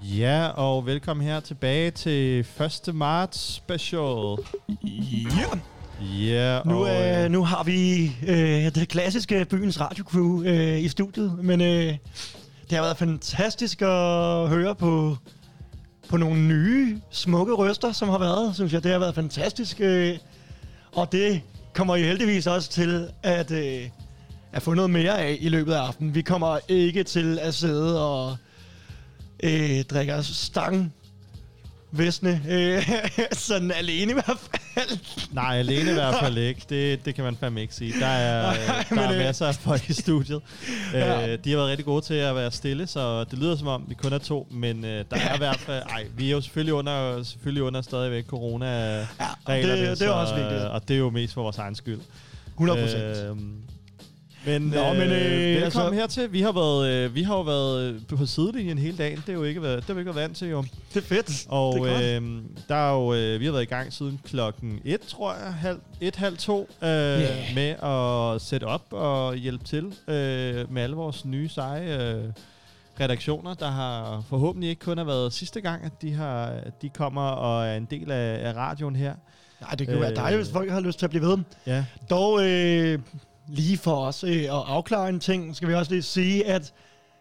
Ja, og velkommen her tilbage til 1. marts special. Ja. Nu har vi det klassiske byens radiocrew i studiet, men det har været fantastisk at høre på nogle nye, smukke røster, som har været, synes jeg. Det har været fantastisk, og det kommer I heldigvis også til at få noget mere af i løbet af aftenen. Vi kommer ikke til at sidde og drikke stang visne, sådan alene i hvert fald. Nej, alene i hvert fald ikke. Det kan man fandme ikke sige. Der er masser af folk i studiet. Ja. De har været rigtig gode til at være stille, så det lyder som om, vi kun er 2. Men der er i hvert fald... vi er jo selvfølgelig under stadigvæk corona-reglerne. Ja, det er også vigtigt. Og det er jo mest for vores egen skyld. 100%. Men velkommen hertil. Vi har jo været på sidelinjen hele dagen. Det har vi ikke været vant til, jo. Det er fedt. Og der er jo, vi har været i gang siden klokken 1, tror jeg, 1:30 med at sætte op og hjælpe til med alle vores nye seje redaktioner, der har forhåbentlig ikke kun har været sidste gang, at de kommer og er en del af radioen her. Nej, det kan være dejligt, hvis folk har lyst til at blive ved. Ja. Dog... lige for os at afklare en ting, skal vi også lige sige, at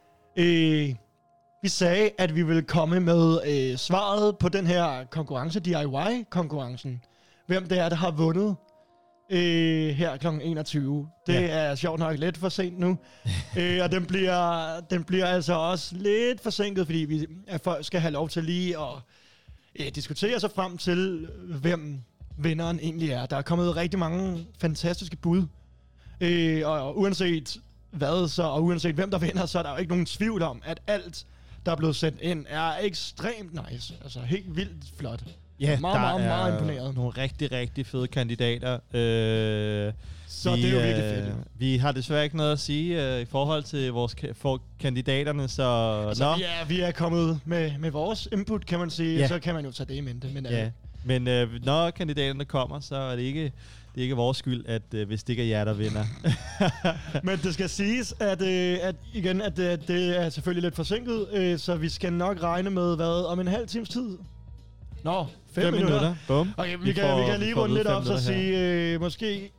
vi sagde, at vi ville komme med svaret på den her konkurrence, DIY-konkurrencen. Hvem det er, der har vundet her kl. 21. Det er sjovt nok lidt for sent nu. Og den bliver altså også lidt forsinket, fordi at folk skal have lov til lige at diskutere sig frem til, hvem vinderen egentlig er. Der er kommet rigtig mange fantastiske bud. Og uanset hvad så, og uanset hvem der vinder, så er der jo ikke nogen tvivl om, at alt, der er blevet sendt ind, er ekstremt nice. Altså helt vildt flot. Ja, meget imponeret. Nogle rigtig, rigtig fede kandidater. Så det er jo virkelig fedt. Vi har desværre ikke noget at sige i forhold til for kandidaterne, så... Altså, vi er kommet med vores input, kan man sige, så kan man jo tage det i mente. Men når kandidaterne kommer, så er det ikke vores skyld, at hvis det ikke er jer, der vinder. Men det skal siges, at det er selvfølgelig lidt forsinket, så vi skal nok regne med, om en halv times tid? 5 minutter. Bum. Okay, vi kan lige runde lidt op, så sige måske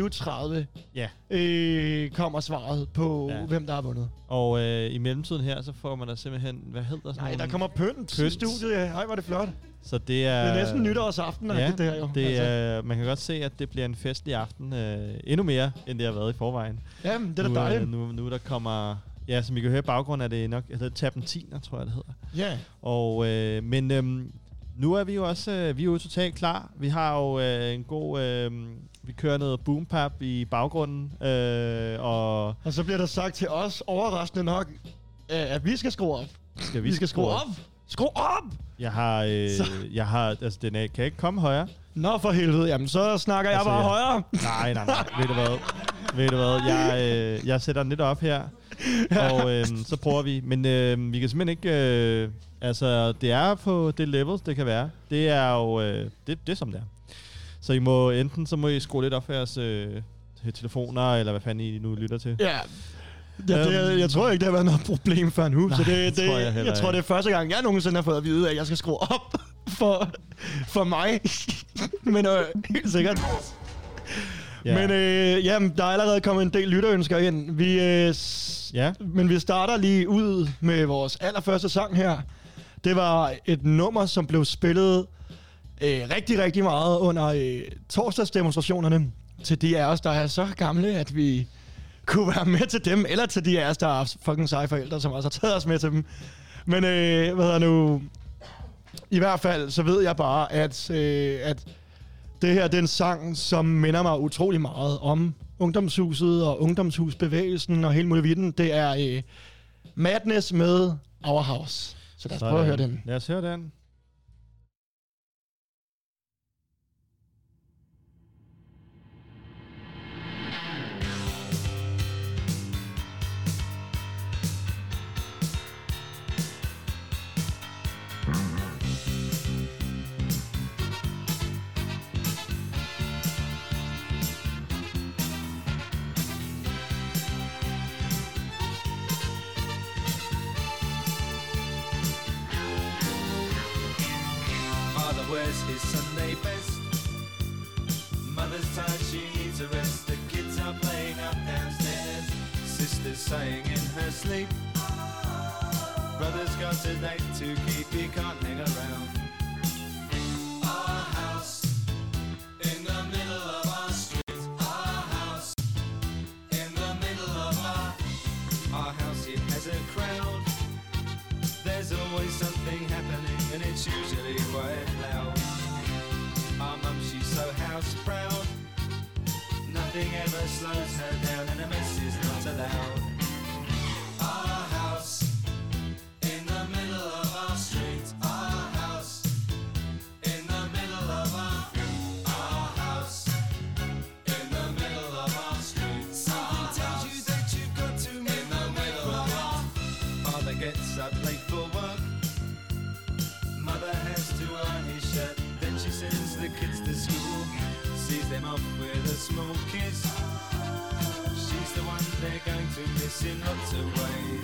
21:30 kommer svaret på, hvem der har vundet. Og i mellemtiden her, så får man da simpelthen, hvad hedder sådan noget? Nej, der kommer pynt i studiet. Ej, hvor er det flot. Så det er næsten nytårsaften, det her jo. Man kan godt se, at det bliver en festlig aften, endnu mere, end det har været i forvejen. Jamen, det er da dejligt. Nu der kommer... Ja, som I kan høre i baggrund, er det nok Terpentiner, tror jeg, det hedder. Ja. Og, nu er vi jo også vi er jo totalt klar. Vi har jo en god... vi kører noget boompap i baggrunden. Og så bliver der sagt til os, overraskende nok, at vi skal skrue op. Vi skal skrue op? Skru op! Jeg har... Altså, den kan ikke komme højere. Nå, for helvede. Jamen, så snakker jeg bare højere. Nej. Ved du hvad? Jeg sætter den lidt op her. Og så prøver vi. Men vi kan simpelthen ikke... det er på det level, det kan være. Det er jo... det som det er. Så I må skrue lidt op for jeres telefoner, eller hvad fanden I nu lytter til. Ja. Jeg tror ikke, det har været noget problem før nu. Nej, så jeg tror, det er første gang, jeg nogensinde har fået at vide, at jeg skal skrue op for mig. Men helt sikkert. Yeah. Men der er allerede kommet en del lytterønsker ind. Men vi starter lige ud med vores allerførste sang her. Det var et nummer, som blev spillet rigtig, rigtig meget under torsdagsdemonstrationerne. Til de af os, der er så gamle, at vi kunne være med til dem, eller til de af os, der er fucking seje forældre, som også har taget os med til dem. Men i hvert fald, så ved jeg bare, at det her det er en sang, som minder mig utrolig meget om ungdomshuset og ungdomshusbevægelsen og hele muligheden. Det er Madness med Our House. Så lad os prøve at høre den. Lad os høre den. Father wears his Sunday best. Mother's tired, she needs a rest. The kids are playing up downstairs. Sister's sighing in her sleep. Brother's got a date to keep, he can't hang around. Our house in the middle of our street. Our house in the middle of our house, it has a crowd. There's always something happening and it's usually quite loud. Our mum, she's so house proud. Nothing ever slows her down and a mess is not allowed. Our house in the middle of our street. Our house in the middle of our house in the middle of our street. Something tells you that you've got to in the middle of our. Father gets up late for work. Mother has to iron his shirt. Then she sends the kids to school. Sees them off with a small kiss. She's the one they're going to miss in lots of ways.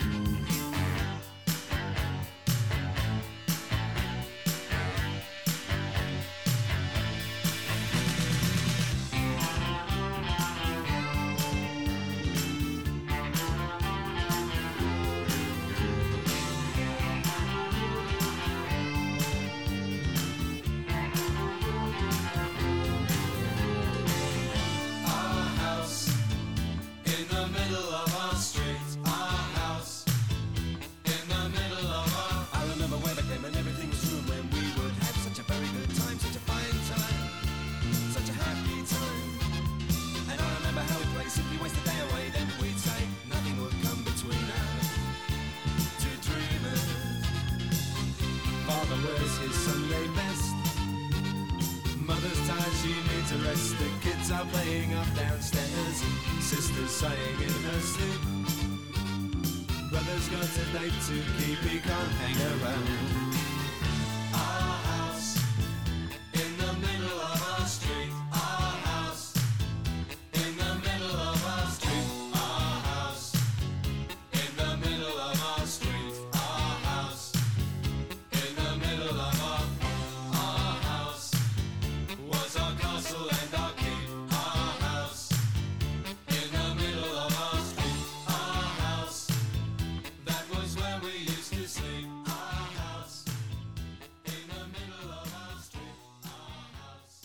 To keep, he can't hang around. Our house in the middle of our street. Our house in the middle of our street. Our house in the middle of our street. Our house in the middle of our house was our castle and our keep. Our house in the middle of our street. Our house. That was where we used to sleep. Our house in the middle of our street. Our house.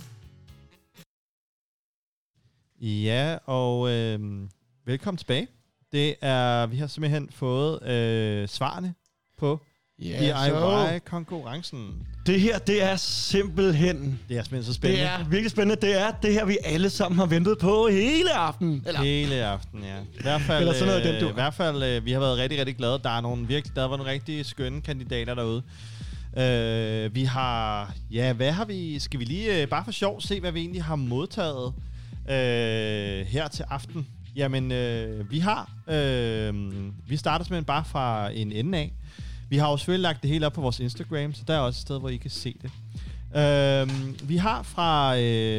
Ja, og velkommen tilbage. Vi har simpelthen fået svarene på DIY-konkurrencen. Det her, det er simpelthen... Det er simpelthen så spændende. Det er virkelig spændende. Det er det her, vi alle sammen har ventet på hele aften. Hele aften, ja. I hvert fald, eller sådan noget, i hvert fald vi har været rigtig, rigtig glade. Der var nogle rigtig skønne kandidater derude. Vi har... Ja, hvad har vi... Skal vi lige bare for sjov se, hvad vi egentlig har modtaget her til aften? Jamen, vi starter simpelthen bare fra en ende af. Vi har jo selvfølgelig lagt det hele op på vores Instagram, så der er også et sted, hvor I kan se det. Vi har fra...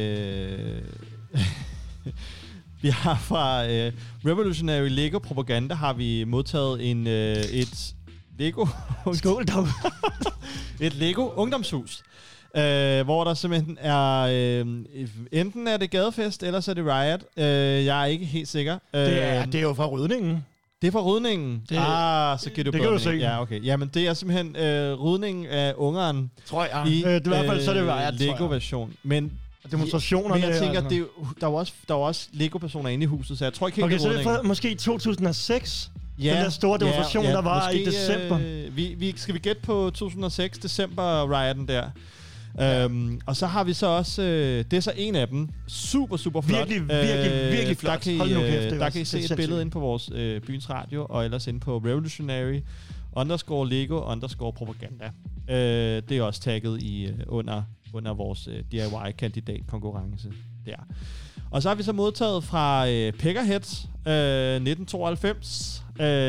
Revolutionary Lego Propaganda har vi modtaget et Lego... Skål dog! et Lego ungdomshus. Hvor der simpelthen er... enten er det gadefest, eller så er det Riot. Jeg er ikke helt sikker. Det er jo fra Rydningen. Det er fra Rydningen? Så kan du det kan du se. Ja, okay. Jamen, det er simpelthen Rydningen af Ungeren. Tror jeg. Det er i hvert fald, så er det Riot, Lego-version. Men demonstrationerne. Men jeg tænker, der er også Lego-personer inde i huset, så jeg tror ikke helt, okay, så er det fra måske 2006? Ja, den der store demonstration, der var måske, i december. Skal vi gætte på 2006, december-rioten der? Og så har vi så også, det er så en af dem, super flot. Virkelig flot. Der kan I se et billede inde på vores Byens Radio, og ellers inde på Revolutionary _Lego_propaganda. Det er også tagget under vores DIY-kandidat-konkurrence der. Og så har vi så modtaget fra Peckerhead 1992.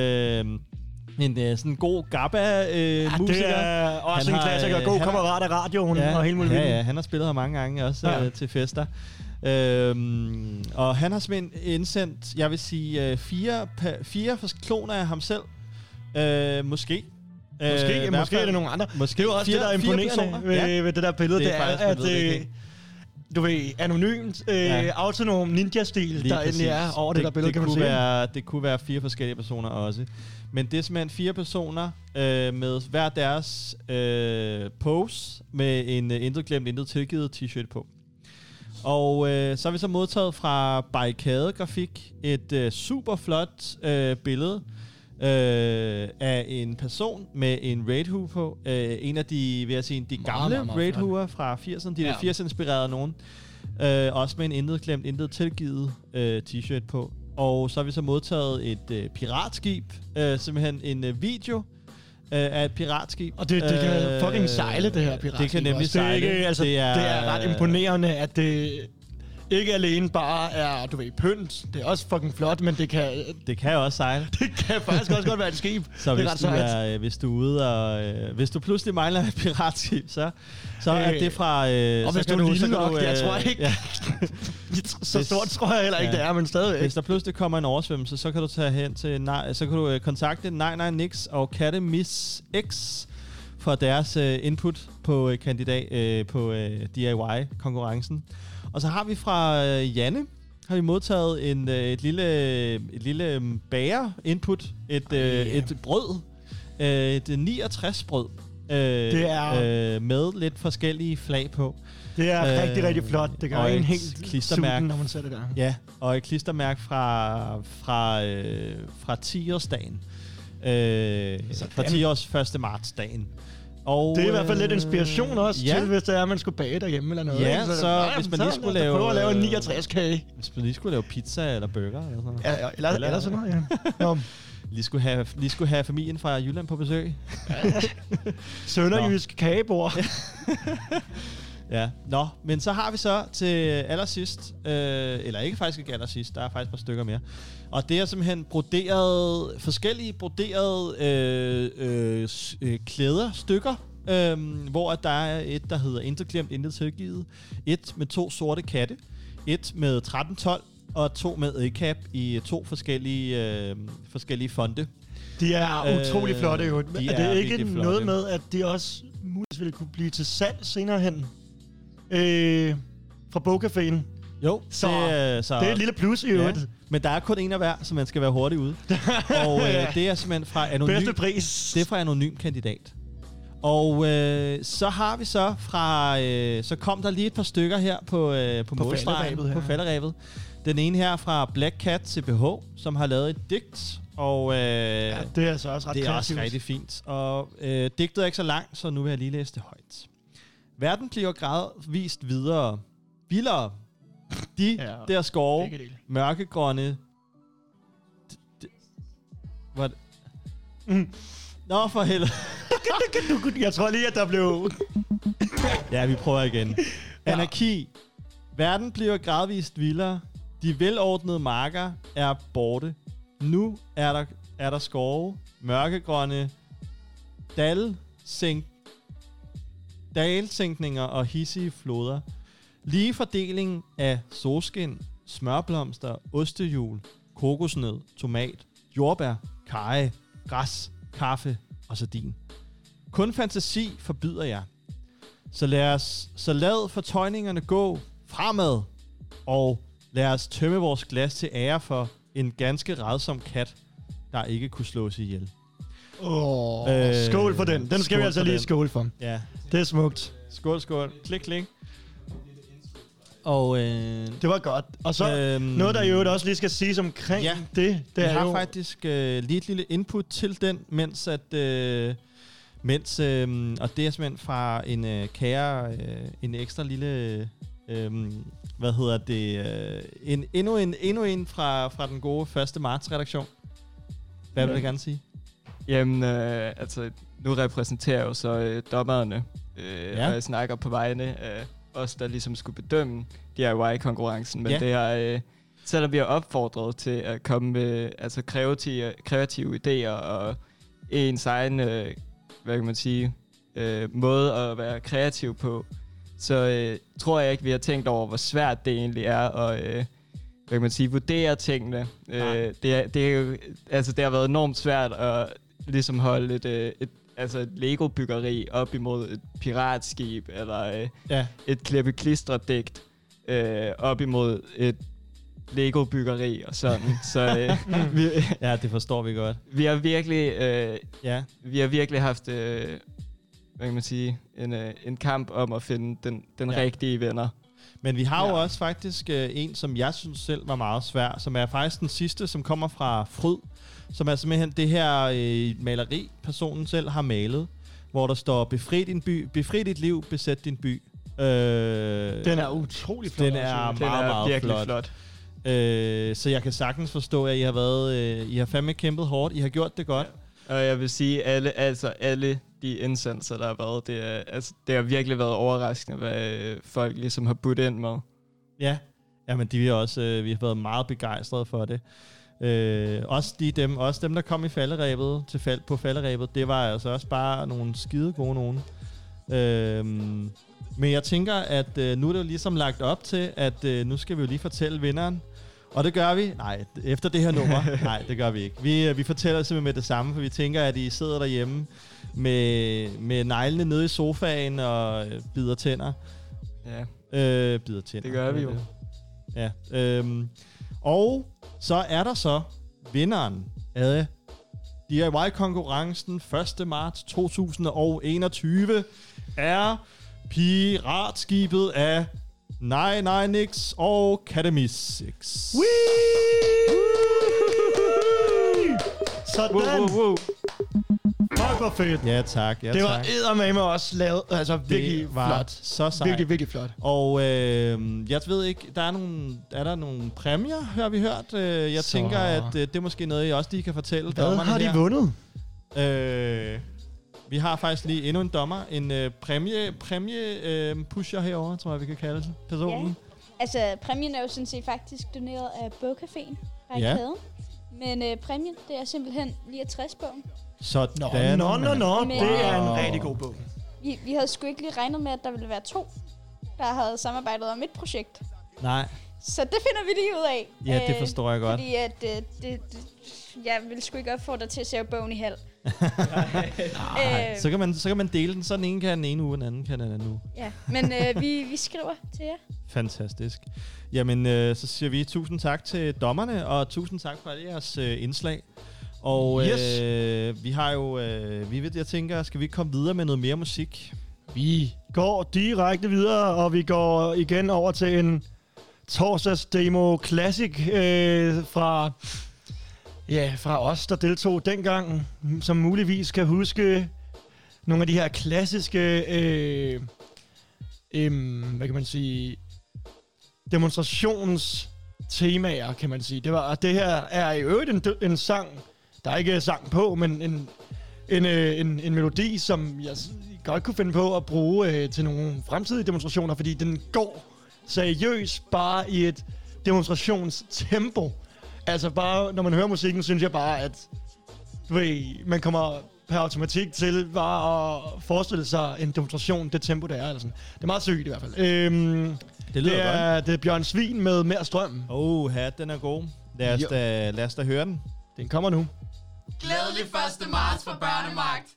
En sådan god GABBA-musiker. Det er også en klassiker. God kammerat af radioen og hele muligheden. Ja, han har spillet her mange gange også til fester. Og han har simpelthen indsendt, jeg vil sige, fire kloner af ham selv. Måske. Måske er det nogle andre. Måske det er jo også det, der er imponerende ved det der billede. Det er at du ved, anonymt, autonom ninja-stil, lige der præcis. Endelig er over det der billede, kan man sige. Det kunne være 4 forskellige personer også. Men det er simpelthen 4 personer med hver deres pose med en intet glemt, intet tilgivet t-shirt på. Og så har vi så modtaget fra Barricade Grafik et super flot billede af en person med en Raid-hue på. En af de, vil jeg sige, de gamle Raid-huer fra 80'erne. De der 80'er-inspirerede nogen. Også med en intet glemt, intet tilgivet t-shirt på. Og så har vi så modtaget et piratskib. Simpelthen en video af et piratskib. Og det kan fucking sejle, det her piratskib. Det kan nemlig sejle. Det er ret imponerende, at det ikke alene bare er, du ved, pynt. Det er også fucking flot, men det kan også sejle. Det kan faktisk også godt være et skib. Så hvis du er ude og hvis du pludselig mangler et piratskib, så er det fra og hvis du er lille nok, jeg tror ikke. Ja. Så stort tror jeg heller ikke, det er, men stadigvæk. Hvis der pludselig kommer en oversvømmelse, så kan du tage hen til så kan du kontakte 99Nix og Kattemiss X for deres input på kandidat på DIY-konkurrencen. Og så har vi fra Janne har vi modtaget et lille bager-input, et brød, et 69-brød, det er med lidt forskellige flag på. Det er rigtig, rigtig flot. Det gør en helt klistermærke, når man sætter det der. Ja, og et klistermærke fra 10-årsdagen. Fra 10-års 1. marts-dagen. Og, det er i hvert fald lidt inspiration også til, hvis det er, at man skulle bage derhjemme eller noget. Ja, så hvis man lige skulle lave en 69-kage. Hvis man lige skulle lave pizza eller burger eller sådan noget. Eller sådan noget, ja. Lige skulle have familien fra Jylland på besøg. Sønderjysk kagebord. Ja, men så har vi så til allersidst, eller ikke faktisk ikke allersidst, der er faktisk et par stykker mere. Og det er simpelthen forskellige broderede klæderstykker, hvor der er et, der hedder intet glemt, intet tilgivet. Et med 2 sorte katte, et med 1312 og 2 med edcap i 2 forskellige fonte. De er utrolig flotte jo. Er det ikke noget med, at de også muligvis ville kunne blive til salg senere hen? Fra Bogcaféen. Jo, så det er et lille plus i øvrigt. Ja. Men der er kun en af hver, så man skal være hurtigt ude. Og det er simpelthen fra anonym. Bedste pris. Det er fra anonym kandidat. Og så har vi så fra så kom der lige et par stykker her på målstregen, på falderæbet. Den ene her fra Black Cat CPH, som har lavet et digt. Og det er altså også ret det er kreativt. også rigtig fint. Og digtet er ikke så langt, så nu vil jeg lige læse det højt. Verden bliver gradvist videre. Vildere. De der skove, mørkegrønne... Hvad? Nå, for helvede. Jeg tror lige, at der blev... Ja, vi prøver igen. Anarki. Verden bliver gradvist vildere. De velordnede marker er borte. Nu er der skove, mørkegrønne dalsænkninger og hissige floder. Lige fordeling af solskin, smørblomster, ostehjul, kokosnød, tomat, jordbær, karry, græs, kaffe og sardin. Kun fantasi forbyder jer. Så lad fortøjningerne gå fremad, og lad os tømme vores glas til ære for en ganske rædsom kat, der ikke kunne slås ihjel. Skål for den. Den skal vi altså lige skåle for. Ja. Det er smukt. Skål. Klik, klik. Og det var godt. Og så noget, der jo også lige skal siges omkring det jeg har jo... faktisk lige et lille input til den, mens og det er simpelthen fra en en ekstra lille, endnu en fra den gode 1. marts redaktion. Hvad vil du gerne sige? Jamen, altså, nu repræsenterer jeg jo så dommerne, og jeg snakker på vegne af os, der ligesom skulle bedømme DIY-konkurrencen, men det er, selvom vi har opfordret til at komme med altså kreative idéer og ens egen, hvad kan man sige, måde at være kreativ på, så tror jeg ikke, vi har tænkt over, hvor svært det egentlig er at hvad kan man sige, vurdere tingene. Det er jo, altså det har været enormt svært at ligesom holde altså et Lego-byggeri op imod et piratskib, eller Ja. et klippe-klistre-digt op imod et Lego-byggeri og sådan. Så Ja, det forstår vi godt. vi har virkelig, Ja. vi har virkelig haft, hvad kan man sige, en kamp om at finde den Ja. rigtige venner. Men vi har jo også faktisk en, som jeg synes selv var meget svær, som er faktisk den sidste, som kommer fra Fryd, som er simpelthen det her maleri, personen selv har malet, hvor der står, befri dit liv, besæt din by. Den er utrolig flot. Den er også. meget virkelig flot. Så jeg kan sagtens forstå, at I har været, I har fandme kæmpet hårdt, I har gjort det godt. Og jeg vil sige, alle de indsendelser, der har været, det har virkelig været overraskende, hvad folk ligesom har budt ind med. Ja, men de er også, vi har været meget begejstrede for det. Også dem, der kom i falderæbet, på falderæbet, det var altså også bare nogle skide gode nogen. Men jeg tænker, at nu er det jo ligesom lagt op til, at nu skal vi jo lige fortælle vinderen. Og det gør vi. Nej, efter det her nummer. Nej, det gør vi ikke. Vi fortæller simpelthen med det samme, for vi tænker, at I sidder derhjemme med neglene nede i sofaen og bider tænder. Ja, Bider tænder. det gør vi jo. Ja. Og så er der så vinderen af DIY-konkurrencen 1. marts 2021 er Piratskibet af Nix og Katamix. Sådan. Fuck, hvor fedt. Ja, tak. Ja, Det var tak. eddermame også lavet, altså virkelig Det var flot. så sejt. Virkelig, virkelig flot. Og jeg ved ikke, er der nogle præmier, har vi hørt? Jeg Så. tænker, at det er måske noget, I også lige kan fortælle. Hvad dommerne har de her. vundet? Vi har faktisk lige endnu en dommer. En præmie pusher herovre, tror jeg, vi kan kalde personen. Ja. Altså, præmien er jo sådan set faktisk doneret af Bogcaféen fra Ja. Arkaden. Men præmien, det er simpelthen lige 60-bogen. Sådan. Nå. Men- Det er en rigtig god bog. Vi havde sgu ikke lige regnet med, at der ville være 2, der havde samarbejdet om et projekt. Nej, Så det finder vi lige ud af. ja, det forstår jeg godt. Fordi at jeg vil sgu ikke opfordre til at save bogen i halv. Så kan man dele den, så den ene kan den ene uge, den anden kan den anden uge. Ja, men vi skriver til jer. Fantastisk. Jamen, så siger vi tusind tak til dommerne, og tusind tak for alle jeres indslag. Og Yes. vi har jo, jeg tænker, skal vi komme videre med noget mere musik? Vi går direkte videre, og vi går igen over til en torsdags demo classic fra os, der deltog dengang, som muligvis kan huske nogle af de her klassiske, hvad kan man sige, demonstrationstemaer, kan man sige. Det her er i øvrigt en sang, der er ikke sang på, men en melodi, som jeg godt kunne finde på at bruge til nogle fremtidige demonstrationer, fordi den går seriøst bare i et demonstrationstempo. Altså bare, når man hører musikken, synes jeg bare, at man kommer per automatik til bare at forestille sig en demonstration, det tempo, det er. Eller sådan. Det er meget sygt i hvert fald. Det lyder godt. Det er Bjørn Svin med Mere Strøm. Den er god. Lad os da høre den. Den kommer nu. Glædelig 1. marts for Børnemagt.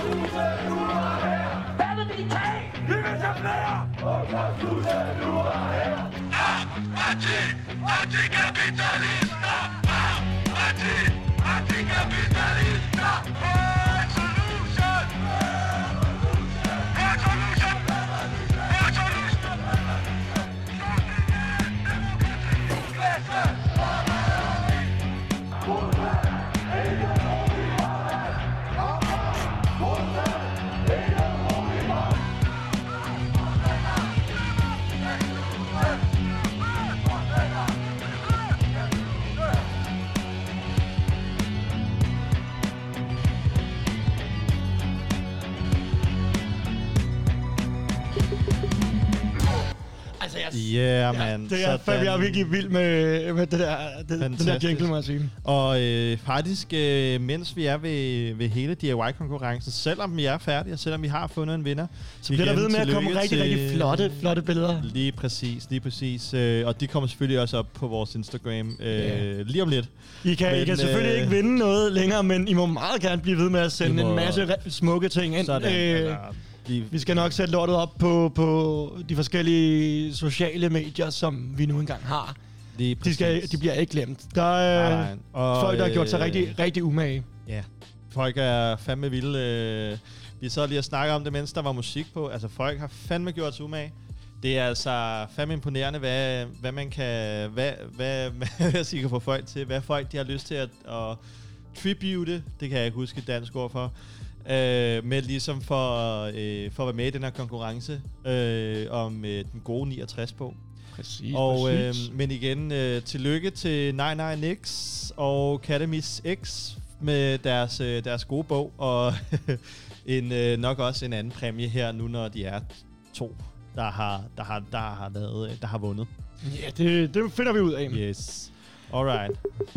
Yeah, man. Det er fandme, jeg er virkelig vild med det der, den der jingle, må jeg sige. Og faktisk, mens vi er ved hele DIY-konkurrencen, selvom vi er færdige, og selvom vi har fundet en vinder, så bliver der ved med at komme rigtig flotte billeder. Lige præcis. Og de kommer selvfølgelig også op på vores Instagram lige om lidt. I kan selvfølgelig ikke vinde noget længere, men I må meget gerne blive ved med at sende en masse smukke ting ind. Vi skal nok sætte lortet op på de forskellige sociale medier, som vi nu engang har. De bliver ikke glemt. Der er folk, der har gjort sig rigtig umage. Ja, folk er fandme vilde. Vi sad lige og snakkede om det, mens der var musik på. Altså, folk har fandme gjort sig umage. Det er altså fandme imponerende, hvad man kan... Hvad jeg kan få folk til. Hvad folk de har lyst til at tribute. Det kan jeg ikke huske et dansk ord for. Med ligesom for at være med i den her konkurrence om den gode 69 på. Præcis. Men igen, tillykke til Nej Nix og Academies X med deres gode bog, og nok også en anden præmie her nu, når de er 2, der har vundet. Ja, det finder vi ud af. Yes. Alright.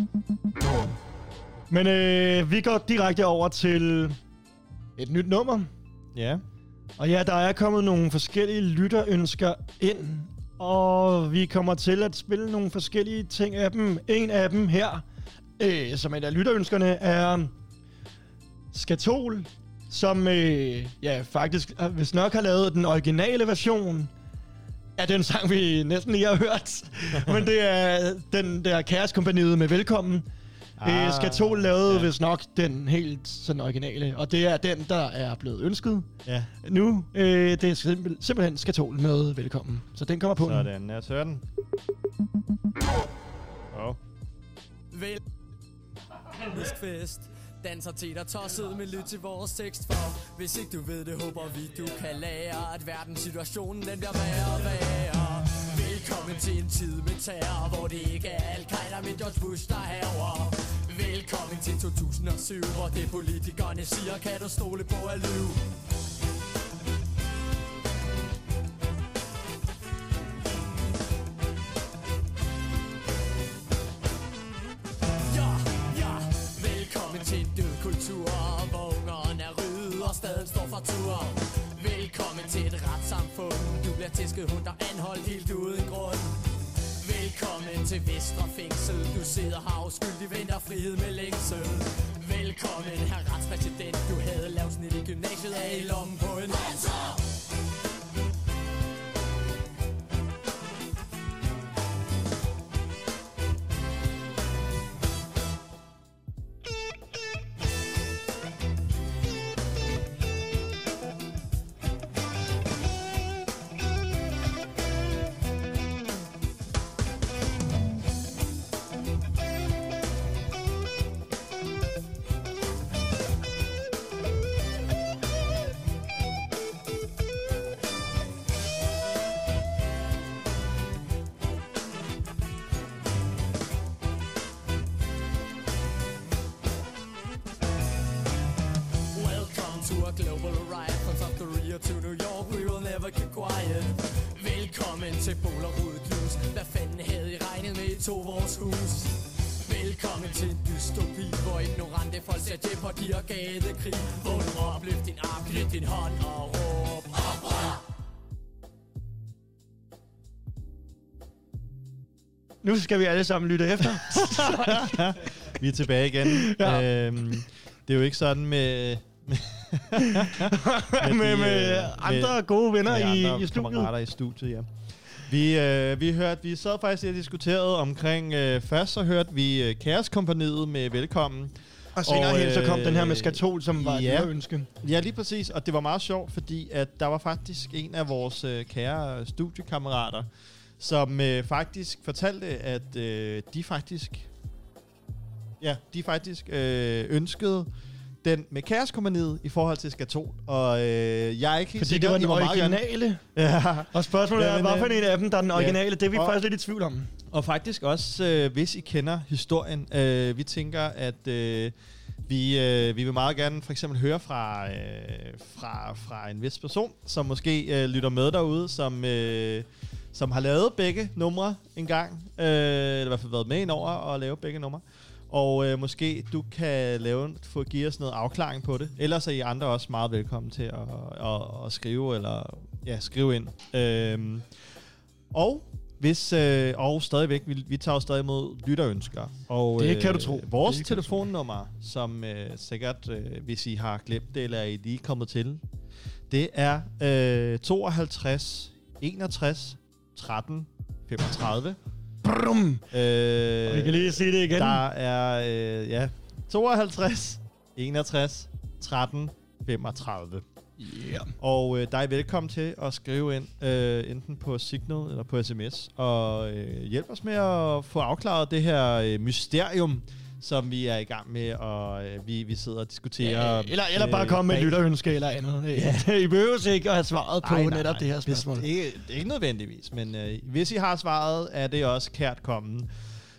Men vi går direkte over til et nyt nummer. Ja. Og ja, der er kommet nogle forskellige lytterønsker ind, og vi kommer til at spille nogle forskellige ting af dem. En af dem her, som et af lytterønskerne, er Skatol, som faktisk hvis nok har lavet den originale version af den sang, vi næsten lige har hørt. Men det er den der Kaoskompagniet med Velkommen. Skatol lavede vist nok den helt sådan originale, og det er den, der er blevet ønsket nu. Det er simpelthen Skatol med Velkommen. Så den kommer på. Sådan, jeg hører den. Fest. Danser til dig tosset med lyt til vores tekst for. Hvis ikke du ved det, håber vi du kan lære, at verdenssituationen den bliver værre og værre. Velkommen til en tid med terror, hvor det ikke er Al-Qaida, men George Bush, der haver. Velkommen til 2007, hvor det politikerne siger, kan du stole på at lyve. Velkommen til en død kultur, hvor ungerne er rydde og staden står for tur. Velkommen til et retssamfund, du bliver tæsket hund og anholdt helt uden grund. Velkommen til Vestre Fængsel, du sidder her uskyldig, venter frihed med længsel. Velkommen herr retspræsident, du havde lavet snit i gymnasiet af i lommen på en danser. Global riot from South Korea to New York, we will never keep quiet. Velkommen til Polarud Blues. Hvad fanden havde I regnet med, I tog vores hus? Velkommen til en dystopi, hvor ignorante folk ser Jeopardy og gadekrig. Vågn op, løft din arm, knyt din hånd og råb oprør. Nu skal vi alle sammen lytte efter. Vi er tilbage igen. Ja. Det er jo ikke sådan med med andre gode venner i studiet. Kammerater i studiet, ja. Vi sad faktisk og diskuterede omkring... først så hørte vi Kaoskompagniet med Velkommen. Og senere hen så kom den her med Skatol, som var et ønske. Ja, lige præcis. Og det var meget sjovt, fordi at der var faktisk en af vores kære studiekammerater, som faktisk fortalte, at de faktisk ønskede den med Kaoskompagniet i forhold til Skatol. Og jeg er ikke helt sikker. Fordi det var den originale. Ja. Og spørgsmålet er, hvorfor en af dem, der er den originale? Det er vi faktisk lidt i tvivl om. Og faktisk også, hvis I kender historien, vi tænker, at vi vil meget gerne for eksempel høre fra en vis person, som måske lytter med derude, som har lavet begge numre en gang, eller i hvert fald været med ind over og lave begge numre. Og måske du kan give os noget afklaring på det. Ellers er I andre også meget velkommen til at skrive, eller skrive ind. Og stadigvæk, vi tager jo stadig imod lytterønsker. Og det kan du tro. Vores telefonnummer, som sikkert, hvis I har glemt det, eller I lige kommet til, det er 52 61 13 35. Brum! Vi kan lige sige det igen. Der er 52 61 13 35. Yeah. Og der er velkommen til at skrive ind, enten på Signal eller på sms, og hjælp os med at få afklaret det her mysterium, som vi er i gang med, og vi sidder og diskuterer. Eller bare komme med lytterønske eller andet. I behøver ikke at have svaret på netop det her spørgsmål. Det er ikke nødvendigvis, men hvis I har svaret, er det også kært kommen.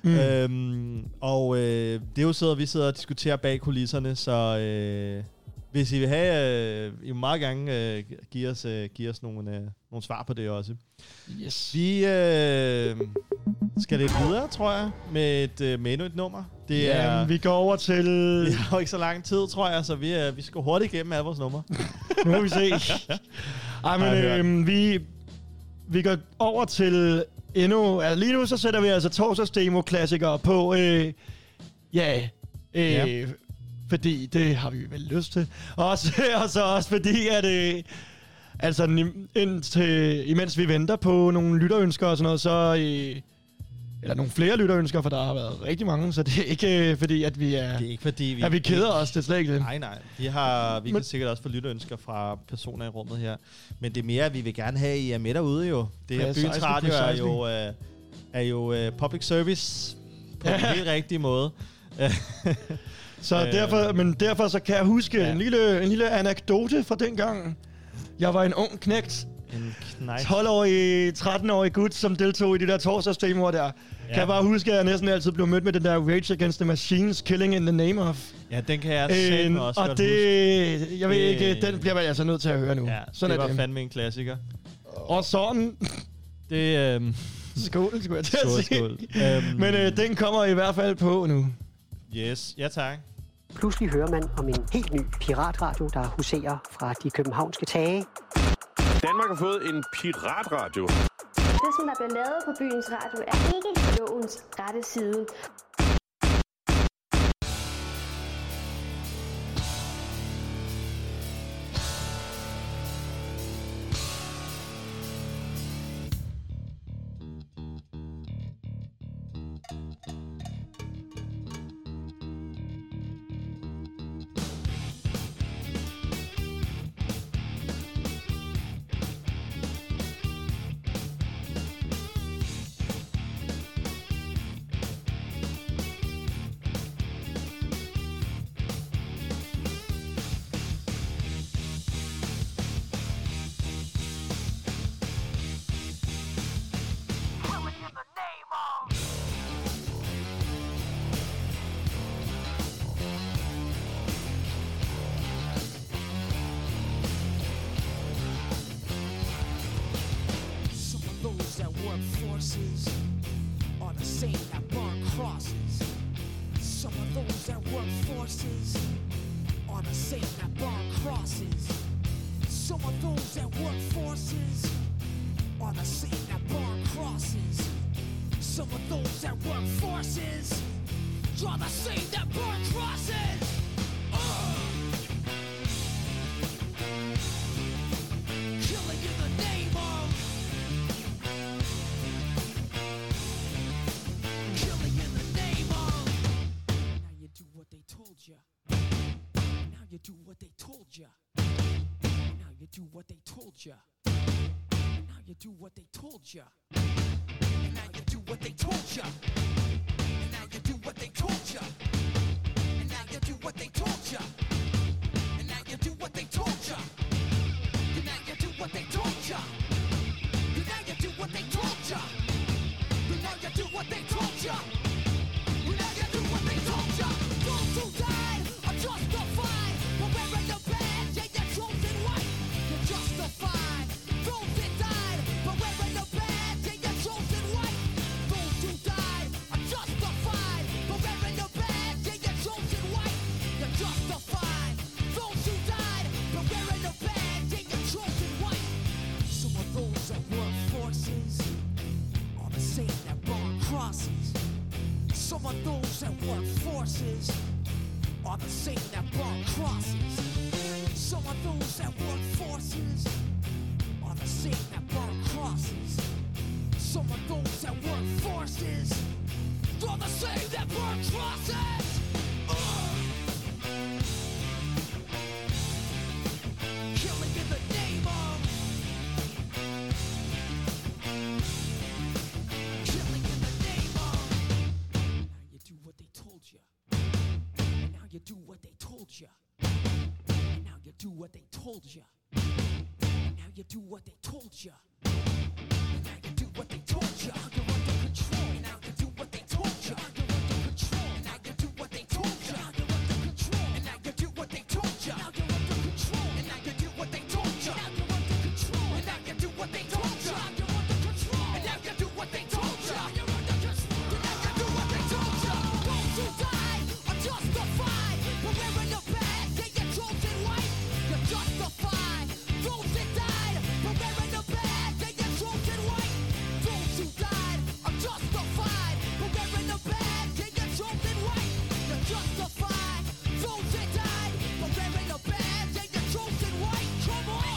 Det er jo vi sidder og diskuterer bag kulisserne, så hvis I vil have, I må meget gerne give os nogle svar på det også. Yes. Vi skal lidt videre, tror jeg, med endnu et nummer. Vi går over til... Vi har jo ikke så lang tid, tror jeg, så vi skal hurtigt igennem alle vores numre. Nu må vi se. Vi går over til endnu... Altså lige nu så sætter vi altså torsdagsdemo-klassikere på. Fordi det har vi vel lyst til. Og så også fordi, at imens vi venter på nogle lytterønsker og sådan noget, så... eller nogle flere lytterønsker, for der har været rigtig mange, så det er ikke fordi, at vi er... Det er ikke fordi, vi keder os, det er slet ikke det. Nej. Vi kan sikkert også få lytterønsker fra personer i rummet her. Men det er mere, at vi vil gerne have, at I er med derude jo. Det her Byens Radio er jo public service på en helt rigtig måde. Så derfor så kan jeg huske en lille anekdote fra dengang. Jeg var en ung knægt. 12-årig, 13-årig gut, som deltog i de der torsdagsdemoer der. Kan jeg bare huske, at jeg næsten altid blev mødt med den der Rage Against the Machines, Killing in the Name of. Ja, den kan jeg selv også godt huske. Jeg ved ikke, den bliver jeg altså nødt til at høre nu. Ja, sådan det var fandme en klassiker. Og sådan... Skål, skulle jeg til at sige. Skål. Men den kommer i hvert fald på nu. Yes, ja tak. Pludselig hører man om en helt ny piratradio, der huserer fra de københavnske tage. Danmark har fået en piratradio. Det, som der bliver lavet på byens radio, er ikke lovens rette side. you do what they told ya. And now you do what they told ya. And now you do what they told ya. And now you do what they told ya. And now you do what they told ya. And now you do what they told ya. And now you do what they told ya. And now you do what they told ya. And now you do what they told ya. And now you do what they told ya. And now you do what they told ya. Those who died are justified for wearing the badge and your chosen white. You're justified. Those that died for wearing the badge and your chosen white. Those who died are justified for wearing the badge and your chosen white. You're justified. Those who died for wearing the badge and your chosen white. Some of those that work forces are the same that burn crosses. Some of those that work forces are the same that burn crosses. Some of those that work forces are the same that burn crosses. Some of those that work forces are the same that burn crosses. Killing in the name of. Killing in the name of. Now you do what they told you. And now you do what they told you. And now you do what they told you. And now you do what they told you. And now you do what they told you. You're under control. And now you do what they told you. You're under control. And now you do what they told you. You're under control. And now you do what they told you. Now you're under control. And now you do what they told you. Now you're under control. And now you do what they told you. You're under control. And now you do what they told you. You're under control. And now you do what they told you. Those who died are justified for wearing the badge and your chosen white. You're justified. Those that died for wearing the badge and your chosen white. Those who died are justified for wearing the badge and your chosen white. You're justified. Those that died for wearing the badge and your chosen white. Come on.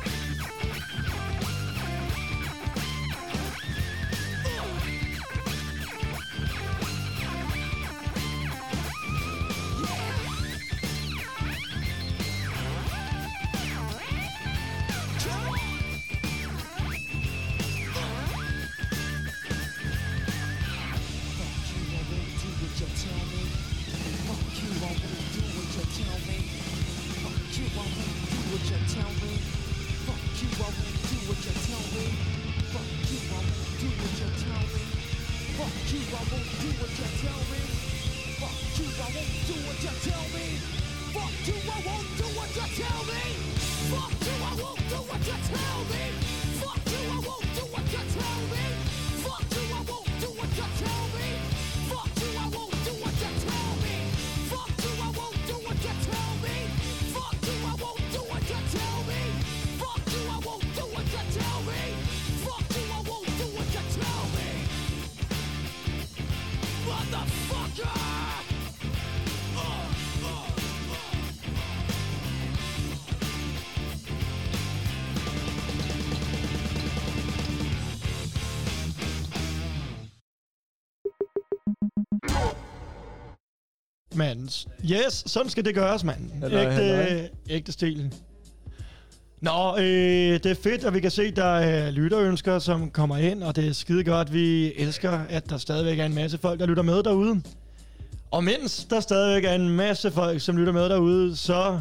Mans. Yes, sådan skal det gøres, mand. Ægte stil. Nå, det er fedt, at vi kan se, der er lytterønsker, som kommer ind, og det er skide godt. Vi elsker, at der stadigvæk er en masse folk, der lytter med derude. Og mens der stadigvæk er en masse folk, som lytter med derude, så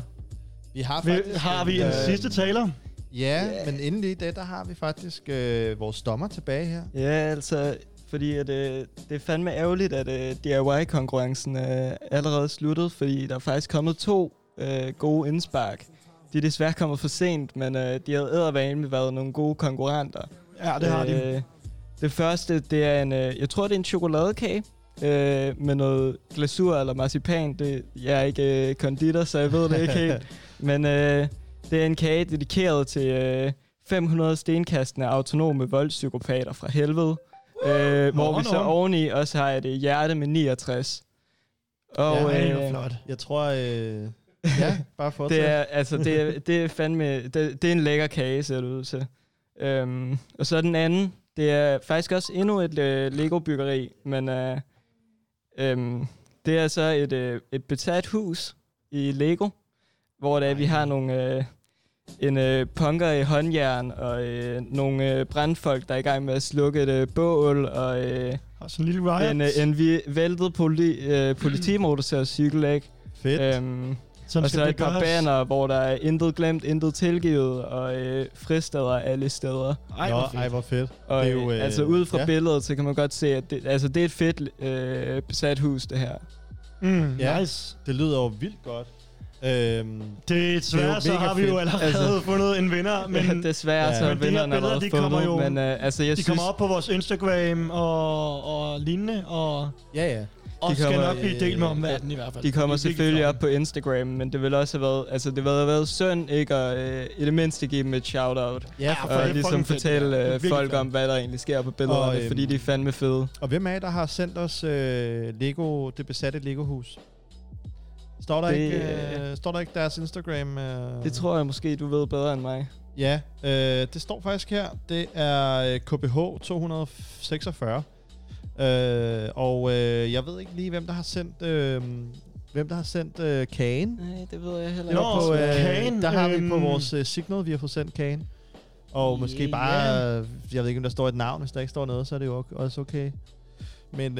har vi en sidste taler. Ja, men inden lige det, der har vi faktisk vores dommer tilbage her. Ja, altså, fordi at, det er fandme ærgerligt, at DIY-konkurrencen er allerede sluttet, fordi der er faktisk kommet 2 gode indspark. De er desværre kommet for sent, men de har eddervanligt været nogle gode konkurrenter. Ja, det har de. Det første, det er jeg tror, det er en chokoladekage med noget glasur eller marcipan. Jeg er ikke konditor, så jeg ved det ikke helt. Men det er en kage dedikeret til 500 stenkastende autonome voldspsykopater fra helvede. Hvor vi så oveni også har et hjerte med 69. Og, det er flot. Jeg tror... ja, bare fortsæt. Det er fandme... Det er en lækker kage, ser det ud til. Og så den anden, det er faktisk også endnu et Lego-byggeri, men det er så et betaget hus i Lego. hvor det er, vi har nogle... en punker i håndjern, og nogle brandfolk, der er i gang med at slukke et bål, og sådan en lille riot. En væltet politimotoriseret cykel, ikke? Fedt. Og så et par banner, hvor der er intet glemt, intet tilgivet, og fristader alle steder. Ej, hvor fedt. Og det er jo, altså ud fra billedet, så kan man godt se, at det er et fedt besat hus, det her. Nice. Det lyder jo vildt godt. Desværre så har vi jo allerede fundet en vinder, men desværre så har vinderen allerede fundet, men de kommer op på vores Instagram og lignende, og og skal nok blive delt med omverdenen i hvert fald. De kommer selvfølgelig op på Instagram, men det vil også have været, det ville have været synd ikke at i det mindste give dem et shout-out. Og ligesom fortælle folk om, hvad der egentlig sker på billederne, fordi de er fandme fede. Og hvem er der har sendt os Lego, det besatte Lego-hus? Står der ikke deres Instagram? Det tror jeg måske, du ved bedre end mig. Ja, det står faktisk her. Det er KBH 246. Og jeg ved ikke lige, hvem der har sendt kagen. Nej, det ved jeg heller ikke. Kagen. Der har vi på vores signal, vi har fået sendt kagen. Og måske bare, jeg ved ikke, om der står et navn. Hvis der ikke står noget, så er det jo også okay. Men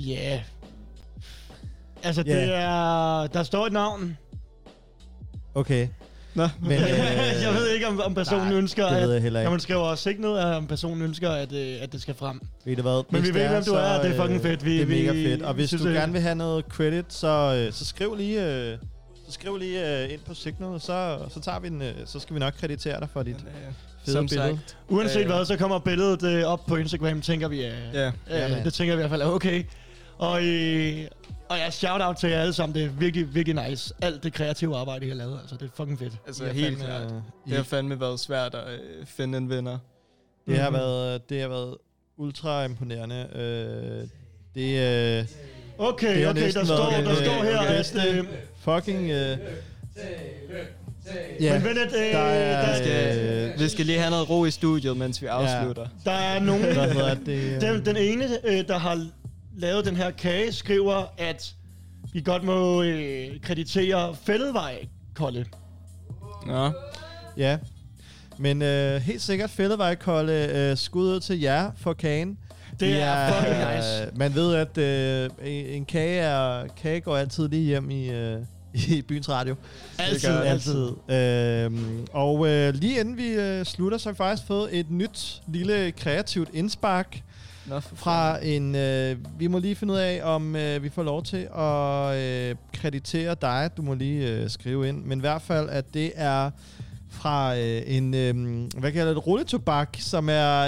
altså, det er... Der står et navn. Okay. Nå. Men, jeg ved ikke, om personen ønsker, at man skriver signet, om personen ønsker, at det skal frem. Ved du hvad? Men vi ved, hvem du er, og det er fucking fedt. Det er mega fedt. Og hvis du gerne vil have noget credit, så skriv lige ind på signet, så tager vi den, så skal vi nok kreditere dig for dit fede billede. Uanset hvad, så kommer billedet op på Instagram, tænker vi. Det tænker vi i hvert fald er okay. Og shout-out til jer alle sammen. Det er virkelig, virkelig nice. Alt det kreative arbejde, I har lavet. Altså, det er fucking fedt. Altså, helt klart. Det har fandme været svært at finde en vinder. Det har været ultra imponerende. Okay, der står her, at... Fucking... Men vent, vi skal lige have noget ro i studiet, mens vi afslutter. Der er nogen... Den ene, der har lavet den her kage, skriver, at vi godt må kreditere Fælledvej-Kolde. Ja. Men helt sikkert Fælledvej-Kolde, skud ud til jer for kagen. Det er fucking nice. Man ved, at en kage går altid lige hjem i byens radio. Altid. Og lige inden vi slutter, så har vi faktisk fået et nyt lille kreativt indspark fra en... vi må lige finde ud af, om vi får lov til at kreditere dig. Du må lige skrive ind. Men i hvert fald, at det er fra en... hvad kalder det? Rulletobak, som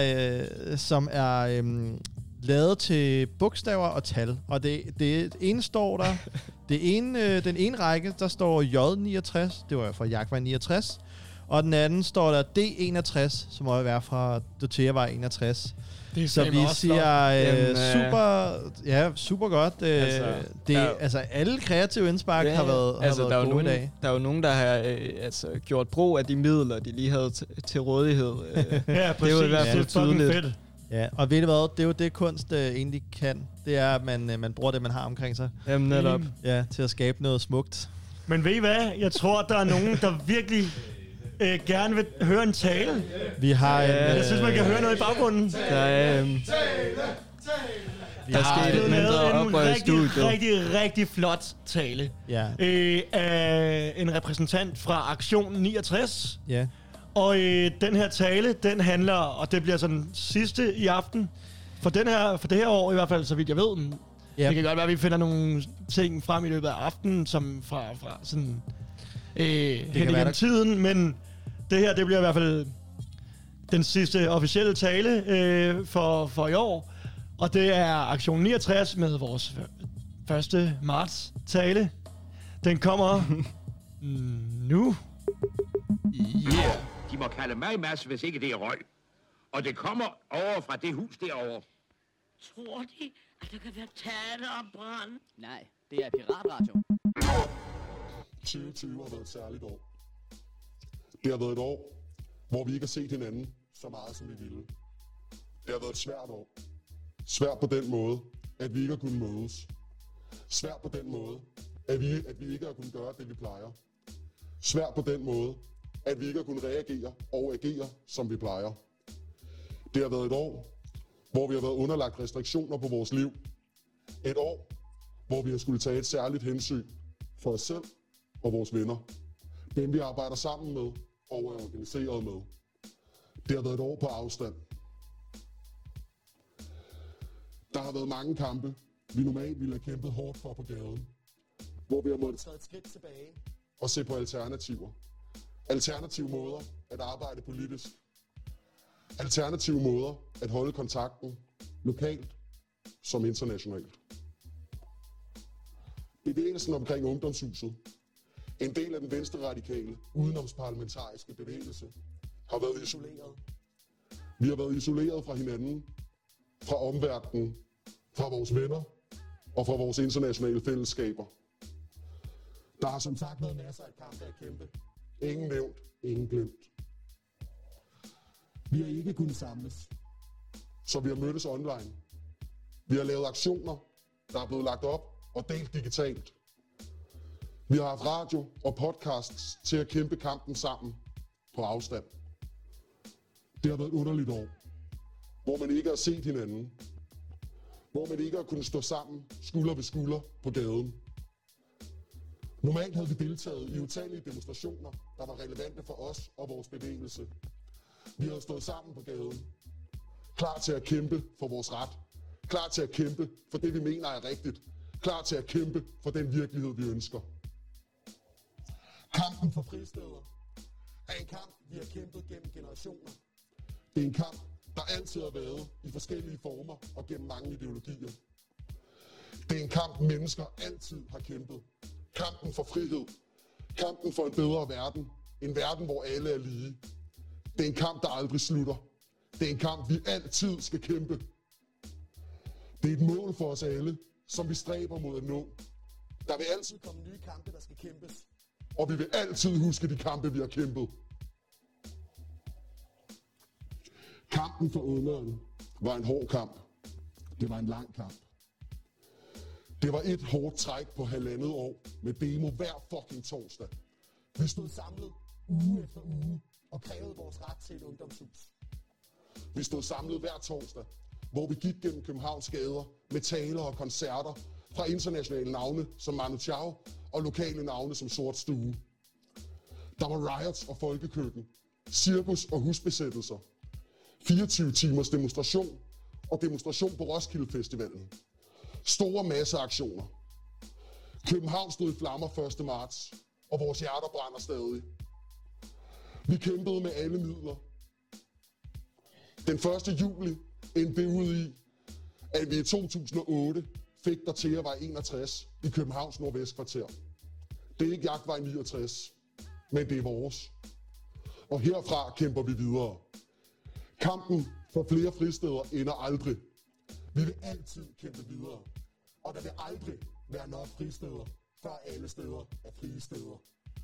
er lavet til bogstaver og tal. Og det ene står der... den ene række, der står J69. Det var fra Jagtvej 69. Og den anden står der D61, som må være fra Doteavej 61. Så vi siger super godt. Altså alle kreative indspark har været gode i dag. Der er jo nogen, der har gjort brug af de midler, de lige havde til rådighed. Ja, præcis. Det er jo i hvert fald tydeligt. Fedt. Ja, og ved du hvad, det er jo det kunst egentlig kan. Det er, at man bruger det, man har omkring sig. Jamen netop. Ja, til at skabe noget smukt. Men ved I hvad? Jeg tror, der er nogen, der virkelig gerne vil høre en tale. Vi har jeg synes, man kan høre noget i baggrunden. Der skal lavet en rigtig flot tale. Ja. Af en repræsentant fra Aktion 69. Ja. Og den her tale, den handler, og det bliver sådan sidste i aften, for det her år i hvert fald, så vidt jeg ved. Yep. Det kan godt være, at vi finder nogle ting frem i løbet af aftenen, som fra sådan hen igennem tiden, men det her, det bliver i hvert fald den sidste officielle tale for i år. Og det er Aktion 69 med vores 1. marts tale. Den kommer nu. Yeah. De må kalde mig Mads, hvis ikke det er røg. Og det kommer over fra det hus derovre. Tror de, at der kan være tale om brand? Nej, det er piratradio. 2020 har været et særligt år. Det har været et år, hvor vi ikke har set hinanden så meget, som vi ville. Det har været et svært år. Svært på den måde, at vi ikke har kunnet mødes. Svært på den måde, at vi ikke har kunnet gøre det, vi plejer. Svær på den måde, at vi ikke har kunnet reagere og agere, som vi plejer. Det har været et år, hvor vi har været underlagt restriktioner på vores liv. Et år, hvor vi har skulle tage et særligt hensyn for os selv og vores venner. Dem vi arbejder sammen med og er organiseret med. Det har været et år på afstand. Der har været mange kampe, vi normalt ville have kæmpet hårdt for på gaden. Hvor vi har måttet træde et skridt tilbage og se på alternativer. Alternative måder at arbejde politisk. Alternative måder at holde kontakten lokalt som internationalt. Bevægelsen omkring Ungdomshuset, en del af den venstre radikale, udenomsparlamentariske bevægelse, har været isoleret. Vi har været isoleret fra hinanden, fra omverdenen, fra vores venner og fra vores internationale fællesskaber. Der har som sagt været masser af kampe at kæmpe. Ingen nævnt, ingen glemt. Vi har ikke kunnet samles, så vi har mødtes online. Vi har lavet aktioner, der er blevet lagt op og delt digitalt. Vi har haft radio og podcasts til at kæmpe kampen sammen på afstand. Det har været et underligt år, hvor man ikke har set hinanden. Hvor man ikke har kunnet stå sammen skulder ved skulder på gaden. Normalt havde vi deltaget i utallige demonstrationer, der var relevante for os og vores bevægelse. Vi havde stået sammen på gaden, klar til at kæmpe for vores ret, klar til at kæmpe for det, vi mener er rigtigt, klar til at kæmpe for den virkelighed, vi ønsker. Kampen for fristeder er en kamp, vi har kæmpet gennem generationer. Det er en kamp, der altid har været i forskellige former og gennem mange ideologier. Det er en kamp, mennesker altid har kæmpet. Kampen for frihed. Kampen for en bedre verden. En verden, hvor alle er lige. Det er en kamp, der aldrig slutter. Det er en kamp, vi altid skal kæmpe. Det er et mål for os alle, som vi stræber mod at nå. Der vil altid komme nye kampe, der skal kæmpes. Og vi vil altid huske de kampe, vi har kæmpet. Kampen for ungerne var en hård kamp. Det var en lang kamp. Det var et hårdt træk på 1,5 år med demo hver fucking torsdag. Vi stod samlet uge efter uge og krævede vores ret til et ungdomshus. Vi stod samlet hver torsdag, hvor vi gik gennem Københavns gader med taler og koncerter fra internationale navne som Manu Chao og lokale navne som Sort Stue. Der var riots og folkekøkken, cirkus og husbesættelser, 24 timers demonstration og demonstration på Roskilde Festivalen. Store masseaktioner. København stod i flammer 1. marts, og vores hjerter brænder stadig. Vi kæmpede med alle midler. Den 1. juli endte det ud i, at vi i 2008 fik der til at være 61 i Københavns Nordvestkvarter. Det er ikke Jagtvej 69, men det er vores. Og herfra kæmper vi videre. Kampen for flere fristeder ender aldrig. Vi vil altid kæmpe videre. Og der vil aldrig være nok fristeder, før alle steder er frie steder.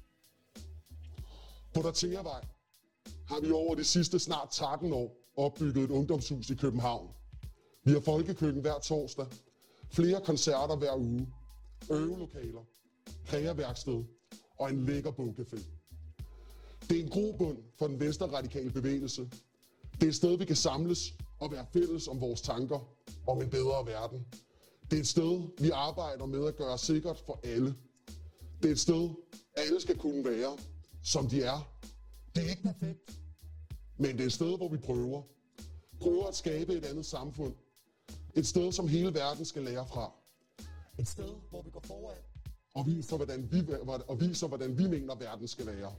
På Dortheavej har vi over de sidste snart 13 år opbygget et ungdomshus i København. Vi har folkekøkken hver torsdag, flere koncerter hver uge, øvelokaler, kreaværksted og en lækker bogcafé. Det er en grobund for den venstreradikale bevægelse. Det er et sted, vi kan samles og være fælles om vores tanker om en bedre verden. Det er et sted, vi arbejder med at gøre sikkert for alle. Det er et sted, alle skal kunne være, som de er. Det er ikke perfekt, men det er et sted, hvor vi prøver. Prøver at skabe et andet samfund. Et sted, som hele verden skal lære fra. Et sted, hvor vi går foran og viser, hvordan vi mener, verden skal være.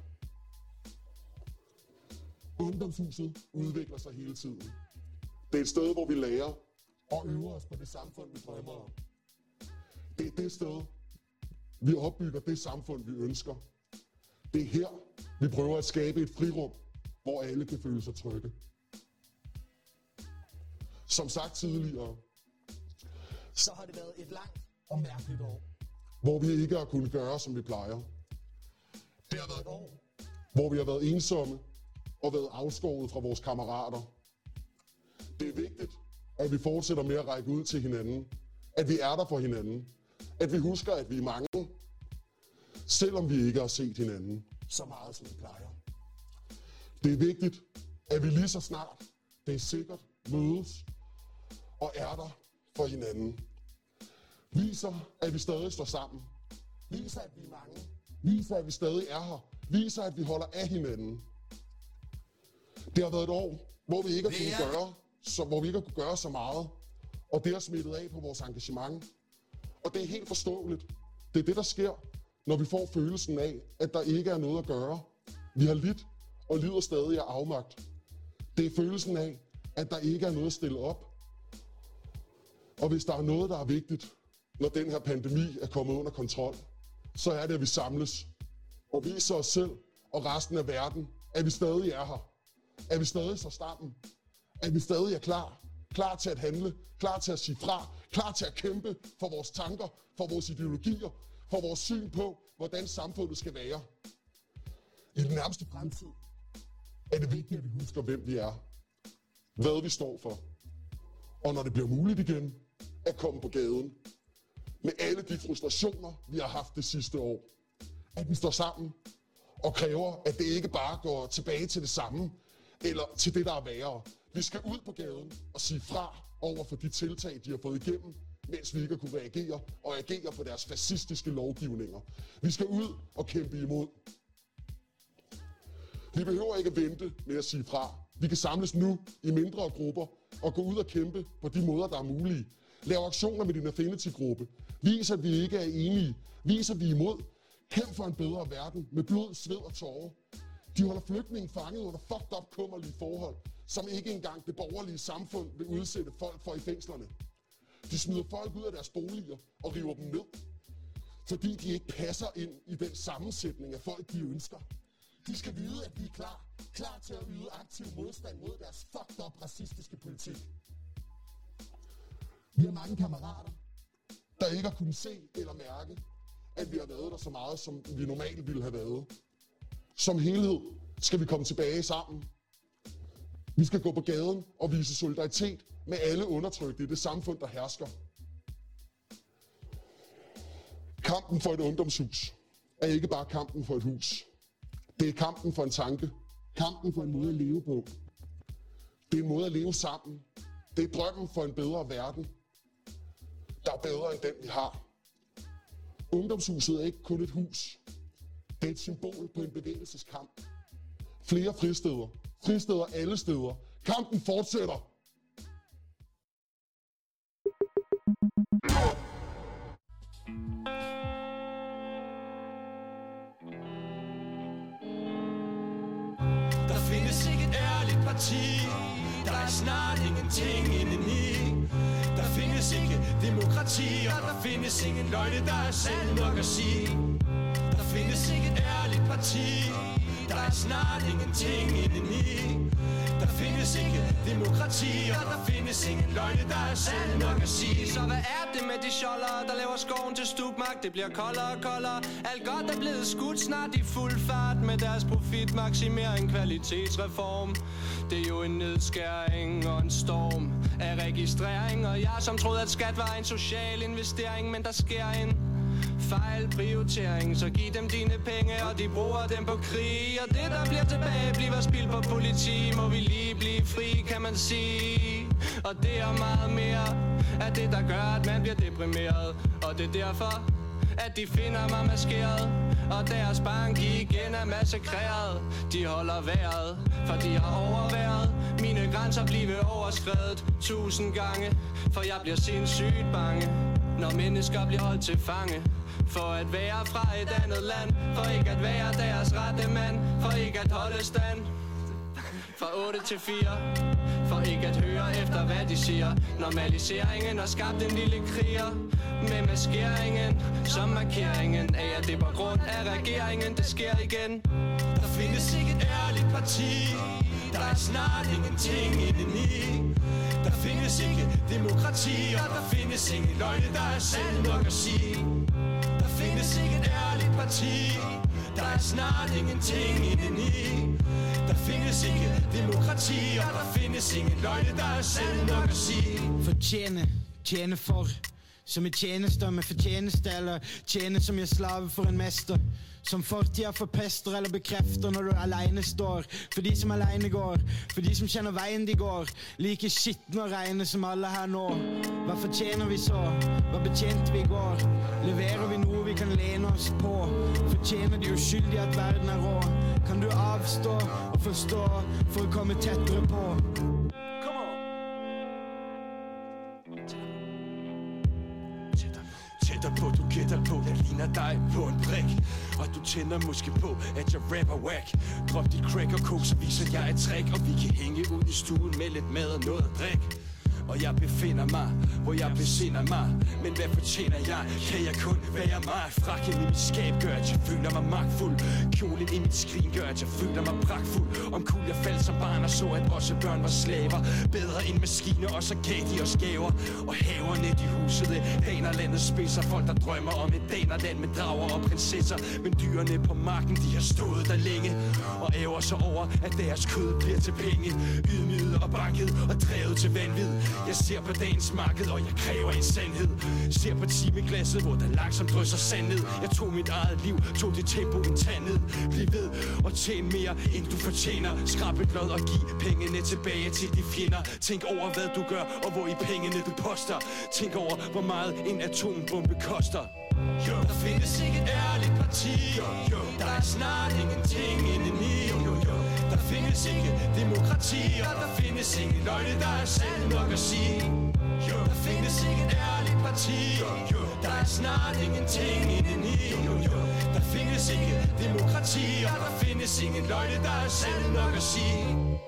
Ungdomshuset udvikler sig hele tiden. Det er et sted, hvor vi lærer og øver os på det samfund, vi drømmer om. Det er det sted, vi opbygger det samfund, vi ønsker. Det er her, vi prøver at skabe et frirum, hvor alle kan føle sig trygge. Som sagt tidligere, så har det været et langt og mærkeligt år, hvor vi ikke har kunnet gøre, som vi plejer. Det har været et år, hvor vi har været ensomme og været afskåret fra vores kammerater. Det er vigtigt, at vi fortsætter med at række ud til hinanden. At vi er der for hinanden. At vi husker, at vi er mange, selvom vi ikke har set hinanden. så meget, som vi plejer. Det er vigtigt, at vi lige så snart det er sikkert mødes og er der for hinanden. Viser, at vi stadig står sammen. Viser, at vi er mange. Viser, at vi stadig er her. Viser, at vi holder af hinanden. Det har været et år, hvor vi ikke har kunnet gøre så meget. Og det har smittet af på vores engagement. Og det er helt forståeligt. Det er det, der sker, når vi får følelsen af, at der ikke er noget at gøre. Vi har lidt og lider stadig af afmagt. Det er følelsen af, at der ikke er noget at stille op. Og hvis der er noget, der er vigtigt, når den her pandemi er kommet under kontrol, så er det, at vi samles og viser os selv og resten af verden, at vi stadig er her. At vi stadig står sammen. At vi stadig er klar. Klar til at handle. Klar til at sige fra. Klar til at kæmpe for vores tanker, for vores ideologier, for vores syn på, hvordan samfundet skal være. I den nærmeste fremtid er det vigtigt, at vi husker, hvem vi er. Hvad vi står for. Og når det bliver muligt igen, at komme på gaden. Med alle de frustrationer, vi har haft det sidste år. At vi står sammen og kræver, at det ikke bare går tilbage til det samme, eller til det, der er værre. Vi skal ud på gaden og sige fra over for de tiltag, de har fået igennem, mens vi ikke har kunne reagere og agere på deres fascistiske lovgivninger. Vi skal ud og kæmpe imod. Vi behøver ikke at vente med at sige fra. Vi kan samles nu i mindre grupper og gå ud og kæmpe på de måder, der er mulige. Lav aktioner med din affinity-gruppe. Vis, at vi ikke er enige. Vis, at vi er imod. Kæmp for en bedre verden med blod, sved og tårer. De holder flygtninge fanget under fucked up kummerlige forhold, som ikke engang det borgerlige samfund vil udsætte folk for i fængslerne. De smider folk ud af deres boliger og river dem ned, fordi de ikke passer ind i den sammensætning af folk, de ønsker. De skal vide, at vi er klar til at yde aktiv modstand mod deres fucked up racistiske politik. Vi har mange kammerater, der ikke har kunnet se eller mærke, at vi har været der så meget, som vi normalt ville have været. Som helhed skal vi komme tilbage sammen. Vi skal gå på gaden og vise solidaritet med alle undertrykte i det samfund, der hersker. Kampen for et ungdomshus er ikke bare kampen for et hus. Det er kampen for en tanke. Kampen for en måde at leve på. Det er en måde at leve sammen. Det er drømmen for en bedre verden, der er bedre end den, vi har. Ungdomshuset er ikke kun et hus. Det er et symbol på en bevægelseskamp. Flere fristeder. Fristeder alle steder. Kampen fortsætter. Der findes ikke et ærligt parti. Der er snart ingenting indeni. Der findes ikke demokrati, og der findes ingen løgne, der er sandt nok at sige. Der findes ikke et ærligt parti. Der er snart ingenting indeni. Der findes ikke demokrati, og der findes ingen løgne, der er sandt nok at sige. Så hvad er det med de sjollere, der laver skoven til stupmagt? Det bliver koldere og koldere. Alt godt er blevet skudt snart i fuld fart med deres profitmaksimering, kvalitetsreform. Det er jo en nedskæring og en storm af registrering. Og jeg som troede, at skat var en social investering, men der sker en fejlprioritering. Så giv dem dine penge, og de bruger dem på krig. Og det der bliver tilbage, bliver spild på politi. Må vi lige blive fri, kan man sige. Og det er meget mere af det, der gør, at man bliver deprimeret. Og det er derfor, at de finder mig maskeret. Og deres bank igen er massakreret. De holder vejret, for de har overværet. Mine grænser bliver overskredet 1000 gange. For jeg bliver sindssygt bange, når mennesker bliver holdt til fange. For at være fra et andet land, for ikke at være deres rette mand, for ikke at holde stand. Fra 8 til 4, for ikke at høre efter hvad de siger. Normaliseringen har skabt en lille kriger med maskeringen som markeringen af at det er på grund af regeringen det sker igen. Der findes ikke et ærligt parti. Der er snart ingenting indeni. Der findes ikke demokrati, og der findes ingen løgne, der er sandt nok at sige. Der findes ikke et ærligt parti. Der er snart ingenting indeni. Der findes ikke demokrati, og der findes ingen løgne, der er sandt nok at sige. Tjene for, som et tjenester med fortjeneste, eller tjene som jeg slave for en mester. Som folk de her forpester eller bekræfter, når du alene står. For de som alene går, for de som kjenner veien de går. Like skitne og reine som alle her nå. Hva fortjener vi så? Hva betjente vi i går? Leverer vi noe vi kan lene oss på? Fortjener de uskyldige at verden er rå? Kan du avstå og forstå for å komme tettere på? Tættere på, du gætter på, jeg ligner dig på en brik. Og du tænder måske på, at jeg rapper whack. Drop dit crack og coke, så viser jeg et trick. Og vi kan hænge ud i stuen med lidt mad og noget at drikke. Og jeg befinder mig, hvor jeg besinder mig. Men hvad fortjener jeg? Kan jeg kun være mig? Frakken i mit skab gør, at jeg føler mig magtfuld. Kjolen i mit skrin gør, at jeg føler mig pragtfuld. Om kul jeg faldt som barn og så, at også børn var slaver. Bedre end maskiner, og så gav de os gaver. Og haverne de husede danerlandets spidser. Folk der drømmer om et danerland med drager og prinsesser. Men dyrene på marken, de har stået der længe. Og æver sig over, at deres kød bliver til penge. Ydmyget og banket og drevet til vanvid. Jeg ser på dagens marked, og jeg kræver en sandhed. Ser på timeglasset, hvor der langsomt drysser sandhed. Jeg tog mit eget liv, tog det tempo en tandhed. Bliv ved og tjen mere, end du fortjener. Skrab et lod og giv pengene tilbage til de fjender. Tænk over, hvad du gør, og hvor i pengene du poster. Tænk over, hvor meget en atombombe koster. Der findes ikke et ærligt parti. Der er snart ingenting indeni. Der findes ikke demokrati, og der findes ingen løgne, der er sandt nok at sige. Der findes ikke et ærligt parti. Der er snart ingenting indeni. Der findes ikke demokrati, og der findes ingen løgne, der er sandt nok at sige.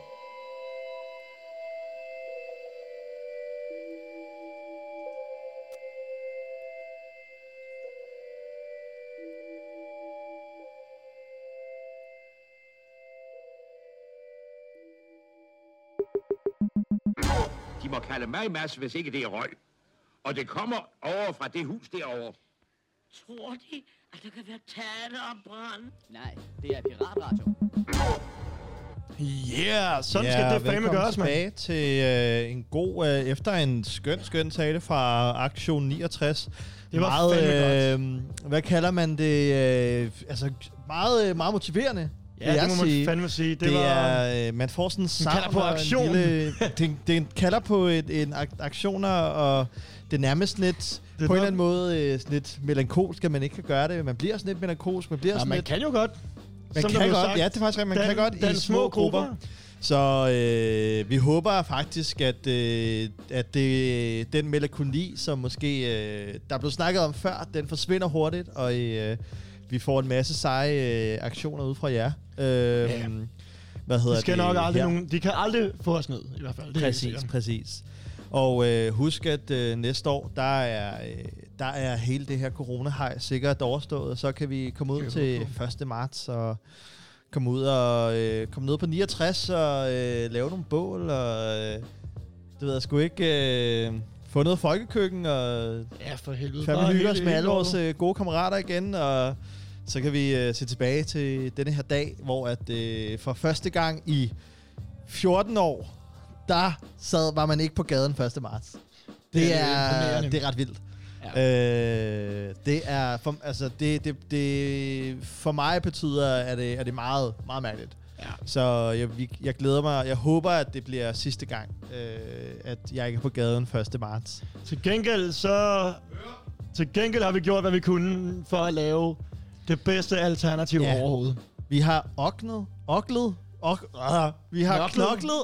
De må kalde mig Mads, hvis ikke det er røg. Og det kommer over fra det hus derovre. Tror de, at der kan være tale om brand? Nej, det er Piratradio. Yeah, sådan skal det fandme gøres, mand. Velkommen tilbage til en god, efter en skøn tale fra Aktion 69. Det var meget, fandme godt. Hvad kalder man det? Altså, meget motiverende. Ja, det må man fandme sige. Det var, man får sådan en sang. kalder på aktion. Det kalder på en aktioner, og det er nærmest lidt, på en eller anden måde, lidt melankolsk, at man ikke kan gøre det. Man bliver sådan lidt melankolsk. Man bliver sådan man lidt, kan jo godt. Man kan godt, sagt, ja, det er faktisk man kan godt i små grupper. Så vi håber faktisk, at den melankoli, som måske der blev snakket om før, den forsvinder hurtigt, og vi får en masse seje aktioner ud fra jer. Hvad hedder de skal det? Nok aldrig de kan aldrig få os ned, i hvert fald. Præcis. Og husk, at næste år, der er hele det her corona-hej sikkert overstået, og så kan vi komme ud til 1. marts og komme ned på 69 og lave nogle bål, og det ved jeg sgu ikke, få noget folkekøkken, og for helvede. fandme hygge os med alle vores gode kammerater igen, og så kan vi se tilbage til denne her dag, hvor at for første gang i 14 år, der var man ikke på gaden 1. marts. Det er ret vildt. Ja. Det er for mig betyder, at det meget, meget mærkeligt. Ja. Så jeg glæder mig. Jeg håber, at det bliver sidste gang, at jeg ikke er på gaden 1. marts. Til gengæld har vi gjort, hvad vi kunne for at lave det bedste alternativ overhovedet. Vi har oklet. Vi har knoklet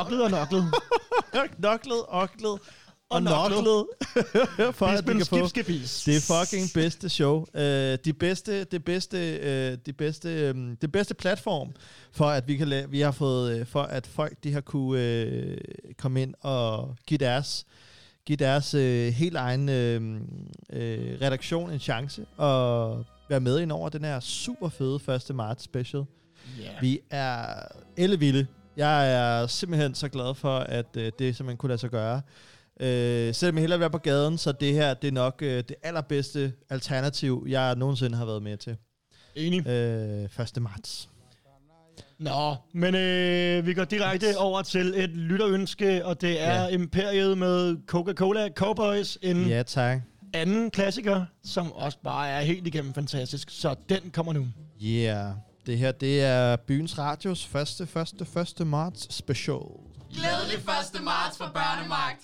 og noklet for at vi kan få det fucking bedste show. Det bedste platform for at vi har fået for at folk de har kunne komme ind og give deres helt egen redaktion en chance og være med ind over den her super fede 1. marts special. Yeah. Vi er ellevilde. Jeg er simpelthen så glad for, at det simpelthen kunne lade sig gøre. Selvom jeg hellere vil være på gaden, så det her, det er nok det allerbedste alternativ, jeg nogensinde har været med til. Enig. 1. marts. Nå, men vi går direkte over til et lytterønske, og det er Imperiet med Coca-Cola Cowboys in ja, tak. anden klassiker, som også bare er helt igennem fantastisk. Så den kommer nu. Yeah. Det her, det er Byens Radios 1. marts special. Glædelig 1. marts for Børnemagt.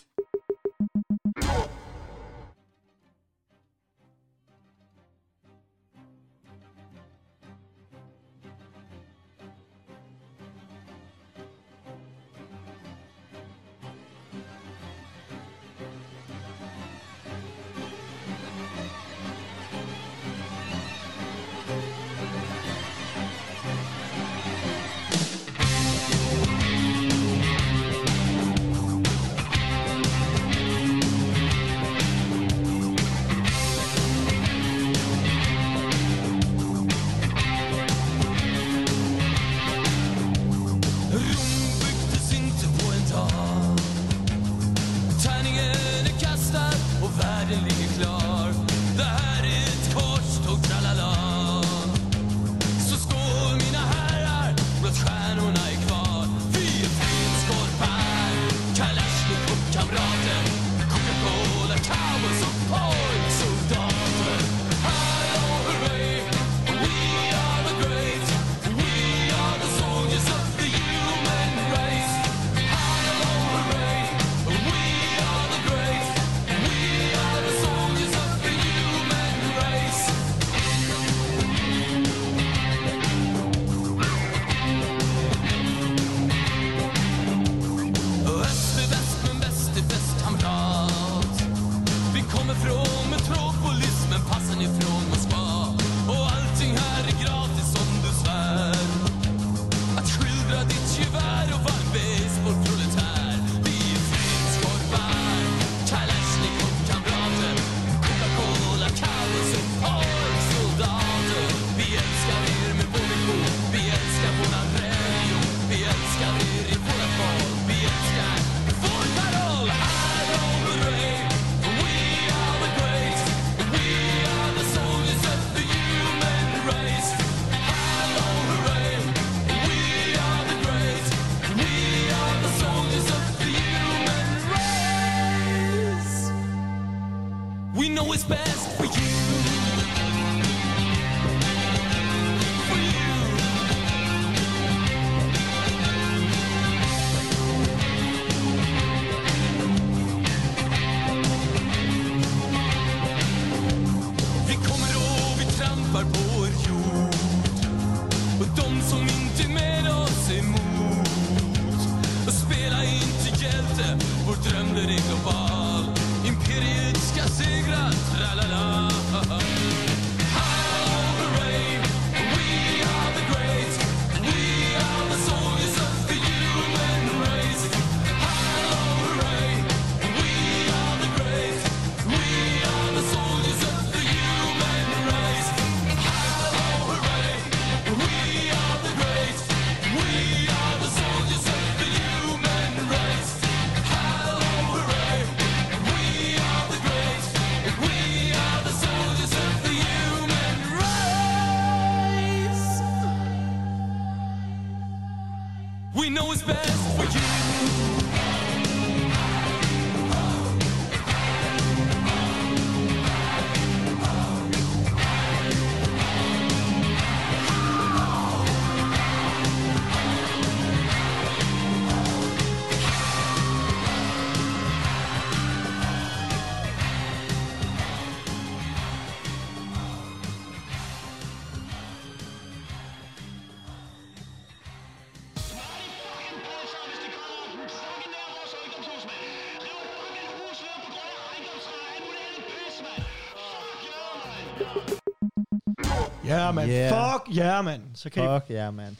Ja, man. Yeah. Fuck ja, man. Så kan Fuck ja, man.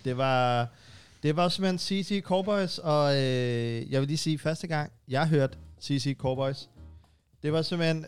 Det var simpelthen CC Cowboys, og jeg vil lige sige, første gang, jeg hørte CC Cowboys, det var simpelthen,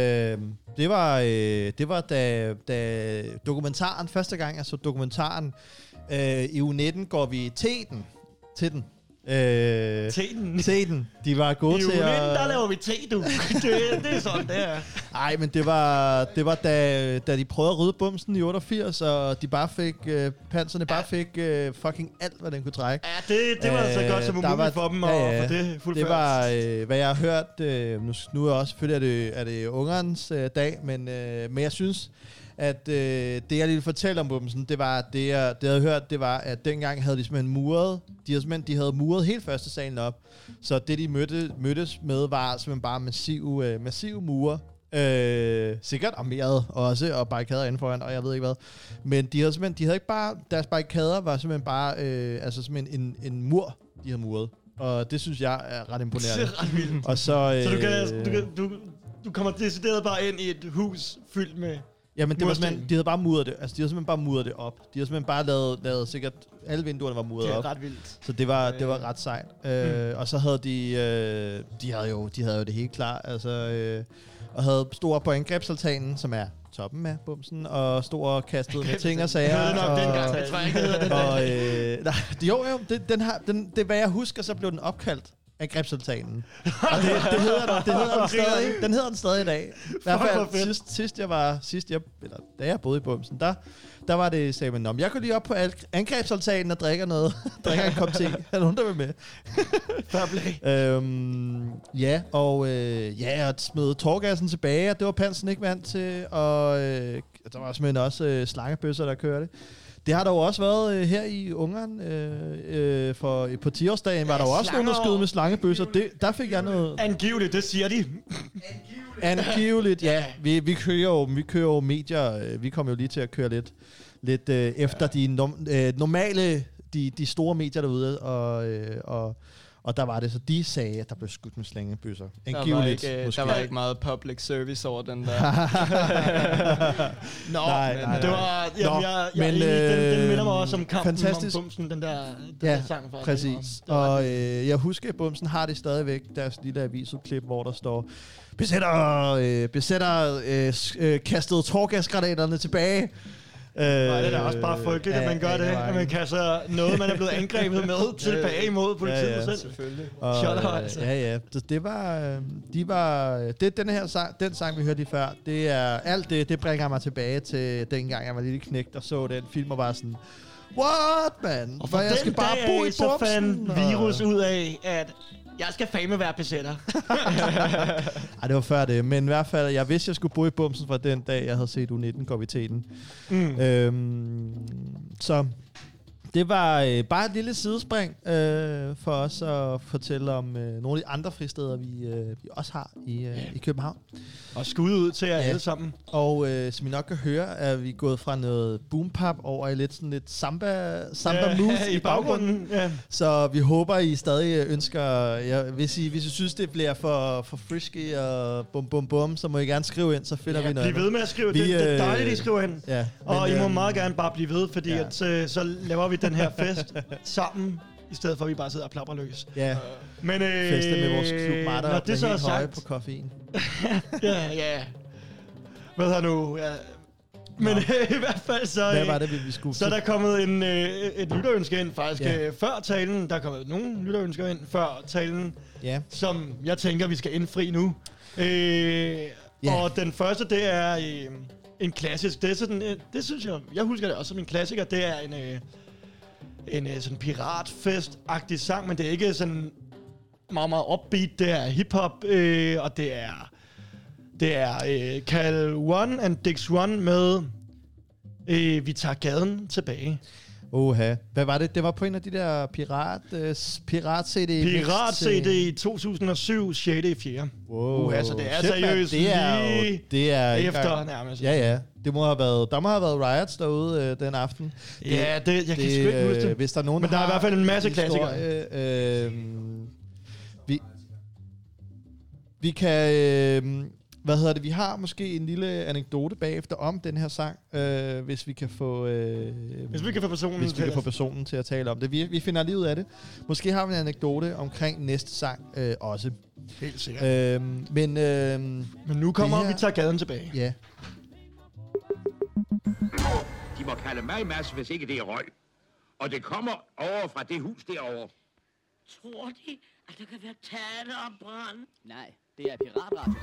det var da dokumentaren, første gang jeg så dokumentaren, i U19 går vi til den, Teten. De var gode til at... I der laver vi te, du. det er sådan, det er. Nej, men det var da de prøvede at rydde bumsen i 88, og de bare fik... panserne bare fik fucking alt, hvad den kunne trække. Ja, det var altså godt som umuligt for dem at få det fuldført. Det var, hvad jeg har hørt... nu er også selvfølgelig er det ungernes dag, men jeg synes... at det, jeg lige fortælle om bumsen, det var, det jeg havde hørt, det var, at dengang havde de simpelthen muret, de havde muret helt første salen op, så det, de mødtes med, var simpelthen bare massive mure, sikkert armeret også, og barrikader inden foran, og jeg ved ikke hvad, men de havde ikke bare, deres barrikader var simpelthen bare, altså simpelthen en mur, de havde muret, og det synes jeg er ret imponerende. Det er ret vildt. Og så du kommer decideret bare ind i et hus fyldt med... Jamen, det var simpelthen, de havde bare muret det. Altså, de havde simpelthen bare muret det op. De havde simpelthen bare lavet sikkert... Alle vinduerne var muret op. Det er ret vildt. Så det var ret sejt. Og så havde de havde jo det helt klar. Altså, og havde store på angrebsaltanen, som er toppen af bumsen, og stod og kastede med ting og sager. Det er nok dengang. Jeg tror ikke, det hedder det. Det er, hvad jeg husker, så blev den opkaldt angrebsaltanen. Og det hedder den stadig. Den hedder den stadig i dag. I hvert fald da jeg boede i bumsen, der var det, sagde man, jeg går lige op på angrebsaltanen og drikker noget. Drikker en kop te. Er der nogen, der vil med? Fair play. Og smed tårgassen tilbage, og det var Pansen ikke vant til. Og der var simpelthen også slangebøsser, der kørte. Det har der jo også været her i Ungarn. På 10-årsdagen var der jo også nogen, der skød med slangebøsser. Der fik jeg noget... Angiveligt, det siger de. Angiveligt, ja. Vi kører jo medier. Vi kommer jo lige til at køre lidt efter de normale, de store medier derude. Og der var det, så de sagde, at der blev skudt med slangebøsser. Der var ikke meget public service over den der. Nej. Det var... Den minder mig også om kampen fantastisk. Om bumsen, den der sang. Ja, præcis. Og jeg husker, at bumsen har det stadigvæk, deres lille avisudklip, hvor der står, besætter kastede tårgasgranaterne tilbage. Nej, det er da også bare frygteligt, at man gør det. At man kaster noget, man er blevet angrebet med, tilbage imod politiet selv. Selvfølgelig. Den sang, vi hørte lige før, det er alt det bringer mig tilbage til dengang, jeg var lille knægt og så den film og var sådan, what, man? Og for jeg skal bare bo i så fandt virus ud af, at jeg skal fame være besætter. Ej, det var før det. Men i hvert fald, jeg vidste, jeg skulle bo i bumsen fra den dag, jeg havde set U19-graviditeten. Så det var bare et lille sidespring for os at fortælle om nogle af de andre fristeder, vi også har i København. Og skud ud til jer alle sammen. Og som I nok kan høre, er vi gået fra noget boompap over i lidt samba moves i baggrunden. Ja. Så vi håber, I stadig ønsker... Hvis I synes, det bliver for frisky og bum, så må I gerne skrive ind, så finder vi noget. Bliv ved med at skrive. Det er dejligt, I skriver ind. Ja, og I må meget gerne bare blive ved, fordi at, så laver vi den her fest sammen, i stedet for at vi bare sidder og plapper løs. Ja, men feste med vores klubmatter og bliver helt høje på koffein. ja. Hvad har nu? Ja. Men i hvert fald så... Hvad var det, vi skulle... Så er der kommet et lytterønske ind, faktisk før talen. Der er kommet nogle lytterønsker ind før talen, som jeg tænker, vi skal indfri nu. Og den første, det er en klassisk. Det er sådan, det synes jeg husker det også som en klassiker. Det er en sådan piratfest-agtig sang, men det er ikke sådan meget, meget upbeat. Det er hiphop, og det er Cal One and Dix One med Vi tager gaden tilbage. Hvad var det? Det var på en af de der pirat-CD. Pirat-CD i 2007, 6. i 4. Wow. Så det er seriøst det er efter nærmest. Ja. Der må have været riots derude den aften. Ja, jeg kan sgu ikke huske det. Hvis der er nogen, men der er i hvert fald en masse klassikere. Vi kan... vi har måske en lille anekdote bagefter om den her sang, hvis vi kan få personen til at tale om det. Vi finder lige ud af det. Måske har vi en anekdote omkring næste sang også. Helt sikkert. Men nu kommer vi tager gaden tilbage. Ja. De må kalde mig Mads, hvis ikke det er røg. Og det kommer over fra det hus derovre. Tror de, at der kan være tale om brand? Nej, det er Piratradio.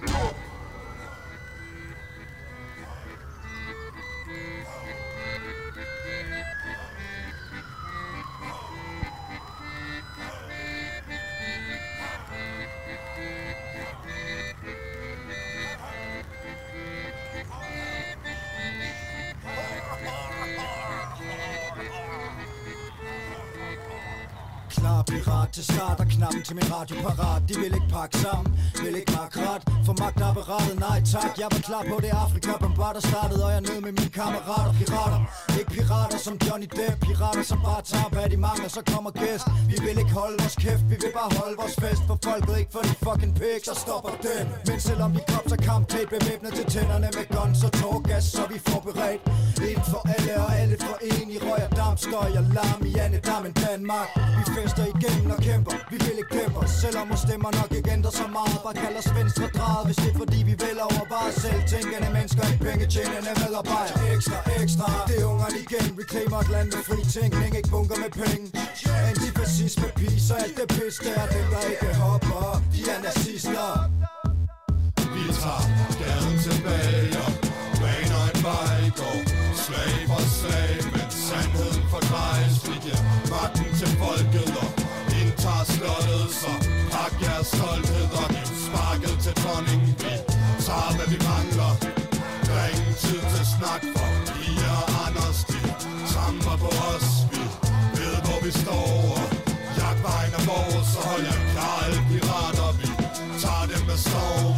Klar pirat til start og knappen til min radioparat. De vil ikke pakke sammen, vil ikke pakke ret. For magtapparatet, nej tak. Jeg var klar på det Afrika-bombard, der startede. Og jeg ned med mine kammerater, pirater. Ikke pirater som Johnny Depp, pirater som bare tager hvad de mangler. Så kommer gæst, vi vil ikke holde vores kæft. Vi vil bare holde vores fest, for folket ikke for de fucking pigs. Så stopper den, men selvom de kom, så kamptape bevæbnet til tænderne med guns og tårgas. Så vi forberedt, en for alle og alle for en. I røg og damp, støj og larm i Annedam en Danmark. Vi fester igennem og kæmper, vi vil ikke kæmpe os. Selvom vores stemmer nok ikke ændrer så meget. Bare kalder os venstre drejet, hvis det er fordi vi vil overveje selv. Tænkende mennesker, ikke pengetjenende medarbejdere. Ekstra, ekstra, det er ungerne igen. Vi claimer et land med fri tænkning, ikke bunker med penge. Antifascisme, peace og alt det pis der. Dem der ikke hopper, de er nazister. Vi tager gaden tilbage og baner en vej går. Slag for slag, men sandheden fordrejes. Vi giver magten til folket og indtager slottet. Så pak jeres stolthed og giv sparket til dronningen. Vi tager hvad vi mangler. Der er ingen tid til snak for Pia og Anders. De tramper på os. Vi ved hvor vi står og jagtvejen er vores. Så hold jer klar alle pirater. Vi tager dem med storm.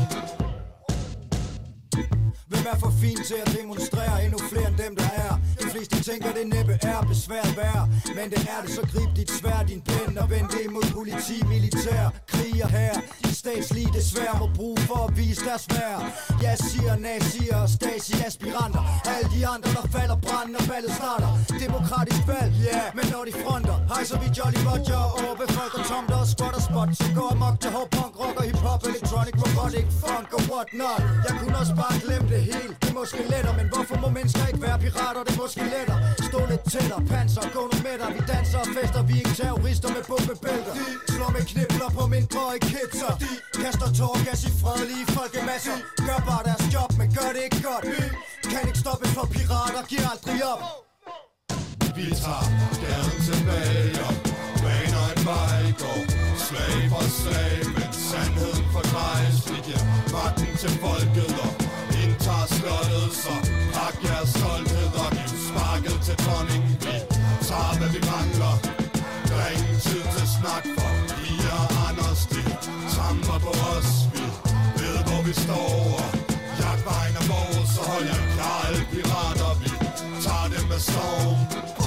Hvem er for fin til at demonstrere endnu flere end dem der er? De fleste tænker det næppe er besvært værd. Men det er det, så grib dit sværd, din pen og vend det imod politi, militær, krig og hær. De statslige desværre må bruge for at vise deres værd. Jeg siger nazier og stasi-aspiranter. Alle de andre der falder branden og ballet starter. Demokratisk valg, ja, yeah. Men når de fronter hejser vi Jolly Roger og overbefolker tomter og squatter spot. Så går amok til hård punk, rock og hip-hop, electronic, robotic, funk og what not. Jeg kunne også bare glemme det helt, det er måske lettere. Men hvorfor må mennesker ikke være pirater, det er måske lettere. Stå lidt tættere, panser, gå nu med dig. Vi danser og fester, vi er ikke terrorister med bombebælter. De slår med knibler på mindre i kitser. De kaster tårgas i fredelige folkemasser. Gør bare deres job, men gør det ikke godt. Vi kan ikke stoppe for pirater, giv aldrig op. Vi tager gaden tilbage og baner en vej går. Slag for slag, men sandheden fordrejes. Vi giver magten til folket og indtager slottet. Så pak jeres stolthed og giv sparket til dronningen. Vi tager hvad vi mangler. Der er ingen tid til snak for Pia og Anders. De tramper på os. Vi ved hvor vi står og jagtvejen er vores. Så hold jer klar alle pirater. Vi tager dem med storm.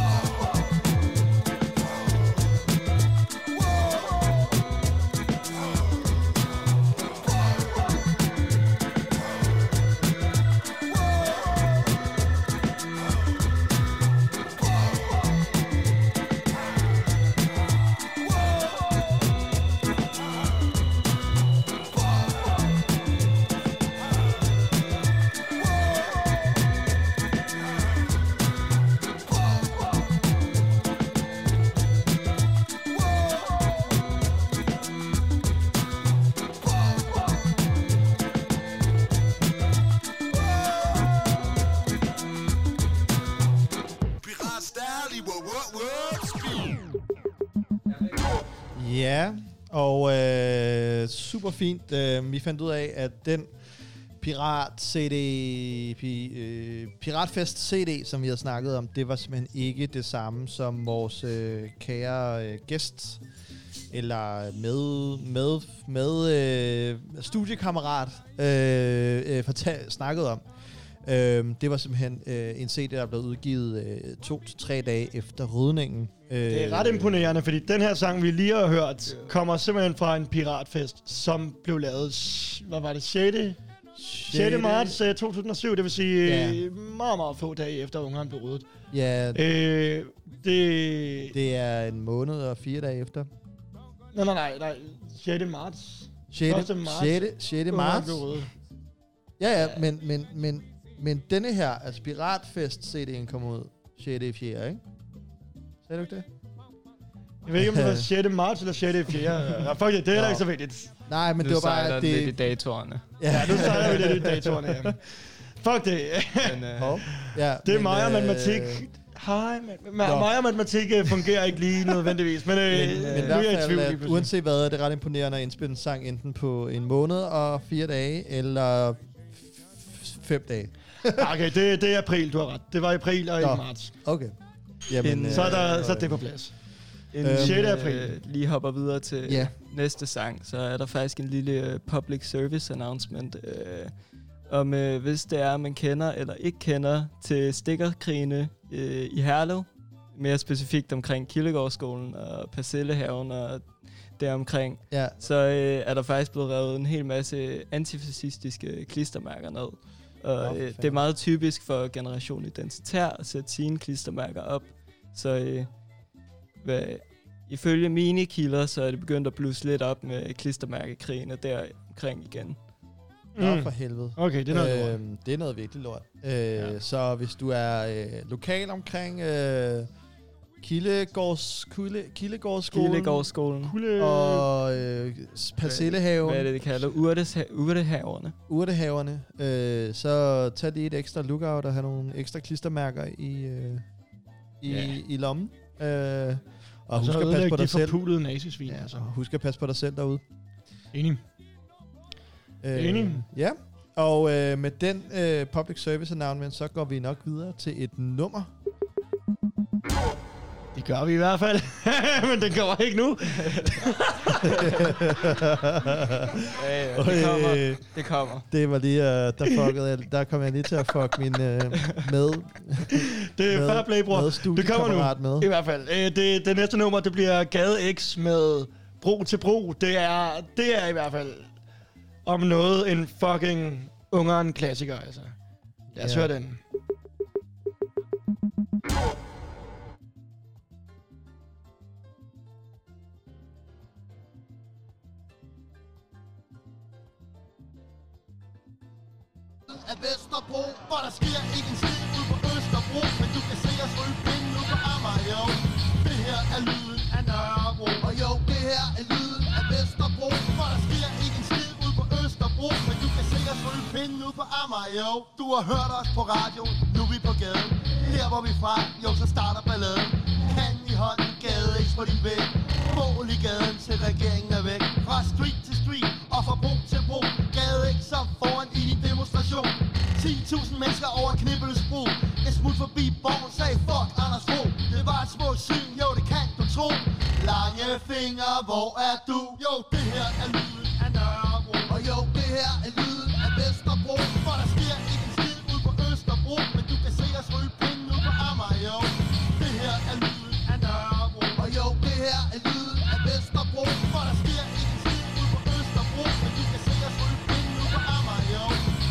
Ja, og super fint. Vi fandt ud af, at den Piratfest CD, som vi havde snakket om, det var simpelthen ikke det samme som vores kære gæst, eller med studiekammerat snakket om. Det var simpelthen en CD, der blev udgivet 2 til 3 dage efter rydningen. Det er ret imponerende, fordi den her sang, vi lige har hørt, kommer simpelthen fra en piratfest, som blev lavet, hvad var det, 6. marts 2007, det vil sige meget, meget få dage efter Ungarn blev ryddet. Ja, det er en måned og 4 dage efter. Nej, 6. marts. 6. marts. Ja, men denne her, altså Piratfest CD'en kom ud 6. 4., ikke? Sagde du ikke det? Jeg ved ikke, om det var 6. marts eller 6. 4. Fuck det, det er da ikke så vigtigt. Nej, men det var bare... Det lidt i datorerne. Ja, nu sejler vi lidt i datorerne, ja. Fuck det. Det er mig og matematik. Hej, mig og matematik fungerer ikke lige nødvendigvis, men nu er jeg i tvivl. Uanset hvad, er det ret imponerende at indspille en sang enten på en måned og 4 dage, eller 5 dage. Okay, det er april, du har ret. Det var i april og ikke marts. Okay. Jamen, så er det på plads. 6. april. Lige hopper videre til næste sang, så er der faktisk en lille public service announcement om, hvis det er, man kender eller ikke kender til stikkerkrigene i Herlev, mere specifikt omkring Kildegårdsskolen og Persillehaven og deromkring, så er der faktisk blevet revet en hel masse antifascistiske klistermærker ned. Og det er meget typisk for Generation Identitær at sætte sine klistermærker op. Så ifølge mine kilder, så er det begyndt at blusse lidt op med klistermærkekrigene deromkring igen. Nå, for helvede. Okay, det er noget lort. Det er noget virkelig lort. Så hvis du er lokal omkring Kildegårdsskolen og Persillehaven. Hvad er det, de kalder? Urtehaverne. Så tag lige et ekstra lookout og have nogle ekstra klistermærker i lommen. Og husk at passe på dig selv. Nazisvin, altså. Husk at passe på dig selv derude. Enig. Ja. Og med den public service announcement, så går vi nok videre til et nummer. Det gør vi i hvert fald. Men det kommer ikke nu. Det kommer. Det var lige, der kom jeg lige til at fuck min Det er fair play, bror. Det kommer nu. Med. I hvert fald. Det næste nummer, det bliver Gade X med Bro til Bro. Det er i hvert fald om noget en fucking Ungarn klassiker, altså. Lad os høre den. Af Vesterbro, hvor der sker ikke en skid ud på Østerbro, men du kan se os ryge pinde ud på Amager, jo. Det her er lyden af Nørrebro, og jo, det her er lyden af Vesterbro, hvor der sker ikke en skid ud på Østerbro, men du kan se os ryge pinde ud på Amager, jo. Du har hørt os på radio, nu er vi på gaden. Her hvor vi fra, jo, så starter balladen. Handen i hånden, Gade X på din væg. Mål i gaden til regeringen er væk. Fra street til street og fra bro til bro. Gade X så foran i din demonstration. 10.000 mennesker over Knibbelsbro. Jeg smut forbi borgen, sagde fuck Anders Fogh. Det var et smukt syn, jo det kan du tro. Lange fingre, hvor er du? Jo, det her er lyden af Nørrebro. Og jo, det her er lyden af Vesterbro. For der sker ikke en skid ud på Østerbro, men du kan se os ryge pinde ud på Amager, jo. Det her er lyden af Nørrebro. Og jo, det her er lyden af Vesterbro. For der sker ikke en skid ud på Østerbro, men du kan se os ryge pinde ud på Amager, jo.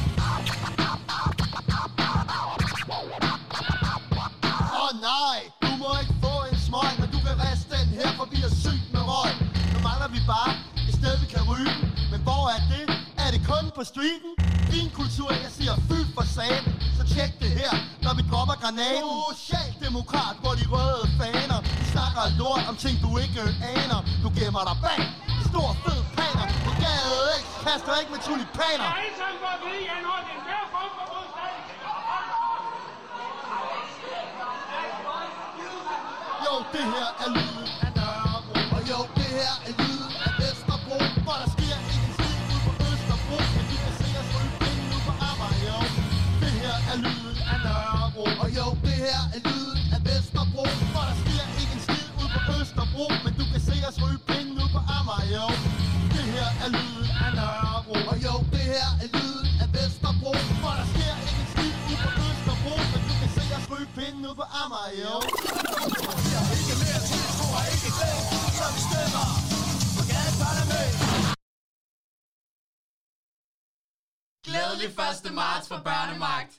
Nej, du må ikke få en smøg, men du kan riste den her, for vi er sygt med røg. Nu mangler vi bare et sted, vi kan ryge. Men hvor er det? Er det kun på streeten? Din kultur, jeg siger fyldt for saten. Så tjek det her, når vi dropper granaten. Socialdemokrat, hvor de røde faner. Du snakker lort om ting, du ikke aner. Du gemmer dig bag en stor fed paner. På Gade X kaster ikke med tulipaner. Jo, det her er lyden af Nørrebro. Og jo, det her er lyden af Vesterbro. For der sker ikke en skid ud på Østerbro, men du kan se os ryge pinde ud på Amager, jo. Det her er lyden af Nørrebro. Og jo, det her er lyden af Vesterbro. For der sker ikke en skid ud på Østerbro, men du kan se os ryge pinde ud på Amager, jo. Det her er lyden af Nørrebro. Og jo, det her er lyden af Vesterbro. For der sker ikke en skid ud på Østerbro, men du kan se os ryge pinde ud på Amager, jo. Ikke mere tiltro og ikke glem, så vi stemmer på gadeparlament. Glædelig 1. marts for børnemagt.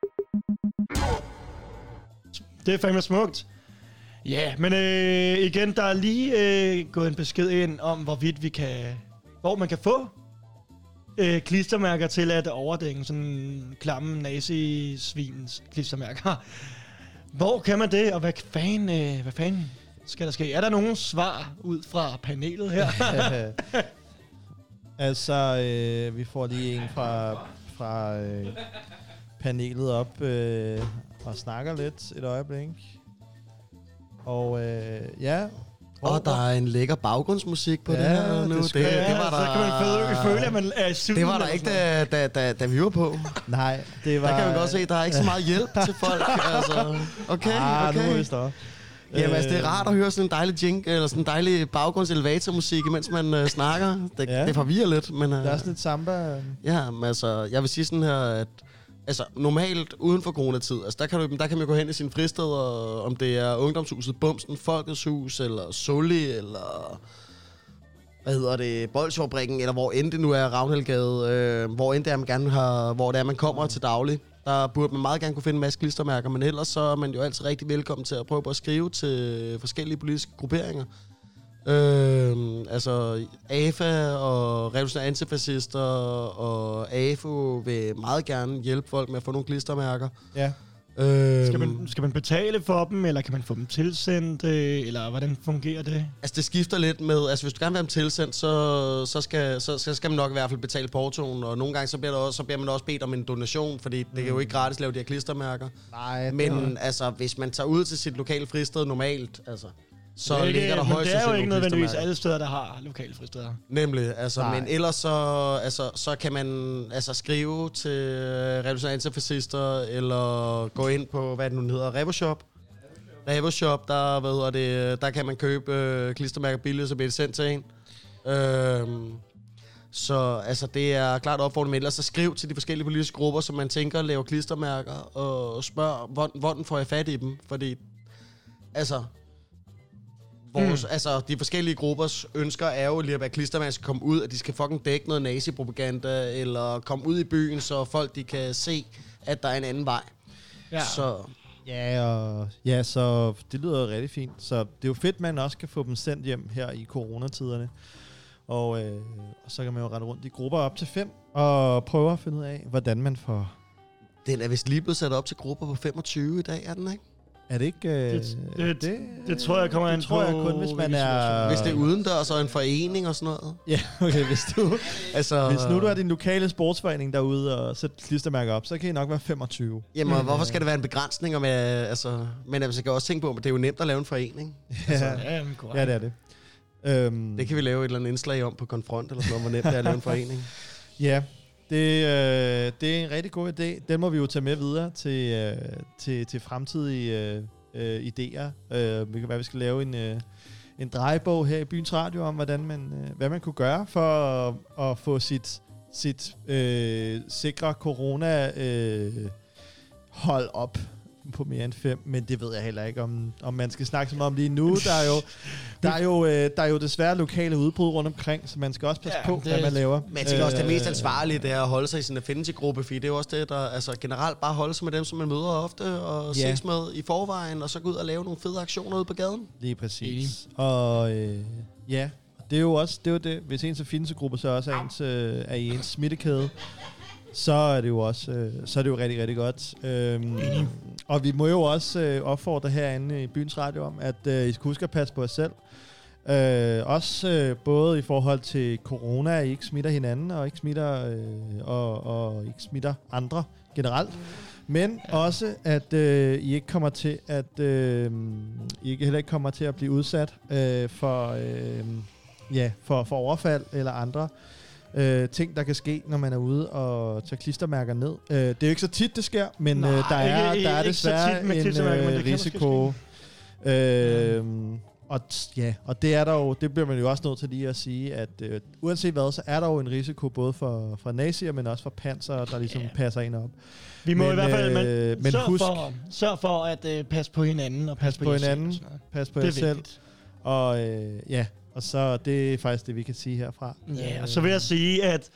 Det er fandme smukt. Ja, men igen, der er lige gået en besked ind om, hvor man kan få klistermærker til at overdænge sådan klamme nazi-svins klistermærker. Hvor kan man det, og hvad fanden? skal der ske? Er der nogen svar ud fra panelet her? Altså, vi får lige en fra panelet op og snakker lidt et øjeblik. Og ja... Og der er en lækker baggrundsmusik på det her nu. Det var der... Så kan man føle, at man er syg. Det var der ikke, da vi var på. Nej, det var... Der kan man godt se, at der er ikke så meget hjælp til folk. Altså, okay. Nu er vi stoppe. Jamen altså, det er rart at høre sådan en dejlig jink, eller sådan en dejlig baggrundselevatormusik, mens man snakker. Det forvirrer lidt, men... Der er sådan lidt samba... Ja, men altså, jeg vil sige sådan her, at... Altså, normalt uden for coronatid, altså, der kan man gå hen i sine fristeder, om det er Ungdomshuset Bumsen, Folkets Hus, eller Soli, eller... Hvad hedder det? Bolsjefabrikken, eller hvor end det nu er, Ravnhælgade, hvor end det er, man gerne har... Hvor det er, man kommer til daglig. Der burde man meget gerne kunne finde en masse klistermærker, men ellers så er man jo altid rigtig velkommen til at prøve på at skrive til forskellige politiske grupperinger. Altså AFA og Revolutionære Antifascister og AFO vil meget gerne hjælpe folk med at få nogle klistermærker. Ja. Skal man betale for dem, eller kan man få dem tilsendt, eller hvordan fungerer det? Altså det skifter lidt med, altså hvis du gerne vil have dem tilsendt, så skal man nok i hvert fald betale portoen, og nogle gange så bliver man også bedt om en donation, fordi det er jo ikke gratis at lave de her klistermærker. Nej. Men altså hvis man tager ud til sit lokale fristed normalt, altså så ligger der højst. Men det er jo ikke nødvendigvis alle steder, der har lokale fristeder. Nemlig, altså, men ellers så kan man altså skrive til Revolutionære Antifascister, eller gå ind på, hvad det nu hedder, Revoshop. Revoshop, der kan man købe klistermærker billigt, så bliver det sendt til en. Så altså, det er klart opfordret, men ellers så skriv til de forskellige politiske grupper, som man tænker laver klistermærker, og spørg, hvordan får jeg fat i dem, fordi altså... Altså, de forskellige gruppers ønsker er jo lige at være klistermærker skal komme ud, at de skal fucking dække noget nazipropaganda, eller komme ud i byen, så folk de kan se, at der er en anden vej. Ja. Så det lyder rigtig fint. Så det er jo fedt, at man også kan få dem sendt hjem her i coronatiderne. Og så kan man jo rette rundt i grupper op til 5, og prøve at finde ud af, hvordan man får... Den er vist lige blevet sat op til grupper på 25 i dag, er den ikke? Er det ikke... Det tror jeg kommer an på... Det tror jeg kun, hvis man er... Hvis det er udendørs og en forening og sådan noget. Ja, okay, hvis nu du er din lokale sportsforening derude og sætter klistermærker op, så kan I nok være 25. Jamen, hvorfor skal det være en begrænsning? Men altså, jeg kan også tænke på, at det er jo nemt at lave en forening. Ja, det er det. Det kan vi lave et eller andet indslag om på Konfront, eller sådan noget, hvor nemt det er at lave en forening. Ja. Det er en rigtig god idé. Den må vi jo tage med videre til fremtidige idéer. Vi kan være, vi skal lave en drejebog her i Byens Radio om, hvad man kunne gøre for at få sit sikre corona hold op på mere end 5, men det ved jeg heller ikke, om man skal snakke så meget om lige nu. Der er jo desværre lokale udbrud rundt omkring, så man skal også passe på, hvad man laver. Men jeg tænker også, det mest ansvarlige, det er at holde sig i sin affinity-gruppe, fordi det er jo også det, der altså generelt bare holde sig med dem, som man møder ofte, og ses med i forvejen, og så gå ud og lave nogle fede aktioner ude på gaden. Lige præcis. Og det er jo også det. Hvis ens affinity-gruppe så også er i ens smittekæde, så er det jo også rigtig, rigtig godt. Og vi må jo også opfordre herinde i Byens Radio om, at I skal huske at passe på jer selv. Også både i forhold til corona, at I ikke smitter hinanden, og ikke smitter, og ikke smitter andre generelt. Men også, at I ikke kommer til at heller ikke kommer til at blive udsat for overfald eller andre ting, der kan ske, når man er ude og tager klistermærker ned. Det er jo ikke så tit, det sker, men der er desværre en risiko. Og det er der jo, det bliver man jo også nødt til lige at sige, at uanset hvad, så er der jo en risiko både for nazier, men også for panser, der ligesom passer en op. Vi må i hvert fald sørg for at passe på hinanden og passe på hinanden, passe på jer selv. Og og så det er faktisk det, vi kan sige herfra. Ja, og så vil jeg sige, at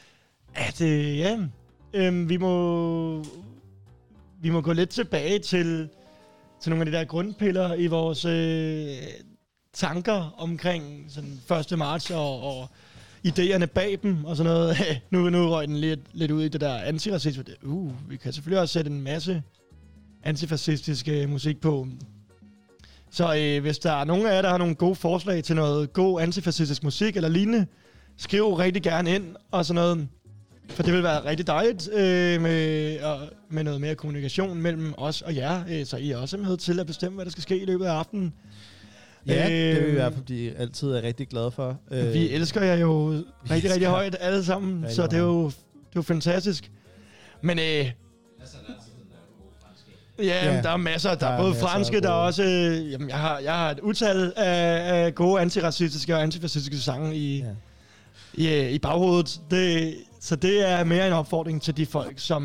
vi må gå lidt tilbage til nogle af de der grundpiller i vores tanker omkring sådan 1. marts og idéerne bag dem og sådan noget. Nu røg den lidt ud i det der antiracisme. Vi kan selvfølgelig også sætte en masse antifascistisk musik på. Så hvis der er nogen af jer, der har nogle gode forslag til noget god antifascistisk musik eller lignende, skriv rigtig gerne ind og sådan noget. For det vil være rigtig dejligt med noget mere kommunikation mellem os og jer, så I er også med til at bestemme, hvad der skal ske i løbet af aftenen. Ja, det vil vi i hvert fald blive altid er rigtig glade for. Vi elsker jer jo rigtig højt alle sammen, så det er jo fantastisk. Men der er masser. Der er både franske, der er også... Jamen, jeg har et utal af gode antiracistiske og antifascistiske sange i baghovedet. Så det er mere en opfordring til de folk, som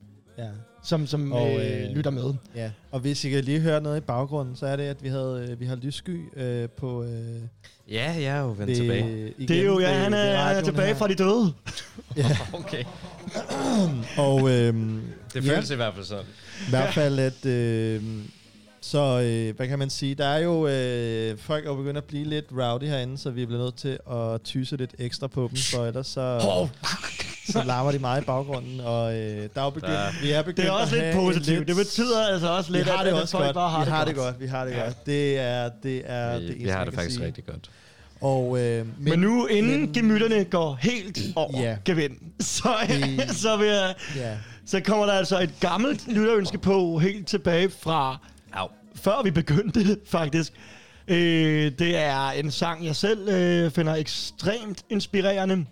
lytter med. Ja. Og hvis I kan lige høre noget i baggrunden, så er det, at vi har lyssky på... Ja, jeg er jo vendt tilbage. Det er jo, han er tilbage fra de døde. Ja. Okay. Og det føles i hvert fald sådan. I hvert fald, at... hvad kan man sige? Der er jo... folk er jo begyndt at blive lidt rowdy herinde, så vi bliver nødt til at tyse lidt ekstra på dem, for ellers så larmer de meget i baggrunden, og der er jo begyndt... Vi er begyndt det er også lidt positivt. Det betyder altså også lidt, at folk bare har det godt. Vi har det godt. Det er det eneste, vi har det faktisk rigtig godt. Og, men nu, inden gemytterne går helt over gevind, så kommer der altså et gammelt lytterønske på helt tilbage fra før vi begyndte, faktisk. Det er en sang, jeg selv finder ekstremt inspirerende.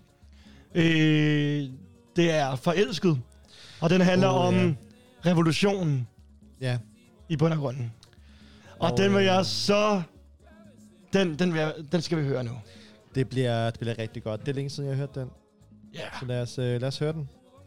Det er Forelsket, og den handler om revolutionen i bund og grunden. Og den vil jeg så... Den skal vi høre nu. Det bliver rigtig godt. Det er længe siden, jeg har hørt den. Yeah. Så lad os høre den.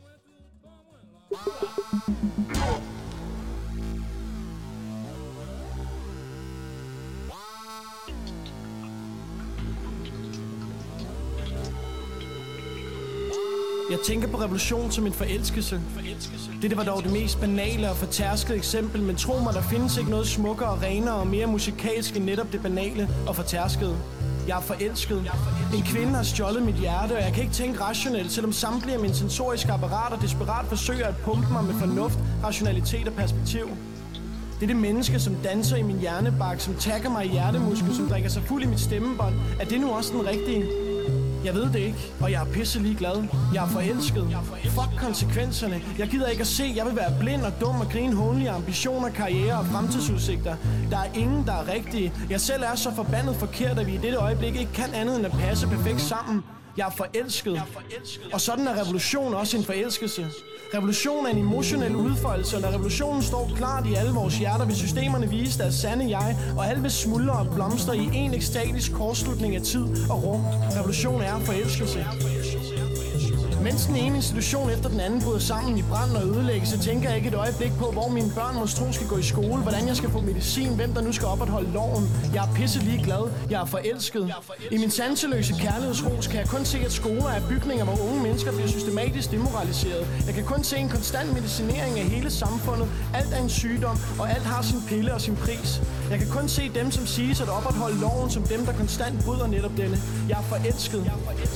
Jeg tænker på revolution som en forelskelse. Det var dog det mest banale og fortærskede eksempel, men tro mig, der findes ikke noget smukkere og renere og mere musikalsk end netop det banale og fortærskede. Jeg er forelsket. En kvinde har stjålet mit hjerte, og jeg kan ikke tænke rationelt, selvom samtlige af mine sensoriske apparater desperat forsøger at pumpe mig med fornuft, rationalitet og perspektiv. Det er det menneske, som danser i min hjernebak, som tagger mig i hjertemuskel, som drikker sig fuld i mit stemmebånd. Er det nu også den rigtige? Jeg ved det ikke, og jeg er pisselig glad. Jeg er forelsket. Fuck konsekvenserne. Jeg gider ikke at se. Jeg vil være blind og dum og grine hånlige ambitioner, karriere og fremtidsudsigter. Der er ingen, der er rigtige. Jeg selv er så forbandet forkert, at vi i dette øjeblik ikke kan andet end at passe perfekt sammen. Jeg er forelsket. Og sådan er revolution også en forelskelse. Revolution er en emotionel udfoldelse, og når revolutionen står klart i alle vores hjerter, vil systemerne vise deres sande jeg, og alt vil smuldre og blomstre i en ekstatisk kortslutning af tid og rum. Revolution er forelskelse. Mens den ene institution efter den anden bryder sammen i brand og ødelæggelse, tænker jeg ikke et øjeblik på, hvor mine børn må tro skal gå i skole, hvordan jeg skal få medicin, hvem der nu skal opretholde loven. Jeg er pisselig glad. Jeg er forelsket. I min sanseløse kærlighedsros kan jeg kun se, at skoler er bygninger, hvor unge mennesker bliver systematisk demoraliseret. Jeg kan kun se en konstant medicinering af hele samfundet. Alt er en sygdom, og alt har sin pille og sin pris. Jeg kan kun se dem, som siges at opretholde loven, som dem, der konstant bryder netop denne. Jeg er forelsket.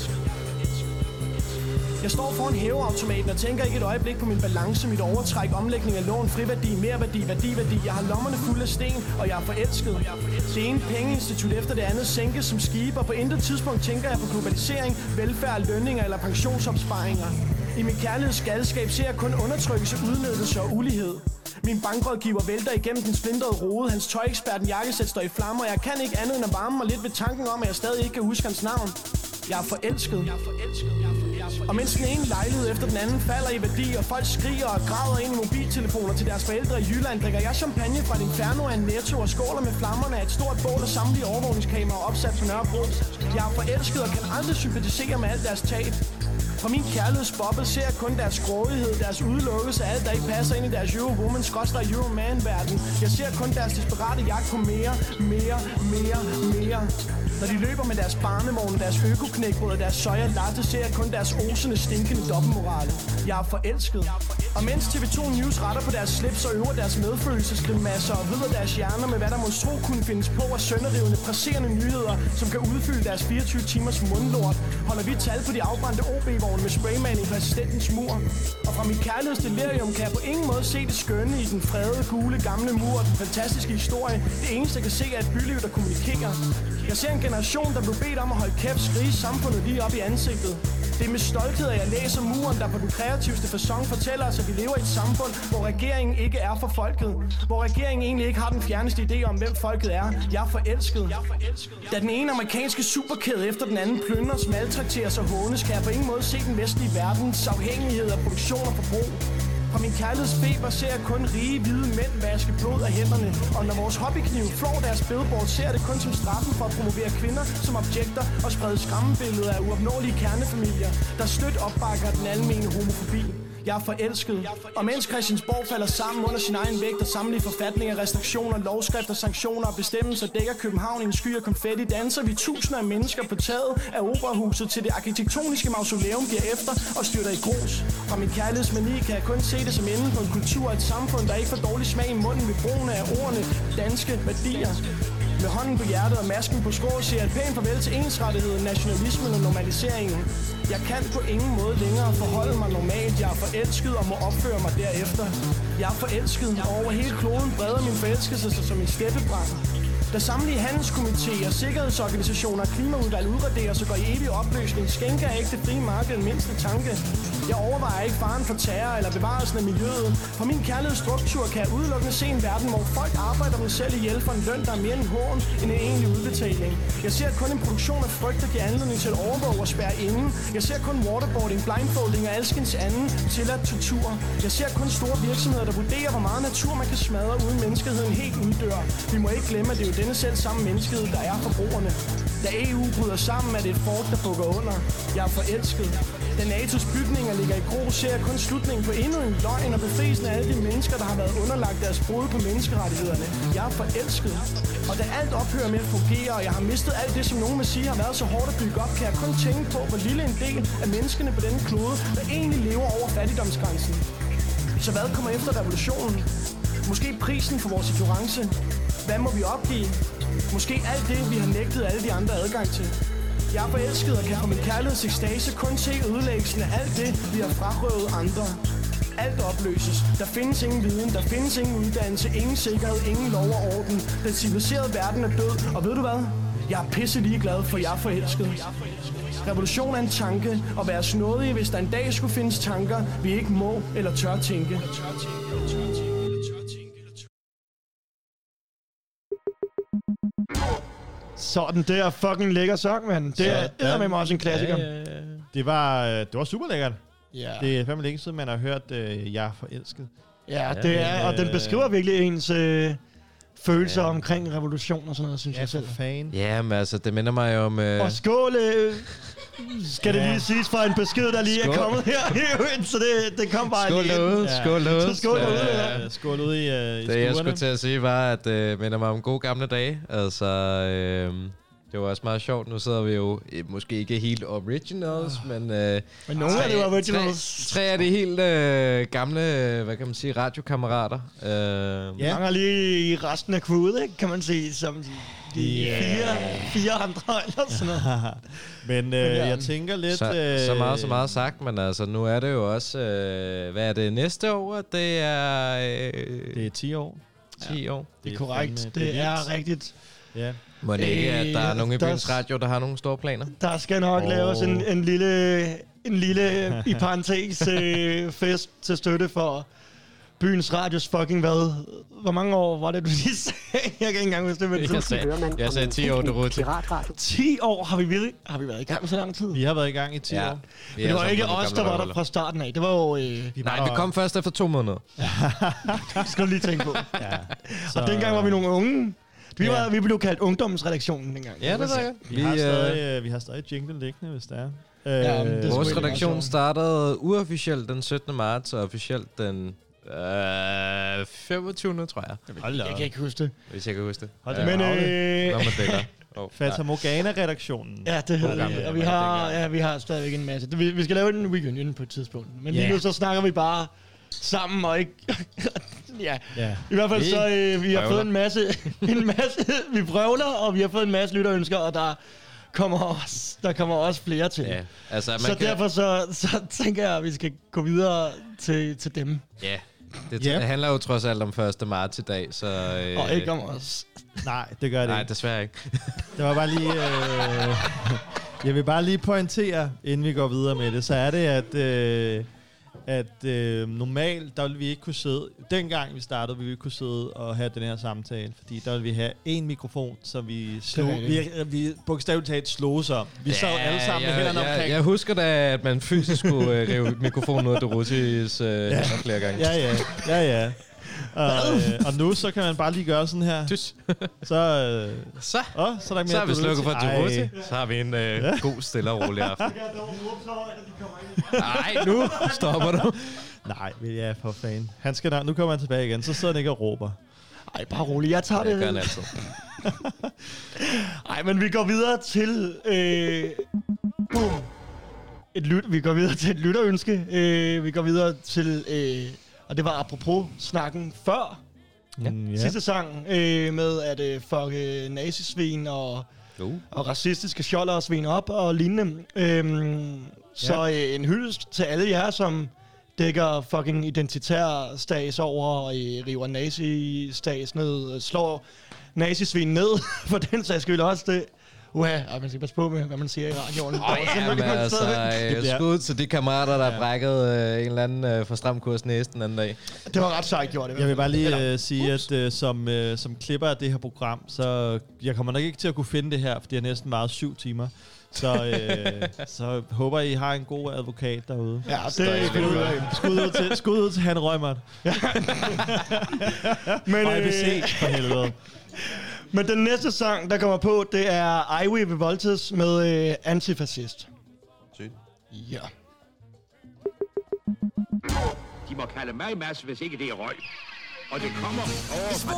Jeg står foran hæveautomaten og tænker ikke et øjeblik på min balance, mit overtræk, omlægning af lån, friværdi, merværdi, værdi. Jeg har lommerne fulde af sten, og jeg er forelsket. Det ene pengeinstitut efter det andet sænkes som skibe, og på intet tidspunkt tænker jeg på globalisering, velfærd, lønninger eller pensionsopsparinger. I mit kærlighedsgalskab ser jeg kun undertrykkelse, udnyttelse og ulighed. Min bankrådgiver vælter igennem den splintede rode. Hans tøjekspert, en jakkesæt, står i flammer. Jeg kan ikke andet end at varme mig lidt ved tanken om, at jeg stadig ikke kan huske hans navn. Jeg er forelsket. Og mens den ene lejlighed efter den anden falder i værdi, og folk skriger og græder ind i mobiltelefoner til deres forældre i Jylland, drikker jeg champagne fra et inferno af en Netto og skåler med flammerne af et stort bål og samtlige overvågningskameraer opsat på Nørrebro. Jeg er forelsket og kan aldrig sympatisere med alt deres tab. Fra min kærlighedsboble ser jeg kun deres grådighed, deres udelukkelse af alt, der ikke passer ind i deres Eurowoman/Euroman-verden. Jeg ser kun deres desperate jagt på mere. Når de løber med deres barnevogne, deres økoknækbrød og deres soja latte, ser jeg kun deres osende, stinkende dobbeltmorale. Jeg er forelsket. Og mens TV2 News retter på deres slips og øver deres medfølelsesgrimasser og vrider deres hjerner med hvad der må tro kunne findes på af sønderrivende, presserende nyheder, som kan udfylde deres 24 timers mundlort, holder vi tal på de afbrændte OB-vogne med spraymaling på assistentens mur. Og fra mit kærlighedsdelirium kan jeg på ingen måde se det skønne i den fredede, gule, gamle mur og den fantastiske historie. Det eneste, jeg kan se, er et byliv, der kommunikerer. Jeg ser en generation, der blev bedt om at holde kæft, skrige samfundet lige op i ansigtet. Det er med stolthed, at jeg læser muren, der på den kreativste facon fortæller os, at vi lever i et samfund, hvor regeringen ikke er for folket. Hvor regeringen egentlig ikke har den fjerneste idé om, hvem folket er. Jeg er forelsket. Da den ene amerikanske superkæde efter den anden plønders, maltrakteres og hånes, kan jeg på ingen måde se den vestlige verdens afhængighed af produktion og forbrug. Fra min kærlighedsfeber ser jeg kun rige, hvide mænd vaske blod af hænderne. Og når vores hobbykniv flår deres billboard, ser jeg det kun som straffen for at promovere kvinder som objekter og sprede skræmmebilleder af uopnåelige kernefamilier, der stødt opbakker den almene homofobi. Jeg er forelsket. Og mens Christiansborg falder sammen under sin egen vægt og samler forfatninger, restriktioner, lovskrifter, sanktioner og bestemmelser, dækker København i en sky af konfetti, danser vi tusinder af mennesker på taget af operahuset til det arkitektoniske mausoleum giver efter og styrter i grus. Fra min kærlighedsmani kan jeg kun se det som enden på en kultur og et samfund, der ikke får dårlig smag i munden ved brugen af ordene danske værdier. Med hånden på hjertet og masken på skrå siger jeg et pænt farvel til ensrettigheden, nationalismen og normaliseringen. Jeg kan på ingen måde længere forholde mig normalt. Jeg er forelsket og må opføre mig derefter. Jeg er forelsket, og over hele kloden breder min forelskelse sig som en steppebrand. Da samtlige handelskomitéer, sikkerhedsorganisationer og klimaudvalg udraderes og går i evig opløsning, skænker jeg ikke det frie marked en mindste tanke. Jeg overvejer ikke faren for terror eller bevarelsen af miljøet. Fra min kærlighedsstruktur kan jeg udelukkende se en verden, hvor folk arbejder dem selv ihjel for en løn, der er mere en hån end en egentlig udbetaling. Jeg ser kun en produktion af frygt, der giver anledning til at overvåge og spærre inden. Jeg ser kun waterboarding, blindfolding og alskens anden tilladt tortur. Jeg ser kun store virksomheder, der vurderer, hvor meget natur man kan smadre, uden menneskeheden helt uddør. Vi må ikke glemme, at det er jo denne selv samme menneskehed, der er forbrugerne. Da EU bryder sammen, er det et fork, der bukker under. Jeg er forelsket. Da NATO's bygninger ligger i grå, ser jeg kun slutningen på endnu en løgn og befrielsen af alle de mennesker, der har været underlagt deres brud på menneskerettighederne. Jeg er forelsket. Og da alt ophører med at fungere, og jeg har mistet alt det, som nogen vil sige har været så hårdt at bygge op, kan jeg kun tænke på, hvor lille en del af menneskene på denne klode, der egentlig lever over fattigdomsgrænsen. Så hvad kommer efter revolutionen? Måske prisen for vores ignorance? Hvad må vi opgive? Måske alt det, vi har nægtet alle de andre adgang til. Jeg er forelsket og kan fra min kærlighedsekstase kun se ødelæggelsen af alt det, vi har frarøvet andre. Alt opløses. Der findes ingen viden, der findes ingen uddannelse, ingen sikkerhed, ingen lov og orden. Den civiliserede verden er død, og ved du hvad? Jeg er pisse ligeglad, for jeg er forelsket. Revolution er en tanke, og være snådige, hvis der en dag skulle findes tanker, vi ikke må eller tør tænke. Sådan der fucking lækker sang, mand. Det er med mig også en klassiker. Det var super lækkert. Ja. Det er fandme længe siden, man har hørt Jeg er forelsket. Ja, det er, og den beskriver virkelig ens følelser omkring revolution og sådan noget, synes jeg selv. Fan. Ja, men altså, det minder mig om... Og skål, skal det lige siges fra en besked, der lige er kommet her. Så det kom bare skål lige derude, ind. skål derude. Så skål derude, ja. Skål ude i det, jeg skulle til at sige, var, at det minder mig om gode gamle dage. Altså... Det var også meget sjovt. Nu sidder vi jo måske ikke helt originals, men nogle af det var originals. Tre af de helt gamle, hvad kan man sige, radiokammerater. Ja. Mange lige i resten af crewet, ikke? Kan man sige, som de fire andre eller sådan noget. Men jeg tænker lidt... Så meget sagt, men altså nu er det jo også... hvad er det næste år? Det er 10 år. 10 år. Det er korrekt. Det er rigtigt. Ja. Må det ikke, at der er nogen i byens radio, der har nogle store planer? Der skal nok laves en lille i parentes fest til støtte for byens radios fucking hvad? Hvor mange år var det, du lige sagde? Jeg kan ikke engang huske det, men jeg sagde 10 år, det rutte. 10 år har vi været i gang så lang tid? Vi har været i gang i 10 år. Men det var ikke os, der var der fra starten af. Det var jo... Nej, vi kom først efter 2 måneder. Det skal du lige tænke på. Og dengang var vi nogle unge. Vi blev kaldt ungdomsredaktionen dengang. Ja, det var jeg. Vi har stadig jingle liggende, hvis det er. Vores redaktion startede uofficielt den 17. marts, og officielt den 25. tror jeg. Jeg kan ikke huske det. Hvis jeg kan huske det. Men Fata Morgana-redaktionen. Ja, det hedder det. Og vi har stadigvæk en masse. Vi skal lave en reunion på et tidspunkt. Men lige nu så snakker vi bare sammen og ikke... ja. Ja. I hvert fald så vi har fået en masse vi prøvler, og vi har fået en masse lytterønsker, og der kommer også flere til. Ja, altså, man så derfor så tænker jeg, at vi skal gå videre til dem. Ja, det handler jo trods alt om 1. marts i dag, så... og ikke om os. Nej, det gør det Nej, ikke. desværre ikke. Det var bare lige... jeg vil bare lige pointere, inden vi går videre med det, så er det, at normalt, der ville vi ikke kunne sidde... Dengang vi startede, ville vi ikke kunne sidde og have den her samtale, fordi der ville vi have én mikrofon, som vi bogstaveligt talt slås om. Vi sad alle sammen med hænderne omkring. Jeg husker da, at man fysisk skulle rive mikrofonen ud af Dorothys hænder flere gange. Ja. Og nu så kan man bare lige gøre sådan her. Tys. Så er der mere. Så har vi slukket for Dorothy. Så har vi en god, stille og rolig aften. Nej, nu stopper du. Nej, ja, for fanden. Han skal nu kommer han tilbage igen, så sidder han ikke og råber. Ej, bare rolig, jeg tager det. Det gør han altid. Ej, men vi går videre til... vi går videre til et lytterønske. Vi går videre til... og det var apropos snakken før. Sidste sang med at fucke nazisvin og racistiske skjolder og svin op og lignende. Så en hyldest til alle jer, som dækker fucking identitær stas over og river nazi-stas ned, slår nazisvin ned, for den sags skyld også det. Man skal passe på med, hvad man siger i radioen. Skud til de kammerater, der brækkede en eller anden for stram kurs næsten den anden dag. Det var ret sejt gjort. Jeg vil bare lige sige, at som klipper af det her program, så jeg kommer nok ikke til at kunne finde det her, fordi jeg næsten varet 7 timer. Så håber I har en god advokat derude. Ja, det er skud ud til Han Røgmert. Men og ABC for helvede. Men den næste sang, der kommer på, det er Ivy Revoltes med Antifascist. Sygt. Ja. De må kalde mig Mads, hvis ikke det er røg. Og det kommer over fra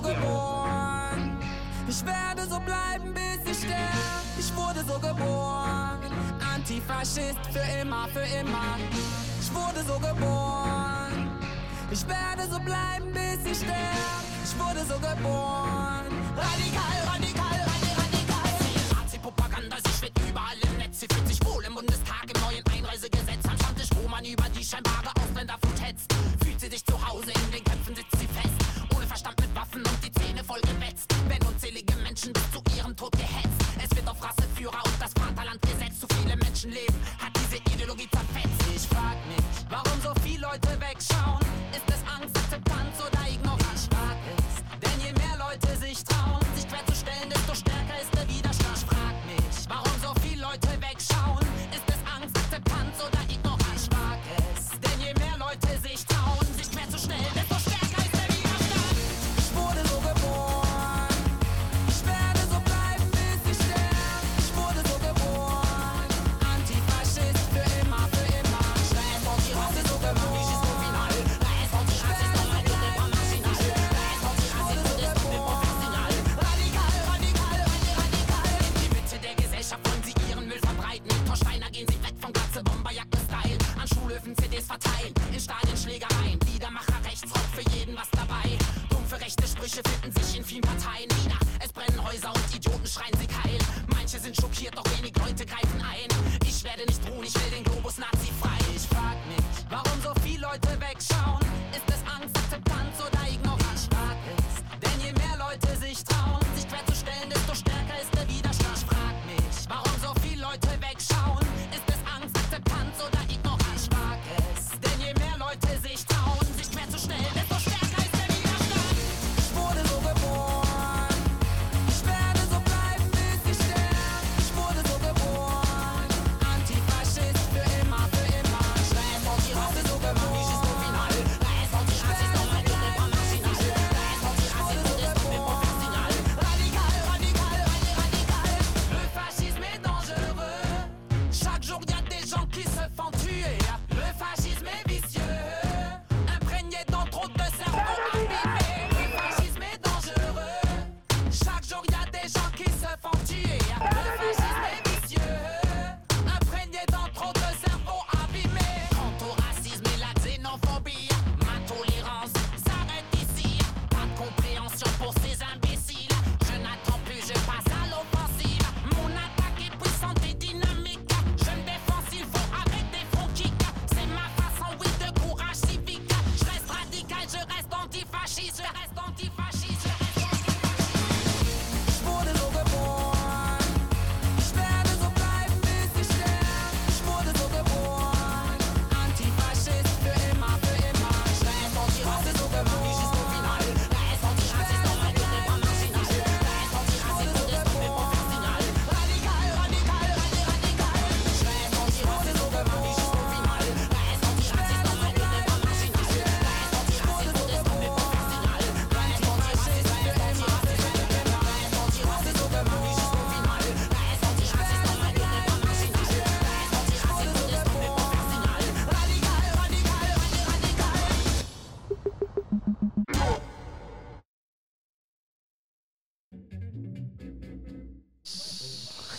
det. Ich werde so bleiben, bis ich sterbe. Ich wurde so geboren. Antifaschist für immer, für immer. Ich wurde so geboren. Ich werde so bleiben, bis ich sterbe. Ich wurde so geboren. Radikal, radikal, radikal. Nazi-Propaganda, sie schwirrt überall im Netz. Sie fühlt sich wohl im Bundestag im neuen Einreisegesetz. Am Stammtisch, wo man über die scheinbare Ausländerflut hetzt. Fühlt sie sich zu Hause, in den Köpfen sitzt sie fest. Ohne Verstand mit Waffen und die Zähne voll gewetzt. Werden unzählige Menschen bis zu ihrem Tod gehetzt. Es wird auf Rasseführer und das Vaterland gesetzt. Zu viele Menschenleben hat diese Ideologie zerfetzt. Ich frag mich, warum so viele Leute wegschauen. Ist es Angst, Akzeptanz oder Ignoranz? Stark ist, denn je mehr Leute sich trauen, sich querzustellen, desto stärker ist der Widerstand. Ich frag mich, warum so viele Leute wegschauen. Ist es Angst, Akzeptanz oder Ignoranz? Stark ist, denn je mehr Leute sich trauen, sich querzustellen, desto stärker ist der Widerstand. Ich wurde so geboren. Ich werde so bleiben, bis ich sterbe. Ich wurde so geboren. Antifaschist für immer, für immer. Stress und die Rasse so geboren. Ich ist so final. Stress und die Rasse ist so marginal. Stress und die Rasse ist so professional. Radikal, radikal, radikal. In die Mitte der Gesellschaft wollen sie ihren Müll verbreiten. Mit Torsteiner gehen sie weg vom Glatze, Bomberjacken-Style. An Schulhöfen CDs verteilen. In Stadien Schlägereien. Liedermacher Rechtsrock für jeden was dabei. Dumpfe rechte Sprüche finden sich in vielen Parteien wieder. Es brennen Häuser und Idioten schreien sie keil. Manche sind schockiert, doch wenig Leute greifen ein. Ich werde nicht ruhen, ich will den Globus nazifrei. Ich frag mich, warum so viele Leute wegschauen. Ist es Angst, Akzeptanz oder Ignoranz? Stark ist, denn je mehr Leute sich trauen, sich querzustellen, desto stärker ist der Widerstand. Ich frag mich, warum so viele Leute wegschauen. Ist es Angst, Akzeptanz oder Ignoranz? Stark ist, denn je mehr Leute sich trauen, sich querzustellen, desto stärker ist der Widerstand. Ich wurde so geboren. Ich werde so bleiben, bis ich sterbe. Ich wurde so geboren.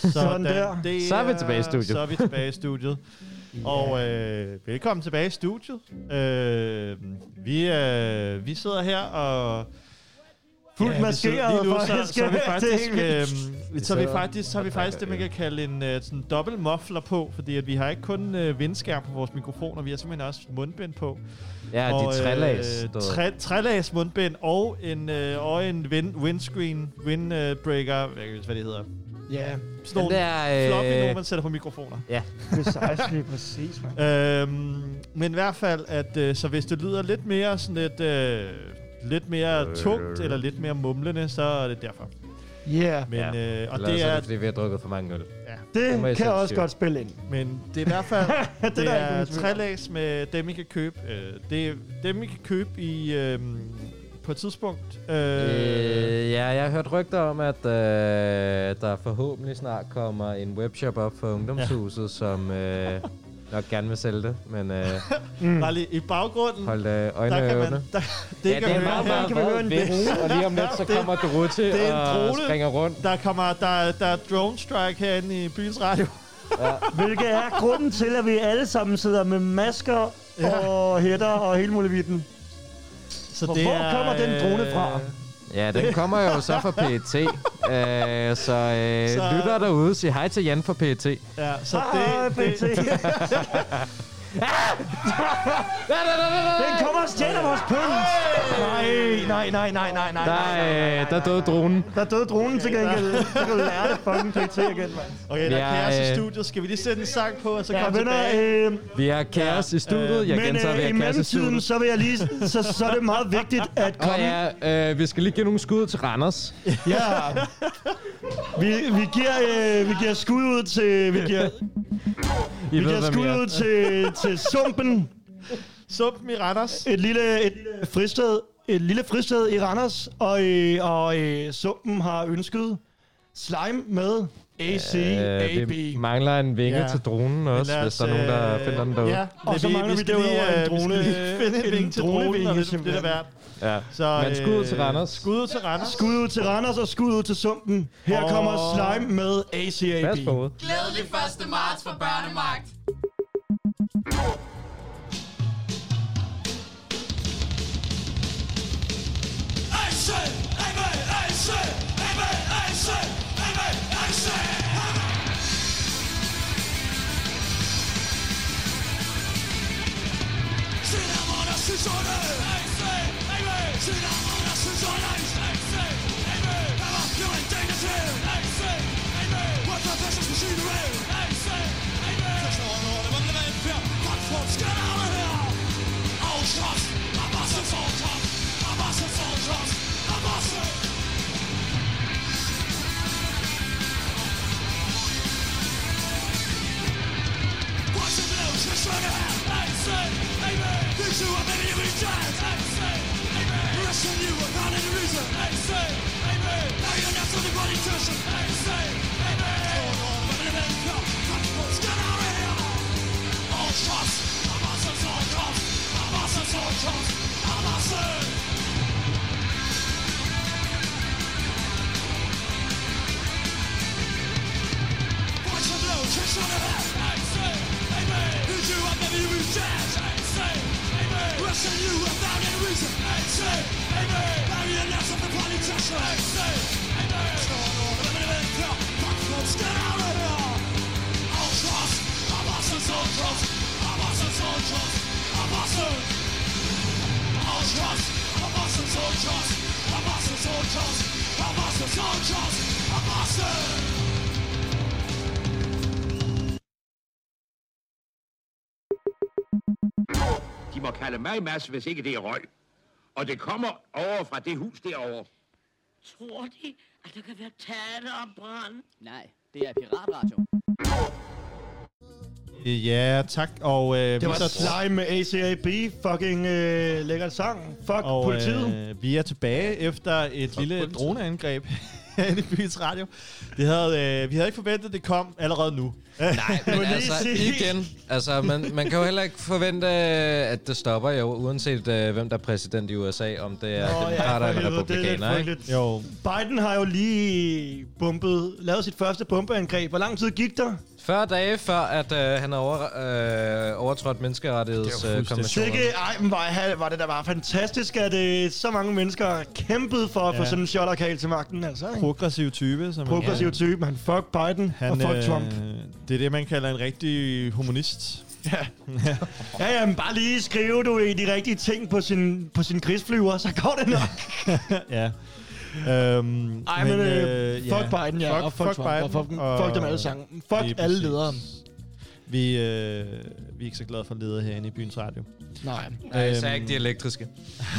Sådan der. Så er vi tilbage i studiet. Så er vi tilbage i studiet. Og velkommen tilbage i studiet. Vi sidder her og... Fuldt maskeret, lige nu, så har vi faktisk det, man kan kalde en sådan dobbelt muffler på, fordi at vi har ikke kun vindskærm på vores mikrofoner, vi har simpelthen også mundbind på. Ja, og de trælags. Trælags mundbind og en windbreaker, hvad det hedder. Ja. Sådan nogle floppy nogle, man sætter på mikrofoner. Ja. Precisely, præcis, man. Men i hvert fald, at så hvis det lyder lidt mere sådan lidt mere tungt eller lidt mere mumlende, så er det derfor. Yeah. Men, og det er fordi vi har drukket for mange øl. Ja. Det kan også godt spille ind. Men det er i hvert fald det er trælags med dem I kan købe. Det er dem I kan købe i på et tidspunkt. Ja, jeg har hørt rygter om, at der forhåbentlig snart kommer en webshop op for Ungdomshuset, som nok gerne vil sælge det, men... Bare lige i baggrunden, hold øjnene åbne. Det er meget våd vækst, og lige om lidt, så kommer Dorothy og springer rundt. Der er drone strike herinde i byens radio. Ja. Hvilket er grunden til, at vi alle sammen sidder med masker og hætter og hele muligheden. Så hvor kommer den drone fra? Ja, den kommer jo så fra PET. Så lytter derude, sig hej til Jan fra PET. Ja, så PET. Den kommer og stjæler vores pøls. Nej. Der døde dronen. Der døde dronen til gengæld. Så kan du lære det fucking PET igen, mand. Okay, der er kaos i studiet. Skal vi lige sætte en sang på, og så komme tilbage? Vi har kaos i studiet. Jeg gentager, vi har kaos i studiet. Så vil jeg lige... Så er det meget vigtigt at komme... vi skal lige give nogle skud til Randers. Ja. Vi giver skud ud til... Vi giver skud ud til Sumpen. Sumpen i Randers. Et lille fristed i Randers. Og Sumpen har ønsket slime med ACAB. Vi mangler en vinge til dronen også, hvis der er nogen, der finder den derude. Ja, og så mangler vi derudover en drone. Finde en vinge til dronen, og det er det værd. Ja. Så, men skud ud til Randers. Skud ud til Randers. Skud ud til Randers og skud ud til Sumpen. Her kommer slime med ACAB. Pas på hovedet. Glædelig 1. marts for Børnemagt. De må kalde mig Mads, hvis ikke det er røg. Og det kommer over fra det hus derovre. Tror de, at der kan være tale om brand? Nej, det er piratradio. Ja, tak. Og, det var slime med ACAB. Fucking lækker sang. Fuck og, politiet. Vi er tilbage efter et lille droneangreb herinde i Byens Radio. Vi havde ikke forventet, at det kom allerede nu. Nej, men altså igen, altså man kan jo heller ikke forvente, at det stopper jo, uanset hvem der er præsident i USA, om det er demokrater eller republikanere, ikke? Jo. Biden har jo lige lavet sit første bombeangreb. Hvor lang tid gik der? 40 dage før, at han har overtrådt menneskerettighedskonventionen. Men var det da bare fantastisk, at så mange mennesker kæmpede for at få sådan en shotterkagel til magten. Altså, ikke? Progressiv type. Progressiv type. Han fuck Biden og fuck Trump. Det er det, man kalder en rigtig humanist. Ja, men bare lige skrive du i de rigtige ting på sin krigsflyver, så går det nok. Ja. Fuck Biden, ja. Og fuck Trump. Og fuck dem alle sammen. Fuck alle ledere. Vi er ikke så glade for ledere herinde i Byens Radio. Nej. Især ikke de elektriske.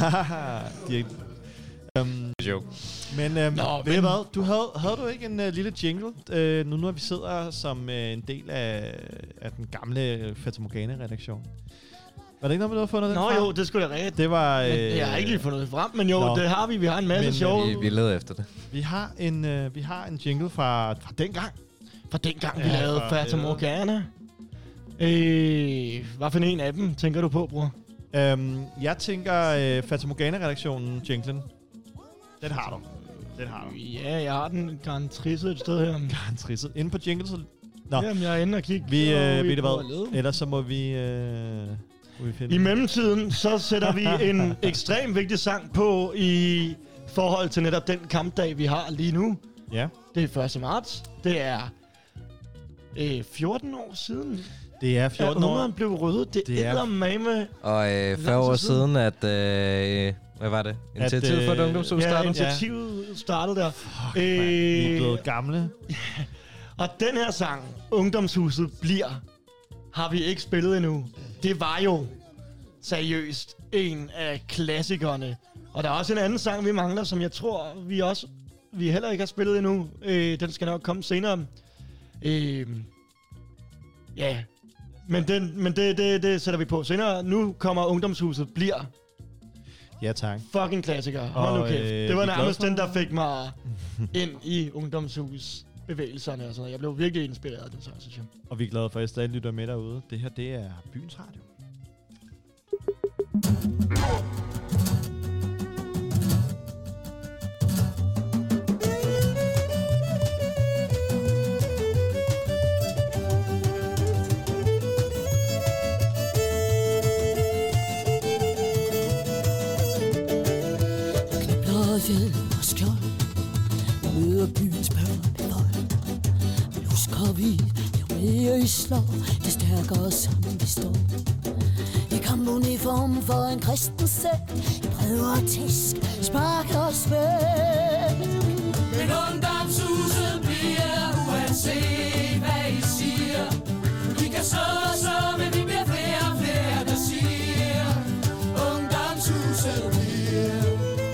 Joke. Men ved du hvad? Havde du ikke en lille jingle, nu når vi sidder som en del af den gamle Fata Morgana-redaktion? Var det ikke noget, du har fundet den frem? Jo, det skulle jeg rigtigt. Det var... jeg har ikke lige fundet det frem, men jo, det har vi. Vi har en masse sjove... Vi leder efter det. Vi har en jingle fra dengang. Fra dengang, vi lavede Fata Morgana. Hvad for en af dem tænker du på, bror? Jeg tænker Fata Morgana-redaktionen, jinglen. Den har du. Ja, jeg har den garantrisset et sted her. Garantrisset. Inde på jingles. Nå. Jamen, jeg er inde og kigge. Ved det hvad? Ellers så må vi finde... I mellemtiden, så sætter vi en ekstremt vigtig sang på i forhold til netop den kampdag, vi har lige nu. Ja. Det er 1. marts. Det er 14 år siden. Det er 14 år. Ungeren blev ryddet. Det er eddermame. Og 40 år siden, at... hvad var det? Initiativet for et ungdomshus startede? Ja, initiativet startede der. Vi er blevet gamle. Og den her sang, Ungdomshuset bliver, har vi ikke spillet endnu. Det var jo seriøst en af klassikerne. Og der er også en anden sang, vi mangler, som jeg tror, vi heller ikke har spillet endnu. Den skal nok komme senere. Ja, men det sætter vi på senere. Nu kommer Ungdomshuset bliver. Ja, tak. Fucking klassiker. Hold nu kæft. Det var nærmest den, der fik mig ind i ungdomshusbevægelserne og sådan noget. Jeg blev virkelig inspireret af den sang, synes jeg. Og vi er glade for, at I stadig lytter med derude. Det her, det er Byens Radio. Hjelm og skjold møder byens børn med vold. Men husker vi, jo mere I slår, det stærkere sammen vi står. I kampuniform for en kristen sæt, I prøver at tæsk, spark og svæk. Men ungdomshuset bliver uanset hvad I siger. Vi kan så, men vi bliver flere og flere, der siger ungdomshuset bliver.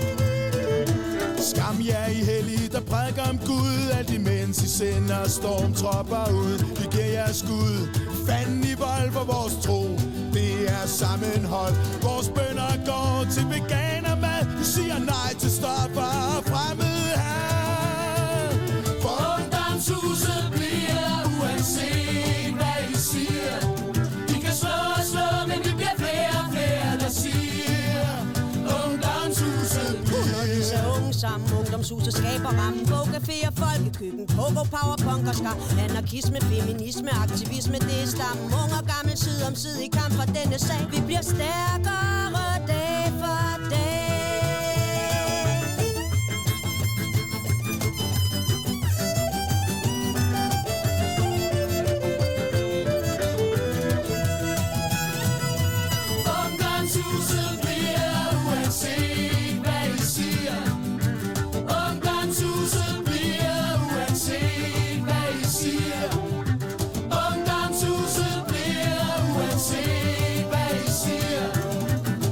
Skam jer I hellige, der prædiker om Gud, alt imens I sender stormtropper ud. Vi giver jer skud, fanden i vold for vores tro. Det er sammenhold, vores bønner går til veganermad. Vi siger nej til stoffer og fremmede her. For ungdomshuset bliver uanset hvad I siger. Vi kan slå, men vi bliver flere og flere, der siger ungdomshuset bliver. Så unge sammen, ungdomshuset skaber rammen. Bogcaféer, folkekøkken, pogo, power, punk og skar. Anarkisme, feminisme, aktivisme, det er stammen. Ung og gammel, side om side i kamp for denne sag. Vi bliver stærkere dag for dag. Ungdomshuset bliver uanset hvad I siger. Ungdomshuset bliver uanset hvad I siger. Ungdomshuset bliver uanset hvad I siger.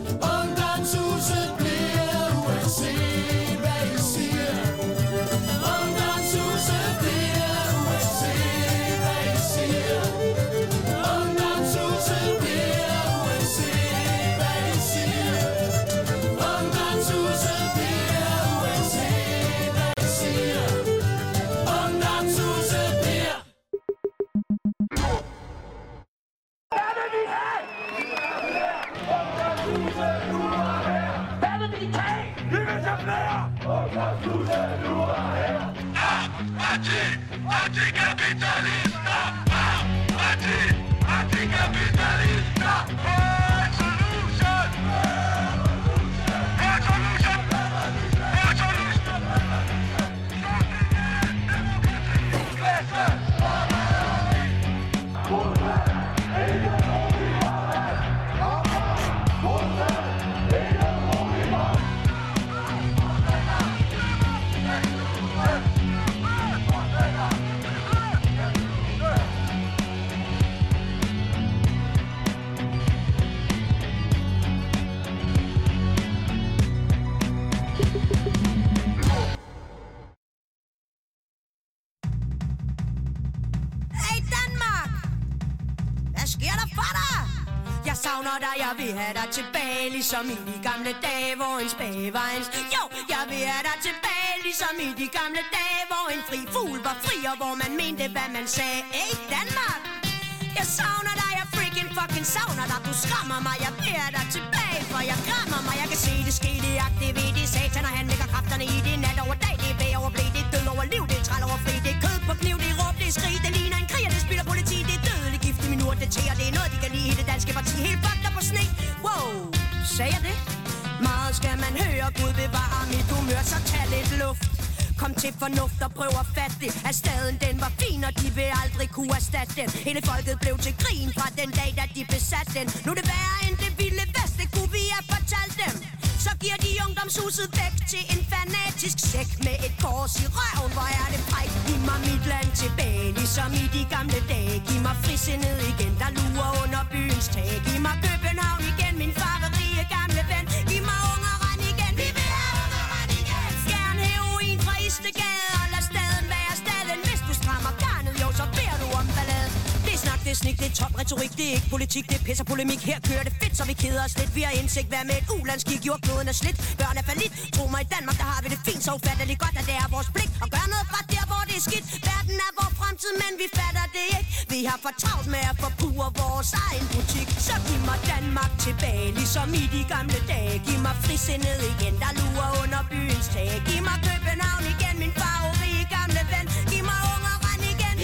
Jeg vil have dig tilbage, ligesom i de gamle dage, hvor en spage var en... Jo, jeg vil have dig tilbage, ligesom i de gamle dage, hvor en fri fugl var fri, og hvor man mente, hvad man sagde. Hey, Danmark! Jeg savner dig, jeg freaking fucking savner dig. Du skræmmer mig, jeg vil have dig tilbage, for jeg krammer mig. Jeg kan se det ske, det er aktivt, det er satan, og han lægger kræfterne i det nat over dag. Det er bag over blæ, det er død over liv, det er træl over fri, det er kød på kniv, det er råb, det er skrig, det ligner en krig, og det spiller politi, det er dødelig gift i min urt, det tæer, det er noget, de kan lide i det danske parti. Helt fucked up på sne. Wow, sagde jeg det? Meget skal man høre, Gud bevare mit humør, så tag lidt luft. Kom til fornuft og prøv at fatte det, at staden den var fin, og de vil aldrig kunne erstatte den. Hele folket blev til grin fra den dag, da de besatte den. Nu er det værre end det vilde vest, det kunne vi have fortalt dem. Så giver de ungdomshuset væk til en fanatisk sæk med et kors i røven. Hvor er det fræk? Giv mig mit land tilbage, ligesom i de gamle dage. Giv mig frisindet igen, der lurer under byens tag. Giv mig København igen, min farverige gamle ven. Giv mig Ungeren igen, vi vil have Ungeren igen. Skærn heroin fra Istegade, og lad staden være staden. Hvis du strammer garnet, jo, så beder du om ballade. Det er snak, det er snik, det er top retorik, det er ikke politik, det er pis og polemik. Her kører det fedt, så vi keder os lidt. Vi har indsigt, hvad med et ulandskig, jordkloden er slidt. Børn er fallit, tro mig, i Danmark, der har vi det fint. Så ufatteligt godt, at det er vores pligt at gøre noget fra der, hvor det er skidt. Verden er vores fremtid, men vi fatter det ikke. Vi har for travlt med at forbruge vores egen butik. Så giv mig Danmark tilbage, ligesom i de gamle dage. Giv mig frisindet igen, der lurer under byens tag. Giv mig København igen, min farverige gamle ven. Giv mig Ungeren igen,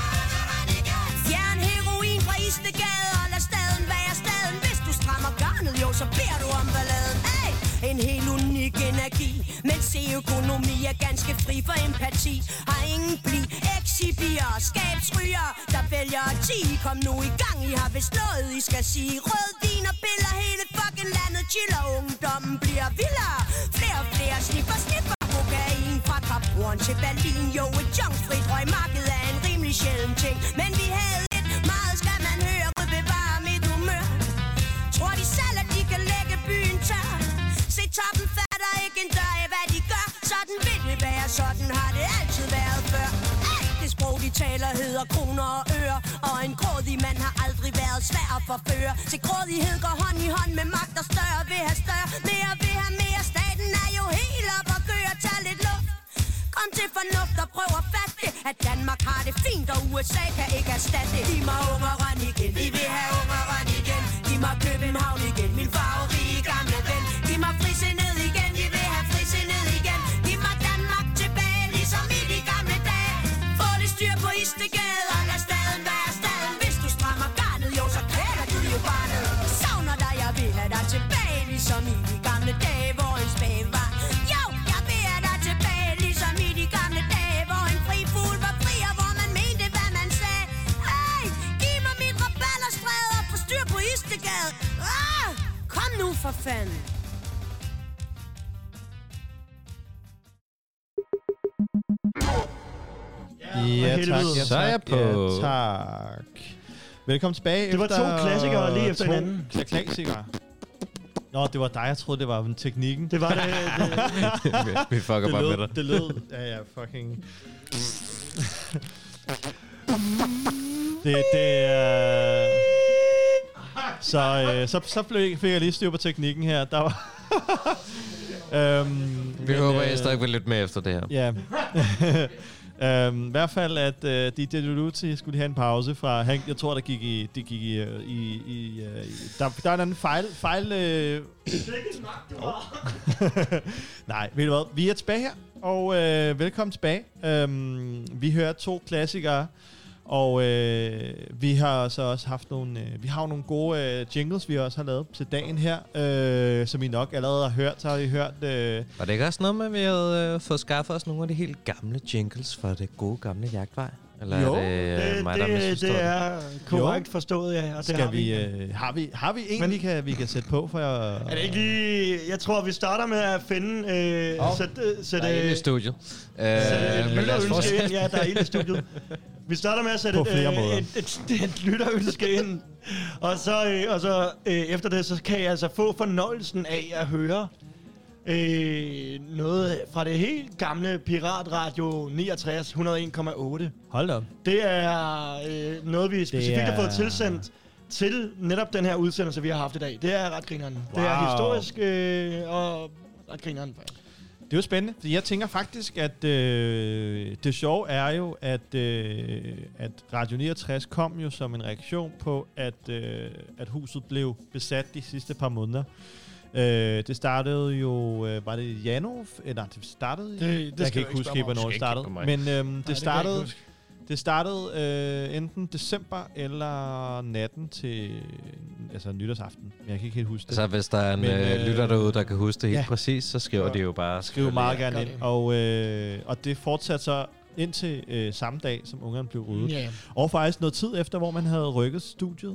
fjern heroin fra Istegade, og lad staden være staden. Hvis du strammer garnet, jo, så beder du om balladen. Hey! En helt unik energi, men se økonomi er ganske fri for empati. Har ingen bli, exibier, skabsryger, der vælger 10. Kom nu i gang, I har vist noget, I skal sige. Rød vin og biller, hele fucking landet chiller. Ungdommen bliver vildere, flere og flere sniffer kokain. Fra Kaproen til Berlin, jo, et junkfrit røgmarked er en rimelig sjælden ting. Men vi havde et, meget skal man høre, Gud bevare mit humør. Tror de selv, at de kan lægge byen tør? Se, toppen fatter ikke en dør af, hvad de gør. Sådan vil det være, sådan har det altid været før. Det sprog, de taler, hedder kroner og øre. Og en grådig mand har aldrig været svær at forføre. Se, grådighed går hånd i hånd med magt, og større vil have større. Mere vil have mere, staten er jo helt op og køre. Tag lidt luft. Kom til fornuft og prøv at fatte det, at Danmark har det fint, og USA kan ikke erstatte det. Giv mig Ungeren igen, vi vil have Ungeren igen. Giv mig København igen, min farverige gamle ven. Giv mig frisindet igen, vi vil have frisindet igen. Giv mig Danmark tilbage, ligesom i de gamle dage. Få det styr på Istegade, og lad staden være staden. Hvis du strammer garnet, jo, så kvæler du jo barnet. Savner dig, jeg vil have dig tilbage, ligesom i de gamle dage, hvor en spage var. Jo, jeg vil have dig tilbage, ligesom i de gamle dage, hvor en fri fugl var fri, og hvor man mente, hvad man sagde. Hey, giv mig mit rabalderstræde og få styr på Istegade. Kom nu for fanden. Ja, tak. Ja, så er jeg på. Ja, tak. Velkommen tilbage. Det var to klassikere lige efter hinanden. Klassikere. Nå, det var dig. Jeg troede, det var teknikken. Det var det. Vi fucker bare med dig. Det lød. Ja, fucking... Så fik jeg lige styr på teknikken her. Der var... Vi håber, jeg stadig vil lidt med efter det her. Ja. I hvert fald, at DJ Luluti skulle have en pause fra... Jeg tror, der gik i... Der er en anden fejl... Nej, ved du hvad? Vi er tilbage her, og velkommen tilbage. Vi hører 2 klassikere, og vi har så også haft nogle... vi har jo nogle gode jingles, vi også har lavet til dagen her, som I nok allerede har hørt. Så har I hørt... Var det ikke også noget med, at vi havde fået skaffet os nogle af de helt gamle jingles fra det gode gamle Jagtvej? Eller jo, er det, mig, det er korrekt forstået, ja. Og det har vi en, vi kan sætte på? For er det ikke lige... Jeg tror, vi starter med at finde... sætte der er en i studiet. Lytterønske ind. Ja, der er en i studiet. Vi starter med at sætte et lytterønske ind. Og så efter det, så kan I altså få fornøjelsen af at høre noget fra det helt gamle Piratradio 69 101,8. Hold da. Det er noget, vi specifikt har fået tilsendt til netop den her udsendelse, vi har haft i dag. Det er ret grineren. Wow. Det er historisk og ret grineren. Det er jo spændende, fordi jeg tænker faktisk, at det sjove er jo, at Radio 69 kom jo som en reaktion på, at huset blev besat de sidste par måneder. Det startede jo... var det i januar? Nej, det startede... Jeg kan ikke huske, hvornår det startede. Men det startede enten december eller natten til nytårsaften. Jeg kan ikke helt huske det. Så hvis der er en lytter derude, der kan huske det helt præcis, så skriver de jo bare... Skriv meget gerne ind. Og det fortsatte så indtil samme dag, som ungerne blev ryddet. Yeah. Og faktisk noget tid efter, hvor man havde rykket studiet.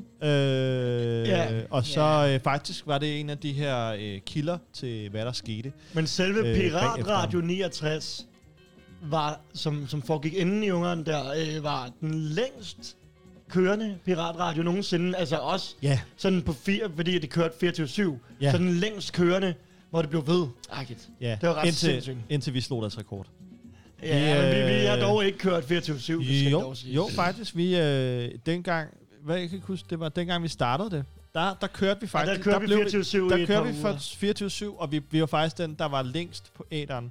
Og så faktisk var det en af de her kilder til, hvad der skete. Men selve Piratradio 69 var, som foregik inden i ungerne der, var den længst kørende piratradio nogensinde. Altså også sådan på 4, fordi det kørte 24/7. Så den længst kørende, hvor det blev ved. Det var ret sindssygt. Indtil vi slog deres rekord. Ja, vi har dog ikke kørt 24/7. Jo, faktisk. Vi dengang, hvad jeg kan ikke huske, det var dengang vi startede det. Der kørte vi faktisk. Der kørte vi 24/7 Der kørte vi 24/7, og vi var faktisk den, der var længst på æderen.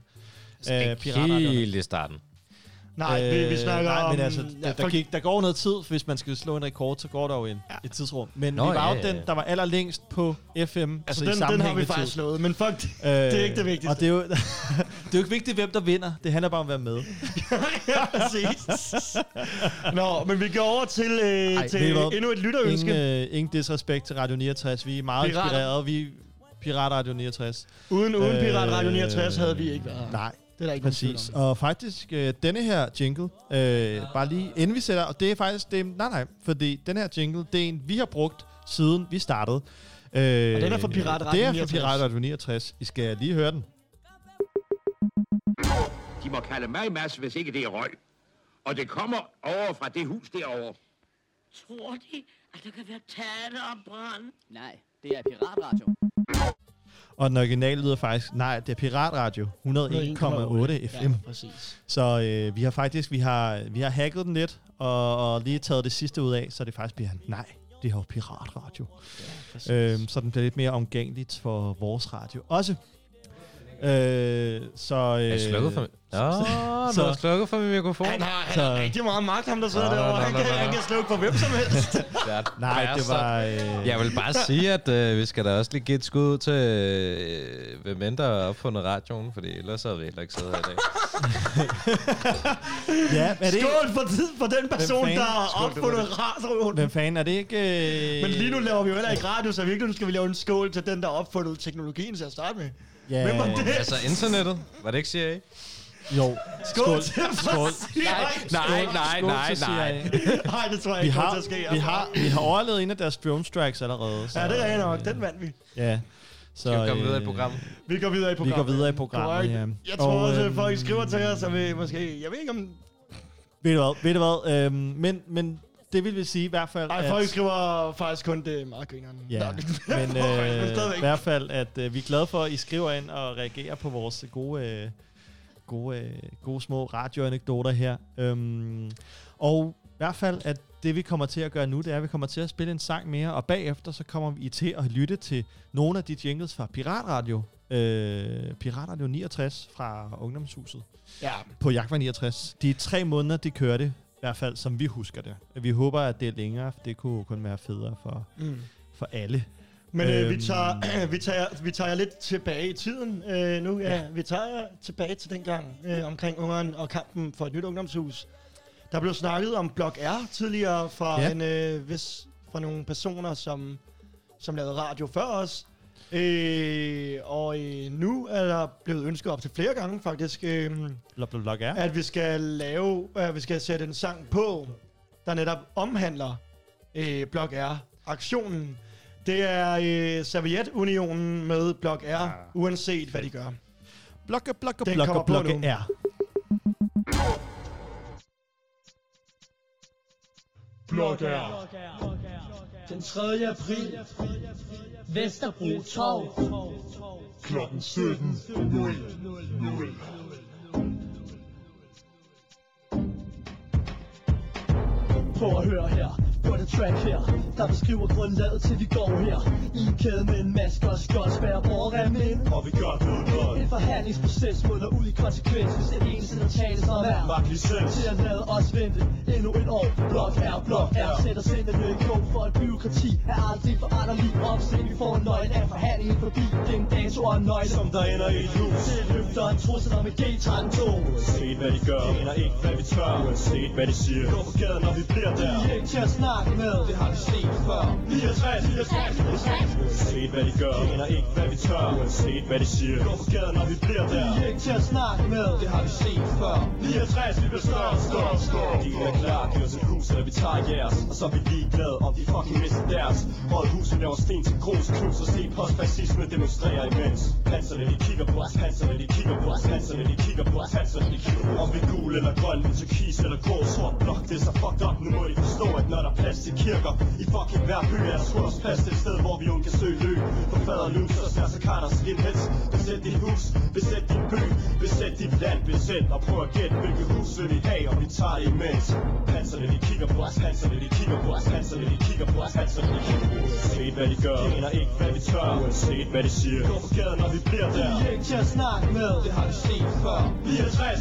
Helt i starten. Nej, vi snakker om... men altså, der går noget tid, hvis man skal slå en rekord, så går der jo et tidsrum. Men vi var jo den, der var allerlængst på FM. Altså den har vi faktisk slået, men fuck, det er ikke det vigtigste. Og det er jo, det er jo ikke vigtigt, hvem der vinder. Det handler bare om at være med. Ja, præcis. Nå, men vi går over til endnu et lytterønske. Ingen disrespekt til Radio 69. Vi er meget inspireret. Vi Piratradio 69. Uden Piratradio 69 havde vi ikke været. Nej. Det er der ikke præcis. Og faktisk, denne her jingle, bare lige inden vi sætter, og det er faktisk, fordi den her jingle, det er en, vi har brugt, siden vi startede. Og den er fra Piratradio 69. Det er fra Piratradio 69. I skal lige høre den. De må kalde mig Mads, hvis ikke det er røg. Og det kommer over fra det hus derovre. Tror de, at der kan være tale om brand? Nej, det er Piratradio. Og den originale lyder faktisk, det er Piratradio 101,8 FM. Ja, præcis. Så vi har faktisk, vi har hacket den lidt, og lige taget det sidste ud af, så det faktisk bliver, det er jo Piratradio. Ja, så den bliver lidt mere omgængeligt for vores radio også. Jeg slukker for du har slukket for min mikrofon. Han har rigtig meget magt, ham der sidder derovre. Han kan slukke for hvem som helst. Det var... Jeg vil bare sige, at vi skal da også lige give et skud til hvem end der har opfundet radioen, fordi ellers havde vi heller ikke siddet her i dag. Skål for den person, der har opfundet radioen. Hvem fanden er det ikke... Men lige nu laver vi jo heller ikke radio, så virkelig nu skal vi lave en skål til den, der har opfundet teknologien til at starte med. Hvem var det? Altså internettet. Var det ikke CIA? Jo. Skål. Nej. Nej, det tror jeg ikke kommer til at ske. Vi har overlevet en af deres drone strikes allerede. Så. Ja, det er nok. Den vandt vi. Ja. Så vi går videre i programmet. Vi går videre i programmet. Ja. Jeg tror også, at folk skriver til os, og vi måske... Jeg ved ikke om... Ved du hvad? Men det vil vi sige i hvert fald... Nej, folk skriver faktisk kun det meget grinerne. Ja, men i hvert fald, at vi er glade for, at I skriver ind og reagerer på vores gode små radioanekdoter her. Og i hvert fald, at det vi kommer til at gøre nu, det er, at vi kommer til at spille en sang mere, og bagefter så kommer vi til at lytte til nogle af de jingles fra Piratradio Piratradio 69 fra Ungdomshuset. Ja. På Jagtvej 69. De 3 måneder, de kørte, i hvert fald som vi husker det. Vi håber, at det er længere, for det kunne kun være federe for alle. Men vi tager lidt tilbage i tiden nu. Ja. Vi tager tilbage til dengang omkring ungeren og kampen for et nyt ungdomshus. Der blev snakket om Blok R tidligere fra fra nogle personer, som lavede radio før os. Nu er der blevet ønsket op til flere gange faktisk, at vi skal sætte en sang på, der netop omhandler Blok R-aktionen. Det er Sovjetunionen med Blok R, uanset hvad de gør. Blokke R. Blok R. Den 3. april. Vesterbro Torv. Klokken 17:00. Prøv at høre her, på det track her, der beskriver grundlaget til vi går her. I en kæde med en maske og skjoldspærre borgerrem ind. Og vi gør det uden en forhandlingsproces munder ud i konsekvens, hvis det eneste der tales om er magtlicens. Til at lade os vente endnu et år. Blok R sætter sindene i kog for et byråkrati er aldrig foranderlig opsigt. Vi får en nøgle af forhandlingen forbi, det er en dato og en nøgle, som der ender i et hus. Det er løfter en trussel om et G-13-2. Uanset hvad de gør, ender ikke hvad vi tør. Uanset hvad de siger, gå på gaden når vi bliver der. Vi er ikke til at snakke med, det har vi set før. 69. Uanset hvad de gør, ender ikke hvad vi tør. Uanset hvad de siger, gå på gaden når vi bliver der. Vi er ikke til at snakke med, det har vi set før. 69, vi bliver større. De er klar, giv os et hus, eller vi tager jeres. Og så er vi ligeglade, om de fucking mister deres. Rådhuset laver sten til grus, knus og sten postfascisme demonstrerer imens. Panserne de kigger på os, panserne de kigger på os, panserne de kigger på os, panserne de kigger på os. Om vi er gul eller grøn, turkis eller grå, sort blok, det er så fucked up. Nu må I forstå, at når der er plads til kirker i fucking hver by, er der sgu også plads til et sted, hvor vi unge kan søge løb. For fader lus og snær kan der skinheads. Besæt dit hus, besæt din by, besæt dit land, besæt og prøv at gætte, hvilket hus vil I have, og vi tager det imens. Panserne de kigger på os, panserne de kigger på os, panserne de kigger på os, panserne de kigger på os. Uanset hvad de gør, aner ikke hvad vi tør, uanset hvad de siger. Gå på gaden når vi bliver der. Vi er ikke til at snakke med, det har vi set før. 64.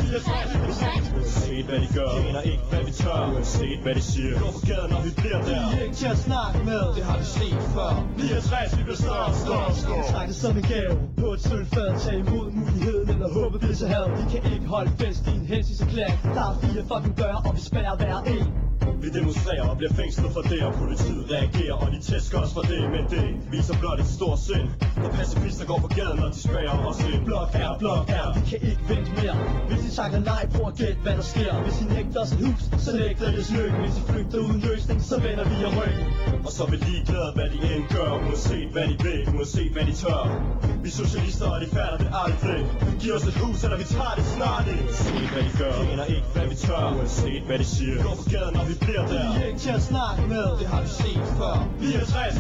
Uanset hvad de gør, aner ikke hvad vi tør, uanset hvad de siger. Gå på gaden når vi bliver der. Vi er ikke til at snakke med, det har vi set før. 69, vi bliver større. Trækkes som en gave på et sølvfad. Tag imod muligheden eller håbe det så had. Vi kan ikke holde fest i en hensigtserklæring. Der er 4 fucking døre, og vi spærrer hver en. Vi demonstrerer og bliver fængslet for det, og politiet reagerer, og de tæsker os for det. Men det viser blot et stort sind, når pacifister går på gaden, og de spærrer os ind. Blok R, vi kan ikke vente mere. Hvis de takker nej, prøv at gætte hvad der sker. Hvis de nægter os et hus, så nægter de os lykken. Hvis de flygter uden løsning, så vender vi af ryggen. Og så er vi ligeglade hvad de end gør, uanset hvad de vil, uanset hvad de tør. Vi socialister, og de fatter det aldrig. Giv os et hus, eller vi tager det snart. Uanset hvad de gør, aner ikke hvad vi tør, uanset hvad de siger. Gå på gaden når vi bliver der. Vi er ikke til at snakke med, det har vi set før. 64.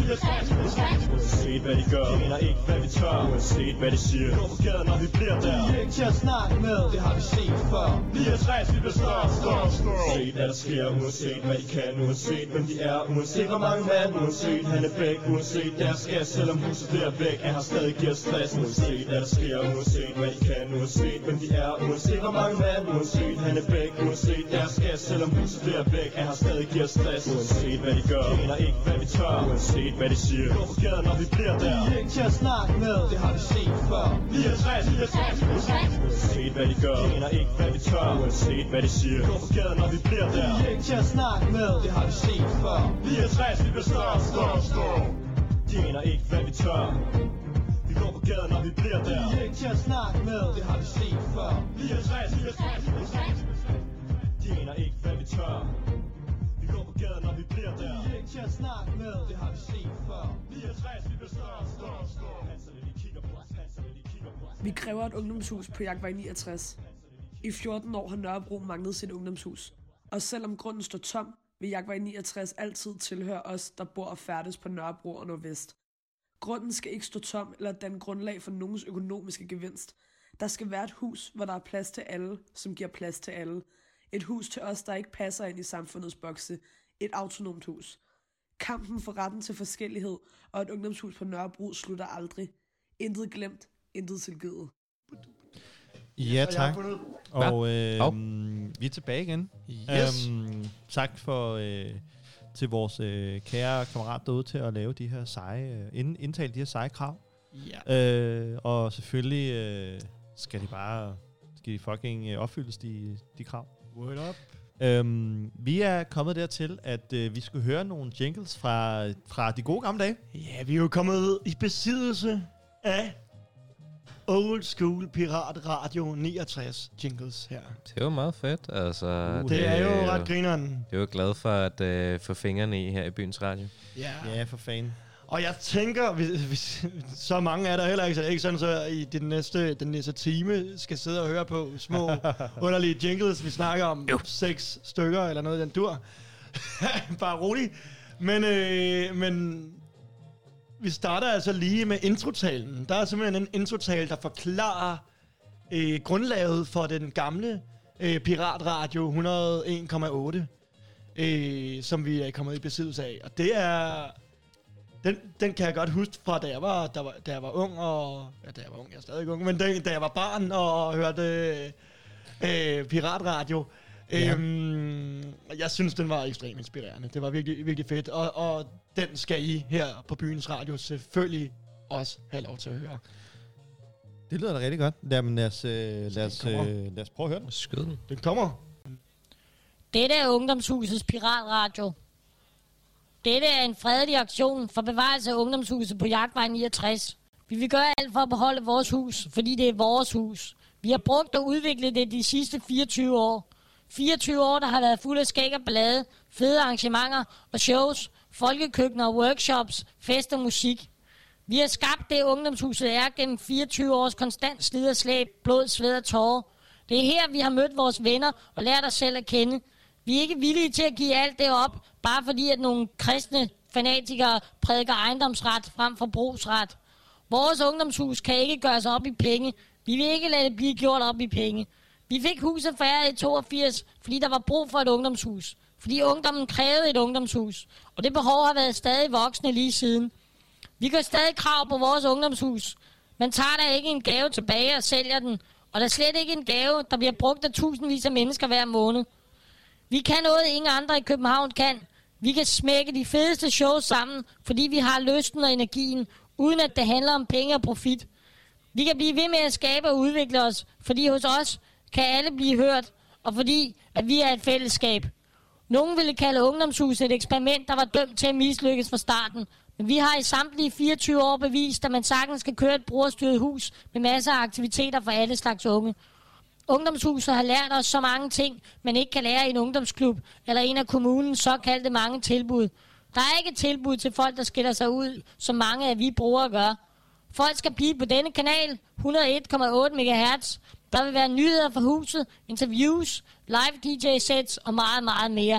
Uanset hvad de gør, aner ikke hvad vi tør, uanset hvad de siger. Gå på gaden når vi bliver der. Vi er ikke til at snakke med, det har vi set før. 64, vi bliver større. Uanset hvad der sker, uanset hvad de kan, uanset hvem de er, uanset hvor mange mand, uanset han er væk, uanset deres gas, selvom huset der er væk, er han stadig giver stress. Uanset hvad der sker, uanset hvad de kan, uanset hvem de er, uanset hvor mange mand, uanset han er væk, uanset deres gas, selvom huset der er væk, er han stadig giver stress. Uanset hvad de gør, aner ikke hvad vi tør, uanset hvad de siger. Gå på gaden når vi bliver der. Vi er ikke til at snakke med, det har vi set før. 64. Uanset hvad de gør, aner ikke hvad vi tør, uanset hvad de siger. Gå på gaden når vi bliver der. Vi er ikke til at snakke med, det har vi set før. 64, vi bliver større. De aner ikke hvad vi tør. Vi går på gaden når vi bliver der. Vi er ikke til at snakke med, det har vi set før. 64. De aner ikke hvad vi tør. Vi går på gaden når vi bliver der. Vi er ikke til at snakke med, det har vi set før. 64, vi bliver større. Hanserne de kigger på os, hanserne de kigger på os. Vi kræver et ungdomshus på Jagtvej 69. I 14 år har Nørrebro manglet sit ungdomshus. Og selvom grunden står tom, vil Jagtvej 69 altid tilhøre os, der bor og færdes på Nørrebro og Nordvest. Grunden skal ikke stå tom eller danne grundlag for nogens økonomiske gevinst. Der skal være et hus, hvor der er plads til alle, som giver plads til alle. Et hus til os, der ikke passer ind i samfundets bokse. Et autonomt hus. Kampen for retten til forskellighed og et ungdomshus på Nørrebro slutter aldrig. Intet glemt, Intet tilgivet. Ja, tak. Og vi er tilbage igen. Yes. Tak for til vores kære kammerat derude til at lave de her seje, indtale de her seje krav. Ja. Og selvfølgelig skal de fucking opfyldes, de krav. Word up. Vi er kommet dertil, at vi skulle høre nogle jingles fra de gode gamle dage. Ja, vi er jo kommet i besiddelse af Old School Pirat Radio 69 jingles her. Det er jo meget fedt. Altså, det er jo ret grineren. Det er jo glad for at få fingrene i her i Byens Radio. Ja, for fanden. Og jeg tænker, hvis så mange er der heller ikke, så det er ikke sådan, så i den næste time skal sidde og høre på små underlige jingles. Vi snakker om 6 stykker eller noget i den dur. Bare rolig. Men vi starter altså lige med introtalen. Der er simpelthen en introtal, der forklarer grundlaget for den gamle Piratradio 101,8, som vi er kommet i besiddelse af. Og det er... Den kan jeg godt huske fra, da jeg var ung, og... Ja, da jeg var ung, jeg er stadig ung, men da jeg var barn og hørte Piratradio. Ja. Jeg synes, den var ekstremt inspirerende. Det var virkelig, virkelig fedt. Og den skal I her på Byens Radio selvfølgelig også have lov til at høre. Det lyder da rigtig godt. Jamen, lad os prøve at høre den. Skyd den. Den kommer. Dette er Ungdomshusets Piratradio. Dette er en fredelig aktion for bevarelse af Ungdomshuset på Jagtvej 69. Vi vil gøre alt for at beholde vores hus, fordi det er vores hus. Vi har brugt og udviklet det de sidste 24 år. 24 år, der har været fuld af skæg og ballade, fede arrangementer og shows, folkekøkkener og workshops, fest og musik. Vi har skabt det, Ungdomshuset er gennem 24 års konstant slid og slæb, blod, sved og tårer. Det er her, vi har mødt vores venner og lært os selv at kende. Vi er ikke villige til at give alt det op, bare fordi at nogle kristne fanatikere prædiker ejendomsret frem for brugsret. Vores ungdomshus kan ikke gøres op i penge. Vi vil ikke lade det blive gjort op i penge. Vi fik huset færdigt i 82, fordi der var brug for et ungdomshus. Fordi ungdommen krævede et ungdomshus. Og det behov har været stadig voksende lige siden. Vi gør stadig krav på vores ungdomshus. Man tager da ikke en gave tilbage og sælger den. Og der er slet ikke en gave, der bliver brugt af tusindvis af mennesker hver måned. Vi kan noget, ingen andre i København kan. Vi kan smække de fedeste shows sammen, fordi vi har lysten og energien, uden at det handler om penge og profit. Vi kan blive ved med at skabe og udvikle os, fordi hos os kan alle blive hørt, og fordi at vi er et fællesskab. Nogen ville kalde Ungdomshuset et eksperiment, der var dømt til at mislykkes fra starten. Men vi har i samtlige 24 år bevist, at man sagtens skal køre et brugerstyret hus med masser af aktiviteter for alle slags unge. Ungdomshuset har lært os så mange ting, man ikke kan lære i en ungdomsklub eller en af kommunens såkaldte mange tilbud. Der er ikke et tilbud til folk, der skiller sig ud, som mange af vi brugere gør. Folk skal blive på denne kanal, 101,8 MHz. Der vil være nyheder fra huset, interviews, live DJ-sets og meget, meget mere.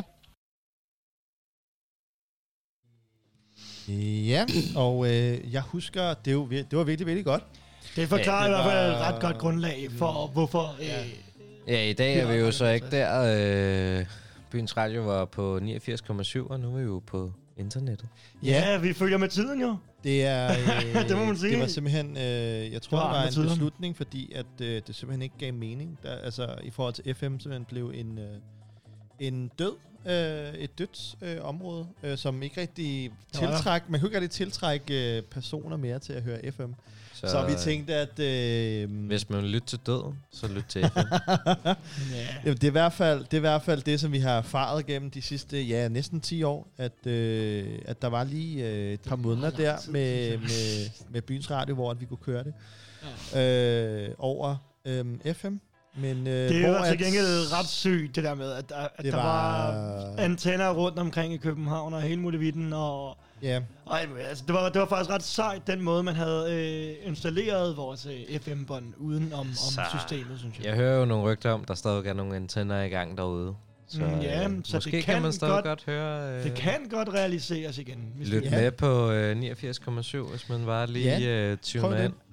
Ja, og jeg husker, det var virkelig, virkelig godt. Det forklarer i hvert fald et ret godt grundlag for, hvorfor... Ja, i dag er vi jo så ikke der. Byens Radio var på 89,7, og nu er vi jo på internettet. Ja, vi følger med tiden jo. Det er... det må man sige. Det var simpelthen... jeg tror, det var en beslutning, fordi at, det simpelthen ikke gav mening. Der, altså, i forhold til FM simpelthen blev en død... et dødt område, som ikke rigtig tiltræk... Man kunne ikke rigtig tiltrække personer mere til at høre FM. Så vi tænkte, at... hvis man vil lytte til døden, så lyt til FM. Det er i hvert fald det, som vi har erfaret gennem de sidste, næsten 10 år, at der var lige et par måneder der med Byens Radio, hvor at vi kunne køre det over FM. Men, det var til gengæld ret sygt, det der med, at der var antenner rundt omkring i København og hele muligheden. Og altså, det var faktisk ret sejt, den måde, man havde installeret vores FM-bånd uden om systemet, synes jeg. Jeg hører jo nogle rygter om, der stadig er nogle antenner i gang derude. Så, så måske kan man stadig godt høre... det kan godt realiseres igen. Lyt med på 89,7, hvis man bare lige tuner ind.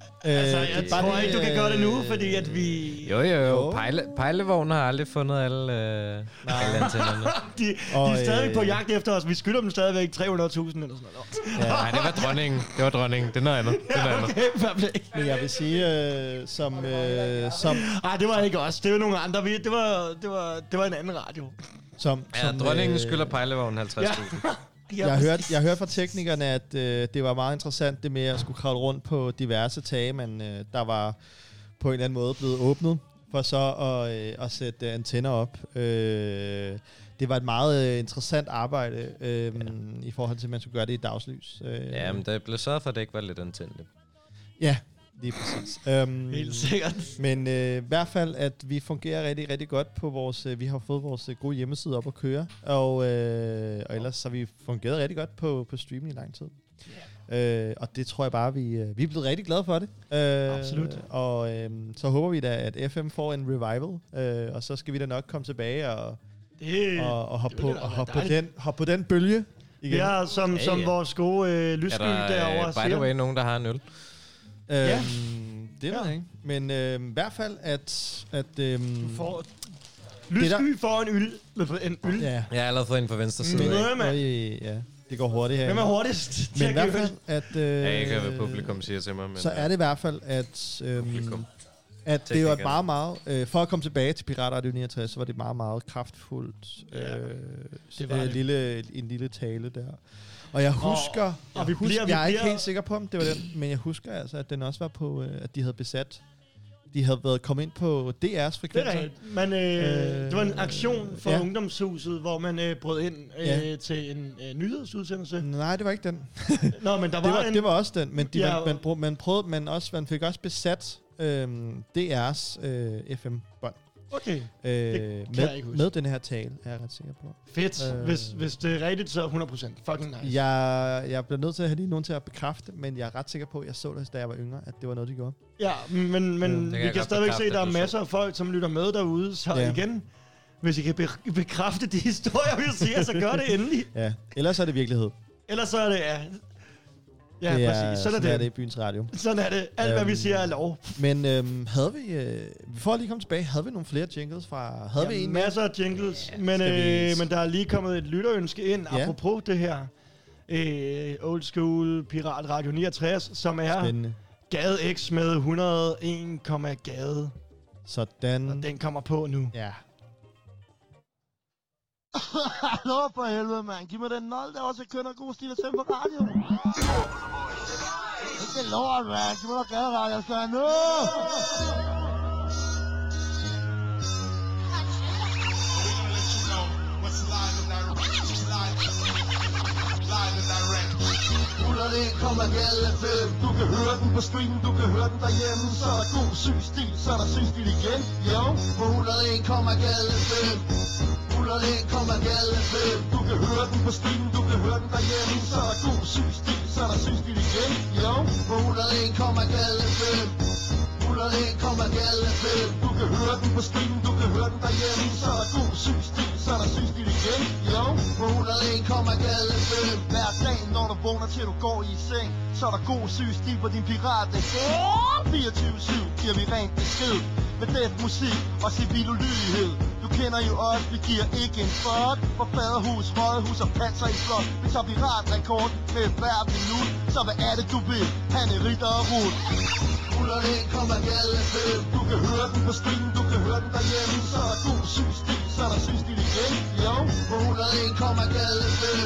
Altså, jeg tror ikke, du kan gøre det nu, fordi at vi... Jo. Pejlevognen har aldrig fundet alle antennerne. de er stadigvæk på jagt efter os. Vi skylder dem stadigvæk 300.000 eller sådan noget. Ja. Nej, det var dronningen. Det er noget andet. Okay, men jeg vil sige, som... Nej, det var ikke os. Det var nogle andre. Det var en anden radio. Som dronningen skylder Pejlevognen 50.000. Jeg har hørt fra teknikerne, at det var meget interessant det med at skulle kravle rundt på diverse tage, men der var på en eller anden måde blevet åbnet for så at sætte antenner op. Det var et meget interessant arbejde i forhold til, at man skulle gøre det i dagslys. Ja, men der blev sørget for, at det ikke var lidt antenne. Ja, lige præcis. Helt sikkert. Men i hvert fald, at vi fungerer rigtig, rigtig godt på vores... Vi har fået vores gode hjemmeside op at køre, og ellers har vi fungeret rigtig godt på streaming i lang tid. Yeah. Og det tror jeg bare, vi er blevet rigtig glade for det. Absolut. Og så håber vi da, at FM får en revival, og så skal vi da nok komme tilbage og hoppe på den bølge igen. Ja, som vores gode lyssky derovre siger. By the way, nogen, der har en øl. Det ved jeg ikke. Men i hvert fald, at du får... Lyssky får en øl. Ja. Jeg har allerede fået en på venstre side. Ja, det går hurtigt her. Hvem er hurtigst? Men i hvert fald, at... jeg kan hvad publikum siger til mig. Men så er det i hvert fald, at det var meget... for at komme tilbage til Pirat Radio 69, så var det meget kraftfuldt. En lille tale der. Og jeg husker, jeg er ikke helt sikker på, om det var den, men jeg husker altså, at den også var på, at de havde besat, de havde været kommet ind på DR's frekvenser. Det er rigtigt. Det var en aktion for Ungdomshuset, hvor man brød ind til en nyhedsudsendelse. Nej, det var ikke den. Nå, men der var det var også den, men man fik også besat DR's FM-bånd. Okay. Med den her tale, er jeg ret sikker på. Fedt. Hvis det er rigtigt, så 100%. Fucking nice. Jeg bliver nødt til at have lige nogen til at bekræfte, men jeg er ret sikker på, at jeg så det, da jeg var yngre, at det var noget, de gjorde. Ja, men vi kan stadigvæk se, at der er masser af folk, som lytter med derude. Så igen, hvis I kan bekræfte de historier, vi siger, så gør det endelig. Ja, ellers er det virkelighed. Ellers så er det, ja, præcis. Sådan er det i byens radio. Sådan er det. Alt, hvad vi siger, er lov. Men havde vi... for at lige komme tilbage, havde vi nogle flere jingles fra... Havde vi masser af jingles, men der er lige kommet et lytterønske ind, apropos det her. Old School Pirat Radio 69, som er spændende. Gade X med 101, Gade. Sådan. Og den kommer på nu. Ja. Nå for helvede, mand. Giv mig den nold, der også kønner god stil at sende på radio. Det er lort, mand. Giv mig noget gaderadio, jeg skal have nu. Du kan høre den på streamen, du kan høre den derhjemme. Så er der god sygstil, så er der sygstil igen. Jo, på 101,5. 101,5. Du kan høre den på streamen, du kan høre den derhjemme. Så er der god sygstil, så er der sygstil igen. Jo, på 101,5. 101,5. Du kan høre den på streamen, du kan høre den derhjemme. Så er der god sygstil, så er der sygstil igen. Jo, på 101,5. Hver dag, når du vågner til du går i seng, så er der god sygstil på din pirat. 24/7 giver vi rent besked med def musik og civil ulydighed. Du kender jo os, vi giver ikke en fuck. For faderhus, rådhus og panser i flot. Vi tager piratrekord med hver minut. Så hvad er det du vil? Han er Ritter og Ruth. 101,5. Du kan høre den på streamen, du kan høre den derhjemme. Så er der god sygstil, så er der sygstil igen. Jo, på 101,5.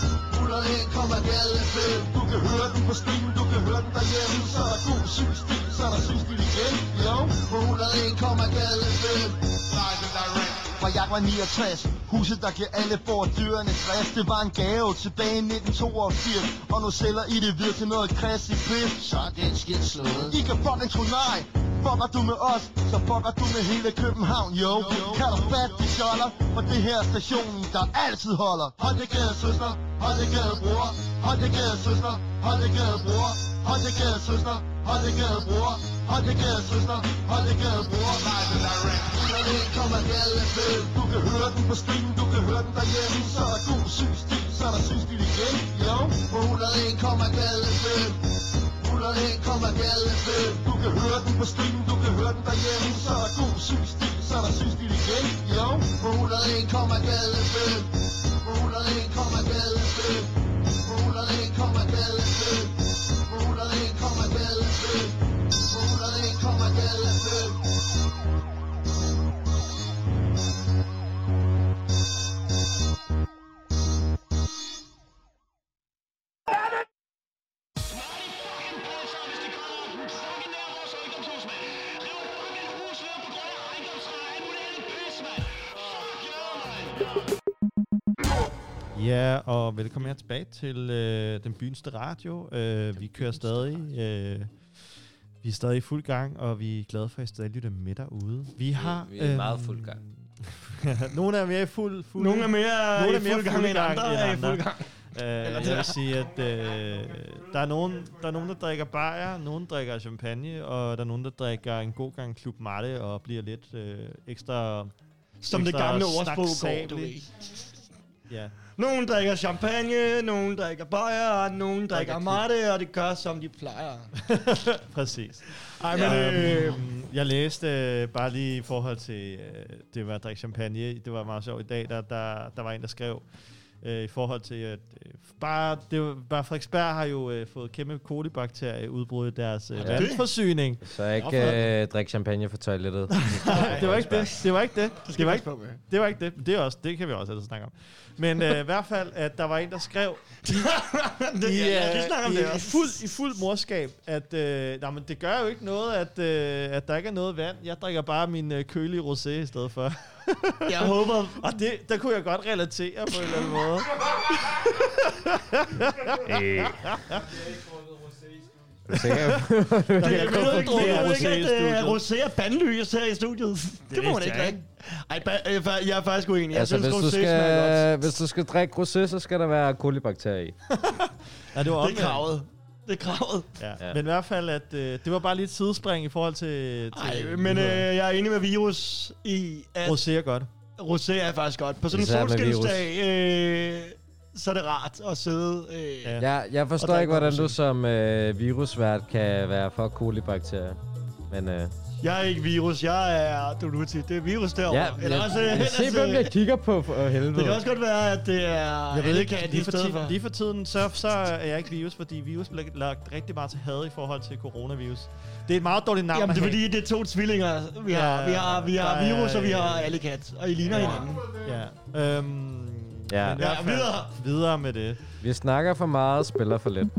101,5. Du kan høre den på streamen, du kan høre den derhjemme. Så er der god sygstil, så er der sygstil igen. Jo, på 101,5. Fra jeg var 69, huset der giver alle bordyrene stress. Det var en gave tilbage i 1982, og nu sælger I det videre til noget klassisk pis. Så er den skidt slået. I kan fucking tro nej. Fucker du med os, så fucker du med hele København, yo. Kan du fat de sjoller, for det her stationen, der altid holder. Hold det gade, søster. Hold det gade, bror. Hold det gade, søster. Hold det gade, bror. Hold det gade, søster. Hold det gade, bror. Hold det gade, søster. Hold det gade, bror. Du kan høre den på streamen, du kan høre den derhjemme. Så er der god sygstil, så er der sygstil igen. Jo, på 101,5. 101,5. Gade FM. Du kan høre den på stream, du kan høre den derhjemme. Så er der god sygstil, så er der sygstil igen. Jo, på 101, Gade FM. På 101, Gade FM. På 101, Gade FM. På 101, Gade FM. På 101, Gade FM. Ja, og velkommen her tilbage til den bynste radio. Vi kører stadig. Vi er stadig i fuld gang, og vi er glade for, at I stadig lytter med derude. Vi har... Vi er meget fuld gang. Nogle er mere i fuld Nogle er mere i fuld gang end andre er i fuld gang. Jeg vil sige, at der er nogen, der drikker bajer, nogen drikker champagne, og der er nogen, der drikker en god gang Club Mate og bliver lidt ekstra... Som det gamle ordsprog går, du ved. Ja. Nogen drikker champagne, nogen drikker bajer, nogen drikker mate, og det gør, som de plejer. Præcis. Ej, men, jeg læste bare lige i forhold til, det var at drikke champagne. Det var meget sjovt i dag, der var en, der skrev, i forhold til, at bare Frederiksberg har jo fået kæmpe kolibakterieudbrud i deres vandforsyning. Så ikke drikke champagne for toilettet. Det var ikke det. Det var ikke det. Det kan vi også altid snakke om. Men i hvert fald, at der var en, der skrev i fuld morskab, at men det gør jo ikke noget, at der ikke er noget vand. Jeg drikker bare min kølige rosé i stedet for. Jeg håber... Og der kunne jeg godt relatere på en eller anden måde. Rosé er bandlys her i studiet. Det må man ikke drikke. Ej, jeg er faktisk uenig. Altså, hvis du skal drikke rosé, så skal der være kolibakterier i. Ja, det var kravet. Det er kravet. Ja. Men i hvert fald, at det var bare lidt sidespring i forhold til... men jeg er enig med Virus i, at... Rosé er godt. Rosé er faktisk godt. På sådan en solskinsdag, så er det rart at sidde... Jeg forstår ikke, hvordan du som virusvært kan være for kolibakterier. Men... Jeg er ikke virus, jeg er Duluthi. Det er virus derovre. Ja, se, hvem jeg kigger på for helvede. Det kan også godt være, at det er... Jeg ved ikke, lige for tiden, så er jeg ikke virus, fordi virus bliver lagt rigtig meget til had i forhold til coronavirus. Det er et meget dårligt navn. Jamen, det er fordi, det er to tvillinger. Vi har virus, og vi har Alicat, og I ligner hinanden. Ja. Videre med det. Vi snakker for meget, spiller for lidt.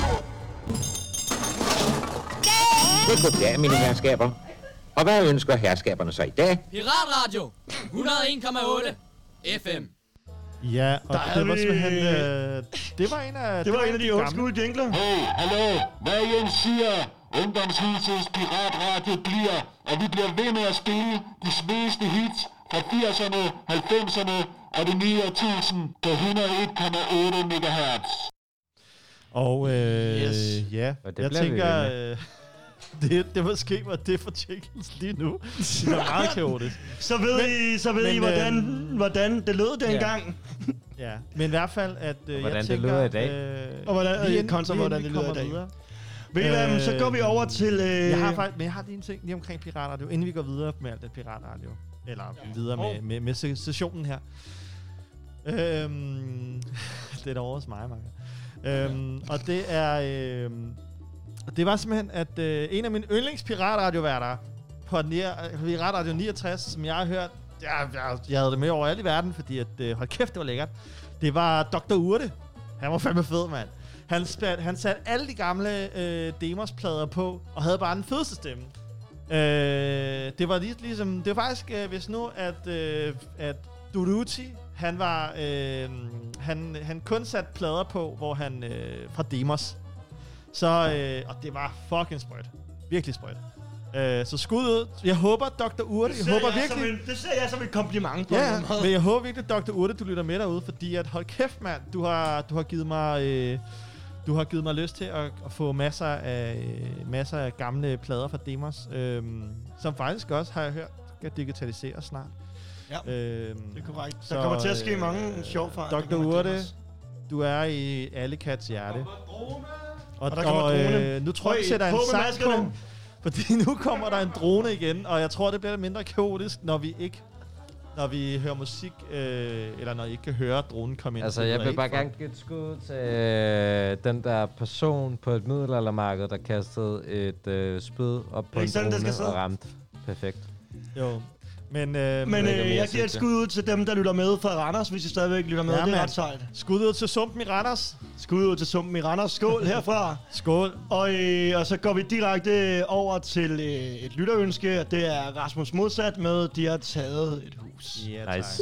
Goddag, mine herskaber. Og hvad ønsker herskaberne så i dag? Piratradio 101,8 FM. Ja, og det var simpelthen... det var en af de old school jingler. Hey, hallo, hvad Jens siger? Ungdomshusets piratradio bliver, og vi bliver ved med at spille de svedeste hits fra 80'erne, 90'erne og det nye årtusind på 101,8 MHz. Og ja, jeg tænker... Det måske var det for jingles lige nu. Det var meget kaotisk. Så ved I hvordan det lød dengang. Ja, men i hvert fald, at hvordan jeg tænker... det lyder i dag. Og hvordan det lyder i dag. Ved I hvad, så går vi over til... Jeg har lige en ting lige omkring Piratradio, inden vi går videre med alt det Piratradio. Eller videre med sessionen her. Det er da over hos mig, Marker. Og det er... det var simpelthen, at en af mine yndlingspiratradioværter på Piratradio 69, som jeg har hørt, jeg havde det med over alt i verden, fordi at, hold kæft, det var lækkert. Det var Dr. Urte. Han var fandme fed, mand. Han satte alle de gamle Demos-plader på, og havde bare den fedeste stemme. Det var ligesom, det var faktisk, hvis nu, at Duluthi, han var, han kun satte plader på, hvor han, fra Demos. Så, og det var fucking sprøjt. Virkelig sprøjt. Så skud ud. Jeg håber, Dr. Urte... Det ser jeg som et kompliment på ja, men jeg håber virkelig, Dr. Urte, du lytter med derude, fordi at, hold kæft, mand, du har givet mig... Du har givet mig lyst til at få masser af gamle plader fra Demos, som faktisk også, har jeg hørt, skal digitaliseres snart. Ja, det er korrekt. Der kommer til at ske mange sjov fejl. Dr. Urte, du er i alle kats hjerte. Og der kommer dronen. Nu tror jeg, vi sætter en sang på. Fordi nu kommer der en drone igen, og jeg tror, det bliver mindre kaotisk, når vi hører musik, eller når I ikke kan høre dronen komme ind. Altså, jeg vil bare gerne give et skud til den der person på et middelaldermarked, der kastede et spyd op på en drone og ramte perfekt. Jo. Men jeg giver et skud ud til dem, der lytter med fra Randers, hvis I stadigvæk lytter med. Det er ret sejt. Skud ud til Sumpen i Randers. Skud ud til Sumpen i Randers. Skål herfra. Skål. Og så går vi direkte over til et lytterønske. Det er Rasmus Modsat med De har taget et hus. Yeah, nice.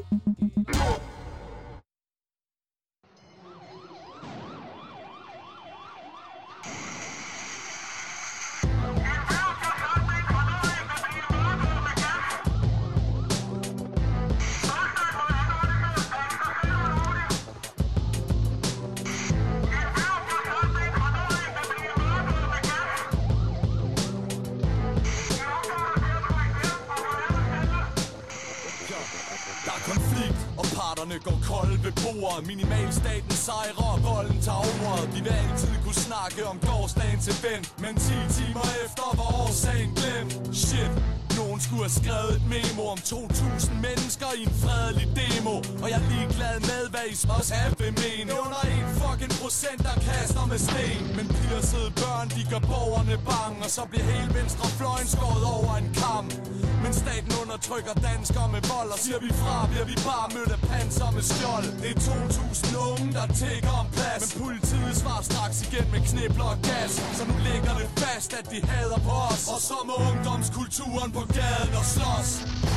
Går kolde ved bordet. Minimalstaten sejrer og volden tager over. Vi vil altid kunne snakke om gårdsdagen til ven, men 10 timer efter var årsagen glemt. Shit, nogen skulle have skrevet et memo om 2.000 mennesker i en fredelig demo. Og jeg er ligeglad med, hvad I også have vil mene. Under 1% der kaster med sten. Men pirsede børn, de gør borgerne bange. Og så bliver hele venstrefløjen skåret over en kam. Men staten undertrykker danskere med vold. Og siger vi fra, bliver vi bare mødt af panser med skjold. Det er 2.000 unge, der tigger om plads. Men politiet svarer straks igen med knibler og gas. Så nu ligger det fast, at de hader på os. Og så må ungdomskulturen på gaden og slås.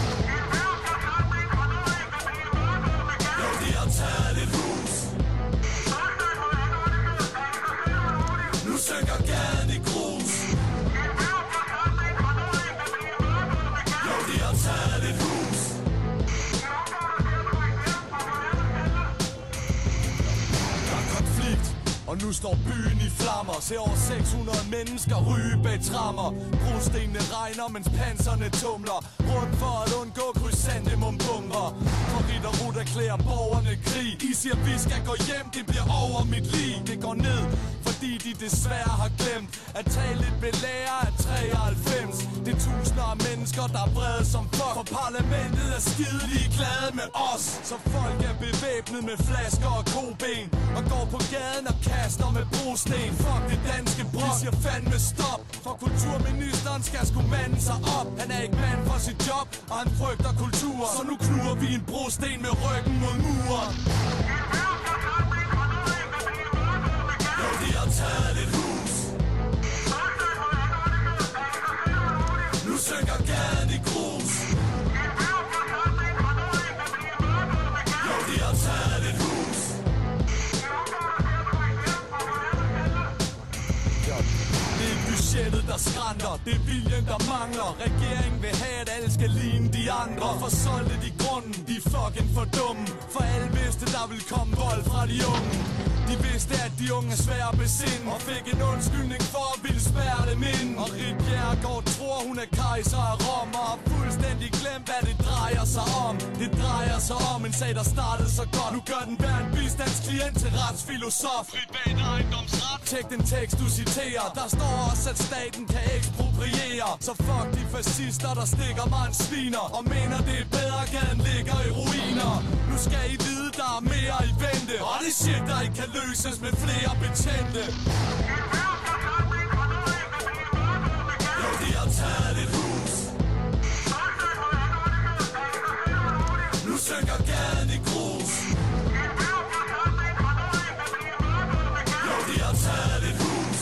Jo, de har taget et hus. Nu synker gaden i grus. Jo, de har taget et hus. Der er konflikt, og nu står byen i flammer. Se over 600 mennesker ryge bag trammer. Brostenene regner, mens panserne tumler. Rundt for at undgå krysantemumbomber. For Ritter Rut erklærer borgerne krig. I siger, vi skal gå hjem, det bliver over mit liv. Det går ned, fordi de desværre har glemt at tale lidt ved lærer af 93. Det er tusinder af mennesker, der er vrede som fuck. For parlamentet er skide ligeglade med os. Så folk er bevæbnet med flasker og koben. Og går på gaden og kaster med brosten. Fuck det danske brok, de siger fandme stop. For kulturministeren skal sgu mande sig op. Han er ikke mand for sit job, og han frygter kultur. Så nu knuger vi en brosten med ryggen mod muren. Jo, de har taget et hus. Nu synker gaden i grus. Jo, de har taget et hus. Det er budgettet, der skranter. Det er viljen, der mangler. Regeringen vil have, at alle skal ligne de andre. For solgte de grunden, de er fucking for dumme. For alle vidste, der ville komme vold fra de unge. De vidste, at de unge er svære at besinde. Og fik en undskyldning for at ville spærre dem ind. Og Rit Bjerregaard tror, hun er kejser af Rom. Og har fuldstændig glemt, hvad det drejer sig om. Det drejer sig om en sag, der startede så godt. Nu gør den hver en bistandsklient til retsfilosof. Frit bag ejendomsret. Tjek den tekst, du citerer. Der står også, at staten kan ekspropriere. Så fuck de fascister, der stikker mig en sviner. Og mener, det er bedre, gaden ligger i ruiner. Nu skal I vide, der er mere i vente. Og det shit, der ikke kan løses med flere betjente. Jo, de har taget et hus. Nu synker gaden i grus. Jo, de har taget et hus.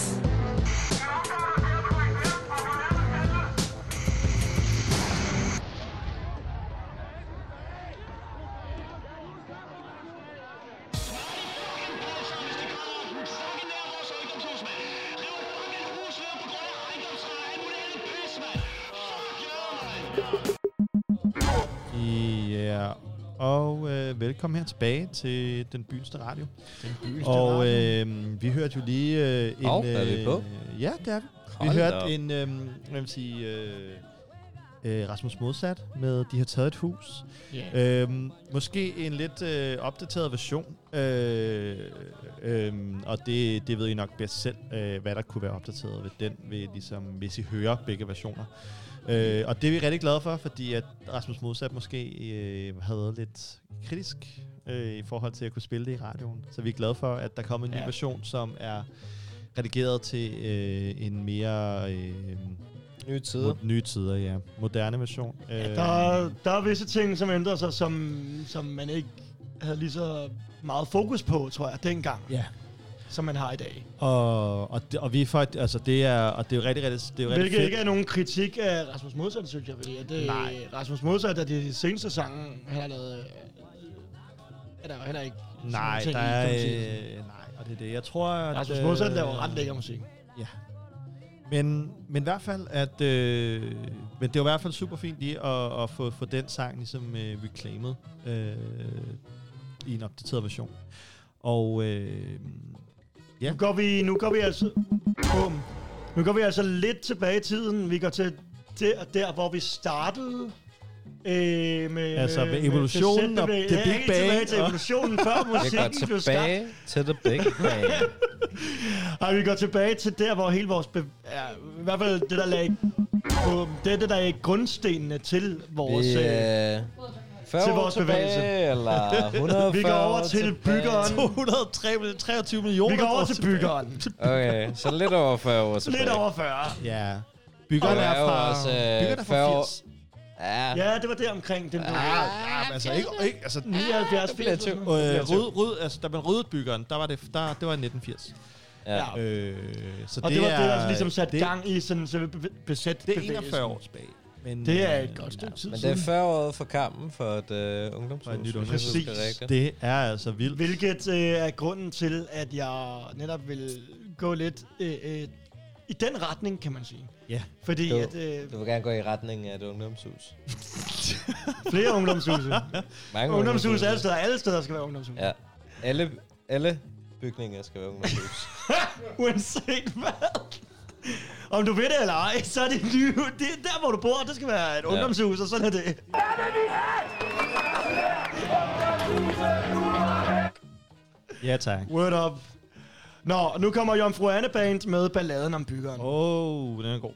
Ja, og velkommen her tilbage til Den Byenste Radio. Den Byenste og Radio. Vi hørte jo lige en... er vi på? Ja, det er vi. Vi hørte en, hvad vil sige, Rasmus Modsat med De har taget et hus. Yeah. Måske en lidt opdateret version Og det ved I nok bedst selv, hvad der kunne være opdateret ved den, hvis I hører begge versioner. Og det er vi rigtig glade for, fordi at Rasmus Modsat måske havde lidt kritisk i forhold til at kunne spille det i radioen. Så vi er glade for, at der kommer en ny version, som er redigeret til en mere... Nye tider, ja. Moderne version. Der er visse ting, som ændrer sig, som man ikke havde lige så meget fokus på, tror jeg, dengang. Ja. Som man har i dag. Og vi får, altså det er, og det er jo rigtig Hvilket fedt. ikke er nogen kritik af Rasmus Modsat, synes jeg, fordi at det Rasmus Modsat er de seneste sange, han har lavet, er der jo heller ikke Nej, ting der i, er, kan man sige. nej, og det er det. Jeg tror, at... Rasmus Modsat laver ret lækker musik. Ja. Men i hvert fald, at... men det var i hvert fald super fint lige at få den sang ligesom reclaimet i en opdateret version. Og ja. Nu går vi altså lidt tilbage i tiden. Vi går til der hvor vi startede med evolutionen og The Big Bang. Tilbage til evolutionen før musikken blev skabt. Vi går tilbage til The Big Bang. Ej, vi går tilbage til der, hvor hele vores... i hvert fald det, der lagde... Det der er grundstenene til vores... til vores bevægelse. Eller 140 vi går over til byggeren. 223 millioner. Vi går over til byggeren. Okay, så lidt over 40 år tilbage. Lidt over 40. Ja. Byggeren er fra 80. Ja, det var der omkring. Den altså ikke altså 79 80. Da man ryddede byggeren, det var 1980. Ja. Så og det var det, der ligesom sat gang i sådan så besæt. Det er 41 år tilbage. Men, det er et godt stykke tid. Men det er 40 år for kampen for et ungdomshus. Præcis. Det er altså vildt. Hvilket er grunden til, at jeg netop vil gå lidt i den retning, kan man sige. Ja. Fordi du vil gerne gå i retning af et ungdomshus. Flere ungdomshuse. Mange ungdomshuse alle steder skal være ungdomshus. Ja. Alle bygninger skal være ungdomshus. Uanset hvad. Om du ved det eller ej, så er det nye. Det er der, hvor du bor. Det skal være et ungdomshus, og sådan er det. Ja, tak. Word up. Nå, nu kommer Jomfru Anne Band med balladen om byggeren. Den er god.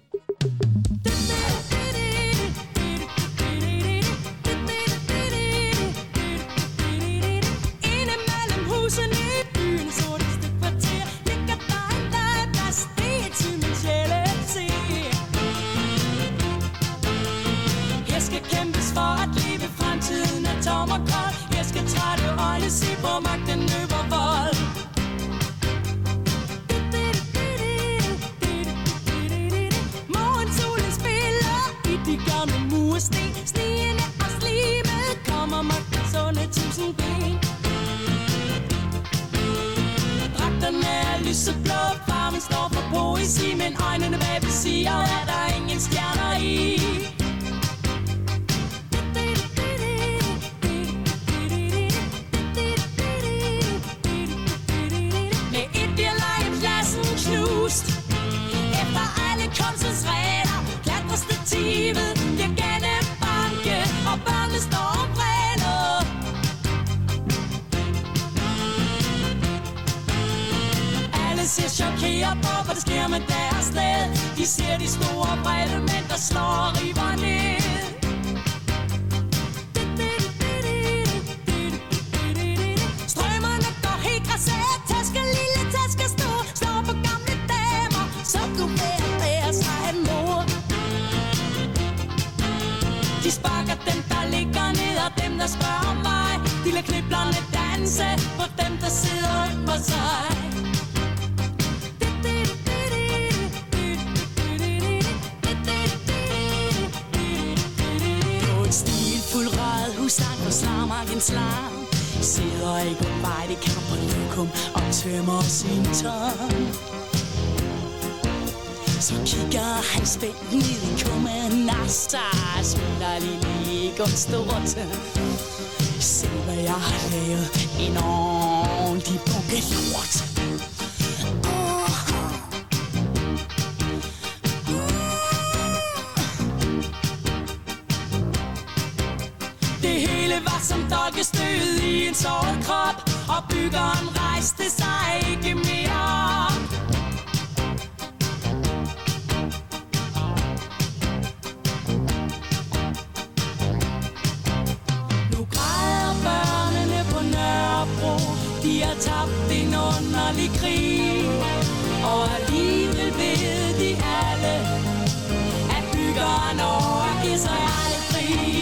Jeg skal trætte øjne se på magten løber vold. Morgensolen spiller i de gamle mursten. Snigende og slimet kommer magtens onde tusind ben. Dragterne er lyseblå, farven står for poesi, men øjnene bag siger, at der er ingen stjerner i. Efter alle kunstens regler klatrer stativet, bliver gennembanke, og børnene står og brænder. Alle ser chokeret på, hvad der sker med deres sted. De ser de store brede mænd, der slår og river ned. Strømmerne går helt græsset, taske lille, taske stor, slår på gamle damer, som du bærer sig en mor. De sparker dem, der ligger ned, og dem, der spørger om vej. De lader kniblerne danse på dem, der sidder på sig. På et stilfuld rådhus, langt fra slammergens larm, sidder ikke på vej, det kan på lokum og tømmer sin tørn. Så kigger han spændt ned i kummen og smiler lille Egon Storte. Se hvad jeg har lavet, en ordentlig bunke lort. Det hele var som dolkestød i en såret krop, og byggeren rejste sig inderlig krig. Og alligevel ved de alle, at byggeren overgiver sig aldrig.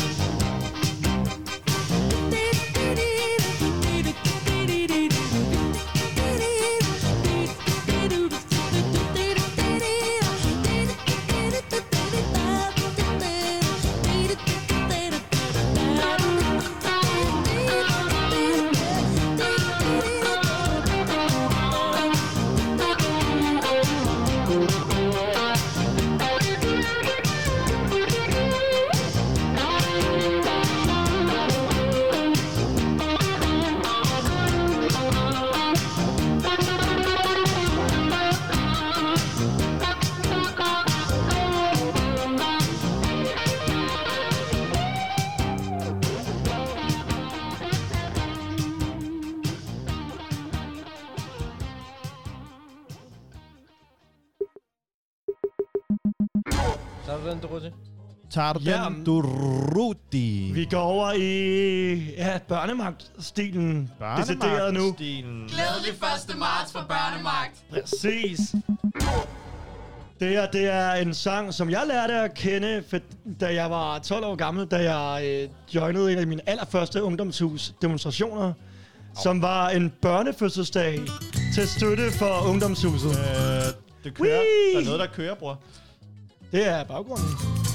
Tager du den, Dorothy? Tager du den, Dorothy? Vi går over i børnemagt-stilen. Decideret nu. Børnemagt-stilen. Glædelig 1. marts for børnemagt. Præcis. Det er en sang, som jeg lærte at kende, da jeg var 12 år gammel, da jeg joinede en af mine allerførste ungdomshus-demonstrationer, som var en børnefødselsdag til støtte for ungdomshuset. Det kører. Der er noget, der kører, bror. Det er baggrunden.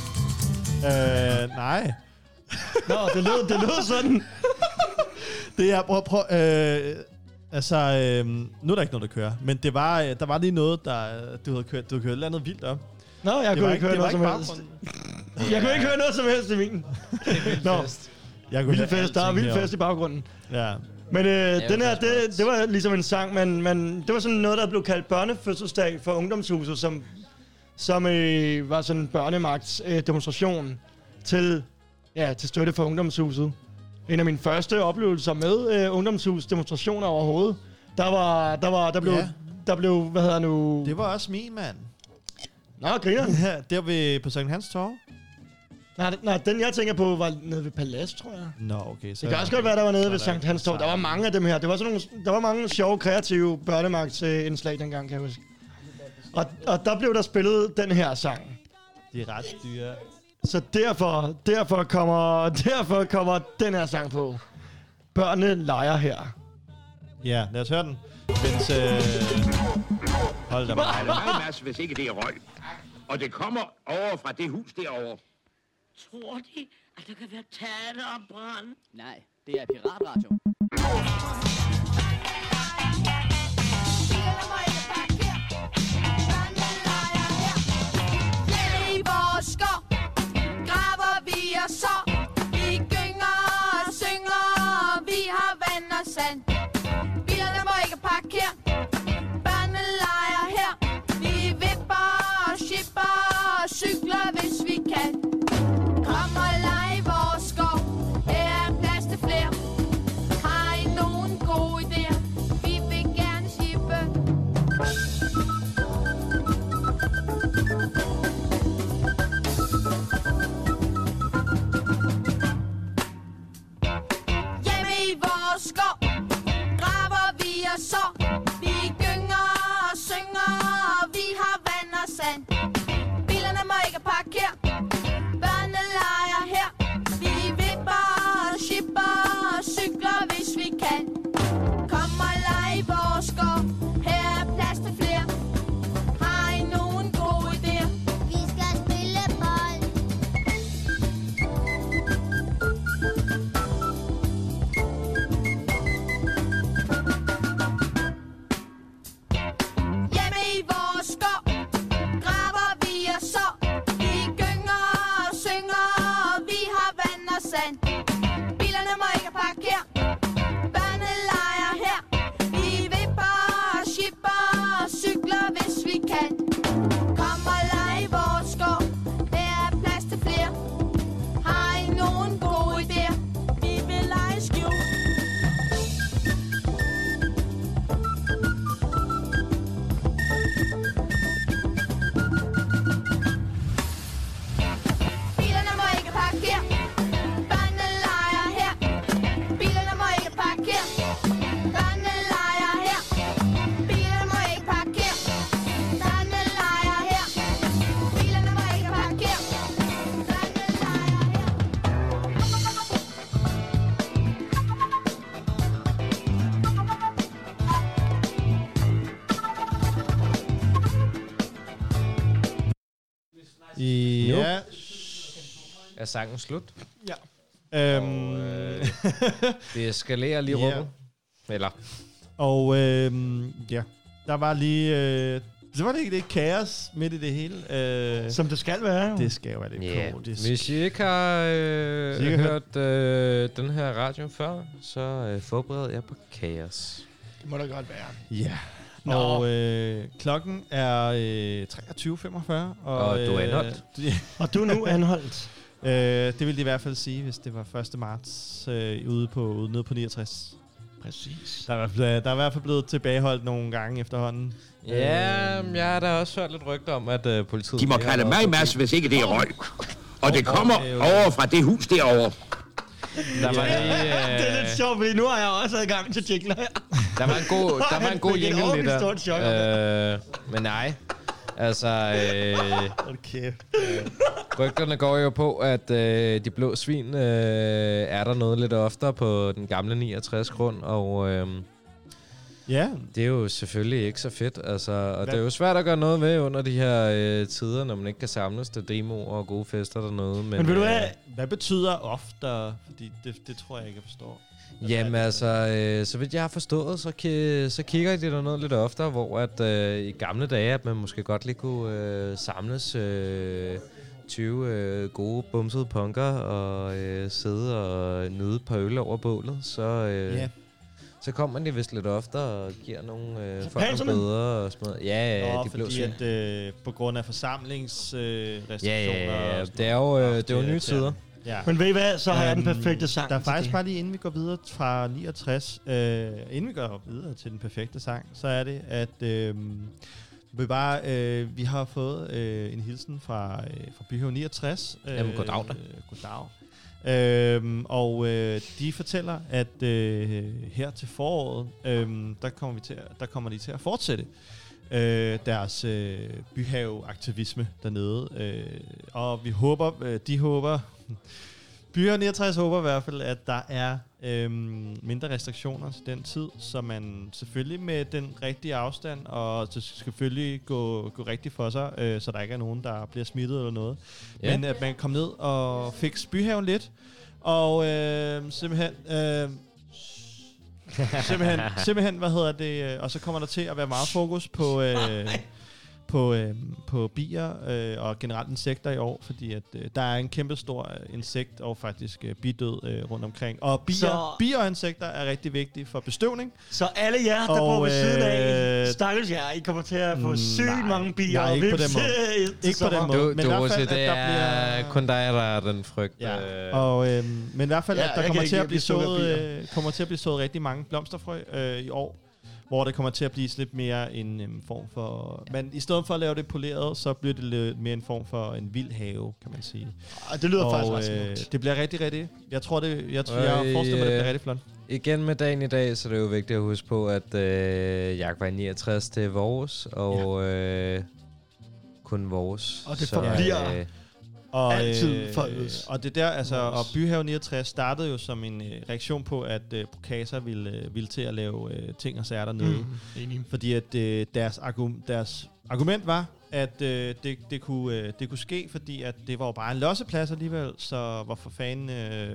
Nej. Nå, det lød sådan. Det er, prøv, altså, nu er der ikke noget, der kører. Men det var, der var lige noget, du havde kørt et eller andet vildt op. Nå, jeg kunne ikke høre noget som helst. Jeg kunne ikke høre noget som helst i min. Nå, vild fest. Der er vild fest i baggrunden. Ja. Men den her, det var ligesom en sang, men det var sådan noget, der blev kaldt børnefødselsdag for ungdomshuset, som var sådan en børnemagtsdemonstration til støtte for ungdomshuset. En af mine første oplevelser med ungdomshusdemonstrationer overhovedet. Der blev, hvad hedder nu... Det var også min, mand. Nå, griner. Ja, der ved på Sankt Hans Torv. Nej, den jeg tænker på var nede ved Palads, tror jeg. Nå, okay. Så det kan også godt være, der var nede ved Sankt Hans Torv. Der var mange af dem her. Der var mange sjove, kreative børnemagtsindslag dengang, kan jeg huske. Og der blev der spillet den her sang. Det er ret dyre. Så derfor kommer den her sang på. Børnene leger her. Ja, lad os høre den. Mens, hold da meget. Det er meget masse, hvis ikke det er røg. Og det kommer over fra det hus derovre. Tror de, at der kan være tale om brand? Nej, det er Piratradio. Graver vi os så. Vi gynger og synger. Vi har vand og sand. Bilerne må ikke parkere. Børnene leger her. Vi vipper og shipper og cykler, hvis vi kan. Kom og leg i vores skov. Her er plads til flere. Har I nogen gode idéer? Vi vil gerne shippe. Skov, graver vi os så. Vi gynger og synger, og vi har vand og sand. Bilerne må ikke parkere. Børnene leger her. Vi vipper og shipper og cykler, hvis vi kan. Kom og leg i vores skov. Her er plads til flere. Har I nogen gode idéer? Vi skal spille bold. Hjemme i vores skov graver vi os så. Vi gynger Ja. Er sangen slut? Ja. Det eskalerer lige rummet. Eller? Og ja, der var lige... så var det ikke det kaos midt i det hele. Som det skal være. Det skal jo være lidt kaotisk. Hvis I ikke har hørt den her radio før, så forbered jeg på kaos. Det må da godt være. Ja. Og klokken er 23.45. Og du er anholdt. Og du er nu anholdt. Det ville de i hvert fald sige, hvis det var 1. marts nede på 69. Præcis. Der er i hvert fald blevet tilbageholdt nogle gange efterhånden. Ja, jeg har da også hørt lidt rygter om, at politiet... De må kalde mig Mads, hvis ikke det er røg. Og det kommer over fra det hus derovre. Der var det er lidt sjovt, fordi nu har jeg også adgang til jingler her. Der var en god jingle lidt der. Men nej, altså... Okay. Rygterne går jo på, at de blå svin er der noget lidt oftere på den gamle 69 grund, og ja, det er jo selvfølgelig ikke så fedt. Altså, og det er jo svært at gøre noget ved under de her tider, når man ikke kan samles til demoer og gode fester dernede. Men ved du hvad betyder oftere? Fordi det tror jeg ikke, jeg forstår. Jamen altså, så vidt jeg har forstået, så kigger de der noget lidt oftere, hvor at i gamle dage, at man måske godt lige kunne samles 20 gode bumsede punker og sidde og nyde et par øl over bålet, så kommer man det vist lidt oftere og giver nogle folk nogle bedre og sådan noget. Ja, de fordi at på grund af forsamlingsrestriktioner. Ja, det er jo nye tider. Ja. Men ved I hvad, så har jeg den perfekte sang. Der er faktisk bare lige inden vi går videre fra 69, inden vi går videre til den perfekte sang, så er det, at vi har fået en hilsen fra Byhave 69. Jamen, goddag da. Goddag. De fortæller, at her til foråret, der kommer de til at fortsætte deres byhaveaktivisme dernede. Og vi håber, Byhave 69 håber i hvert fald, at der er mindre restriktioner til den tid, så man selvfølgelig med den rigtige afstand, og det skal selvfølgelig gå rigtigt for sig, så der ikke er nogen, der bliver smittet eller noget. Ja. Men at man kommer ned og fikser byhaven lidt, og simpelthen, hvad hedder det, og så kommer der til at være meget fokus på bier og generelt insekter i år, fordi at der er en kæmpe stor insekt og faktisk bidød rundt omkring. Og bier og insekter er rigtig vigtige for bestøvning. Så alle jer, der bor ved siden af, stakkels jer, I kommer til at få sygt mange bier. Nej, ikke på den måde. Ikke på den måde. Men i hvert fald, det er kun dig, der er den frygt. Ja. Men i hvert fald, at der kommer til at blive sået rigtig mange blomsterfrø i år, hvor det kommer til at blive lidt mere en form for... Men i stedet for at lave det poleret, så bliver det lidt mere en form for en vild have, kan man sige. Det lyder faktisk ret smukt. Det bliver rigtig... Jeg forestiller mig, det bliver rigtig flot. Igen med dagen i dag, så er det jo vigtigt at huske på, at Jagtvej 69, det er vores, og kun vores. Og det forbliver... altid folkets. Og det der, altså, og Byhave 69 startede jo som en reaktion på, at Prokasa ville til at lave ting og sager dernede. Fordi at deres argument var, at det kunne ske, fordi at det var jo bare en losseplads alligevel, så hvorfor fanden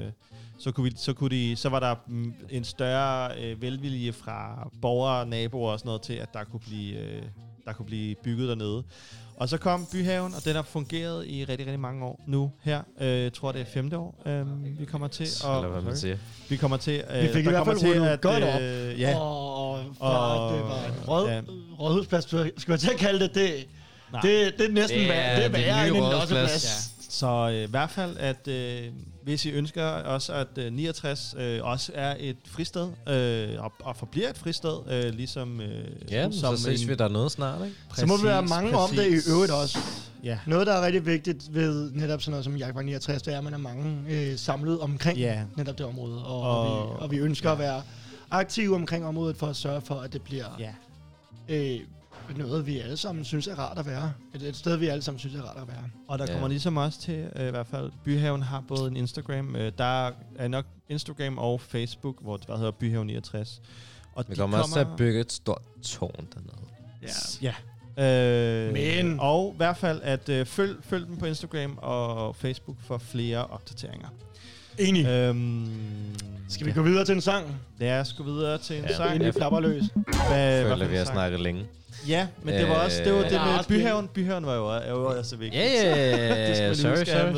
så var der en større velvilje fra borgere, naboer og sådan noget til, at der kunne blive bygget dernede. Og så kom Byhaven, og den har fungeret i rigtig, rigtig mange år nu her. Jeg tror, det er 5. år, vi kommer til. Eller hvad man siger. Vi kommer til... vi fik i hvert fald rullet godt op. Ja. Og det var en rådhusplads, skal jeg til at kalde det. Det er næsten værre end en losseplads. Ja. Så i hvert fald, at hvis I ønsker også, at 69 også er et fristed, og forbliver et fristed, ligesom... så ses vi der noget snart, ikke? Så må vi være mange om det i øvrigt også. Ja. Noget, der er rigtig vigtigt ved netop sådan noget som Jagtvej 69, det er, at man er mange samlet omkring netop det område. Og vi ønsker at være aktive omkring området for at sørge for, at det bliver... noget, vi alle sammen synes er rart at være. Et sted, vi alle sammen synes er rart at være. Og der kommer ligesom også til, i hvert fald, Byhaven har både en Instagram, der er nok Instagram og Facebook, hvor det hedder Byhave 69. Og vi kommer også til at bygge et stort tårn dernede. Ja. Men. Og i hvert fald, at følg dem på Instagram og Facebook for flere opdateringer. Enig. Skal vi gå videre til en sang? Lad os gå videre til en sang. Endelig flapperløs. Jeg føler, vi har snakket længe. Ja, men det var også det med Byhaven. Byhaven var jo også vigtigt. Ja, sorry.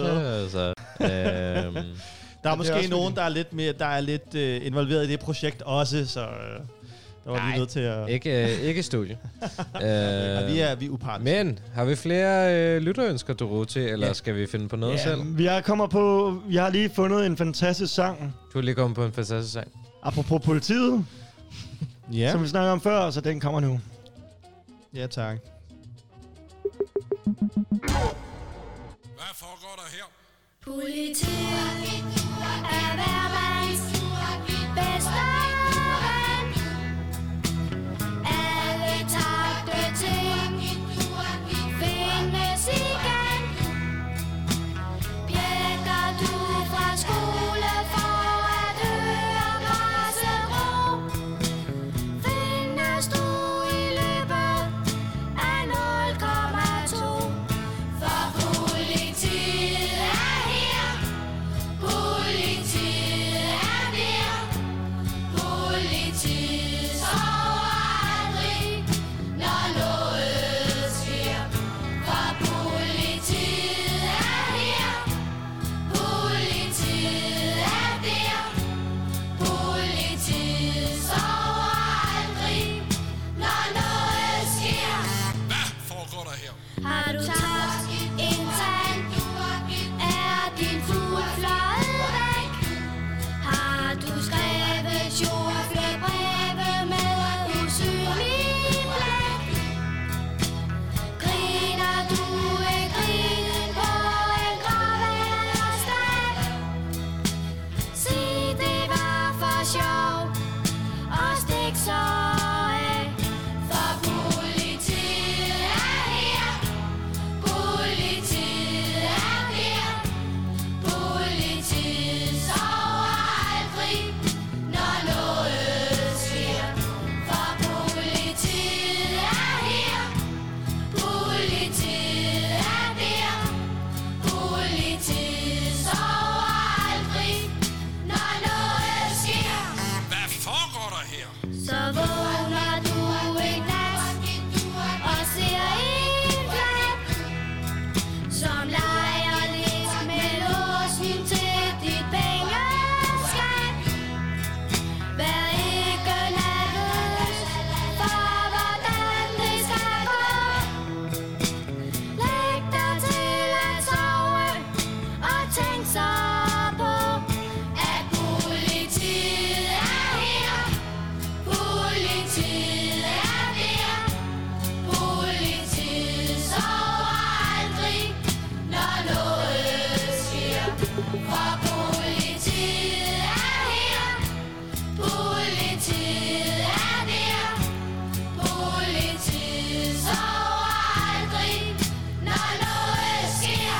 Der er måske nogen, der er lidt involveret i det projekt også, så der var vi nødt til at... Ikke studie. Vi er upartiske. Men har vi flere lytterønsker, du til, eller skal vi finde på noget selv? Jeg har lige fundet en fantastisk sang. Du har lige kommet på en fantastisk sang. Apropos politiet, som vi snakkede om før, så den kommer nu. Ja, tak. Hvad foregår der her? Politiet er hvermands bedste ven. Alle tabte ting findes igen. Pjekker du fra skole for at høre græsset ro, findes du i løbet af 0,2. For politiet er her, politiet er der, politiet sover aldrig, når noget sker. For politiet er her, politiet er der, politiet sover aldrig, når noget sker. Hvad foregår der her? Har du tabt en tand? Er din fugl fløjet væk? Har du skrevet sjoflebreve med usynlig blæk? Griner du et grin på en gravhørsdag? Sig det var for sjov, og stik så af. For politiet er her, politiet er der, politiet sover aldrig, når noget sker. For politiet er her, politiet er der, politiet sover aldrig, når noget sker. Hvad foregår der her? Så vågner du en nat og ser en flap, som leger lidt med låsen til dit pengeskab. Vær ikke nervøs for, hvordan det skal gå. Læg dig til at sove og tænk så på, at politiet er her, politiet er der, politiet sover aldrig, når noget sker. For politiet er her, politiet er der, politiet sover aldrig, når noget sker.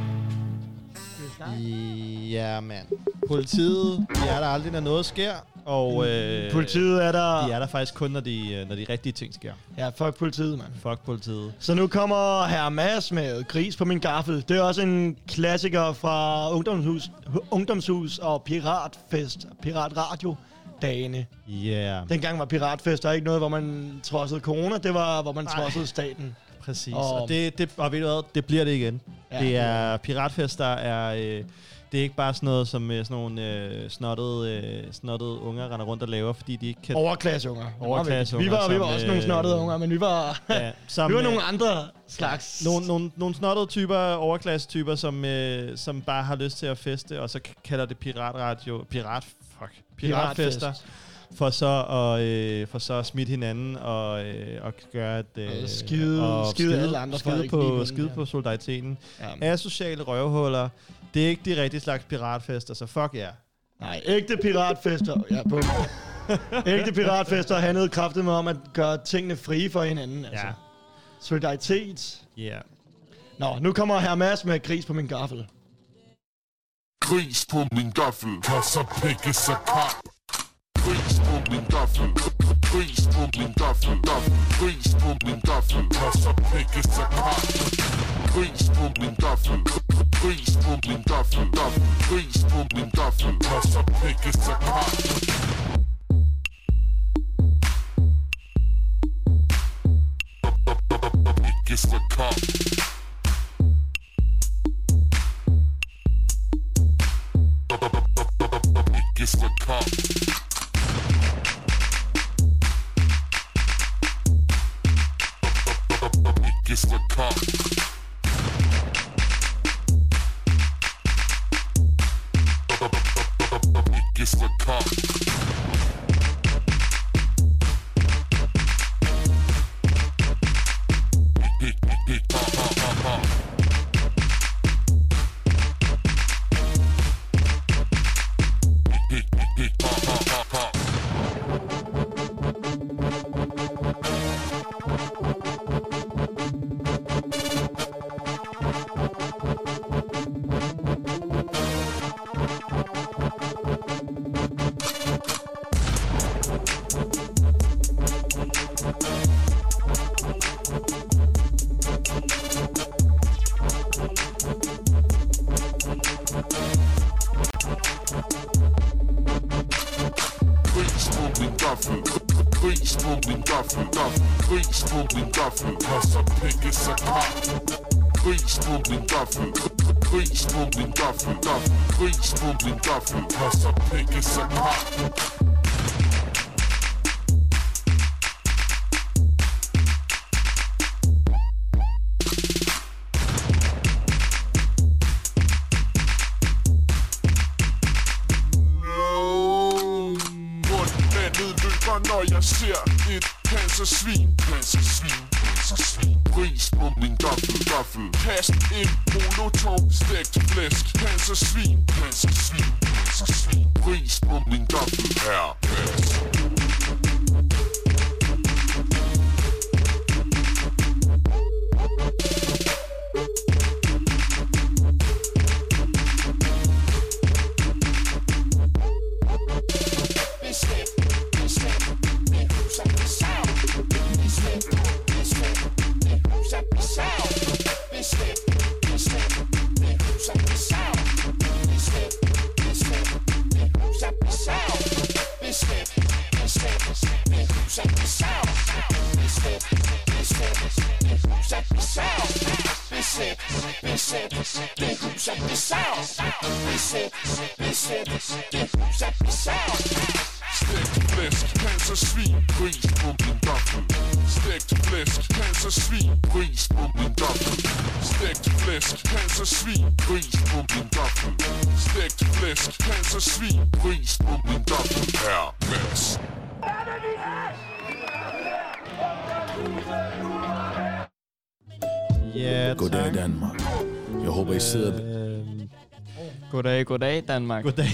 Ja, mand. Politiet, de er der aldrig, når noget sker. Og Politiet er der... de er der faktisk kun, når de rigtige ting sker. Ja, fuck politiet, mand. Fuck politiet. Så nu kommer Herr Mads med Gris på min gaffel. Det er også en klassiker fra Ungdomshus og Piratfest, Piratradio-dagene. Yeah. Dengang var Piratfest, der er ikke noget, hvor man trodsede corona. Det var, hvor man trodsede staten. Præcis. Og ved du hvad, det bliver det igen. Ja. Det er Piratfest, der er... det er ikke bare sådan noget, som sådan nogle snottede unger render rundt og laver, fordi de ikke kan... Overklasseunger. Overklasseunger. Vi var også nogle snottede unger, men vi var, ja, vi var nogle andre slags... Nogle snottede typer, overklassetyper, som bare har lyst til at feste, og så kalder det piratfester. For så at smitte hinanden og gøre at skide alle andre skide på solidariteten. Ja. Asociale røvhuller. Det er ikke de rigtige slags piratfester, så fuck yeah. Nej, ægte piratfester. Ja, på. Ægte piratfester handlede kraftigt med om at gøre tingene frie for hinanden. Altså. Ja. Solidaritet. Ja. Yeah. Nå, nu kommer Herr Mads med Gris på min gaffel. Gris på min gaffel, kasser pikkes og kap. Gris på min gaffel, gris på min gaffel, gris på min gaffel, Kasser, pikke, så kap. Gris på min gaffel. Gris på min gaffel. Gris på min gaffel. Kasser, pikke, så kap. Pikke, så kap. Pikke, så kap. Pikke, så kap. Pikke, så kap. Gris på min gaffel. Gris på min gaffel. Kasser, pikke, så kap. Gris på min gaffel. Gris på min gaffel. Gris på min gaffel. Kasser, pikke, så kap. Når jeg ser et pansersvin. Gris på min gaffel. Kast en molotov, stegt flæsk. Pansersvin. Gris på min gaffel. Her pas. Stegt flæsk, pansersvin, gris på min gaffel. Stegt flæsk, pansersvin, gris på min gaffel. Stegt flæsk, pansersvin, gris på min gaffel. Stegt flæsk, pansersvin, gris på min gaffel. Her, Mads. Ja, goddag Danmark. Jeg håber, I sidder... Goddag Danmark. Goddag.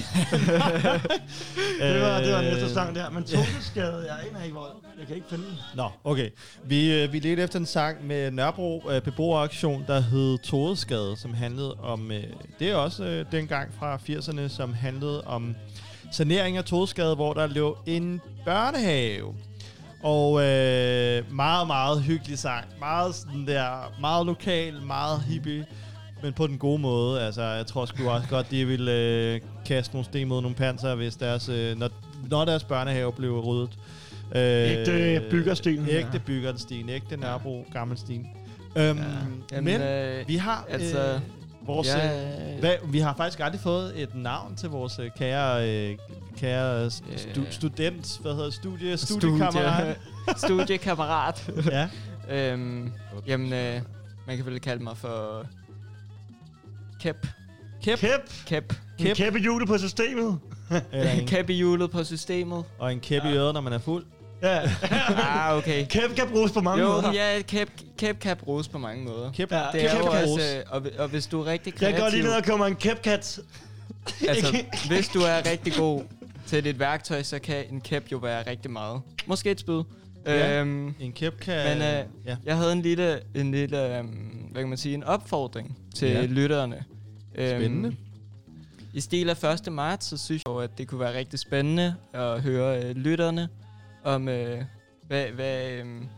det var næste sang der. Men Todesgade, jeg aner ikke, hvor jeg kan ikke finde den. Nå, okay. Vi ledte efter en sang med Nørrebro beboeraktion, der hed Todesgade, som handlede om... det er også dengang fra 80'erne, som handlede om sanering af Todesgade, hvor der lå en børnehave. Og meget, meget hyggelig sang. Meget sådan der, meget lokal, meget hippie. Men på den gode måde. Altså, jeg tror sgu også godt, de ville kaste nogle sten mod nogle panser, hvis deres, når deres børnehave blev ryddet. Ægte byggersten. Ægte byggersten. Ægte Nørrebro, Gammelsten. Men vi har vores... vi har faktisk aldrig fået et navn til vores kære student. Hvad hedder studiekammerat? Studiekammerat. Ja. Jamen, man kan vel kalde mig for... Kæp. En kæp i hjulet på systemet. En kæp i hjulet på systemet. Og en kæp i øret, når man er fuld. Ja. Okay. Kæp kan bruges på mange måder. Ja, kæp kan bruges på mange måder. Kæp det er jo også, og hvis du er rigtig kreativ... Jeg går lige ned og kommer en kæpkat. Altså, hvis du er rigtig god til dit værktøj, så kan en kæp jo være rigtig meget. Måske et spyd. Ja, en kæp kan... Men jeg havde en lille hvad kan man sige, en opfordring til lytterne. Spændende. I stil af 1. marts, så synes jeg, at det kunne være rigtig spændende at høre lytterne om,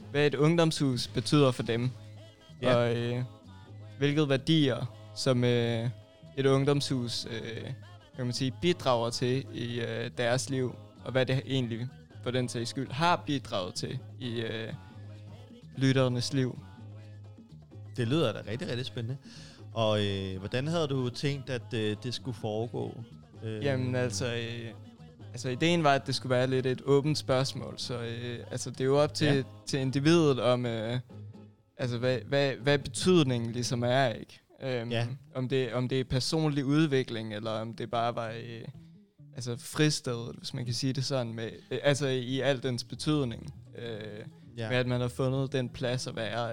hvad et ungdomshus betyder for dem. Ja. Og hvilke værdier, som et ungdomshus kan man sige, bidrager til i deres liv, og hvad det egentlig for den sags skyld har bidraget til i lytternes liv. Det lyder da rigtig, rigtig spændende. Og hvordan havde du tænkt, at det skulle foregå? Jamen altså ideen var, at det skulle være lidt et åbent spørgsmål, så det er jo op til individet om, hvad betydningen ligesom er, ikke? Om det er personlig udvikling, eller om det bare var fristedet, hvis man kan sige det sådan, med, i al dens betydning, med at man har fundet den plads at være.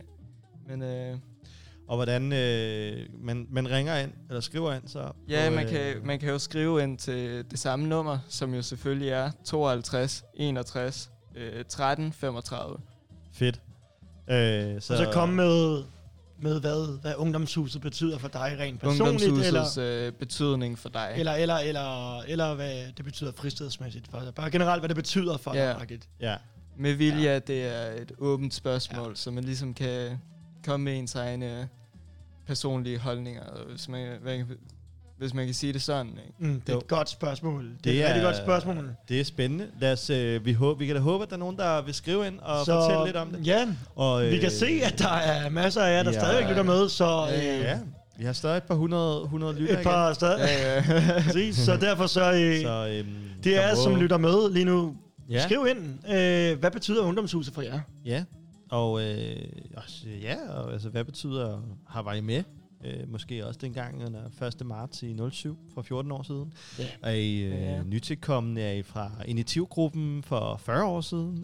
Og hvordan man ringer ind, eller skriver ind så? Ja, man kan jo skrive ind til det samme nummer, som jo selvfølgelig er 52 61 13 35. Fedt. Og så komme med hvad ungdomshuset betyder for dig rent personligt, ungdomshusets betydning for dig. Eller hvad det betyder fristedsmæssigt for dig. Bare generelt, hvad det betyder for dig. Ja. Med vilje, at det er et åbent spørgsmål, så man ligesom kan komme med ens egne personlige holdninger, hvis man kan sige det sådan. Ikke? Det er et godt spørgsmål. Det er et rigtig godt spørgsmål. Det er spændende. Vi kan da håbe, at der er nogen, der vil skrive ind og fortælle lidt om det. Ja, og vi kan se, at der er masser af jer, der stadigvæk lytter med. Så, vi har stadig et par 100 lytter. Et par stadig. Præcis, så derfor det er som lytter med lige nu. Skriv ind. Hvad betyder ungdomshuset for jer? Ja. Og hvad betyder har været med? Måske også dengang under 1. marts i 07 for 14 år siden. Er I nytilkommende? Er I fra initiativgruppen for 40 år siden?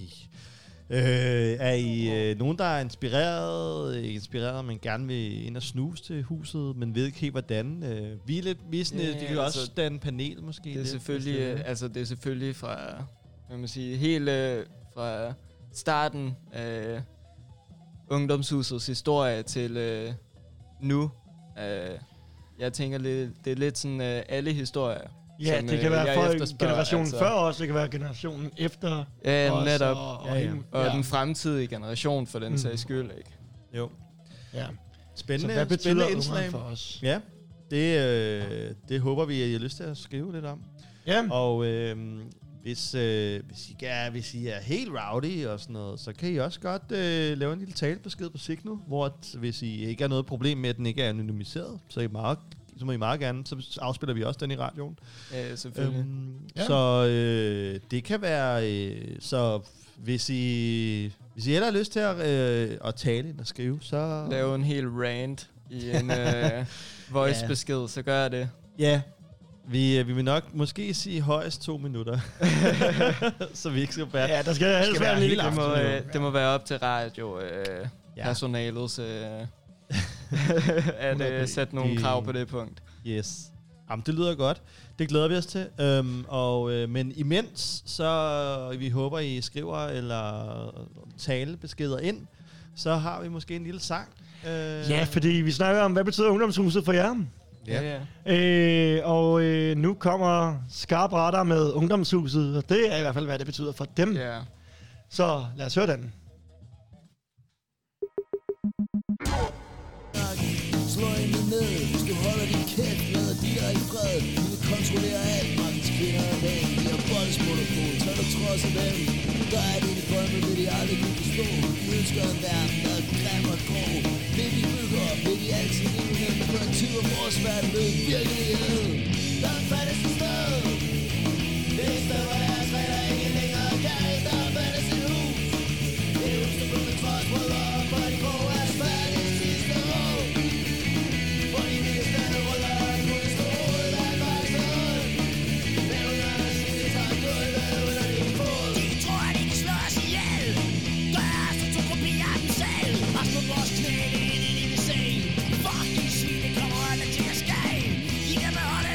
Er I nogen, der er inspireret, men gerne vil ind og snuse til huset, men ved ikke helt hvordan? Vi kan også danne panel måske. Det er selvfølgelig fra, hvad man siger, helt fra starten af ungdomshusets historie til nu. Jeg tænker, det er lidt sådan alle historier. Ja, som, det kan være for generationen før os, det kan være generationen efter os. Netop. Og den fremtidige generation for den sags skyld, ikke? Jo. Ja. Spændende, så hvad betyder indslag for os? Ja, det håber vi, at I har lyst til at skrive lidt om. Ja. Og hvis I er helt rowdy og sådan noget, så kan I også godt lave en lille talebesked på Signal, hvor hvis I ikke har noget problem med, at den ikke er anonymiseret, så må I meget gerne, så afspiller vi også den i radioen. Ja, selvfølgelig. Så det kan være, så hvis I har lyst til at tale ind og skrive, så... Lave en hel rant i en voice-besked, så gør jeg det. Ja. Vi vil nok måske sige højst 2 minutter. Så vi ikke skal være... Ja, der skal helst være en lille det må være op til personalets at sætte nogle krav på det punkt. Yes. Jamen, det lyder godt. Det glæder vi os til. Men imens, så vi håber, I skriver eller talebeskeder ind, så har vi måske en lille sang. Ja, fordi vi snakker om, hvad betyder ungdomshuset for jer? Ja. Nu kommer Skarp Radar med ungdomshuset, og det er i hvert fald, hvad det betyder for dem. Yeah. Så lad os høre den. Slå endelig ned, hvis du holder din kæft, lader de dig i fred. Vi vil kontrollere alt, magtens kvinder og mænd. Vi har boldsmonopol, tør du trods af dem. Der er det i drømme, vil de aldrig kunne forstå. Vi ønsker en verden, der er grim og grå. Det vi bygger, vil de altid leve hen. På en tid, hvor vores verden lød virkelighed. Der er fattes et sted. Det er et sted, hvor deres regler ikke længere galt. Der er fattes et hus. Det er hus, der blev med trådsbrødre på de grå asfalt i sidste år. Hvor de ville stadig ruller og kunne stå ud af vejsen. Men under os i det tager gulvet under din fod. De tror, at de kan slå os ihjel. Gør os til 2 kopier af dem selv. Og slå vores knæ ind i det vi vil se. Fuck, de svine kommer aldrig til at ske. I kan beholde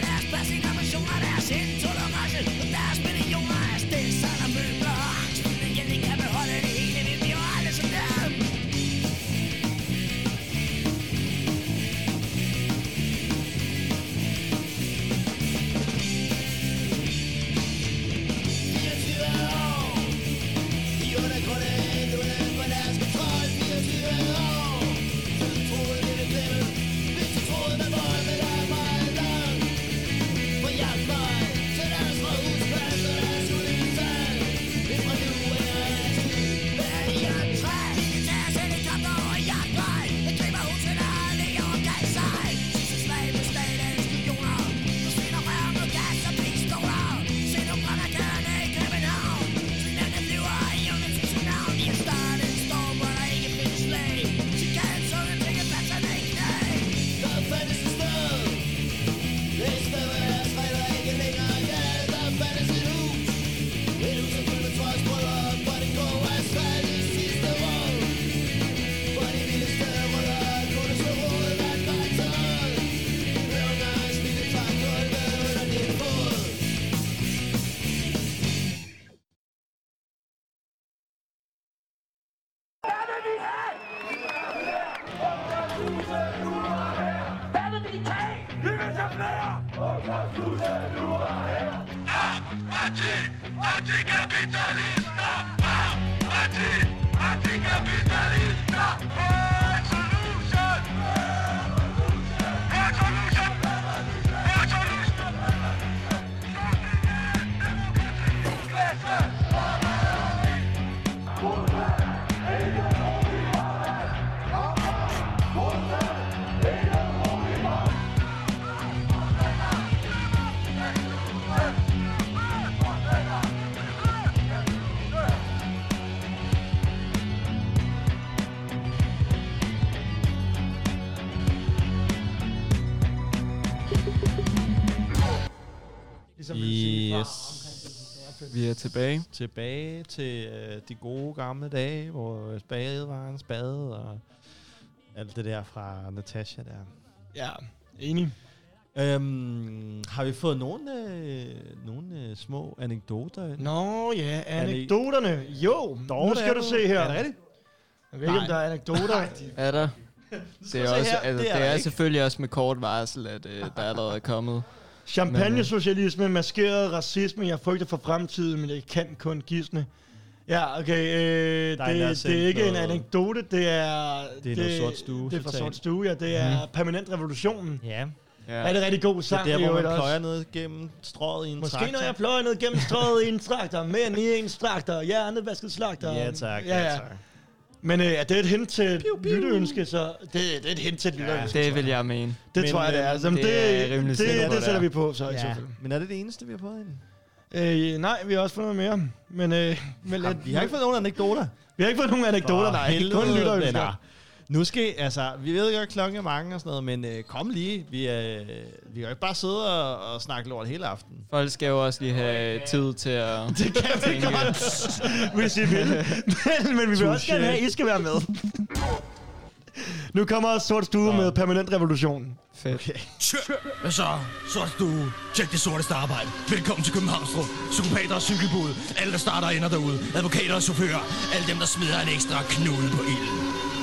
Vi er tilbage. Tilbage til de gode gamle dage, hvor spade var en spade, og alt det der fra Natasha der. Ja, enig. Har vi fået nogle små anekdoter? Nå ja, anekdoterne. Jo, nu skal du se her. Er det rigtigt? Jeg ved ikke, om der er anekdoter. Er der? Det er, også, altså, det er selvfølgelig også med kort varsel, at der er allerede kommet. Champagne-socialisme, maskeret racisme, jeg frygter for fremtiden, men jeg kan kun gisne. Ja, okay, det er ikke en anekdote, det er noget Sort Stue. Det er fra Sort Stue, ja, det er Permanent Revolutionen. Ja. Er det rigtig god sang? Det er der, hvor man pløjer ned gennem strøget i en traktor. Måske når jeg pløjer ned gennem strøget i en traktor, mænd i en traktor, hjernevasket slagter. Ja tak, ja tak. Men er det et hint til lytteønske, så det er et hint til et lytteønske. Det vil jeg mene. Det tror jeg, det er. Altså, det sætter vi på, så i så fald. Men er det det eneste, vi har fået ind? Nej, vi har også fået noget mere. Men vi har ikke fået nogen anekdoter. Vi har ikke fået nogen anekdoter, nej. Kun lytteønsker. Nu skal, altså, vi ved godt, klokken er mange og sådan noget, men kom lige. Vi kan jo ikke bare sidde og snakke lort hele aftenen. Folk skal jo også lige have tid til at... Det kan vi godt, hvis I vil. Men vi vil også gerne have, at I skal være med. Nu kommer Sort Stue med Permanent Revolution. Fedt. Okay. Hvad så? Sort Stue. Tjek det sorteste arbejde. Velkommen til Københavnstrup. Psykopater og cykelbud. Alle, der starter og ender derude. Advokater og chauffører. Alle dem, der smider en ekstra knude på ilden.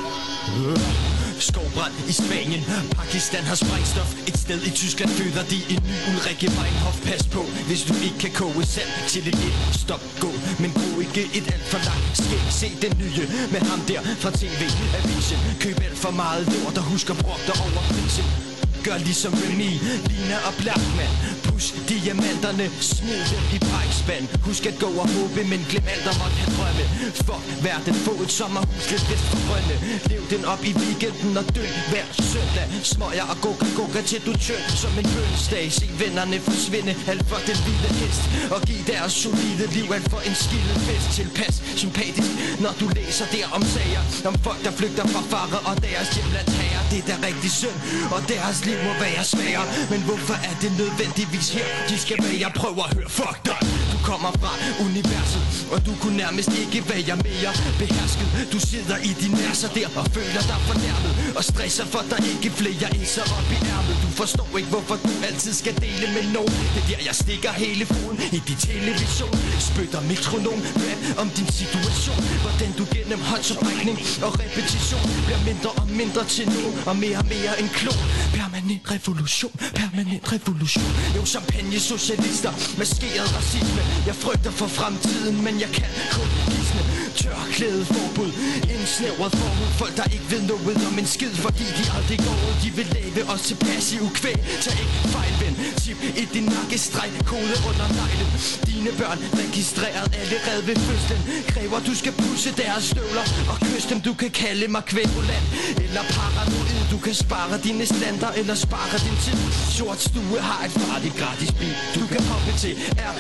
Skovbrand i Spanien. Pakistan har sprængstof. Et sted i Tyskland føder de en ny Ulrike Weinhoff. Pas på, hvis du ikke kan koge sand til et stop, gå. Men brug ikke et alt for langt skæg. Se den nye med ham der fra TV-avisen. Køb alt for meget lort og husk at brokke dig over prisen. Gør ligesom Remy, Lina og Blackman. Push diamanterne, smid dem i pejsband. Husk at gå og håbe, men glem alt om at kan drømme. Fuck verden, få et sommerhus lidt vest for Rønne. Lev den op i weekenden og dø hver søndag. Smøger og gokka til du tøn som en bønsdag. Se vennerne forsvinde, alt for den vilde hest. Og giv deres solide liv, alt for en skillet fest. Tilpas sympatisk, når du læser der om sager. Om folk der flygter fra farer og deres hjemland tager. Det er da rigtig synd, og deres liv må være sværere. Men hvorfor er det nødvendigvis her? De skal være, prøv at høre, fuck dig. Du kommer fra universet, og du kunne nærmest ikke være mere behersket. Du sidder i din nærser der og føler dig fornærmet. Og stresser for der ikke flere æser op i ærmet. Du forstår ikke, hvorfor du altid skal dele med nogen. Det er der, jeg stikker hele foden i din television. Spytter metronom, rap om din situation. Hvordan du gennem håndsoprækning og repetition bliver mindre og mindre til nu, og mere en klon. Permanent revolution, permanent revolution. Jo, champagne-socialister, maskeret racisme. Jeg frygter for fremtiden, men jeg kan kun gisne. Tørklæde forbud, indsnævret formål. Folk, der ikke ved noget om en skid, fordi de aldrig går ud. De vil lave os til passiv kvæg. Tag ikke fejl, ven. Chip i din nakkestreg, kode under neglen. Dine børn registreret allerede ved fødslen. Kræver, du skal pusse deres støvler og kysse dem. Du kan kalde mig kværulant eller paranoid. Du kan spare dine stander eller spare din tid. Sort Stue har et farligt gratis bil. Du kan hoppe til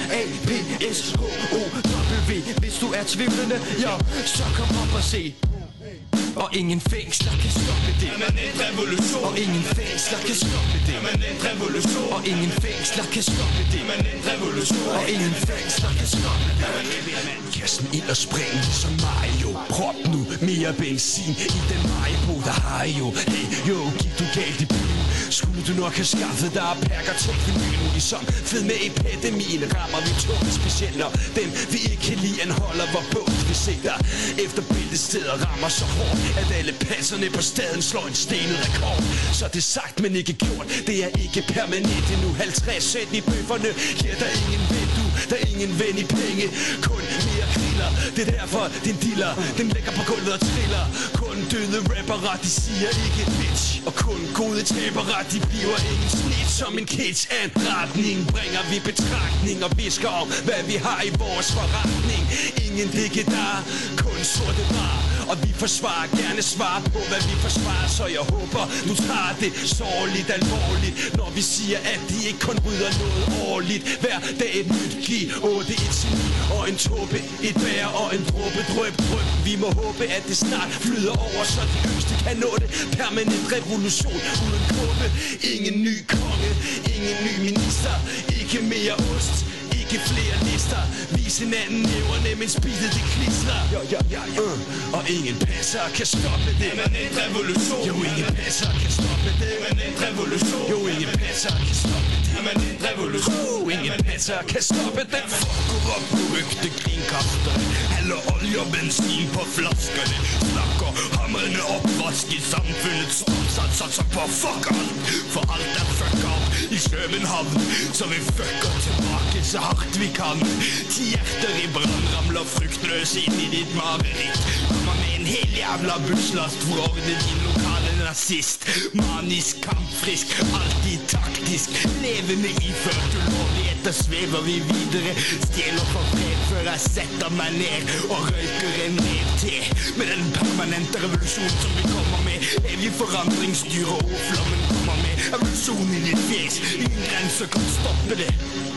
RAPSHOW. Hvis du er tvivlende, jo, så kom op og se. Og ingen fængsler kan stoppe det. Permanent revolution. Og ingen fængsler kan stoppe det. Permanent revolution. Og ingen fængsler kan stoppe det. Permanent revolution. Og ingen fængsler kan stoppe det. Kast den ind og spring som Mario. Prop nu mere benzin i den Mario, der har jo. Hey, jo, gik du galt i byen. Skulle du nok have skaffet dig perker til vinylen. Ligesom fed med epidemien rammer vi tungt. Specielt når dem vi ikke kan lide anholder, hvor båd vi sigter. Efter bæltestedet rammer så hårdt, at alle passerne på staden slår en stenet rekord. Så det er sagt, men ikke gjort. Det er ikke permanent endnu. 50 cent i bøfferne. Her der er ingen ven, der er ingen ven i penge. Kun mere griller. Det er derfor din dealer, den ligger på gulvet og triller. Kun døde rappere, de siger ikke bitch. Og kun gode tabere, de bliver ingen snit. Som en kids anretning bringer vi betragtning og visker om, hvad vi har i vores forretning. Ingen digedar, kun sorte bar. Og vi forsvarer gerne svar på, hvad vi forsvarer. Så jeg håber, du tager det sårligt alvorligt, når vi siger, at de ikke kun rydder noget årligt. Hver dag et nyt giv, 8, 1, 9 og en tåbe, et bær og en dråbe, drøb. Vi må håbe, at det snart flyder over, så de yngste kan nå det. Permanent revolution uden kåbe. Ingen ny konge, ingen ny minister, ikke mere ost, ikke flere lister. Vis hinanden næverne, mens beatet det klistrer. Og ingen passer kan stoppe det. Permanent revolution. Jo, ingen passer kan stoppe det. Permanent revolution. Jo, ingen passer kan stoppe det. Permanent revolution. Ingen passer kan stoppe det. Fuck op på ægte grinkafter. Halve olie og benzin på flaskerne. Snakker hamrende opvask i samfundet. Satser på fuck alt. For alt er fuck op i København. Så vi fucker tilbake så hardt vi kan. 10 hjerter i brand ramler fryktløs ind i dit mareritt. Kommer med en hel jævla busslast for å ordne din lokale nazist. Manisk, kampfrisk, alltid taktisk. Levende iført ulovligheter svever vi videre. Stjeler for fred før jeg setter meg ned og røyker en rev til. Med den permanente revolusjonen som vi kommer med, er vi forandringsdyr og flammen kommer med. Revolusjonen i ditt fjes, ingen grenser kan stoppe det.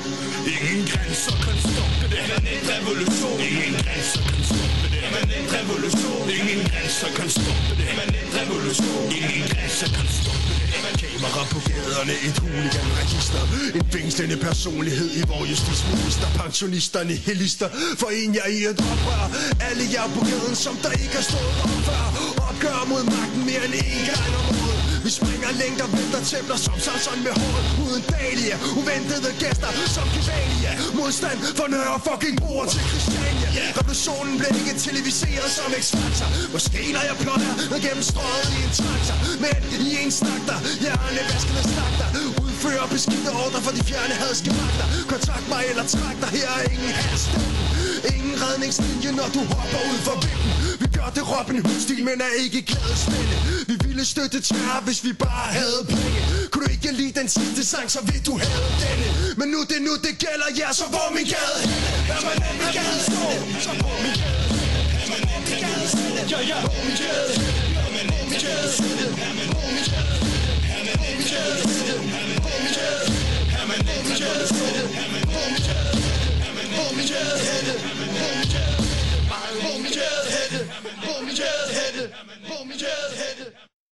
Ingen grenser kan stoppe det. Permanent revolusjon. Ingen grenser kan stoppe det. Permanent revolusjon. Ingen grenser kan stoppe det. Permanent revolusjon. Ingen grenser kan stoppe det. Kamera på gaderne, et hooligan-register. En fængslende personlighed i vores justitsminister. Pensionisterne helister. For en jer i et oprør. Alle jer på gaden, som der ikke har stået op før. Opgør mod magten mere end en gang om året. Vi springer længder, vælter templer som Samson med håret. Uden dahlia, uventede gæster som Kivalia. Modstand for Nørre fucking Bord til Christiania. Revolutionen blev ikke televiseret som X-Factor. Måske når jeg plotter gennem strøget i en traktor. Men i en snakter, hjernevaskende slagter. Udfører beskidte ordre for de fjerne hadske magter. Kontakt mig eller træk dig, her er ingen halsstemme. Ingen redningslinje, når du hopper ud for vinden. Vi gør det Robin Hood-stil, men er ikke glædesmænde. Vi ville støtte terror, hvis vi bare havde penge. Kunne du ikke lide den sidste sang, så vil du have denne. Men nu det gælder, ja, så hvor min gade henne? Permanent revolution. Så hvor min gade henne? Permanent revolution. Ja, hvor min gade henne? Permanent revolution. Hvor min gade henne? Permanent revolution. Hvor min gade henne? Permanent revolution. Hvor min gade henne? Hvor min gade henne? Hvor min gade henne? Hvor min gade henne? Hvor min gade henne? Hvor min gade henne?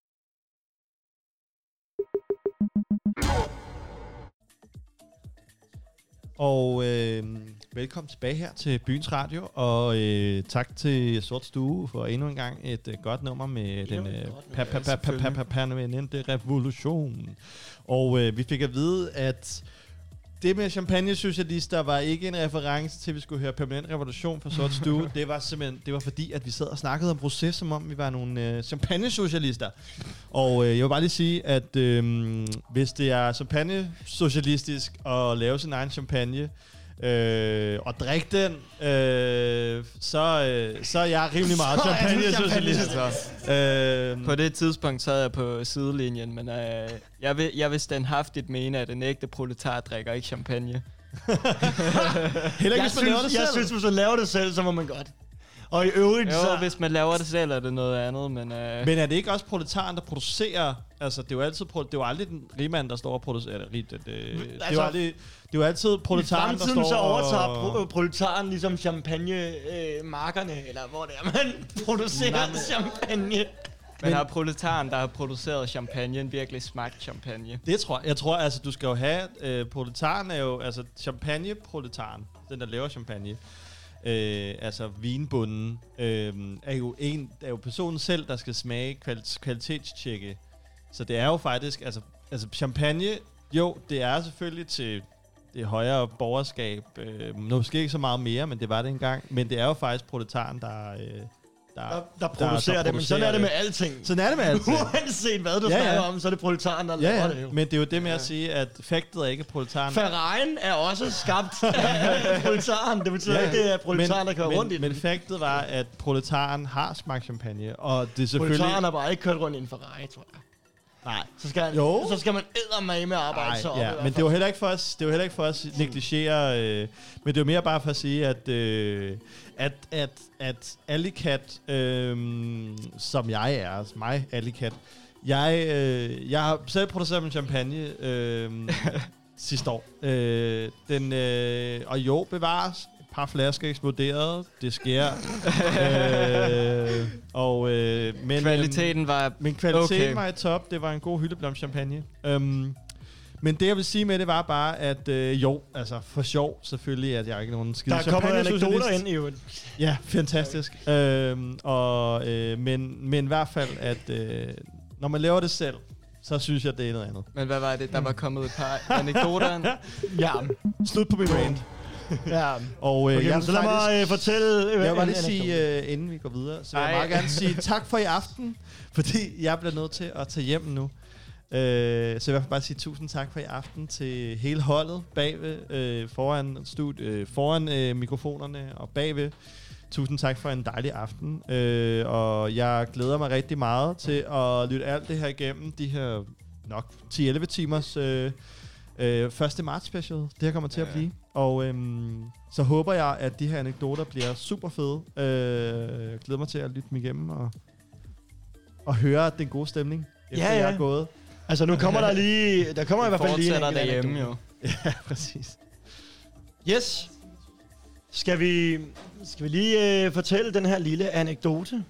Og velkommen tilbage her til Byens Radio, og tak til Sort Stue for endnu en gang et godt nummer med den permanente revolution. Og vi fik at vide, at det med champagne-socialister var ikke en reference til, at vi skulle høre permanent revolution fra Sort Stue. Det var simpelthen, det var fordi, at vi sad og snakkede om proces, som om vi var nogle champagne-socialister. Og jeg vil bare lige sige, at hvis det er champagne-socialistisk at lave sin egen champagne, og drikke den, så er jeg rimelig meget champagne-socialist. På det tidspunkt sad jeg på sidelinjen, men jeg vil standhaftigt mene, at en ægte proletar drikker ikke champagne. Jeg synes, hvis man laver det selv, så må man godt. Og i øvrigt så... hvis man laver det selv, er det noget andet, men... Men er det ikke også proletaren, der producerer... Altså, det er jo altid... Det er jo aldrig den rigmand, der står og producerer... Det er jo altid proletaren, der står og... I fremtiden så overtager proletaren ligesom champagne-markerne, eller hvor det er, man producerer champagne. Men har proletaren, der har produceret champagne, virkelig smagt champagne? Det tror jeg. Jeg tror, altså, du skal jo have... proletaren er jo... Altså, champagne-proletaren, den der laver champagne... altså vinbunden er jo personen selv, der skal smage kvalitetstjekke. Så det er jo faktisk, altså altså champagne, jo, det er selvfølgelig til det højere borgerskab. Måske ikke så meget mere, men det var det engang. Men det er jo faktisk proletaren, der producerer det, men sådan er det med alting. Sådan er det med alting. Uanset hvad du snakker om, så er det proletaren, der laver det jo. Men det er jo det med at sige, at fægtet er ikke proletaren. Ferrari'en er også skabt af proletaren. Det betyder ikke, det er proletaren, der kører rundt i den. Men fægtet var, at proletaren har smagt champagne, og det er selvfølgelig... Proletaren har bare ikke kørt rundt i en Ferrari, tror jeg. Nej. Så skal man eddermame arbejde sig op. Men det var heller ikke for os, negligere, men det var mere bare for at sige, at Alicat, som jeg er, altså mig, Alicat, jeg har selv produceret min champagne sidste år. Og jo, bevares. Et par flasker eksploderede. Det sker. Men kvaliteten var var i top. Det var en god hyldeblom champagne. Men det jeg vil sige med det var bare at for sjov selvfølgelig, at jeg ikke er nogen skide champagne. Der kommer anekdoter ind i jo. Ja, fantastisk. Men i hvert fald at når man laver det selv, så synes jeg det er noget andet. Men hvad var det? Der var kommet et par anekdoter. Ja, slut på min brand. Ja. Og okay, så lad mig fortælle... Jeg vil bare lige sige, inden vi går videre, så vil jeg meget gerne sige tak for i aften, fordi jeg bliver nødt til at tage hjem nu. Så jeg vil bare sige tusind tak for i aften til hele holdet bagved, foran mikrofonerne og bagved. Tusind tak for en dejlig aften, og jeg glæder mig rigtig meget til at lytte alt det her igennem, de her nok 10-11 timers 1. marts special, det her kommer til at blive. Og så håber jeg, at de her anekdoter bliver super fede. Jeg glæder mig til at lytte dem igennem og høre den gode stemning, efter jeg er gået. Altså nu kommer der kommer i hvert fald lige en derhjemme jo. Ja, præcis. Yes. Skal vi lige fortælle den her lille anekdote?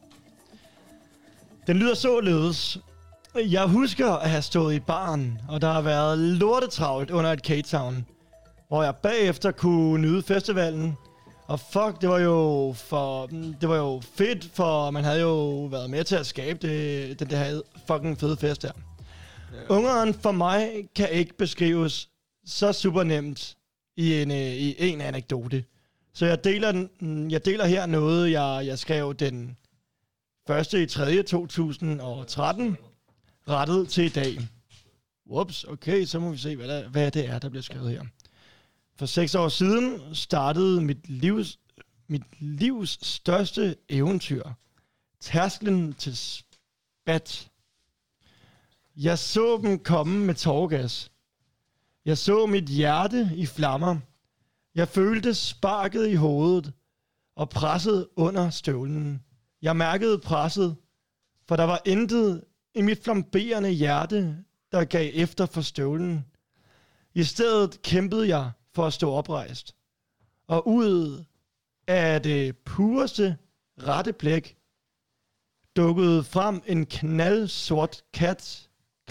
Den lyder således. Jeg husker at have stået i baren, og der har været lortetravlt under et K-Town, hvor jeg bagefter kunne nyde festivalen. Og fuck, det var jo fedt, for man havde jo været med til at skabe den der fucking fede fest her. Ungeren for mig kan ikke beskrives så super nemt i en anekdote. Så jeg deler her noget, jeg skrev den 1.3.2013, rettet til i dag. Whoops, okay, så må vi se, hvad det er, der bliver skrevet her. For 6 år siden startede mit livs største eventyr. Tærsklen til spat. Jeg så dem komme med tåregas. Jeg så mit hjerte i flammer. Jeg følte sparket i hovedet og presset under støvlen. Jeg mærkede presset, for der var intet i mit flamberende hjerte, der gav efter for støvlen. I stedet kæmpede jeg for at stå oprejst. Og ud af det pureste rette blæk dukkede frem en knaldsort klat,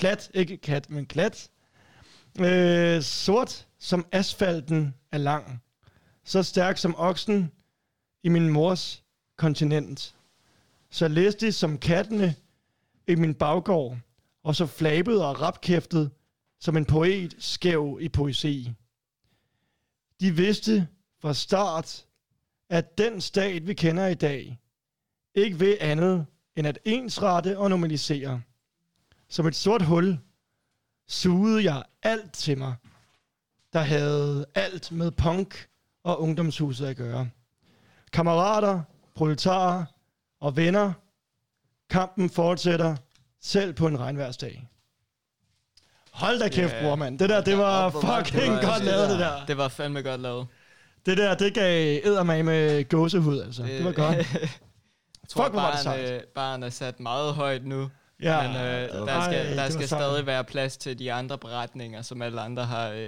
sort som asfalten er lang. Så stærk som oksen i min mors kontinent. Så læstig som kattene i min baggård, og så flabet og rapkæftet som en poet skæv i poesi. De vidste fra start, at den stat, vi kender i dag, ikke vil andet end at ensrette og normalisere. Som et sort hul sugede jeg alt til mig, der havde alt med punk og ungdomshuset at gøre. Kammerater, proletarer og venner. Kampen fortsætter selv på en regnvejrsdag. Hold da kæft, bror, mand. Det var fucking godt lavet, det der. Det var fandme godt lavet. Det der, det gav eddermame med gåsehud, altså. Det var godt. Jeg tror, barn er sat meget højt nu. Ja, men der skal stadig være plads til de andre beretninger, som alle andre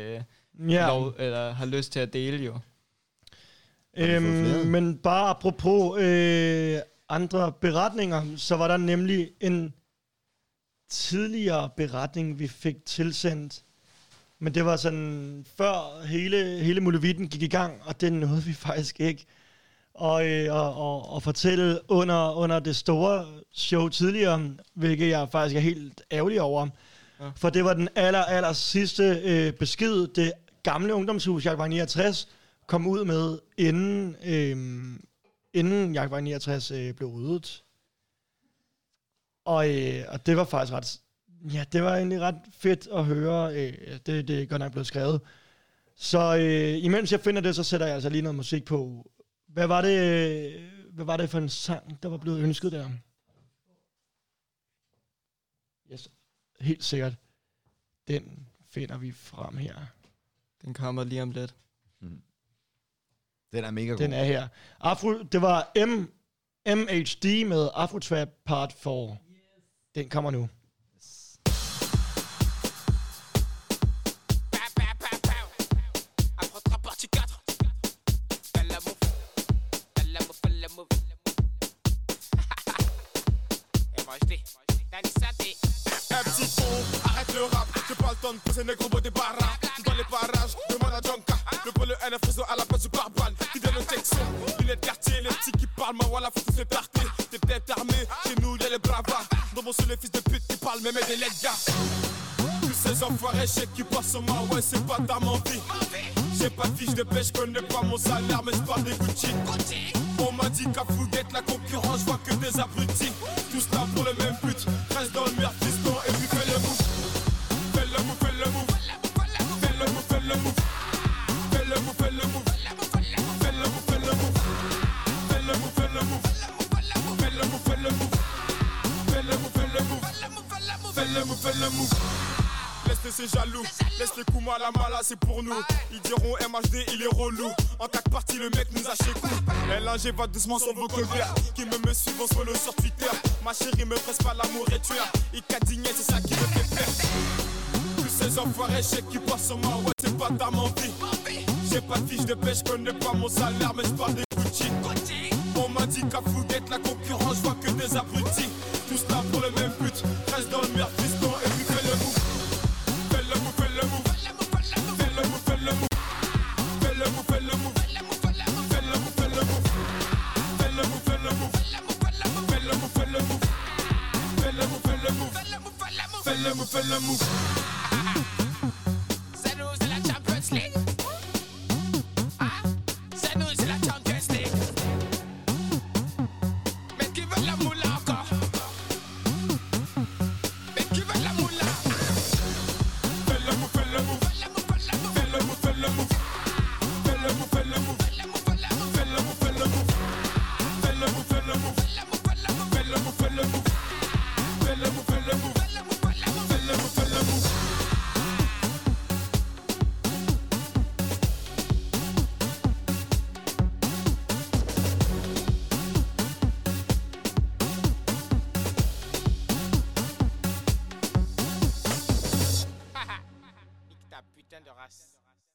har lyst til at dele, jo. Men bare apropos andre beretninger, så var der nemlig en tidligere beretning, vi fik tilsendt. Men det var sådan, før hele muligheden gik i gang, og det nåede vi faktisk ikke og fortælle under det store show tidligere, hvilket jeg faktisk er helt ærgerlig over. Ja. For det var den aller sidste besked, det gamle ungdomshus, Jagtvej 69, kom ud med, inden Jagtvej 69 blev ryddet. Og det var faktisk ret... Ja, det var egentlig ret fedt at høre. Det er godt nok blevet skrevet. Så imens jeg finder det, så sætter jeg altså lige noget musik på. Hvad var det for en sang, der var blevet ønsket der? Yes, helt sikkert. Den finder vi frem her. Den kommer lige om lidt. Den er mega god. Den er her. Det var MHD med Afrotrap Part 4. Den kommer nu. Arrête le rap, j'ai pas le temps de pousser les gros beaux des barras. Dans les parages, demande à Jonka. Le polo et le friso à la place du pare-balles. Qui donne le texte, lunettes quartier, les petits qui parlent, ma voilà, faut tous les tarter. T'es peut-être armé, chez nous y'a les bravas. Dans mon seul les fils de pute qui parlent, même des les gars. Tous ces enfoirés, chèques qui passent en main, ouais, c'est pas ta mentie. J'ai pas de fiche de pêche, j'connais pas mon salaire, mais j'parle des Gucci. On m'a dit qu'à Fouguette, la concurrence, j'vois que des abrutis. Tous là pour le même but, reste dans le merde, fiston, et puis fais le move. Fais le move, fais le move. Fais le move, fais le move. Fais le move, fais le move. Fais le move, fais le move. Fais le move, fais le move. Fais le move, fais le move. Fais le move, fais le move. Fais le move, fais le move. Laisse ces jaloux, laisse les coups mal à mala, c'est pour nous. Ils diront MHD, il est relou. En 4 parties, le mec nous a chez coup. LNG va doucement sur vos colverts. Qui me suivent, on se follow sur Twitter. Ma chérie me presse pas, l'amour est tueur. Il cadigné, c'est ça qui me fait peur. Tous ces enfoirés, chèques qui passent sur moi, ouais, c'est pas ta mentie. J'ai pas de fiche de pêche, j'connais pas mon salaire, mais j'parle des Gucci. On m'a dit qu'à Fouguette, la concurrence, j'vois que des abrutis. Tous là pour le même but, reste dans le merde, fiston, et puis fais le move. Fais le move, fais le move. Fais le move, fais le move. Fais le move, fais le move. Fais le move, fais le move. Fais le move, fais le move. Fais le move, fais le move. Fais le move, fais le move. Fais le move, fais le move. C'est nous, c'est la Champions League. C'est nous, c'est la Champions League. Mais qui veut la moula encore? Mais qui veut la moula? Fais le move, fais le move. Fais le move, fais le move. Fais le move, fais le move. Fais le move, fais le move. Fais le move, fais le move. Fais le move, fais le move. Fais le move, fais le move. Fais le move, fais le move. Nique ta putain de race.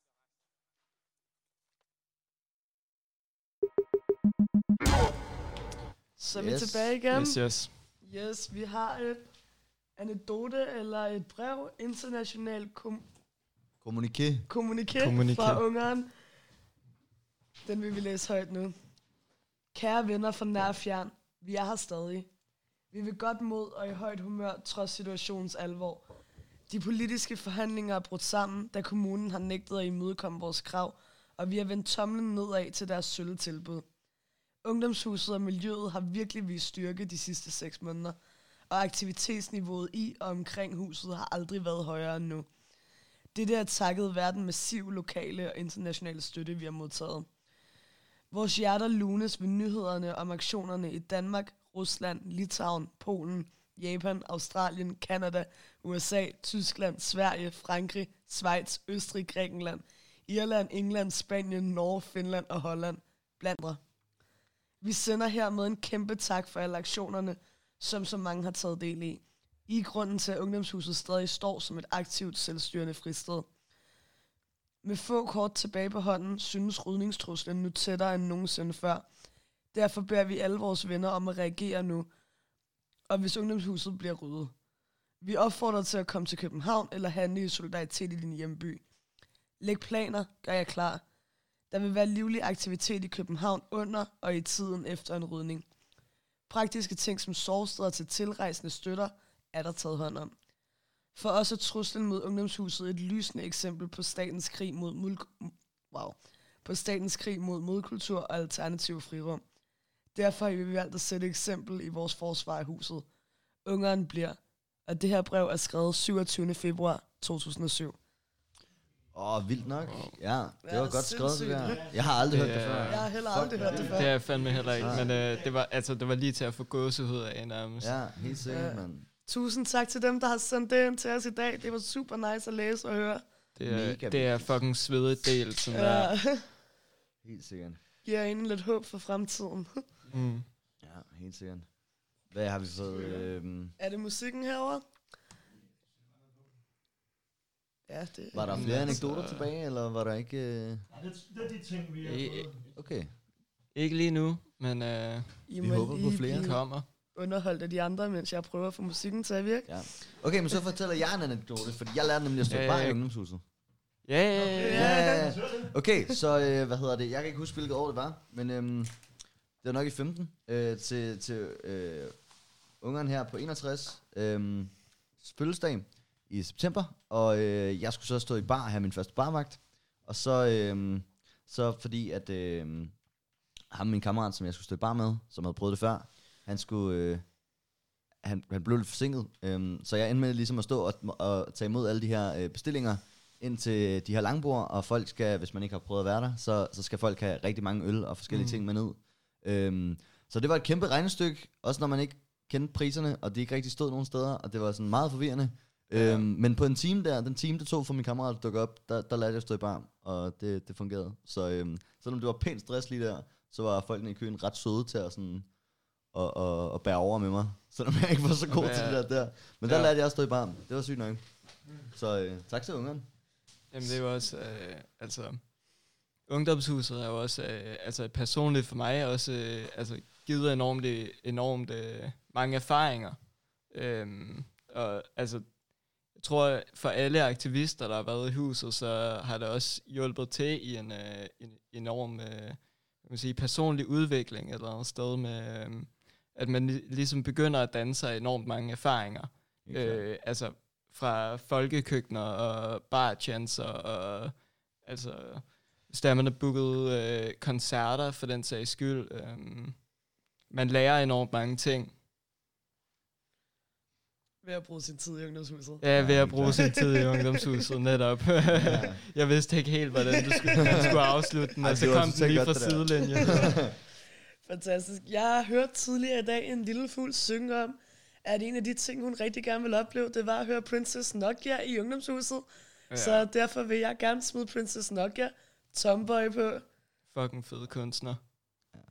Så er vi tilbage igen. Yes. Yes, vi har et anekdote eller et brev, international Kommuniké fra Ungarn. Den vil vi læse højt nu. Kære venner fra nær og fjern, vi er her stadig. Vi vil godt mod og i højt humør trods situationens alvor. De politiske forhandlinger er brudt sammen, da kommunen har nægtet at imødekomme vores krav, og vi har vendt tomlen nedad til deres sølle tilbud. Ungdomshuset og miljøet har virkelig vist styrke de sidste 6 måneder, og aktivitetsniveauet i og omkring huset har aldrig været højere end nu. Dette er takket være den massive lokale og internationale støtte, vi har modtaget. Vores hjerter lunes ved nyhederne om aktionerne i Danmark, Rusland, Litauen, Polen, Japan, Australien, Canada, USA, Tyskland, Sverige, Frankrig, Schweiz, Østrig, Grækenland, Irland, England, Spanien, Norge, Finland og Holland, blandt andre. Vi sender hermed en kæmpe tak for alle aktionerne, som så mange har taget del i. I er grunden til, at Ungdomshuset stadig står som et aktivt selvstyrende fristed. Med få kort tilbage på hånden, synes rydningstruslen nu tættere end nogensinde før. Derfor beder vi alle vores venner om at reagere nu, og hvis Ungdomshuset bliver ryddet. Vi opfordrer til at komme til København eller handle i solidaritet i din hjemby. Læg planer, gør jer klar. Der vil være livlig aktivitet i København under og i tiden efter en rydning. Praktiske ting som sovesteder til tilrejsende støtter er der taget hånd om. For os er truslen mod ungdomshuset et lysende eksempel på statens krig mod modkultur og alternative frirum. Derfor har vi valgt at sætte eksempel i vores forsvar af huset. Ungeren bliver, og det her brev er skrevet 27. februar 2007. Vildt nok. Ja, det var godt skrevet, det der. Jeg har aldrig hørt det før. Jeg har heller aldrig hørt det før. Det har jeg fandme heller ikke, men det var lige til at få gåsehud af nærmest. Ja, helt sikkert, mand. Tusind tak til dem, der har sendt det ind til os i dag. Det var super nice at læse og høre. Det er fucking svedigt del, sådan der. Helt sikkert. Giver en lidt håb for fremtiden. Ja, helt sikkert. Hvad har vi fået? Er det musikken herovre? Ja, det var der flere anekdoter tilbage, eller var der ikke... Ja, det er de ting, vi har fået. Okay. Ikke lige nu, men vi håber på flere. Kommer. Underholdt af de andre, mens jeg prøver at få musikken til at virke. Ja. Okay, men så fortæller jeg en anekdote, fordi jeg lærte nemlig at stå bare i ungdomshuset. Ja. Okay, så hvad hedder det? Jeg kan ikke huske, hvilket år det var, men det var nok i 15 til ungeren her på 61 fødselsdag i september, og jeg skulle så stå i bar og have min første barvagt, og så fordi at ham min kammerat, som jeg skulle stå i bar med, som havde prøvet det før, han skulle han blev lidt forsinket, så jeg endte med ligesom at stå og tage imod alle de her bestillinger ind til de her langbord, og folk skal, hvis man ikke har prøvet at være der, så skal folk have rigtig mange øl og forskellige ting med ned. Så det var et kæmpe regnestykke, også når man ikke kendte priserne, og de ikke rigtig stod nogen steder, og det var sådan meget forvirrende. Men på en time der, den time det tog for min kammerat at dukke op, der lærte jeg at stå i bar, og det fungerede. Så selvom det var pænt stress lige der, så var folkene i køen ret søde til at sådan og bære over med mig, selvom jeg ikke var så god til det der. Men der lærte jeg at stå i bar. Det var sygt nok. Så tak til ungerne. Jamen det er jo også, ungdomshuset er jo også, personligt for mig også, givet enormt mange erfaringer. Og altså, jeg tror for alle aktivister, der har været i huset, så har det også hjulpet til i en enorm personlig udvikling et eller andet sted med, at man ligesom begynder at danne sig enormt mange erfaringer. Fra folkekøkkener og barchancer og man booket koncerter for den sags skyld. Man lærer enormt mange ting. Ved at bruge sin tid i ungdomshuset. Ja, ved at bruge sin tid i ungdomshuset, netop. Jeg vidste ikke helt, hvordan man skulle afslutte den, og så kom den lige fra sidelinjen. Fantastisk. Jeg har hørt tidligere i dag en lille fugl synge om, at en af de ting, hun rigtig gerne vil opleve, det var at høre Princess Nokia i ungdomshuset. Ja. Så derfor vil jeg gerne smide Princess Nokia Tomboy på. Fucking fed kunstner. Ja.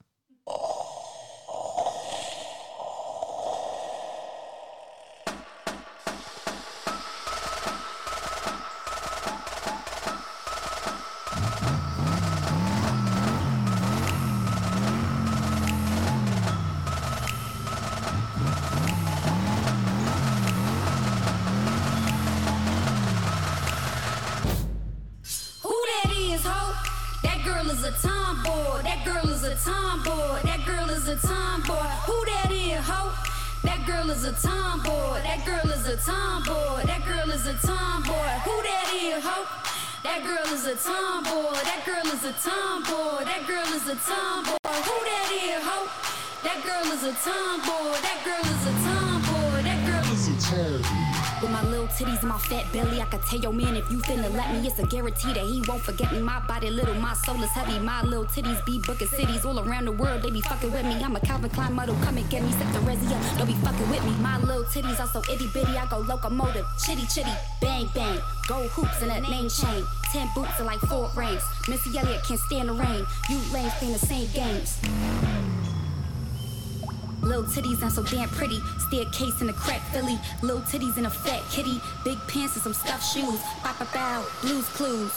With my little titties and my fat belly, I could tell your man if you finna let me, it's a guarantee that he won't forget me. My body little, my soul is heavy. My little titties be booking cities all around the world. They be fucking with me. I'm a Calvin Klein model, come and get me. Set the resi up, don't be fucking with me. My little titties are so itty bitty, I go locomotive, chitty chitty, bang bang. Gold hoops and a name chain, 10 boots and like 4 rings. Missy Elliott can't stand the rain. You lames playing the same games. Little titties and so damn pretty. Staircase in a crack Philly. Little titties and a fat kitty. Big pants and some stuffed shoes. Bow bow bow. Blues Clues.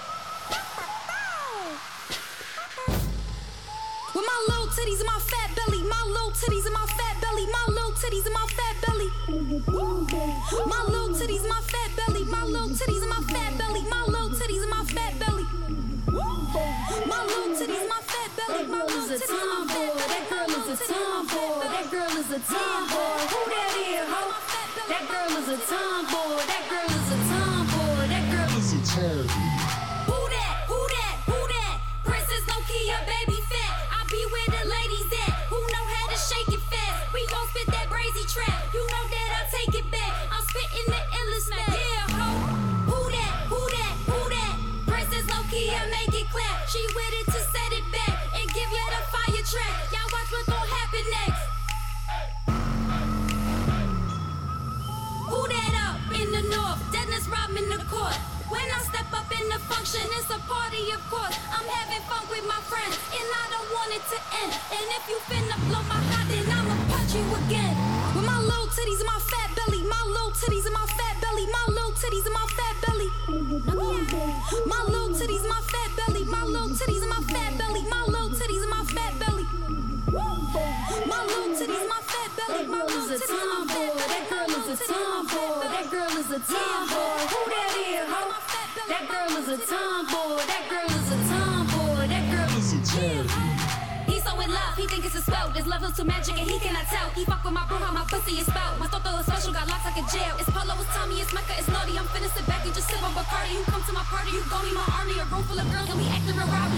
With my little titties and my fat belly. My little titties and my fat belly. My little titties and my fat belly. My little titties and my fat belly. My little titties and my fat belly. My little titties and my fat belly. My little titties and my fat belly. My little titties and my fat belly. That girl is a tomboy. That girl is a tomboy. Who that is, ho? That girl is a tomboy. That girl is a tomboy. That girl is a tomboy. Who that? Who that? Who that? Princess Nokia, baby fat. I be where the ladies at. Who know how to shake it fast? We gon' spit that brazy trap. You know that I take it back. I'm spitting the endless smack. Yeah, ho. Who that? Who that? Who that? Princess Nokia, make it clap. She with it to set it back and give you the fire track. Y'all watch what gon' happen next. Who that up in the north? Dennis Rodman the court. When I step up in the function, it's a party, of course. I'm having fun with my friends, and I don't want it to end. And if you finna blow my hot, then I'ma punch you again. With my little titties and my fat belly, my little titties and my fat belly, my little titties and my fat belly. My little titties, my fat belly, my little titties and my fat belly, my little titties and my fat belly. My little titties, my fat belly, my little titties and my fat belly. That girl is a tomboy. That girl is a tomboy. Who that is, ho? That girl is a tomboy. That girl is a tomboy. That girl is a tomboy. He's so in love, he think it's a spell. There's levels to magic and he cannot tell. He fuck with my bro, how my pussy is spelled. My toto is special, got locks like a jail. It's Polo, it's Tommy, it's Mecca, it's Naughty. I'm finna sit back and just sip on Bacardi. You come to my party, you go meet my army. A room full of girls and we acting real rowdy.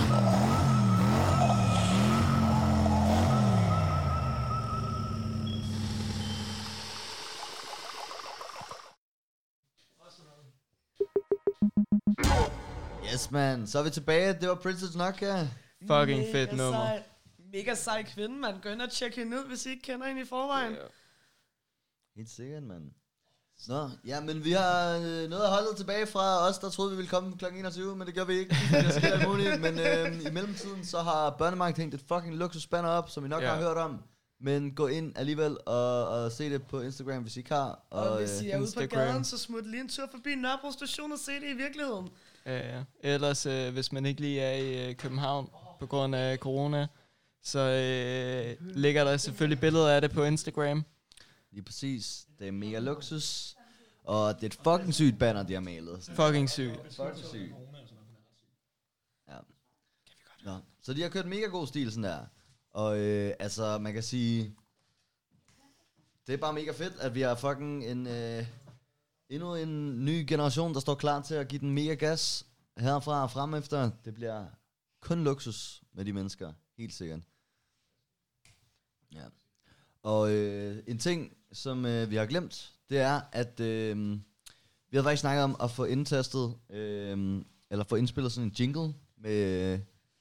Yes, man. Så er vi tilbage. Det var Princess Nokia. Fucking fedt nummer. Sej. Mega sej kvinde, man. Gå ind og tjekke hende ud, hvis I ikke kender hende i forvejen. Yeah. Helt sikkert, mand. Nå, ja, men vi har noget af holdet tilbage fra os, der troede, vi ville komme kl. 21, men det gør vi ikke. Det sker alt muligt. Men i mellemtiden, så har Børnemarked hængt et fucking luksusbanner op, som I nok har hørt om. Men gå ind alligevel og se det på Instagram, hvis I ikke har. Og hvis I er ude på gaden, så smut lige en tur forbi Nørrebro Station og se det i virkeligheden. Ja. Ellers, hvis man ikke lige er i København på grund af corona, så ligger der selvfølgelig billeder af det på Instagram. Lige præcis. Det er mega luksus. Og det er et fucking sygt banner, de har malet. Fucking sygt. Fucking sygt. Ja. Nå. Så de har kørt mega god stil sådan der. Og altså, man kan sige, det er bare mega fedt, at vi har fucking endnu en ny generation, der står klar til at give den mega gas herfra og frem efter. Det bliver kun luksus med de mennesker, helt sikkert. Ja. Og en ting, som vi har glemt, det er, at vi har faktisk snakket om at få indtastet, eller få indspillet sådan en jingle med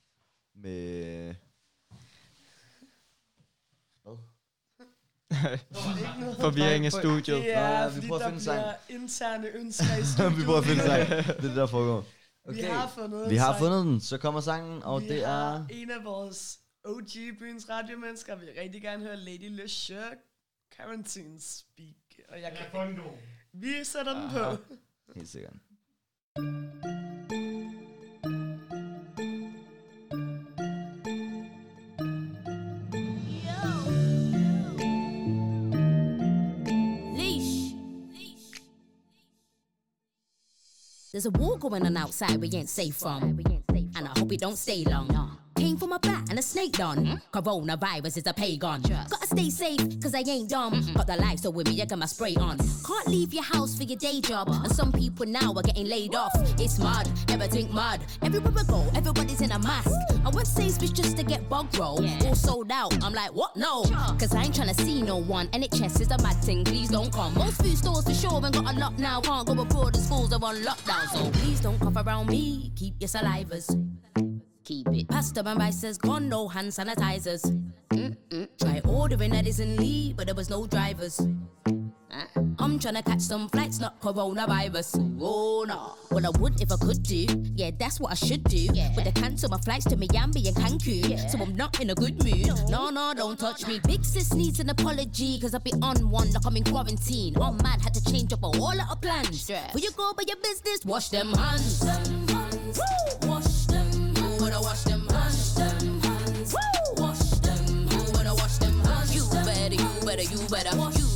Forvirring i studiet. Det er, vi fordi prøver at der finde sang. bliver interne ønsker i studiet. Vi prøver at finde sang. Det er det, der foregår. Okay. Vi har fundet den. Så kommer sangen, og vi det har er... en af vores OG byens radiomennesker. Vi vil rigtig gerne høre Lady LeSure Quarantine Speak. Og jeg kan... Vi sætter den på. Helt sikkert. There's a war going on outside we ain't safe from. And I hope it don't stay long. Came from a bat and a snake done. Coronavirus is a pagan. Gotta stay safe, cause I ain't dumb. Got the lights with me, I got my spray on. Can't leave your house for your day job. And some people now are getting laid off. It's mud, everything mud. Everywhere I go, everybody's in a mask. I went Sainsbury's just to get bug roll. All sold out, I'm like, what? No. Cause I ain't tryna see no one. NHS is a mad thing, please don't come. Most food stores for sure ain't got a lock now. Can't go abroad, the schools are on lockdown. So please don't cough around me, keep your salivas. Keep it. Pasta and rice has gone, no hand sanitizers. Try ordering at Lee, but there was no drivers. I'm tryna catch some flights, not coronavirus. Oh no. Well, I would if I could do. Yeah, that's what I should do. But I cancel my flights to Miami and Cancun. So I'm not in a good mood. No, don't touch me. Big sis needs an apology, cause I be on one like I'm in quarantine. Oh man, had to change up a whole lot of plans. Will you go by your business? Wash them hands. Woo! Wash them hands. Gonna wash them hands. Woo! Wash them hands. Gonna wash them hands. You better. You better do better.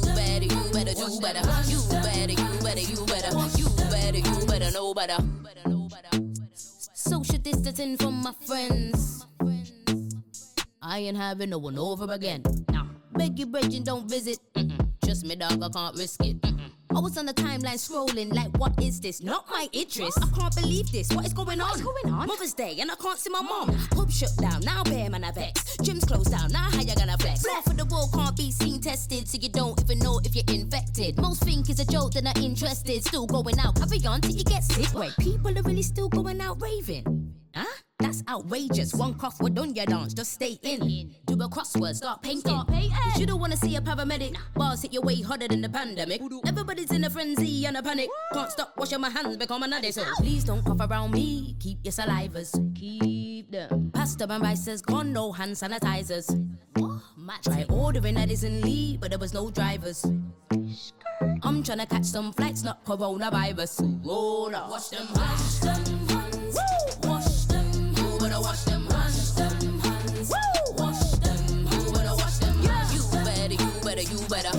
You better know better. Social distancing from my friends. I ain't having no one over again. Nah. Beg you, Bridget, don't visit. Just me, dog, I can't risk it. I was on the timeline scrolling like, what is this? Not my Idris. I can't believe this. What is going on? What's going on? Mother's Day and I can't see my mom. Pub shut down, now bear man I vex. Gym's closed down, now how you gonna flex? Half of the world can't be seen tested, so you don't even know if you're infected. Most think it's a joke, they're not interested. Still going out, carry on till you get sick. Wait, people are really still going out raving? Huh? That's outrageous. One cough, we're done your dance, just stay in. Do a crossword, start painting. You don't wanna see a paramedic. Bars hit your way harder than the pandemic. Everybody's in a frenzy and a panic. Can't stop washing my hands, become an addict. So please don't cough around me. Keep your salivas. Keep them. Pasta and rice has gone, no hand sanitizers. Try ordering Edison Lee, but there was no drivers. I'm trying to catch some flights, not coronavirus. Roll up. Wash them hands. Wash them. Who better wash them hands? Wash them. Who better wash them hands? You better. You better do better.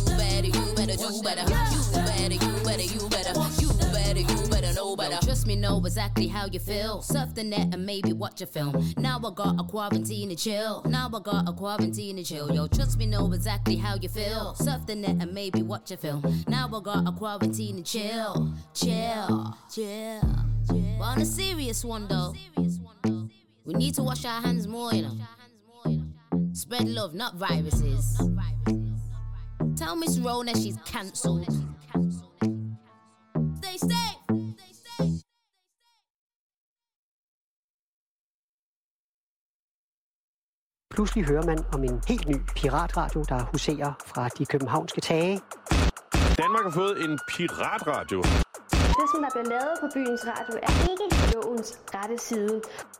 You better know better. Trust me, know exactly how you feel. Surf the net and maybe watch a film. Now I got a quarantine to chill. Yo, trust me, know exactly how you feel. Surf the net and maybe watch a film. Now I got a quarantine to chill. But on a serious one though, we need to wash our hands more, you know. Spread love, not viruses. Tell Miss Rona she's cancelled. Stay safe. Pludselig hører man om en helt ny piratradio, der huserer fra de københavnske tage. Danmark har fået en piratradio. Det, som der bliver lavet på byens radio, er ikke lovens rette side.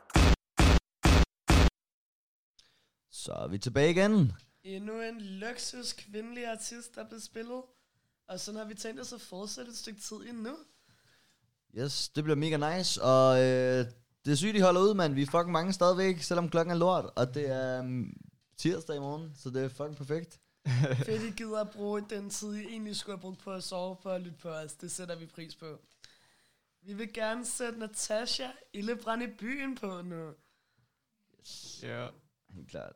Så er vi tilbage igen. Endnu en luksus kvindelig artist, der er blevet spillet. Og sådan har vi tænkt os at fortsætte et stykke tid endnu. Yes, det bliver mega nice. Og det er sygt, I holder ud, mand. Vi er fucking mange stadigvæk, selvom klokken er lort. Og det er tirsdag i morgen, så det er fucking perfekt. Fedt, I gider at bruge den tid, I egentlig skulle have brugt på at sove på og lytte på os. Det sætter vi pris på. Vi vil gerne sætte Natasha Ildebrand i byen på nu. Yes. Ja. Helt klart.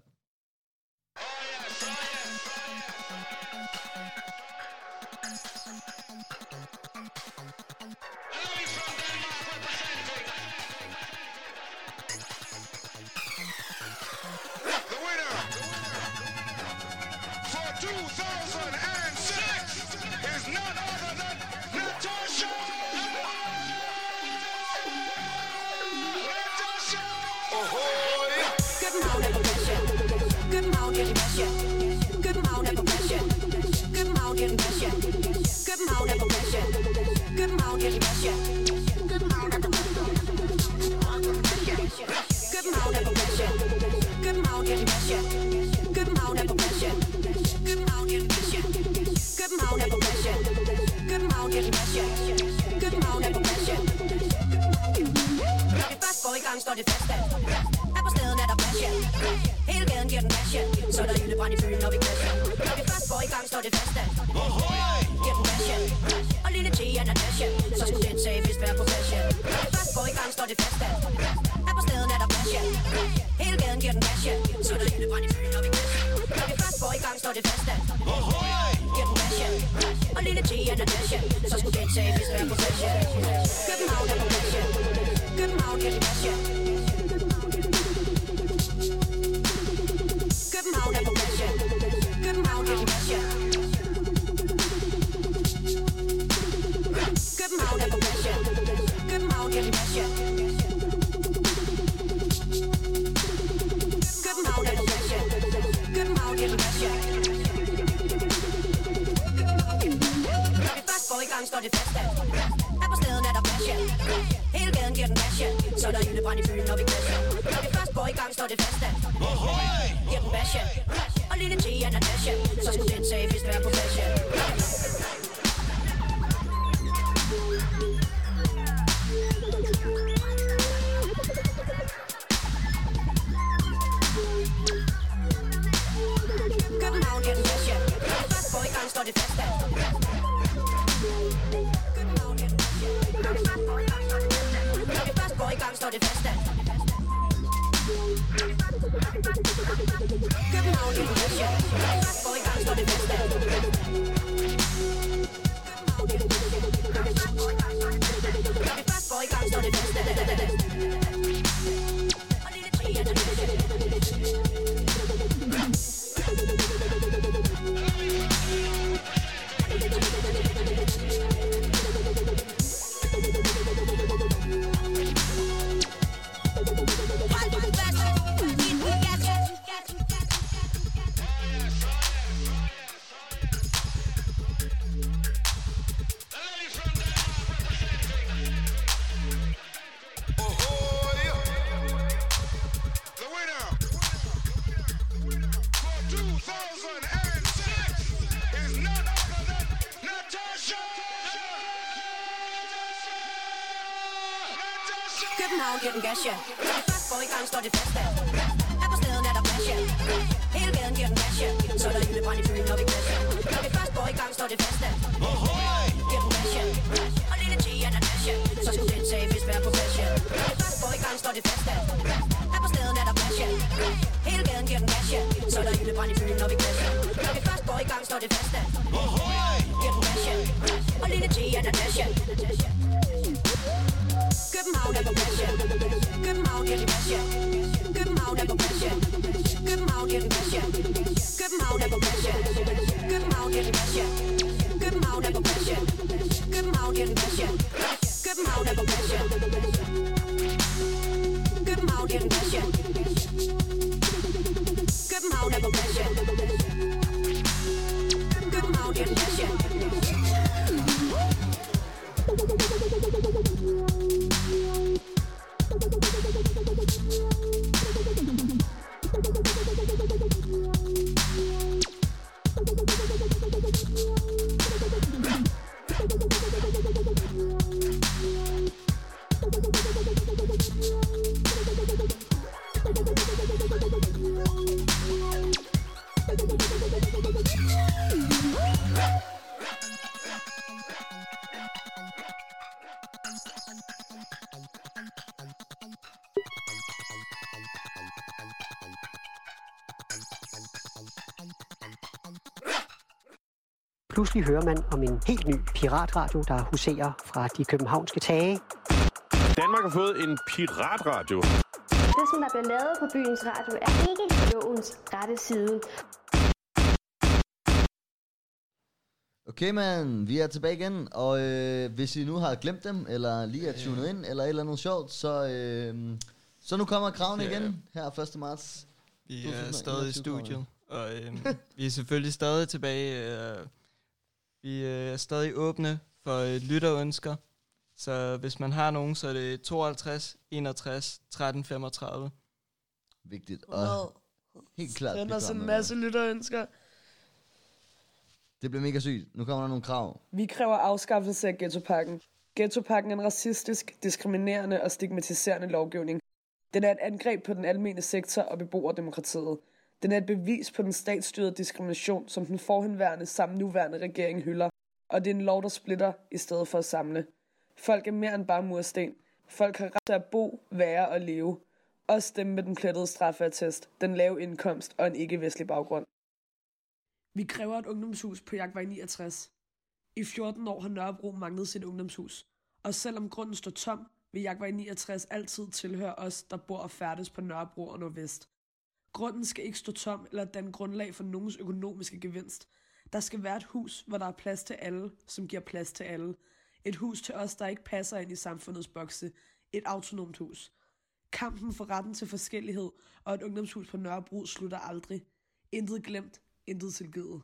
Står det fast af. Er på stedet er der plads, ja. Hele gaden giver den gas, ja. Så er der ildebrand i byen, når vi crasher. Når vi først går i gang, står det fast af. Giver den gas, ja. Og lille T er Natasha. Så skulle den sag vist være på plads, ja. Når vi først går i gang, står det fast af. Er på stedet er der plads, ja. Hele gaden giver den gas, ja. Så er der ildebrand i byen, når vi crasher. Når vi først går i gang, står det fast af. Giver den gas, ja. Og lille T er Natasha. Så skulle den sag vist være på plads, ja. København er på plads, ja. København giver den gas, ja. København er på plads, ja. København giver den gas, ja. København er på plads, ja. København giver den gas, ja. København er på plads, ja. København giver den gas, ja. Når vi først går i gang, står det fast af. Er på stedet er der plads, ja. Hele gaden giver den gas, ja. Så er der ildebrand i byen, når vi crasher. Når vi først går i gang, står det fast af. Giver den gas, ja. Og lille T er Natasha. Så skulle den sag vist være på plads, ja. København giver den gas, ja. Når vi først går i gang, står det fast af. København giver den gas, ja. Når vi først går i gang, står det fast af. Når vi først går i gang, står det fast af. København giver den gas, ja. Når vi først går i gang, står det fast af. København giver den gas, ja. Når vi først går i gang, står det fast, ja. Her på stedet er der plads, ja. Hele gaden giver den gas, ja. Så er der julebrand i byen, når vi glas, ja. Når vi først går i gang, står det fast, ja. Giver den gas, ja. Og lille G er der dash, ja. Så skulle den tage vist være på plads, ja. Når vi først går i gang, står det fast, ja. Her på stedet er der plads, ja. Hele gaden giver den gas, ja. Så er der julebrand i byen, når vi glas, ja. Når vi først går i gang, står det fast, ja. Giver den gas, ja. Og lille G er der dash, ja. København er på plads, ja. København giver den gas, ja. København er på plads, ja. København giver den gas, ja. København er på plads, ja. København giver den gas, ja. København er på plads, ja. København giver den gas, ja. København er på plads, ja. København giver den gas, ja. København er på plads, ja. København giver den gas, ja. Pludselig hører man om en helt ny piratradio, der huserer fra de københavnske tage. Danmark har fået en piratradio. Det, som der bliver lavet på byens radio, er ikke lovens rette side. Okay, man, vi er tilbage igen, og hvis I nu har glemt dem, eller lige er tunet ind, eller et eller andet sjovt, så nu kommer kraven igen her 1. marts. Vi er stadig i studiet, og vi er selvfølgelig stadig tilbage. Vi er stadig åbne for lytterønsker, så hvis man har nogen, så er det 52 61 13 35. Vigtigt, og helt klart. Send os en masse lytterønsker. Det bliver mega sygt. Nu kommer der nogle krav. Vi kræver afskaffelse af ghettopakken. Ghettopakken er en racistisk, diskriminerende og stigmatiserende lovgivning. Den er et angreb på den almene sektor og beboerdemokratiet. Den er et bevis på den statsstyrede diskrimination, som den forhenværende samt nuværende regering hylder. Og det er en lov, der splitter i stedet for at samle. Folk er mere end bare mursten. Folk har ret til at bo, være og leve. Også dem med den plettede straffeattest, den lave indkomst og en ikke-vestlig baggrund. Vi kræver et ungdomshus på Jagtvej 69. I 14 år har Nørrebro manglet sit ungdomshus. Og selvom grunden står tom, vil Jagtvej 69 altid tilhøre os, der bor og færdes på Nørrebro og Nordvest. Grunden skal ikke stå tom eller danne grundlag for nogens økonomiske gevinst. Der skal være et hus, hvor der er plads til alle, som giver plads til alle. Et hus til os, der ikke passer ind i samfundets bokse. Et autonomt hus. Kampen for retten til forskellighed og et ungdomshus på Nørrebro slutter aldrig. Intet glemt, intet tilgivet.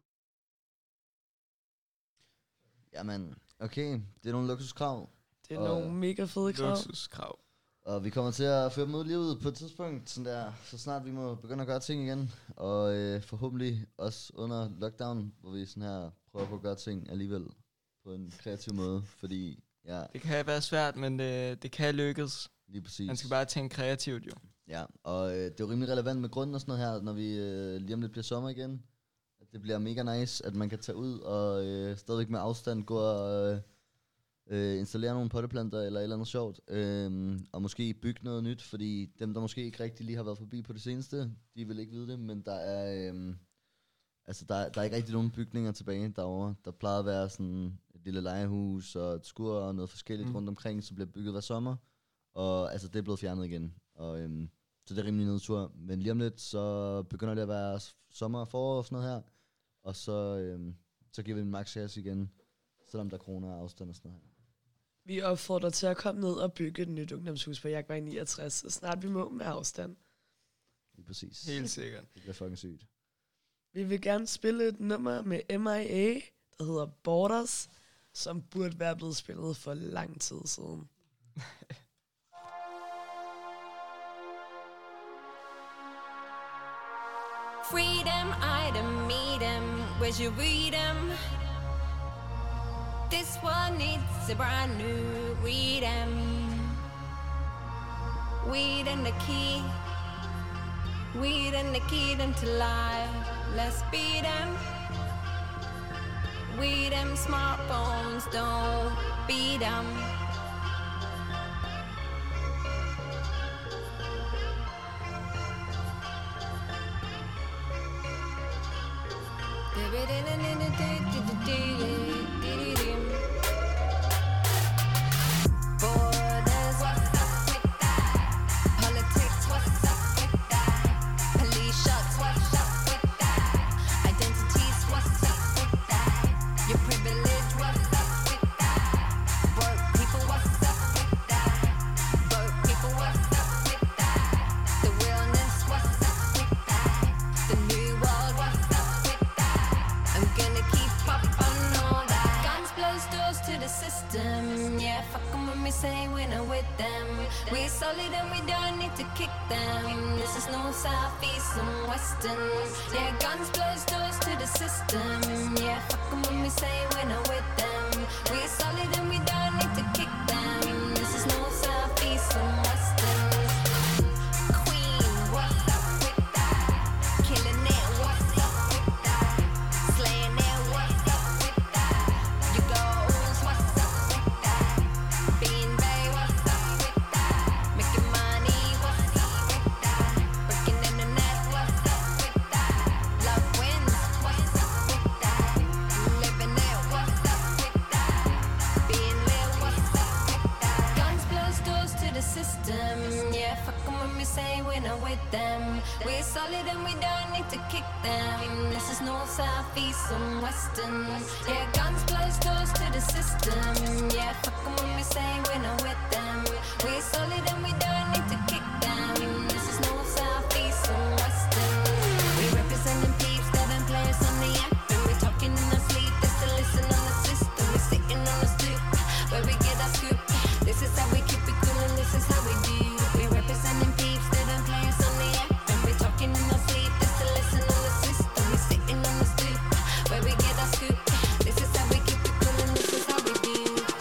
Jamen, okay. Det er nogle luksuskrav. Det er nogle mega fede krav. Luksuskrav. Og vi kommer til at føre dem ud i livet på et tidspunkt, sådan der, så snart vi må begynde at gøre ting igen. Og forhåbentlig også under lockdown, hvor vi sådan her prøver på at gøre ting alligevel på en kreativ måde, fordi ja. Det kan være svært, men det kan lykkes. Lige præcis. Man skal bare tænke kreativt jo. Ja, og det er jo rimelig relevant med grunden og sådan noget her, når vi lige om lidt bliver sommer igen. At det bliver mega nice, at man kan tage ud og stadigvæk med afstand gå og installere nogle potteplanter eller et eller andet sjovt. Og måske bygge noget nyt, fordi dem, der måske ikke rigtig lige har været forbi på det seneste, de vil ikke vide det, men der er... der er ikke rigtig nogen bygninger tilbage derovre. Der plejede at være sådan et lille legehus og et skur og noget forskelligt rundt omkring, som bliver bygget hver sommer. Og altså, det er blevet fjernet igen. Og, så det er rimelig nedtur. Men lige om lidt, så begynder det at være sommer og forår og sådan noget her. Og så giver vi en max gas igen, selvom der er corona og afstand og sådan noget her. Vi opfordrer til at komme ned og bygge et nyt ungdomshus på Jagtvej 69, så snart vi må med afstand. Lige præcis. Helt sikkert. Det bliver fucking sygt. Vi vil gerne spille et nummer med MIA, der hedder Borders, som burde være blevet spillet for lang tid siden. Freedom, item, meet 'em, where'd you read 'em? This one needs a brand new read 'em. Weed and the key. Weed and the key them to life. Let's beat them. We them smartphones, don't beat them. Borders, what's up with that? Politics, what's up with that? Police shots, what's up with that? Identities, what's up with that? Your privilege, what's up with that? Broke people, what's up with that? Broke people, what's up with that? The realness, what's up with that? The new world, what's up with that? I'm gonna keep up on all that. Guns blows doors to the system. Yeah, fuck 'em when we say we're not with them. We're solid and we don't need to kick them. This is no south, east and western. Yeah, guns blows doors to the system. Yeah, fuck 'em when we say we're not with them. We're solid and we don't need to kick them. This is no south, east and western. Queen, what's up with that? Killing it, what's up with that? Slaying it, what's up with that? You goals, what's up with that? Being Bay, what's up with that? Making money, what's up with that? Breaking in the net, what's up with that? Love wins, what's up with that? Living it, what's up with that? Being lit, what's up with that? Guns blows doors to the system. Yeah, fuck 'em when we say we're not with them. We're solid and we don't need to kick them. This is north, south, east and western. Yeah, guns blows doors to the system. Yeah, fuck 'em when we say we're not with them. We're solid and we don't need to kick them. This is north, south, east and western. We representing peeps that don't play us on the app. And we talking in our sleep, they still listen on the system. We sitting on the stoop, where we get our scoop. This is how we keep it cool and this is how we do. We representing peeps that don't play us on the app. And we talking in our sleep, they still listen on the system. We sitting on the stoop, where we get our scoop. This is how we keep it cool and this is how we do.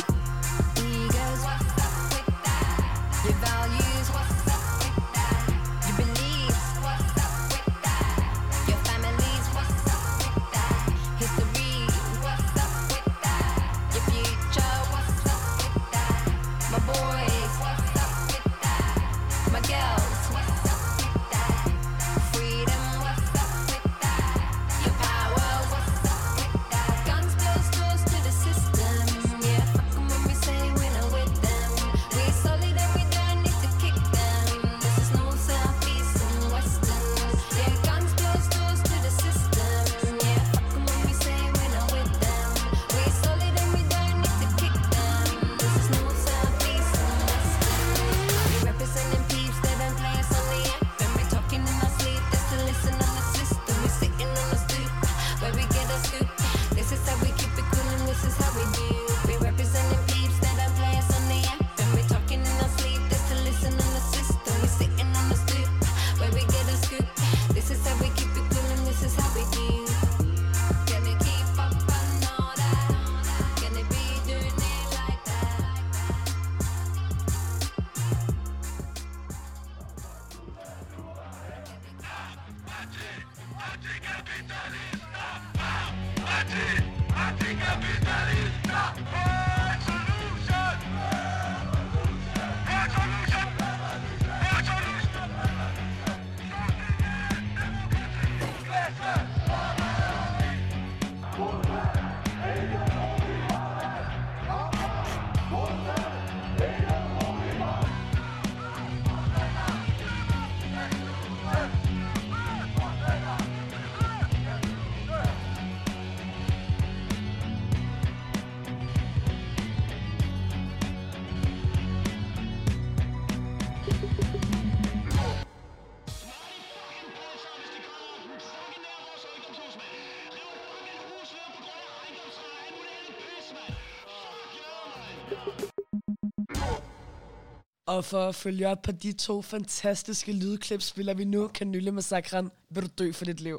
Egos, what's up with that? Your values, what's up with that? Your beliefs, what's up with that? Your families, what's up with that? History, what's up with that? Your future, what's up with that? My boys, what's up with that? My girls, what's up with that? Freedom, what's up with that? Your power, what's up with that? Guns blows doors to the system. Yeah, fuck 'em when we say we're not with them. We're solid and we don't need to kick them. This is north, south, east and western. Yeah, guns blows doors to the system. Yeah, fuck 'em when we say we're not with them. We're solid and we don't need to kick them. This is north, south, east and western. We representing peeps that don't play us on the app. And we talking in our sleep, they still listen on the system. We sitting on the stoop, where we get our scoop. This is how we keep it cool and this is how we do. We representing peeps that don't play us on the app. And we talking in our sleep, they still listen on the system. We sitting on the stoop, where we get our scoop. This is how we keep it cool and this is how we do. Gonna keep up on all that. Gonna be doing it like that. Og for at følge op på de to fantastiske lydklip, spiller vi nu Kanylemassakren, Vil du dø for dit liv.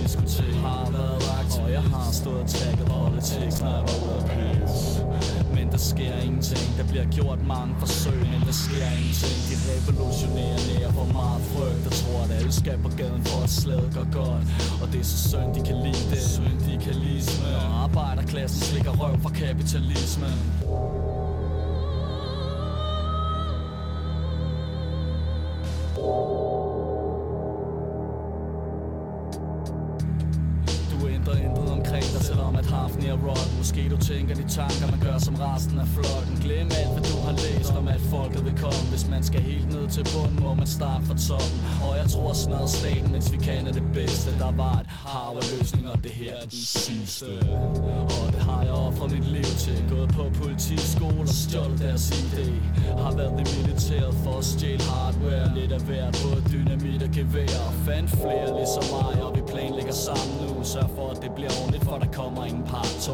diskotek. Har været aktiv, og jeg har stået og tagget politik, når jeg var ude at pisse. Men der sker ingenting, der bliver gjort mange forsøg, men der sker ingenting. De revolutionære nærer for meget frygt, der tror at alle skal på gaden for at slaget går godt. Og det er så synd de kan lide det, syndikalisme. Og arbejderklassen slikker røv for kapitalismen. Intet omkring dig, selvom at Hafni er rock. Måske du tænker de tanker, man gør som resten af flokken. Glem alt, hvad du har læst om, at folket vil komme. Hvis man skal helt ned til bunden, må man starte fra toppen. Og jeg tror smadre staten, mens vi kan er det bedste. Der var et hav af løsninger, det her er den sidste. Og det har jeg offret mit liv til. Gået på politiskole og stjålet deres idé. Har været i militæret for at stjæle hardware. Lidt af hvert, både dynamit og gevær. Og fandt flere ligesom mig, og vi planlægger sammen nu. Sørg for at det bliver ordentligt, for der kommer ingen part 2.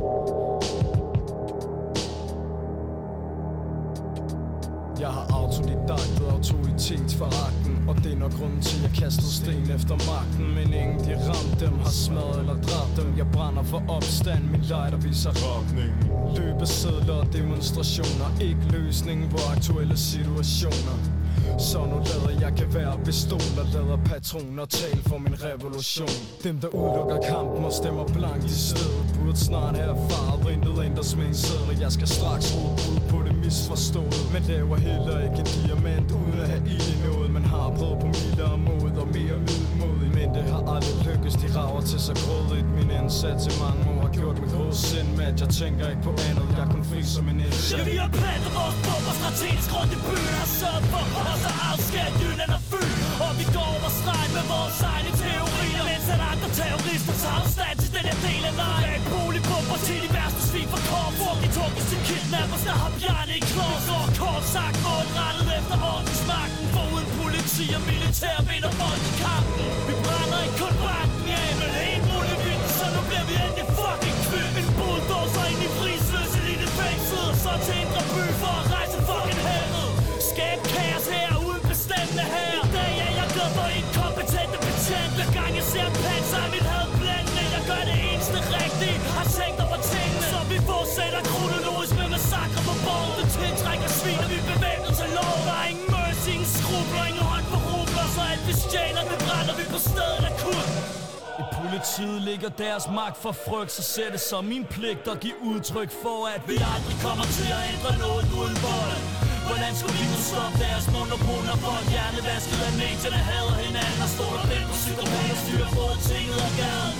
Jeg har autodidaktet autoritetsforagten, og det er nok grunden til, at jeg kastede sten efter magten. Men ingen de ramte dem, har smadret eller dræbt dem. Jeg brænder for opstand, min lighter viser retning. Løbesedler og demonstrationer, ikke løsningen på aktuelle situationer. Så nu lader jeg kan være pistol og lader patroner tale for min revolution. Dem der udelukker kampen og stemmer blankt i stedet burde snart have erfaret, intet ændres med en sædler. Jeg skal straks råbe på det misforstået, men laver heller ikke en diamant uden at have ild i noget. Man har prøvet på mildere mod og mere middelmodig, men det har aldrig lykkes. De rager til sig grådigt. Min indsats i mange år har gjort mit hoved sindmat. Jeg tænker ikke på andet, jeg er kun fri som en indsat. Ja, vi har plantet vores bomber strategisk rundt i byen. Har sørget for og så afskært Jylland og Fyn. Og vi går over stregen med vores egne teorier, mens at andre terrorister tager afstand til den her del af lejen. Bag boligbomber til de værste svin for kort. Walkie-talkies til kidnappers, der har bjørne i klor. Går kort sagt målrettet efter ordensmagten. For uden politi og militær vinder folk i kampen. Vi brænder ikke kun banken af, men helt muligt vildt. Så nu bliver vi endelig fucking kvidt. En bulldozer ind i frisløs i det fængsel. Og så til Indre By for at rejse fucking helvede. Skab kaos her uden bestemmende her. I dag er jeg glad for inkompetente betjent. Hver gang jeg ser en panser er mit had blændende. Jeg gør det eneste rigtige, har tænkt over tingene. Så vi fortsætter kronologisk med massakre på borgen. Det tiltrækker svin, og vi bevæbner til lov. Der er ingen mercy, ingen skrubler, ingen hånd på rubler. Så alt vi stjæler, det brænder vi på stedet af kun. I politiet ligger deres magt for frygt, så ser det som min pligt at give udtryk for, at vi aldrig kommer til at ændre noget uden vold. Hvordan skulle vi kunne stoppe deres monopol, når folk hjernevasket af medierne hader hinanden og stoler blind på psykopater, styrer både tinget og gaden.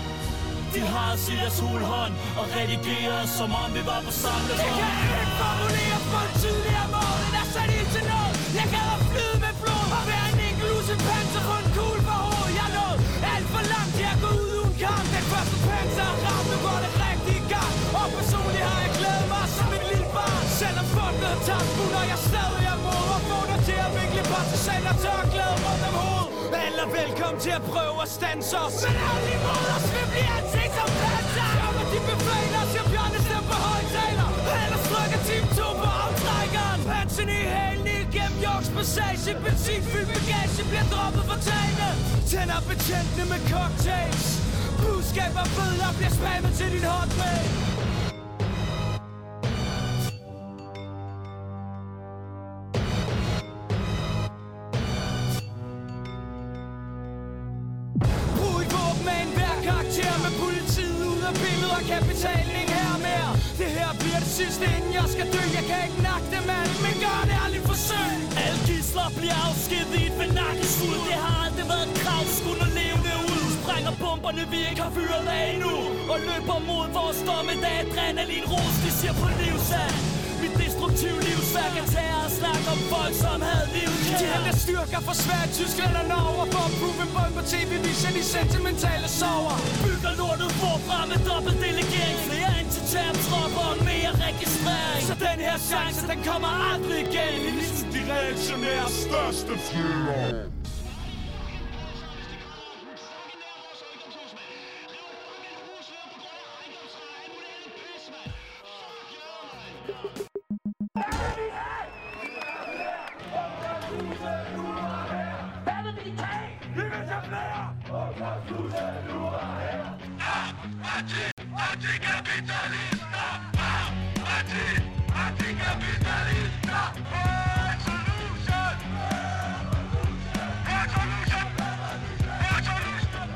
De har os i deres hulhånd og redigerer som om vi var på samlet hånd. Det kan ikke formulere på en tidligere måde, der er sat ind til noget. Jeg kan flyde med blod og være en inklusiv panser på en kugle for hovedet. Jeg nåede alt for langt, jeg er gået ud uden kamp. Den første panser er ramt, nu går det rigtig i gang. Og personligt har jeg glædet mig som et lille barn. Selvom folket har tabt når jeg stadig er mod og få dig til at vikle partisaner tørklæde rundt om hovedet. Alle er velkommen til at prøve at standse os. Men aldrig mod os, vi bliver ansigt som panser. Kommer de befaler, siger bjørnestem på højtaler. Ellers trykker team 2 på aftrækkeren. Pansen i halen igennem Yorks passage. Benzinfyldt bagage bliver droppet for tagene. Tænder betjentene med cocktails. Budskaber bøder bliver spammet til din hotmail. Kapitaling her mere. Det her bliver det sidste, inden jeg skal dø. Jeg kan ikke nakke det, mand, men gør det ærligt forsøg. Alle gidsler bliver afskediget ved nakkeskud. Det har aldrig været et krav, skulle at leve det ud. Sprænger bomberne, vi ikke har fyret af endnu. Og løber mod vores dommedag. Adrenalin rus, de siger på livsand. Mit destruktive livsværk er terror og snak om folk, som havde livet kære. De henter styrker fra Sverige, Tyskland og Norge. For at prove en bomb på tv, viser de sentimentale sover. Bygger lortet forfra med dobbelt delegering. Flere antiterrortropper og mere registrering. Så den her chance, den kommer aldrig igen. De reaktionære største fjender. Alle de tag, vi vil tage flere. Ungdomshuset nu er her. Antikapitalister. Antikapitalister. Revolution. Revolution. Revolution.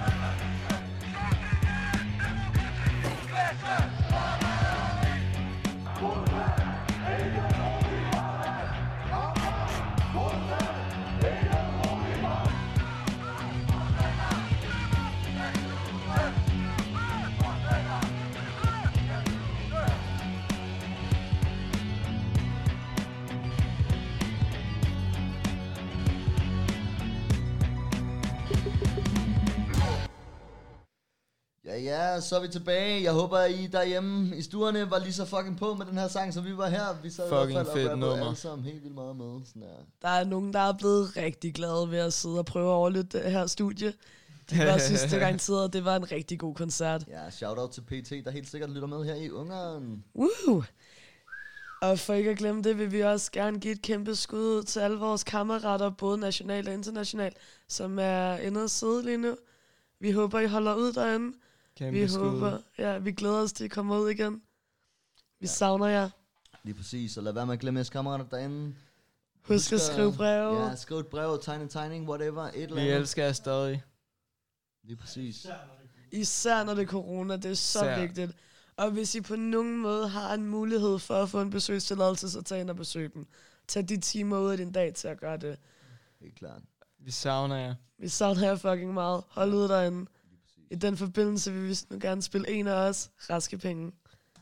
Ja, så er vi tilbage. Jeg håber, I derhjemme i stuerne var lige så fucking på med den her sang, som vi var her. Vi sad Fucking i hvert fald fedt og rappede nummer. alle sammen helt vildt meget med. Sådan der. Der er nogen, der er blevet rigtig glade ved at sidde og prøve at overlytte det her studie. De bare synes, det garanteret, at det var en rigtig god koncert. Ja, shout-out til PT, der helt sikkert lytter med her i Ungarn. Woo! Og for ikke at glemme det, vil vi også gerne give et kæmpe skud ud til alle vores kammerater, både nationalt og internationalt, som er inde og sidde lige nu. Vi håber, I holder ud derinde. Kæmpe skud. Vi glæder os til, at I kommer ud igen. Vi savner jer. Lige præcis, og lad være med at glemme jeres kammerater derinde. Husk at skrive breve. Ja, skriv et brev, tegne en tegning, whatever, et eller Vi andet. elsker jer stadig. Lige præcis. Især når det er corona, det er så Især. vigtigt. Og hvis I på nogen måde har en mulighed for at få en besøgstilladelse, så tag ind og besøg dem. Tag de timer ud af din dag til at gøre det. Helt klart. Vi savner jer. Vi savner jer fucking meget. Hold ud derinde. I den forbindelse vil vi nu gerne spille en af os, Raske Penge.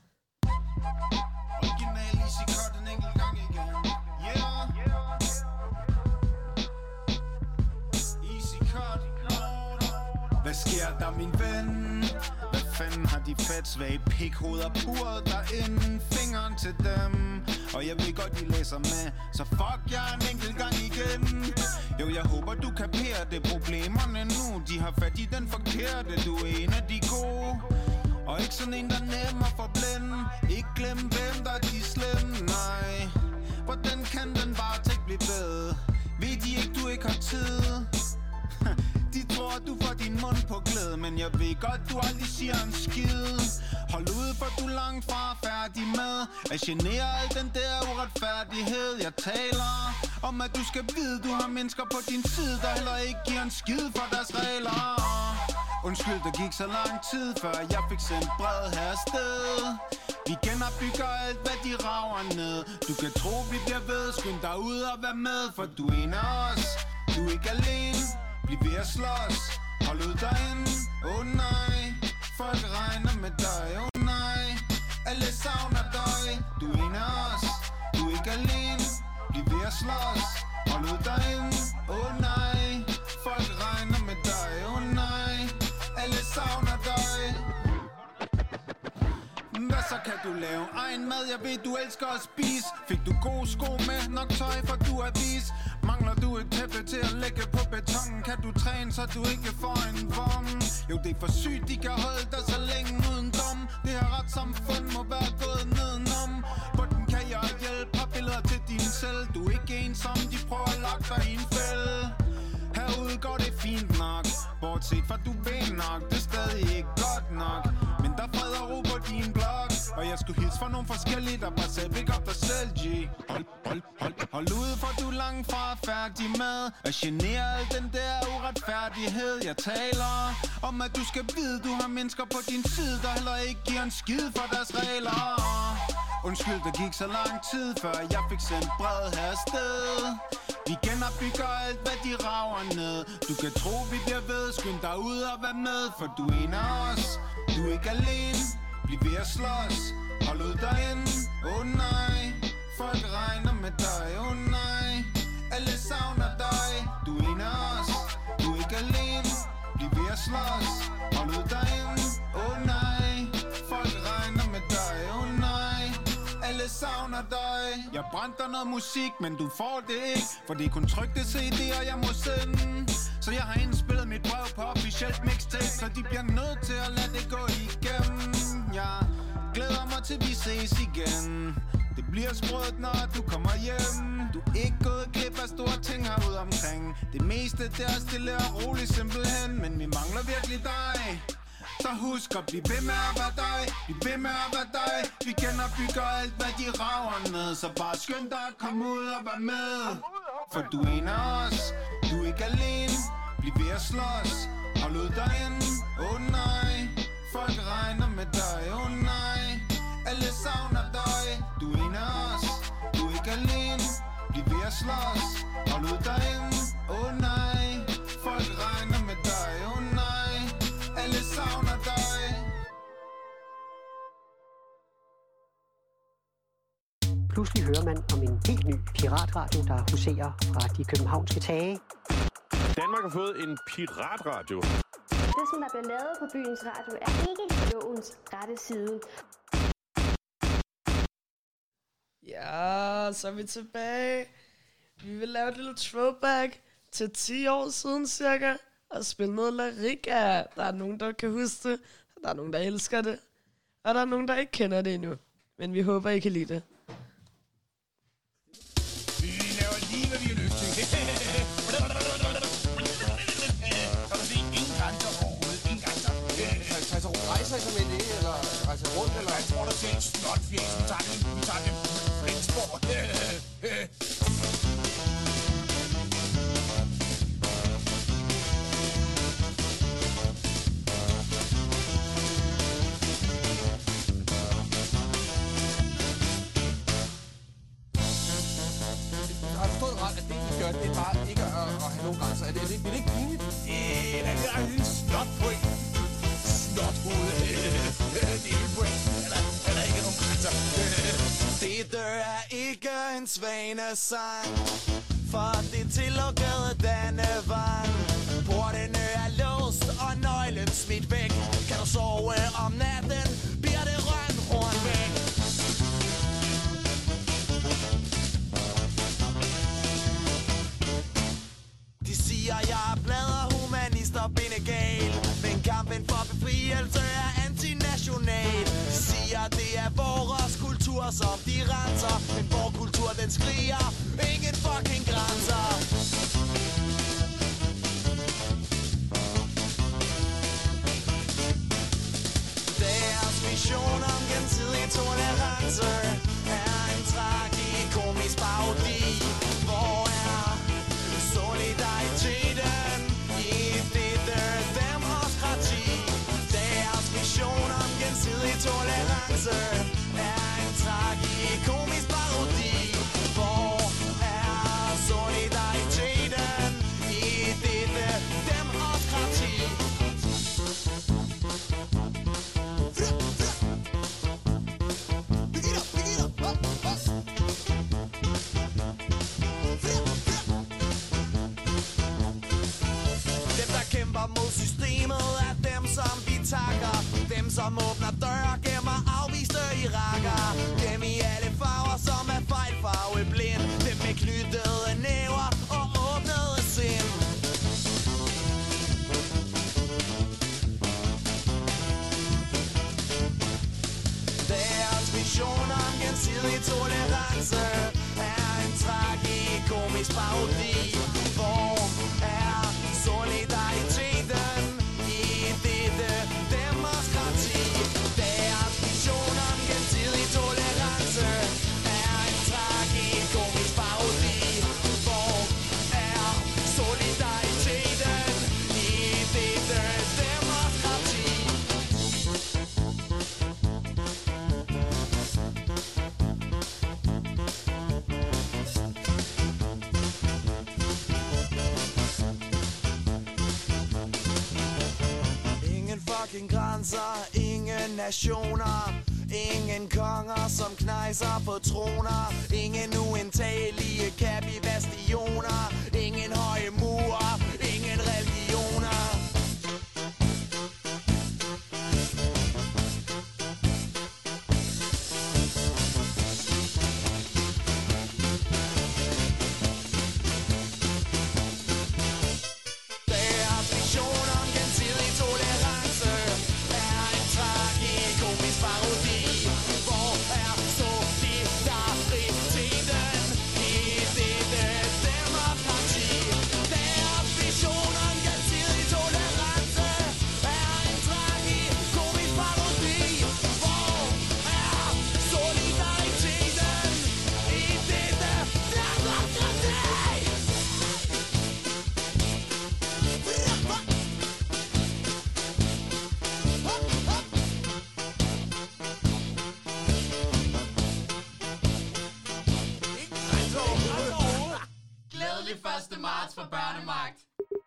Original Easy Cut en enkelt gang igen. Yeah. Easy Cut. Hvad sker der, min ven? Hvad fanden har de fedt svage pikhoveder puret derinde? Fingeren til dem. Og jeg ved godt, de læser med. Så fuck jer en enkelt gang igen. Jo, jeg håber, du kaperer det. Problemerne nu, de har fat i den forkerte. Du er en af de gode. Og ikke sådan en, der nem at forblænde. Ikke glem, hvem der er de slemme. Nej, hvordan kan den bare ikke blive ved? Ved de ikke, du ikke har tid? De tror, du får din mund på glæde. Men jeg ved godt, du aldrig siger en skid. Hold ude, for du langt fra er færdig med at genere al den der uretfærdighed. Jeg taler om, at du skal vide, du har mennesker på din side, der heller ikke giver en skid for deres regler. Undskyld, der gik så lang tid, før jeg fik sendt brevet her afsted. Vi genopbygger alt, hvad de rager ned. Du kan tro, vi bliver ved. Skynd dig ud og vær med, for du er en af os. Du er ikke alene. Bliv ved at slås. Hold ud derinde. Oh nej. Folk regner med dig. Oh nej. Alle savner dig. Du er en af os. Du er ikke alene. Bliv ved at slås. Hold ud derinde. Oh nej. Folk regner med dig. Oh nej. Alle savner dig. Hvad så kan du lave egen mad? Jeg ved du elsker at spise. Fik du gode sko med? Nok tøj for du er vis. Mangler du et tæppe til at lægge på betongen? Kan du træne så du ikke får en vom? Jo det er for sygt de kan holde dig så længe uden dom. Det her retssamfund må være gået nedenom. På den kan jeg hjælpe. Har billeder til din selv. Du er ikke ensom, de prøver at lokke dig i en fælde. Herude går det fint nok. Bortset fra du ved nok. Det er stadig ikke godt nok. Men der er fred og ro på din blog. Og jeg skulle hilse fra nogle forskellige, der bare sagde pick up dig selv, G. Hold ude, for du er langt fra er færdig med at genere al den der uretfærdighed. Jeg taler om, at du skal vide, du har mennesker på din side, der heller ikke giver en skid for deres regler. Undskyld, der gik så lang tid, før jeg fik sendt brevet her afsted. Vi genopbygger alt, hvad de rager ned. Du kan tro, vi bliver ved. Skynd dig ud og vær med, for du er en af os. Du er ikke alene. Bliv ved at slås. Hold ud derinde. Oh nej. Folk regner med dig. Oh nej. Alle savner dig. Du er en af os. Du er ikke alene. Bliv ved at slås. Hold ud derinde. Oh nej. Folk regner med dig. Oh nej. Alle savner dig. Jeg brændte dig noget musik, men du får det ikke. For det er kun trykte CD'er, jeg må sende. Så jeg har indspillet mit brev på officielt mixtape, så de bliver nødt til at lade det gå igennem. Jeg glæder mig til vi ses igen. Det bliver sprødt, når du kommer hjem. Du er ikke gået glip af store ting herude omkring. Det meste, det er stille og roligt simpelthen. Men vi mangler virkelig dig. Så husk at blive ved med at være dig. Bliv ved med at være dig. Vi genopbygger alt, hvad de rager ned. Så bare skynd dig at komme ud og være med. For du er en af os. Du er ikke alene. Bliv ved at slås. Hold ud derinde. Oh nej. Folk regner med dig. Oh nej. Alle savner dig. Du er en af os. Du er ikke alene. Bliv ved at slås. Hold ud derinde. Oh nej. Folk regner med dig. Oh nej. Alle savner dig. Pludselig hører man om en helt ny piratradio, der huserer fra de københavnske tage. Danmark har fået en piratradio. Det, som der bliver lavet på byens radio, er ikke lovens rette side. Ja, så er vi tilbage. Vi vil lave et lille throwback til 10 år siden cirka, og spille noget Lyrica. Der er nogen, der kan huske det, der er nogen, der elsker det, og der er nogen, der ikke kender det endnu. Men vi håber, I kan lide det. Vi laver lige, hvad vi har lyst til. Kan du se, ingen grænser overhovedet, ingen grænser. Rejser I som en det, eller rejser rundt, eller? Jeg tror, der ser en snot fjæs, vi tager det Flensborg. Jeg har forstået ret, at det I gør, det er bare ikke at have nogen grænser. Er det ikke pinligt? Der er en snot på en snothoved. Det er en point. Er der ikke nogen grænser? Det der er ikke en svanesang, for det tillukkede Dannevang. Portene er låst og nøglen smidt væk. Kan du sove om natten, bliver det rønhorn væk. De siger, jeg er bladderhumanist og bindegal, men kampen for befrielse er antinational. De siger, det er vores kultur, som de renser, men vor kultur, den skriger ingen fucking grænser. Deres vision om gensidig tolerance er en tragikomisk parodi. Hvor er solidariteten i dette demokrati? Deres vision om gensidig tolerance er en tragikomisk parodi. Hvor er solidariteten i dette demokrati? Dem, der kæmper mod systemet, er dem, som vi takker. Dem, som åbner døre, gemmer afviste irakker. Dem i alle farver, som er fejlfarveblind. Dem med knyttede næver og åbnede sind. Deres vision om gensidig tolerance er en tragikomisk parodi. Hvor er solidariteten i dette demokrati? Deres vision om gensidig tolerance er en tragikomisk parodi. Hvor er solidariteten i dette demokrati? Ingen fucking grænser, ingen nationer, ingen konger, som knejser på troner. Ingen uindtagelige kapibastioner, ingen høje mure, ingen religioner. Deres vision om gensidig tolerance er en tragikomisk parodi. Hvor er solidariteten i dette demokrati? Glædelig 1. marts for børnemagt.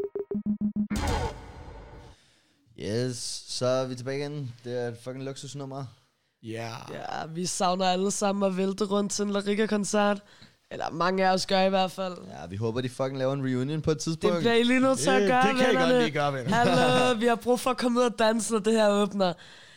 Yes, så er vi tilbage igen. Det er et fucking luksusnummer. Ja, vi savner alle sammen at vælte rundt til en Larica-koncert. Eller mange af os gør i hvert fald. Ja, vi håber, de fucking laver en reunion på et tidspunkt. Det bliver I lige nødt til at gøre, det kan I vennerne. godt lige gøre, venner. Hallo, vi har brug for at komme ud og danse, når det her åbner.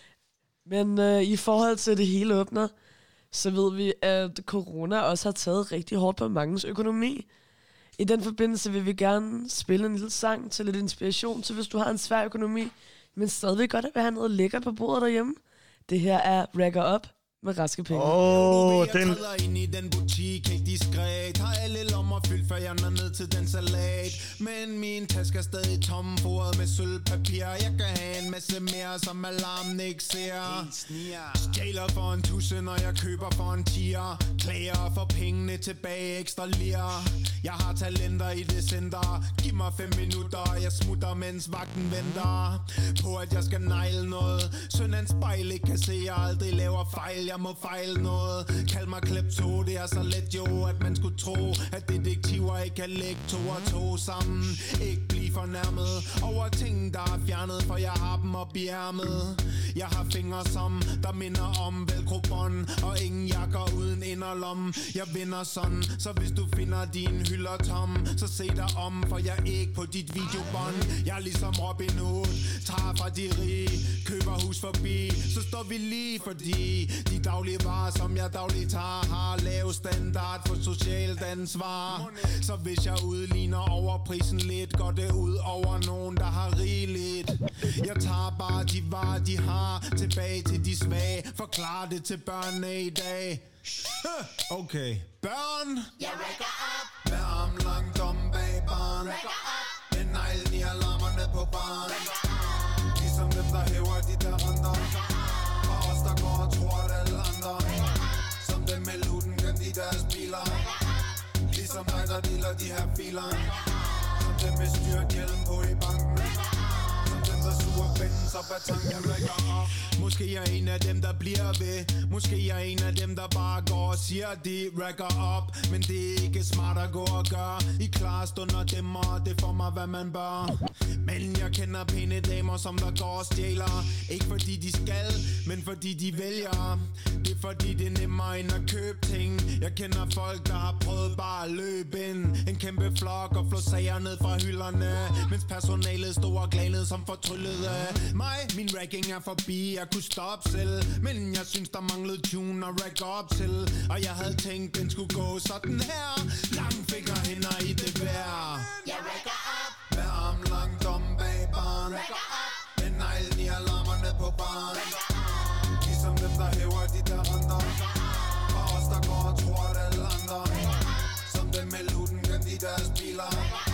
Men i forhold til det hele åbner, så ved vi, at corona også har taget rigtig hårdt på mangens økonomi. I den forbindelse vil vi gerne spille en lille sang til lidt inspiration til, hvis du har en svær økonomi, men stadigvæk godt at have noget lækkert på bordet derhjemme. Det her er Racker Up med Raske Penge. Den ind i den butik, helt diskret. Har alle lommer fyldt, før jeg når ned til den salat. Men min taske er stadig tom, foret med sølvpapir. Jeg kan have en masse mere, som alarmen ikke ser. Stjæler for en tusse, når jeg køber for en tier. Klager for pengene tilbage, ekstra lir. Jeg har talenter i det center. Giv mig 5 minutter, jeg smutter, mens vagten venter på, at jeg skal negle noget. Søndens spejl ikke kan se, jeg aldrig laver fejl. Jeg må fejle noget. Kald mig klepto, det er så let jo, at man skulle tro, at detektiver ikke kan lægge 2 og 2 sammen. Ikke blive fornærmet over ting, der er fjernet, for jeg har dem op i ærmet. Jeg har fingre som, der minder om velcro-bånd, og ingen jakker uden inderlom. Jeg vinder sådan, så hvis du finder din hylder tom, så se dig om, for jeg er ikke på dit videobånd. Jeg er ligesom Robin Hood, tager fra de rige, køber hus forbi, så står vi lige, fordi de daglige varer, som jeg dagligt tager, har lav standard for socialt ansvar. Så hvis jeg udligner over prisen lidt, går det ud over nogen, der har rigeligt. Jeg tager bare de varer, de har, tilbage til de svage. Forklar det til børnene i dag. Okay. Børn. Jeg rækker op. Med arm langt om bag barn. Rækker op. Med neglen i alarmerne på barn. Ligesom dem, der hæver de der renter. Og os, der går og tror, at alle andre. Som dem med luten gennem de deres biler. Ligesom dig, der dealer de her filer. Som dem med styrt hjelm på i banken. Som dem, der suger pinden, så batangen jeg rækker op. Måske jeg er en af dem, der bliver ved. Måske jeg er en af dem, der bare går og siger, de rækker op. Men det er ikke smart at gå og gøre. I klare stunder dæmmer, det får mig, hvad man bør. Men jeg kender pæne damer, som der går og stjæler. Ikke fordi de skal, men fordi de vælger. Det er fordi det er nemmere end at købe ting. Jeg kender folk, der har prøvet bare at løbe ind. En kæmpe flok og flå sager ned fra hylderne. Mens personalet stod og glanede som fortryllede. Mig, min racking er forbi, jeg kunne stoppe selv. Men jeg synes der manglede tune og rack op til. Og jeg havde tænkt den skulle gå sådan her. Langfinger hænder i det vejr. Jeg rækker op. Med arm langt om bag barn. Rækker op. Med neglen i alarmerne på barn. Ligesom dem der hæver de der renter. Og os der går og tror at alle andre. Som dem med luten gennem de deres biler.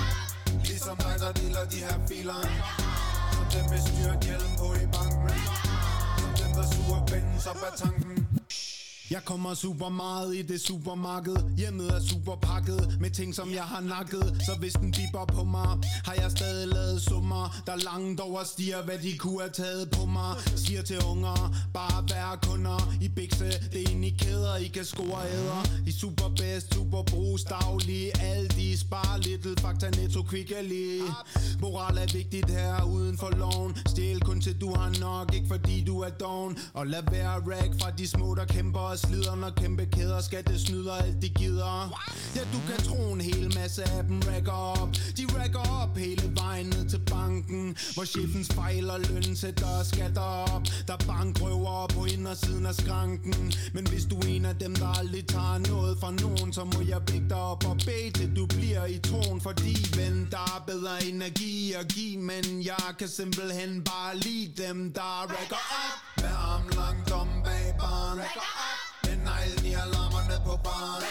Ligesom dig der dealer de her filer. Som dem med styrt hjelm på i banken. Som dem der suger pinden så bag tanken. Jeg kommer super meget i det supermarked. Hjemmet er super pakket med ting som jeg har nakket. Så hvis den bipper på mig, har jeg stadig lavet summer der langt overstiger hvad de kunne have taget på mig. Siger til unger, bare vær kunder i bikse. Det er inde i kæder, I kan score æder. De super best, super brugs daglige. Aldi, spar little, Fakta, Netto, Quick Ali. Moral er vigtigt her uden for loven. Stjæl kun til du har nok, ikke fordi du er doven. Og lad være rack fra de små der kæmper og slider. Når kæmpe kæder skattesnyder alt de gider. Ja, du kan tro en hel masse af dem rækker op. De rækker op hele vejen ned til banken, hvor chefens fejler løn sætter skatter op. Der bankrøver på indersiden af skranken. Men hvis du er en af dem der aldrig tager noget fra nogen, så må jeg bække dig op og bede til du bliver i troen. Fordi ven, der er bedre energi at give. Men jeg kan simpelthen bare lide dem der rækker op. Med arm langt om bag barn. Rækker op. Med neglen i alarmerne på barn.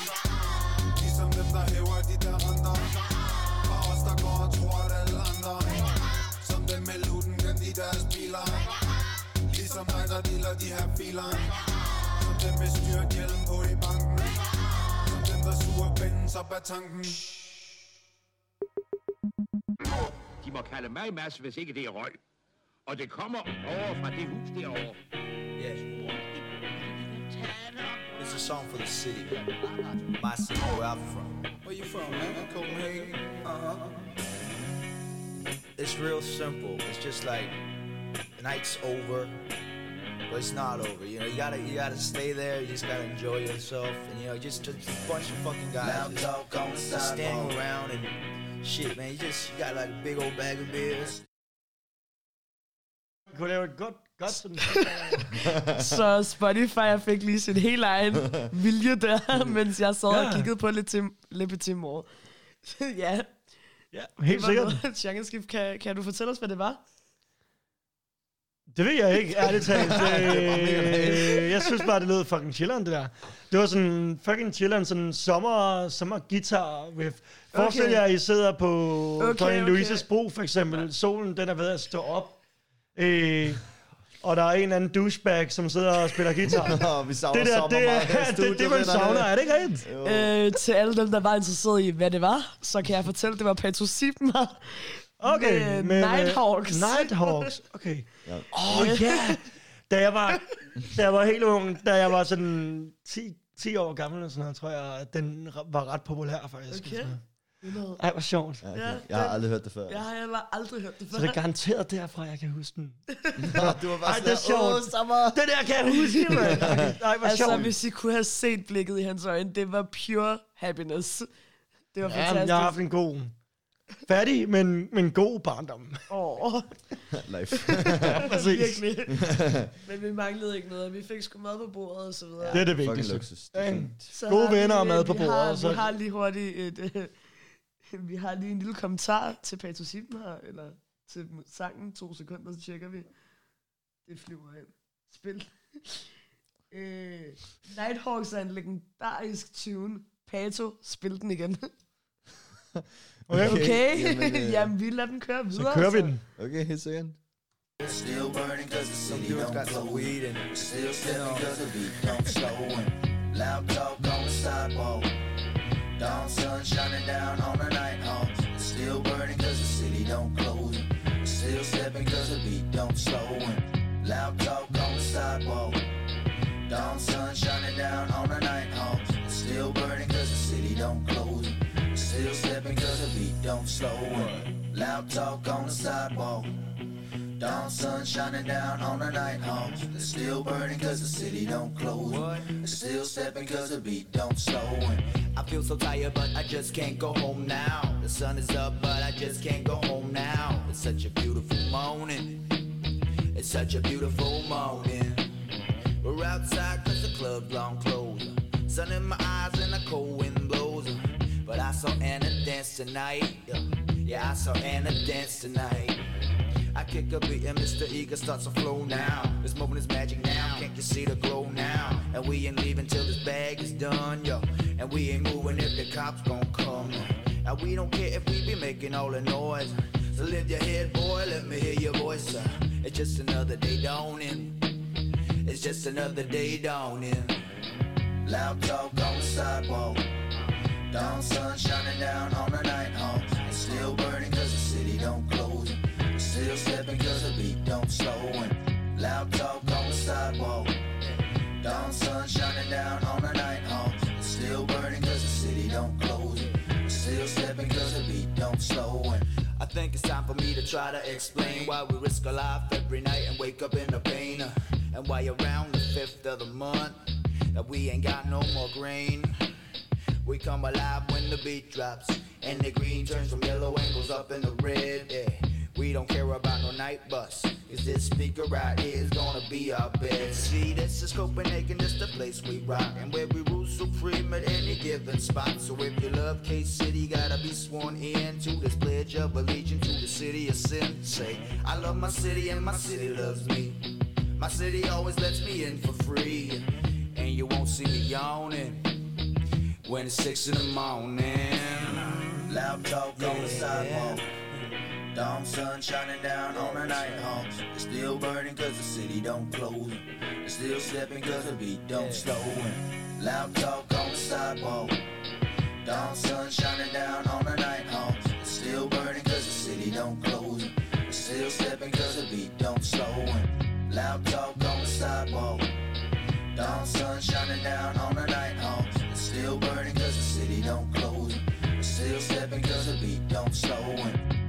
Ligesom dem der hæver de der renter. Og os der går og tror at alle andre. Som dem med luten gennem de deres biler. Ligesom dig der dealer de her filer. Som dem med styrt hjelm på i banken. Som dem der suger pinden så bag tanken. De må kalde mig Mads, hvis ikke det er røg. Og det kommer over fra det hus derovre. Yes. It's a song for the city. My city, where I'm from. Where you from, man? Copenhagen. it's real simple. It's just like the night's over, but it's not over. You know, you gotta stay there. You just gotta enjoy yourself, and you know, just a bunch of fucking guys just standing around and shit, man. You got like a big old bag of beers. Kunne lave et godt sådan. Så Spotify fik lige sin helt egen vilje der, mens jeg sad og kiggede på Le Petit Mort. Ja, helt sikkert. Genreskift. Kan du fortælle os, hvad det var? Det ved jeg ikke, ærligt talt. Jeg synes bare, det lød fucking chilleren, det der. Det var sådan fucking chilleren, sådan sommer guitar riff. Forestil jer, at I sidder på Dronning Louises bro, for eksempel. Solen, den er ved at stå op. Og der er en anden douchebag, som sidder og spiller guitar. Vi savner sommer meget. Det man savner, er det ikke rent? Til alle dem, der var interesseret i, hvad det var, så kan jeg fortælle, det var Pato Sipner. Okay. Med Nighthawks. Nighthawks, okay. Ja. Da jeg var helt ung, da jeg var sådan 10 år gammel, og sådan noget, tror jeg, at den var ret populær, faktisk. Okay. Ej, hvor sjovt. Ja, okay. Jeg har aldrig hørt det før. Jeg har heller aldrig hørt det før. Så det er garanteret derfra, jeg kan huske den. Du var bare det er sjovt. Det der kan jeg huske, mand. Ej, hvor altså, sjovt. hvis I kunne have set blikket i hans øjne, det var pure happiness. Det var fantastisk. Jeg har haft en god, fattig, men god barndom. Life. Virkelig. Men vi manglede ikke noget. Vi fik sgu mad på bordet og så videre. Det er det vigtigste. Luksus. Gode venner og mad på bordet. Vi har lige hurtigt vi har lige en lille kommentar til Pato Sipner, eller til sangen. 2 sekunder, så tjekker vi. Det flyver ind. Spil. Nighthawks er en legendarisk tune. Pato, spil den igen. Okay. Jamen, vi lader den køre videre. Så kører vi den. Okay, helt sikkert. Still burning cause the city don't got some weed and still stepping cause the beat don't slow and loud talk on the sidewalk. Dawn sun shining down on the night hawks. Still burning cause the city don't close and still stepping cause the beat don't slow and loud talk on the sidewalk. Dawn sun shining down on the night hawks. Still burning cause the city don't close and still stepping cause the beat don't slow and loud talk on the sidewalk. Dawn sun shining down on the night hawks. They're still burning cause the city don't close. They're still stepping cause the beat don't slow. I feel so tired but I just can't go home now. The sun is up but I just can't go home now. It's such a beautiful morning. It's such a beautiful morning. We're outside cause the club's long closed. Sun in my eyes and a cold wind blows. But I saw Anna dance tonight. Yeah, I saw Anna dance tonight. I kick a beat and Mr. Eager starts to flow now. This moment is magic now, can't you see the glow now? And we ain't leaving till this bag is done, yo. And we ain't moving if the cops gon' come. And we don't care if we be making all the noise. So lift your head, boy, let me hear your voice. It's just another day dawning. It's just another day dawning. Loud talk on the sidewalk. Dawn sun shining down on the night hawks. It's still burning cause the city don't close. Still stepping cause the beat don't slow and loud talk on the sidewalk. Dawn sun shining down on the night hawks. It's still burning cause the city don't close. Still stepping cause the beat don't slow and I think it's time for me to try to explain why we risk our life every night and wake up in the pain. And why around the 5th of the month that we ain't got no more grain. We come alive when the beat drops and the green turns from yellow and goes up in the red. Yeah. We don't care about no night bus. Cause this speaker right here is gonna be our best. See, this is Copenhagen, this the place we rock. And where we rule supreme at any given spot. So if you love K-City, gotta be sworn in to this pledge of allegiance to the city of sin. Say, I love my city and my city loves me. My city always lets me in for free. And you won't see me yawning when it's 6 in the morning. Loud talk on the sidewalk. Dawn sun shining down on the night hawks. It's still burning cause the city don't close. It's still stepping cause the beat don't slow. Loud talk on the sidewalk. Dawn sun shining down on the night hawks. It's still burning cause the city don't close. It's still stepping cause the beat don't slow. Loud talk on the sidewalk. Dawn sun shining down on the night hawks. It's still burning cause the city don't close. It's still stepping cause the beat don't slow.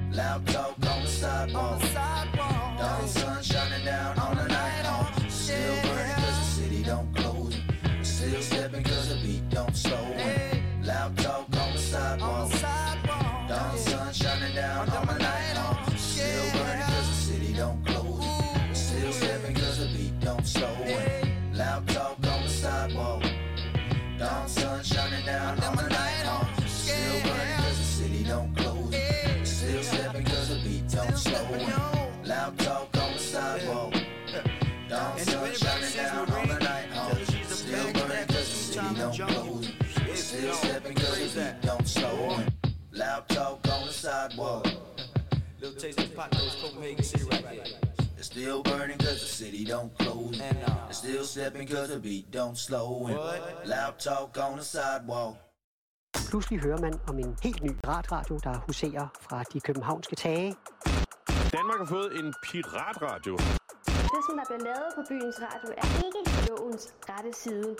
Loud talk on the sidewalk. Dawn sun shining down on the night on. Still burning cause the city don't close. Still stepping cause the beat don't slow. Loud talk on the sidewalk. Dawn sun shining down on the night on. Still burning cause the city don't close. Still stepping cause the beat don't slow. Loud talk on the sidewalk. Dawn sun shining down on the night on. Still burning cause the city don't close. Still stepping cause the beat don't slow. Loud talk on the sidewalk. Dawn sun shining down on the night on. Still burning cause the city don't close. Still stepping cause the beat don't slow. Loud talk on the sidewalk. Little taste of pot those Copenhagen City right here. It's still burning cause the city don't close. It's still stepping cause the beat don't slow. Loud talk on the sidewalk. Pludselig hører man om en helt ny piratradio, der huserer fra de københavnske tage. Danmark har fået en piratradio. Det, som der bliver lavet på byens radio, er ikke lovens rette side.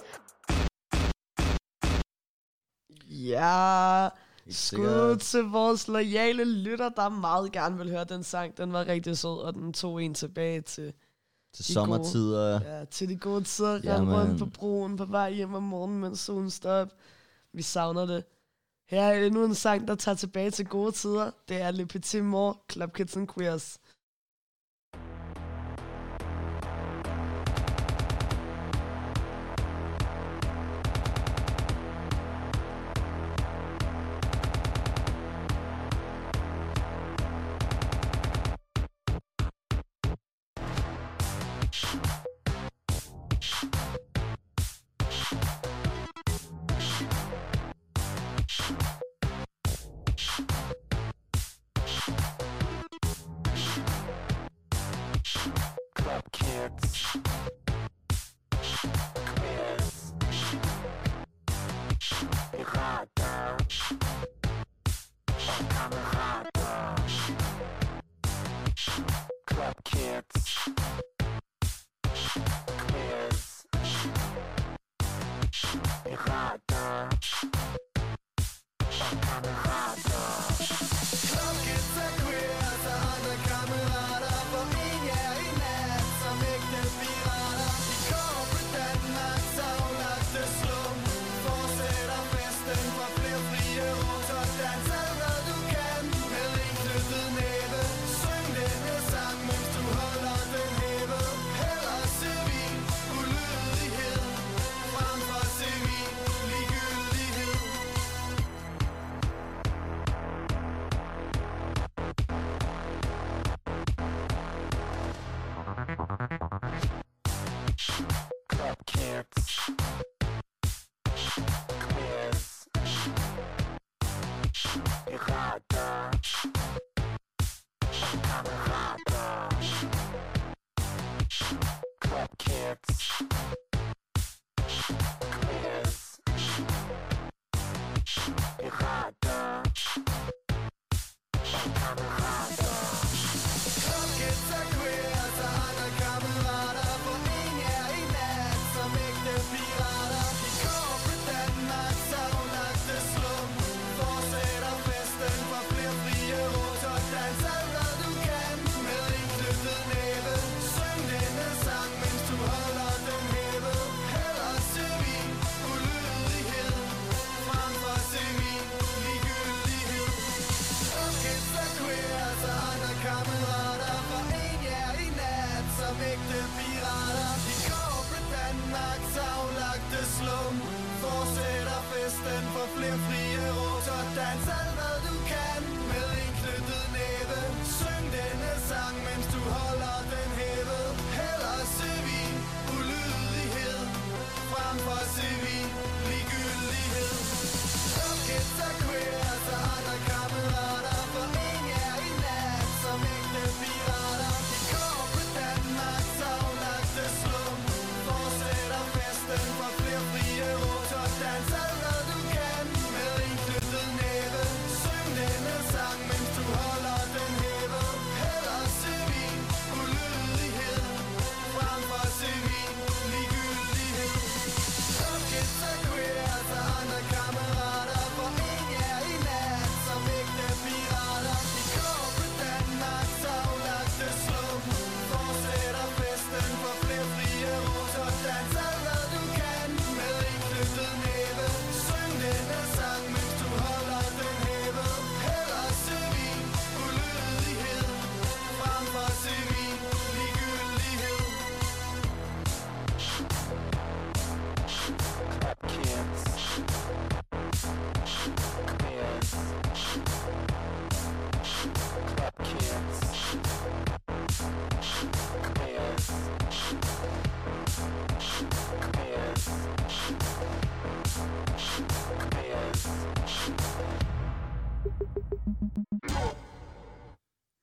Ja, skud til vores loyale lytter, der meget gerne vil høre den sang. Den var rigtig sød, og den tog en tilbage til sommertider. Ja, til de gode tider. Rende rundt på broen på vej hjem om morgenen, mens solen står op. Vi savner det. Her er endnu en sang, der tager tilbage til gode tider. Det er Le Petit Mort, Club Kids and Queers.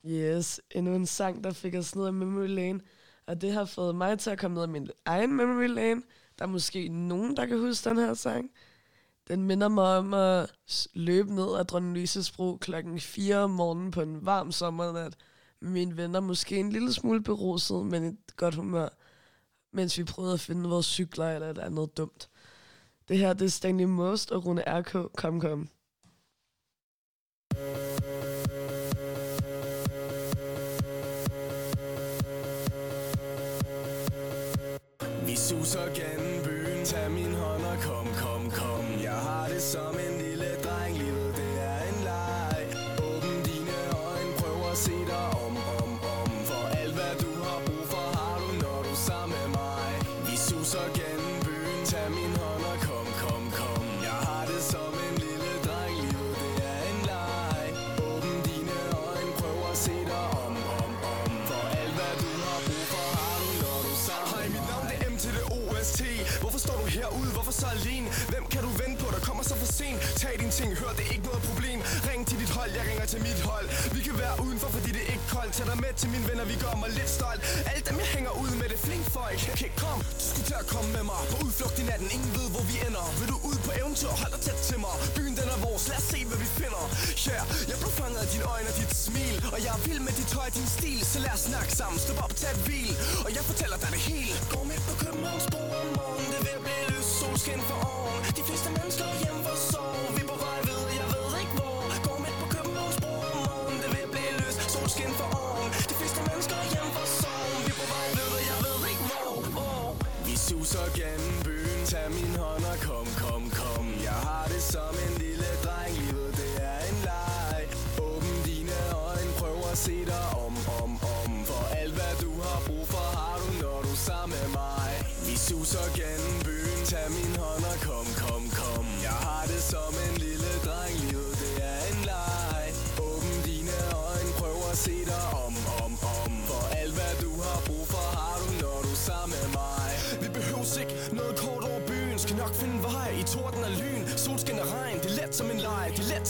Yes, endnu en sang, der fik os ned af memory lane. Og det har fået mig til at komme ned af min egen memory lane. Der er måske nogen, der kan huske den her sang. Den minder mig om at løbe ned ad Dronning Louises Bro klokken 4 om morgenen på en varm sommernat. Med mine venner, måske en lille smule beruset, men et godt humør. Mens vi prøvede at finde vores cykler eller et andet dumt. Det her, det er Stanley Most og Rune R.K. Kom. Vi suser gennem byen, tag min hånd og kom. Jeg har det som en lille dreng, livet det er en leg. Åbn dine øjne, prøv at se dig om. For alt hvad du har brug for, har du, når du er sammen med mig. Vi suser gennem byen, tag min hånd og kom. Jeg har det som en lille dreng, livet det er en leg. Åbn dine øjne, prøv at se dig om. For alt hvad du har brug for, har du, når du er sammen med mig. Hej, mit navn det er M til det OST. Hvorfor står du herude? Hvorfor så alene? Hvem kan du vente på, der kommer så for sent? Tag dine ting, hør, det er ikke noget problem. Ring til dit hold, jeg ringer til mit hold. Vi kan være udenfor, fordi det er ikke koldt. Tag dig med til mine venner, vi gør mig lidt stolt. Alle dem, jeg hænger ud med, det flink folk. Okay, kom, du skulle til at komme med mig. På udflugt i natten, ingen ved, hvor vi ender. Vil du ud på eventyr, hold dig tæt til mig. Byen den er vores, lad os se, hvad vi finder. Yeah, jeg blev fanget af dine øjne og dit smil. Og jeg er vild med dit tøj og din stil. Så lad os snakke sammen, stop op og tag et hvil. Og jeg fortæller dig det hele. Gå midt på Københavns bro om morgenen. Det vil blive løs, solskin for oven. De fleste mennesker er hjemme for sove. Vi er på vej ved, jeg ved ikke hvor. Gå midt på Københavns bro om morgenen. Det vil blive løs, solskin for oven. De fleste mennesker er hjemme for sove. Vi er på vej ved, jeg ved ikke hvor. Vi suser gennem byen, tag min hånd og kom. Jeg har det som en lille dreng, livet det er en leg. Åbn dine øjne, prøv at se dig om. For alt hvad du har brug for, har du, når du er sammen med mig. Vi suser gennem byen, tag min hånd og kom. Jeg har det som en lille dreng, livet det er en leg. Åbn dine øjne, prøv at se dig om. For alt hvad du har brug for, har du, når du er sammen med mig. Vi behøves ikke noget kort over byen, skal nok finde vej i torden og lyn. Solskin og regn, det er let som en leg,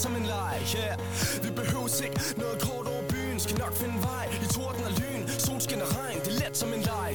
yeah. Vi behøves ikke noget kort over byen, skal nok finde vej i torden og lyn. Solskin og regn, det er let som en leg,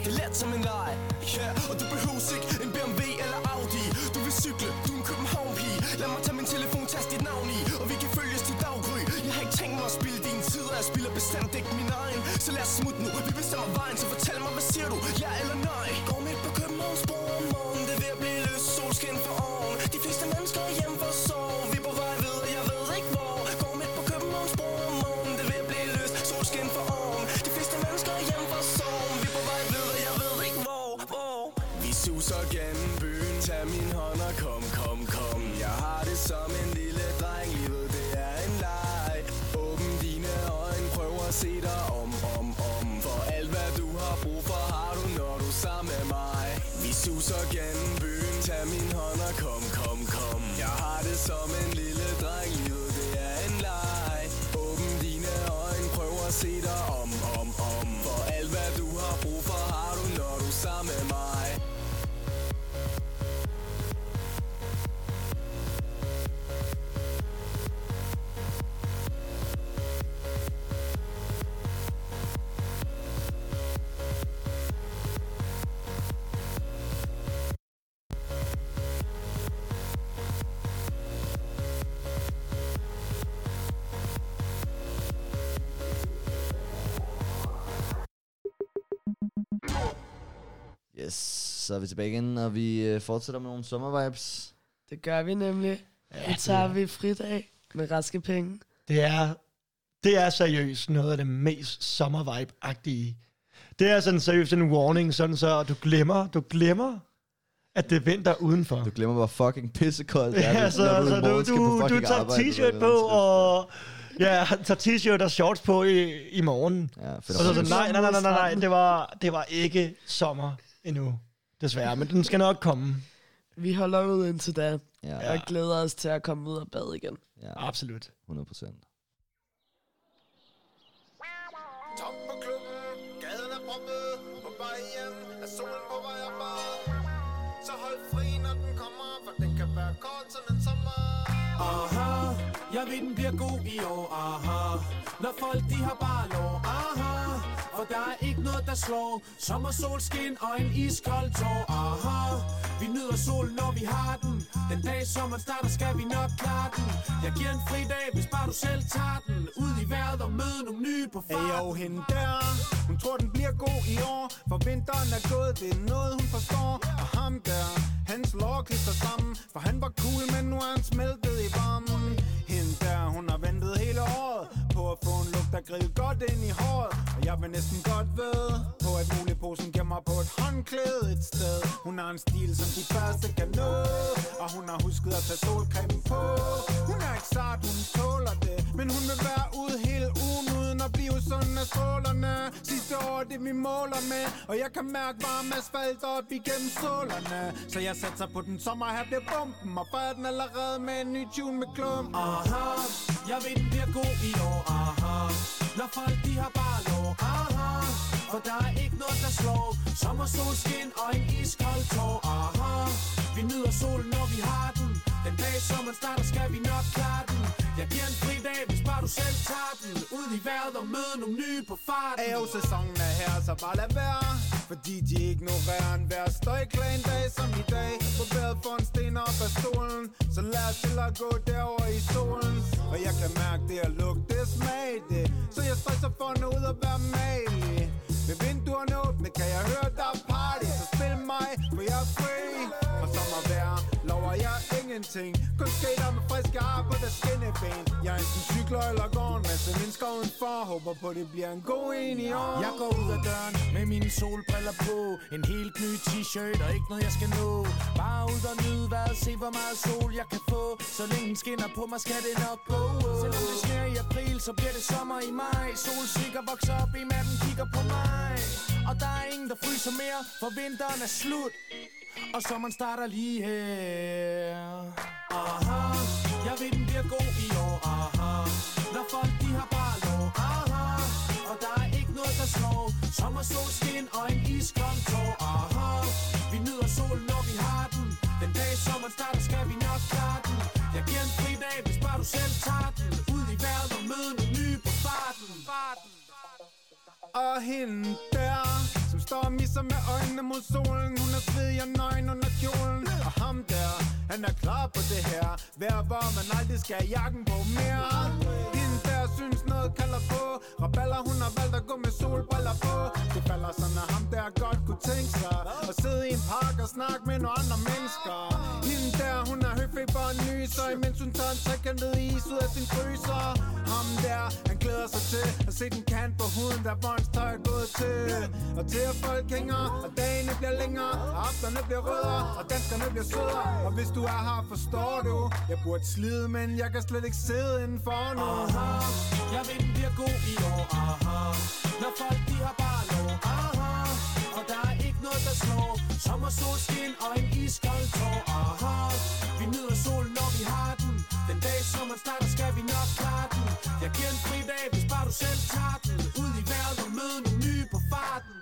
yeah. Og du behøves ikke en BMW eller Audi. Du vil cykle, du er en København-pige. Lad mig tage min telefon, tast dit navn i, og vi kan følges til daggry. Jeg har ikke tænkt mig at spille din tid, og jeg spiller bestemt ikke min egen. Så lad os smutte nu, vi bestemmer vejen, så fortæl mig, hvad siger du, ja eller nej? Gå midt på Københavns bro om morgenen, det er ved at blive løs, solskin for oven. De fleste mennesker er hjemme for at sove, vi er på vej ved, jeg ved ikke hvor. Gå midt på Københavns bro om morgenen, det er ved at blive løs, solskin for oven. De fleste mennesker er hjemme for at sove, vi er på vej ved, jeg ved ikke hvor. Vi suser gennem byen, tag min hånd og kom. Jeg har det som en lille dreng, livet det er en leg. Åbn dine øjne, prøv at se dig om. For alt hvad du har brug for, har du, når du er sammen med mig. Vi suser gennem byen, tag min hånd og kom. Jeg har det som en lille dreng, livet det er en leg. Åbn dine øjne, prøv at se dig om. For alt hvad du har brug for, har du, når du er sammen med mig. Yes, så er vi tilbage igen, og vi fortsætter med nogle sommervibes. Det gør vi nemlig. Ja, nu tager vi fridag med raske penge. Det er seriøst noget af det mest sommervibe-agtige. Det er sådan seriøst en warning, sådan så du glemmer, at det er vinter udenfor. Du glemmer, hvor fucking pissekoldt det er. Ja, så du tager t-shirt på, og tager t-shirt og shorts på i morgen. Ja, og så nej, det var ikke sommer endnu, desværre, men den skal nok komme. Vi holder ud indtil da, og glæder os til at komme ud og bade igen. Ja, absolut. 100%. Top på klubben, gaden er proppet, på vej hjem, er solen på vej opad. Så hold fri, når den kommer, for den kan være kort som en sommer. Aha, jeg ved den bliver god i år, aha. Når folk de har bare lov, For der er ikke noget, der slår sommer, solskin og en iskold tår. Aha, vi nyder solen, når vi har den. Den dag sommeren starter, skal vi nok klare den. Jeg giver en fri dag, hvis bare du selv tager den. Ud i vejret og møde nogle nye på farten. Hey, jo, hende der, hun tror den bliver god i år. For vinteren er gået, det er noget hun forstår. Og ham der, hans lår klister sammen. For han var cool, men nu er han smeltet i varmen. Hende der, hun har ventet hele året på at få en lugt, der grill godt ind i håret. Og jeg vil næsten godt ved på, at muligposen gemmer på et håndklæde et sted. Hun har en stil, som de første kan nå. Og hun har husket at tage solcremen på. Hun er ikke sart, hun tåler det. Men hun vil være ude hele ugen uden at blive sådan af strålerne. Sidste år det vi måler med. Og jeg kan mærke varm asfalt op igennem sålerne. Så jeg satser på den sommer, her bliver bomben. Og fejrer den allerede med en ny tune med klum. Aha, jeg ved den bliver god i år. Aha, når folk de har bare lov. Aha, for der er ikke noget der slår sommer, solskin og en iskold tår. Aha, vi nyder solen når vi har den. Den dag sommeren starter skal vi nok klare den. Jeg giver en fri dag hvis bare du selv tager den. Ud i vejret og møde nogle nye på farten. Ayo, sæsonen er her, så bare lad være. Fordi de ignorerer en hver støjklag en dag som i dag. På badet for en sten op af stolen. Så lad os til at gå derover i solen. Og jeg kan mærke det at lugte, det smag det. Så jeg stresser for at nå ud og være malig. Ved vinduerne åbne kan jeg høre der er party. Så spil mig, for jeg er free. Og sommervejr lover jeg ingenting. Kun skater med friske ar på der skinneben. Jeg enten cykler eller går en masse mennesker udenfor. Håber på det bliver en god en i år. Jeg går ud af døren med mine solbriller på. En helt ny t-shirt og ikke noget jeg skal nå. Bare ud og nyde vejret, se hvor meget sol jeg kan få. Så længe den skinner på mig skal det nok gå. Selvom det sner i april så bliver det sommer i maj. Solsikker vokser op i matten, kigger på mig. Og der er ingen der fryser mere, for vinteren er slut. Og sommeren starter lige her. Aha, jeg ved den bliver god i år. Aha, når folk de har bare lov. Aha, og der er ikke noget der slår sommer, solskin og en iskold tår. Aha, vi nyder solen når vi har den. Den dag sommeren starter skal vi nok klare den. Jeg giver en fri dag hvis bare du selv tager den. Ud i vejret og møde nogle nye på farten. Og hende der, som står og misser med øjnene mod solen. Hun er svedig og nøgen under kjolen. Og ham der, han er klar på det her. Vær hvor man aldrig skal have jakken på mere. Hende der synes noget kalder på. Raballer hun har valgt at gå med solbriller på. Det falder sådan at ham der godt kunne tænke sig at sidde i en park og snakke med nogle andre mennesker. Hende der, hun er høfeber og nyser, imens hun tager en trekantet is ud af sin fryser. Ham der, han glæder sig til at se den kant på huden, der Bonds tøj er gået til. Og til at folk hænger, og dagene bliver længere, og aftenerne bliver rødere, og danskerne bliver sødere. Og hvis du er her, forstår du, jeg burde slide, men jeg kan slet ikke sidde indenfor nu. Aha, jeg ved den bliver god i år. Aha, når folk de har bare lov. Aha, og der er ikke noget der slår sommer, solskin og en iskold tår. Aha, vi nyder solen når vi har den. Den dag sommeren starter skal vi nok klare den. Jeg giver en fri dag hvis bare du selv tager den. Ud i vejret og møde nogle nye på farten.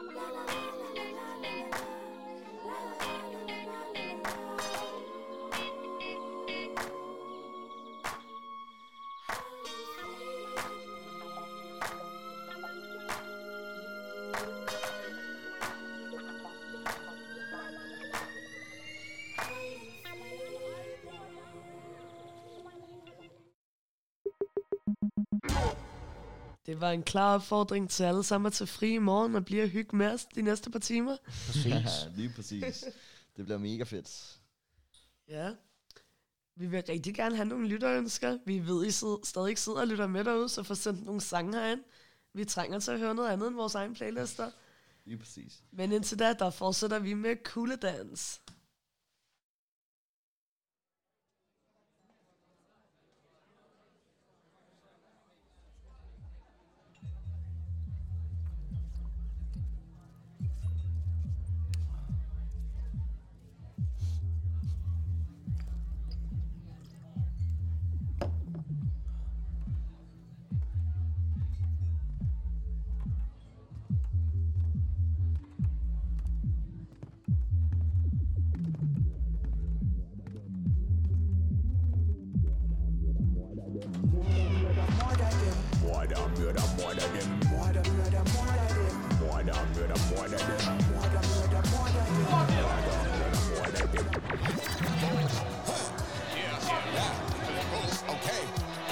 Det var en klar opfordring til alle sammen at tage fri i morgen og blive og hygge med os de næste par timer. Præcis. Ja, lige præcis. Det bliver mega fedt. Ja. Vi vil rigtig gerne have nogle lytterønsker. Vi ved, I stadig ikke sidder og lytter med derude, så få sendt nogle sange herind. Vi trænger til at høre noget andet end vores egen playlister. Lige præcis. Men indtil da, der fortsætter vi med Kugledans. More than murder, more than them. murder more than them. Okay.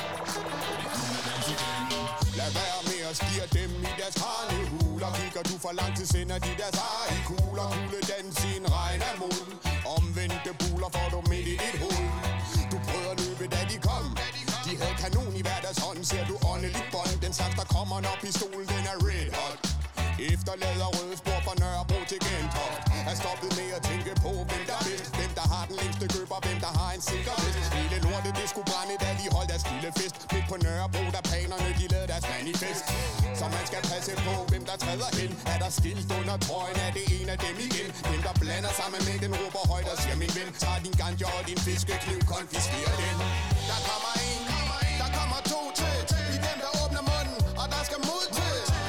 Lad være med at stige dem i deres karnehuler. Kigger du for langt til sender de deres eje kugler. Kugle dans i en regn af mod. Omvendte buler får du midt i dit hoved. Du prøver løbe da de kom. De havde kanon i hver deres hånd. Ser du åndeligt bånd. Den slags der kommer når pistolen den er red hot. Efterlader røde spor fra Nørrebro til Gentofte. Er stoppet med at tænke på hvem der vil. Hvem der har den længste køber. Hvem der har en sikker vest. Hele lortet det skulle brænde da de holdt deres lille fest. Midt på Nørrebro der panerne de lavede deres manifest. Så man skal passe på hvem der træder hen. Er der skilt under trøjen er det en af dem igen. Hvem der blander sig med mængden råber højt og siger min ven. Tag din ganja og din fiskekniv konfiskerer den. Der kommer en, der kommer to til. I dem der åbner munden og der skal mod til.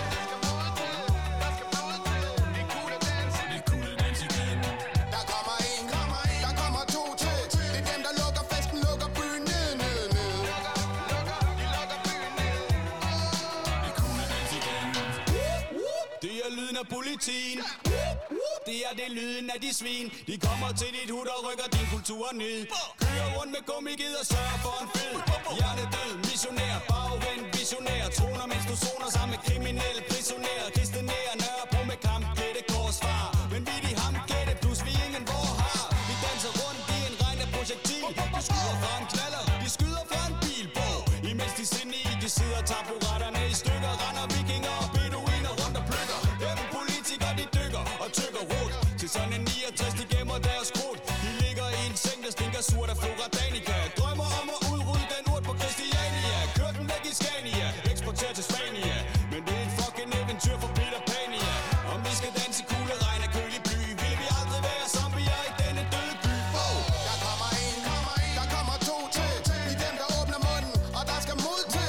Politien. Det er det lyden af de svin. De kommer til dit hud og rykker din kultur ned. Kører rundt med gummiged og sørger for en fed. Hjertedød, missionær, bagvendt, visionær. Troner mens du zoner sammen med kriminelle prisonærer. Kristne nær, Nørrebro med kamp, gætte korsfar. Men vi de ham gætte, plus vi ingen vor har. Vi danser rundt i en regn af projektil. De skyder fra en knaller, de skyder fra en bilbog. Imens de senil, de sidder taburetterne i stykker. Render vikinger og beduiner rundt og plukker. Politikere de dykker og tykker rundt. Til sådan en 69 de gemmer deres krudt. De ligger i en seng der stinker surt af flora danica. Drømmer om at udrydde den urt på Christiania. Kør den væk i Scania, eksporter til Spania. Men det er et fucking eventyr for Peter Pania. Om vi skal danse i kugle regn af kølig bly, vil vi aldrig være zombier i denne døde by. Der kommer en, der kommer to til. I dem der åbner munden og der skal mod til.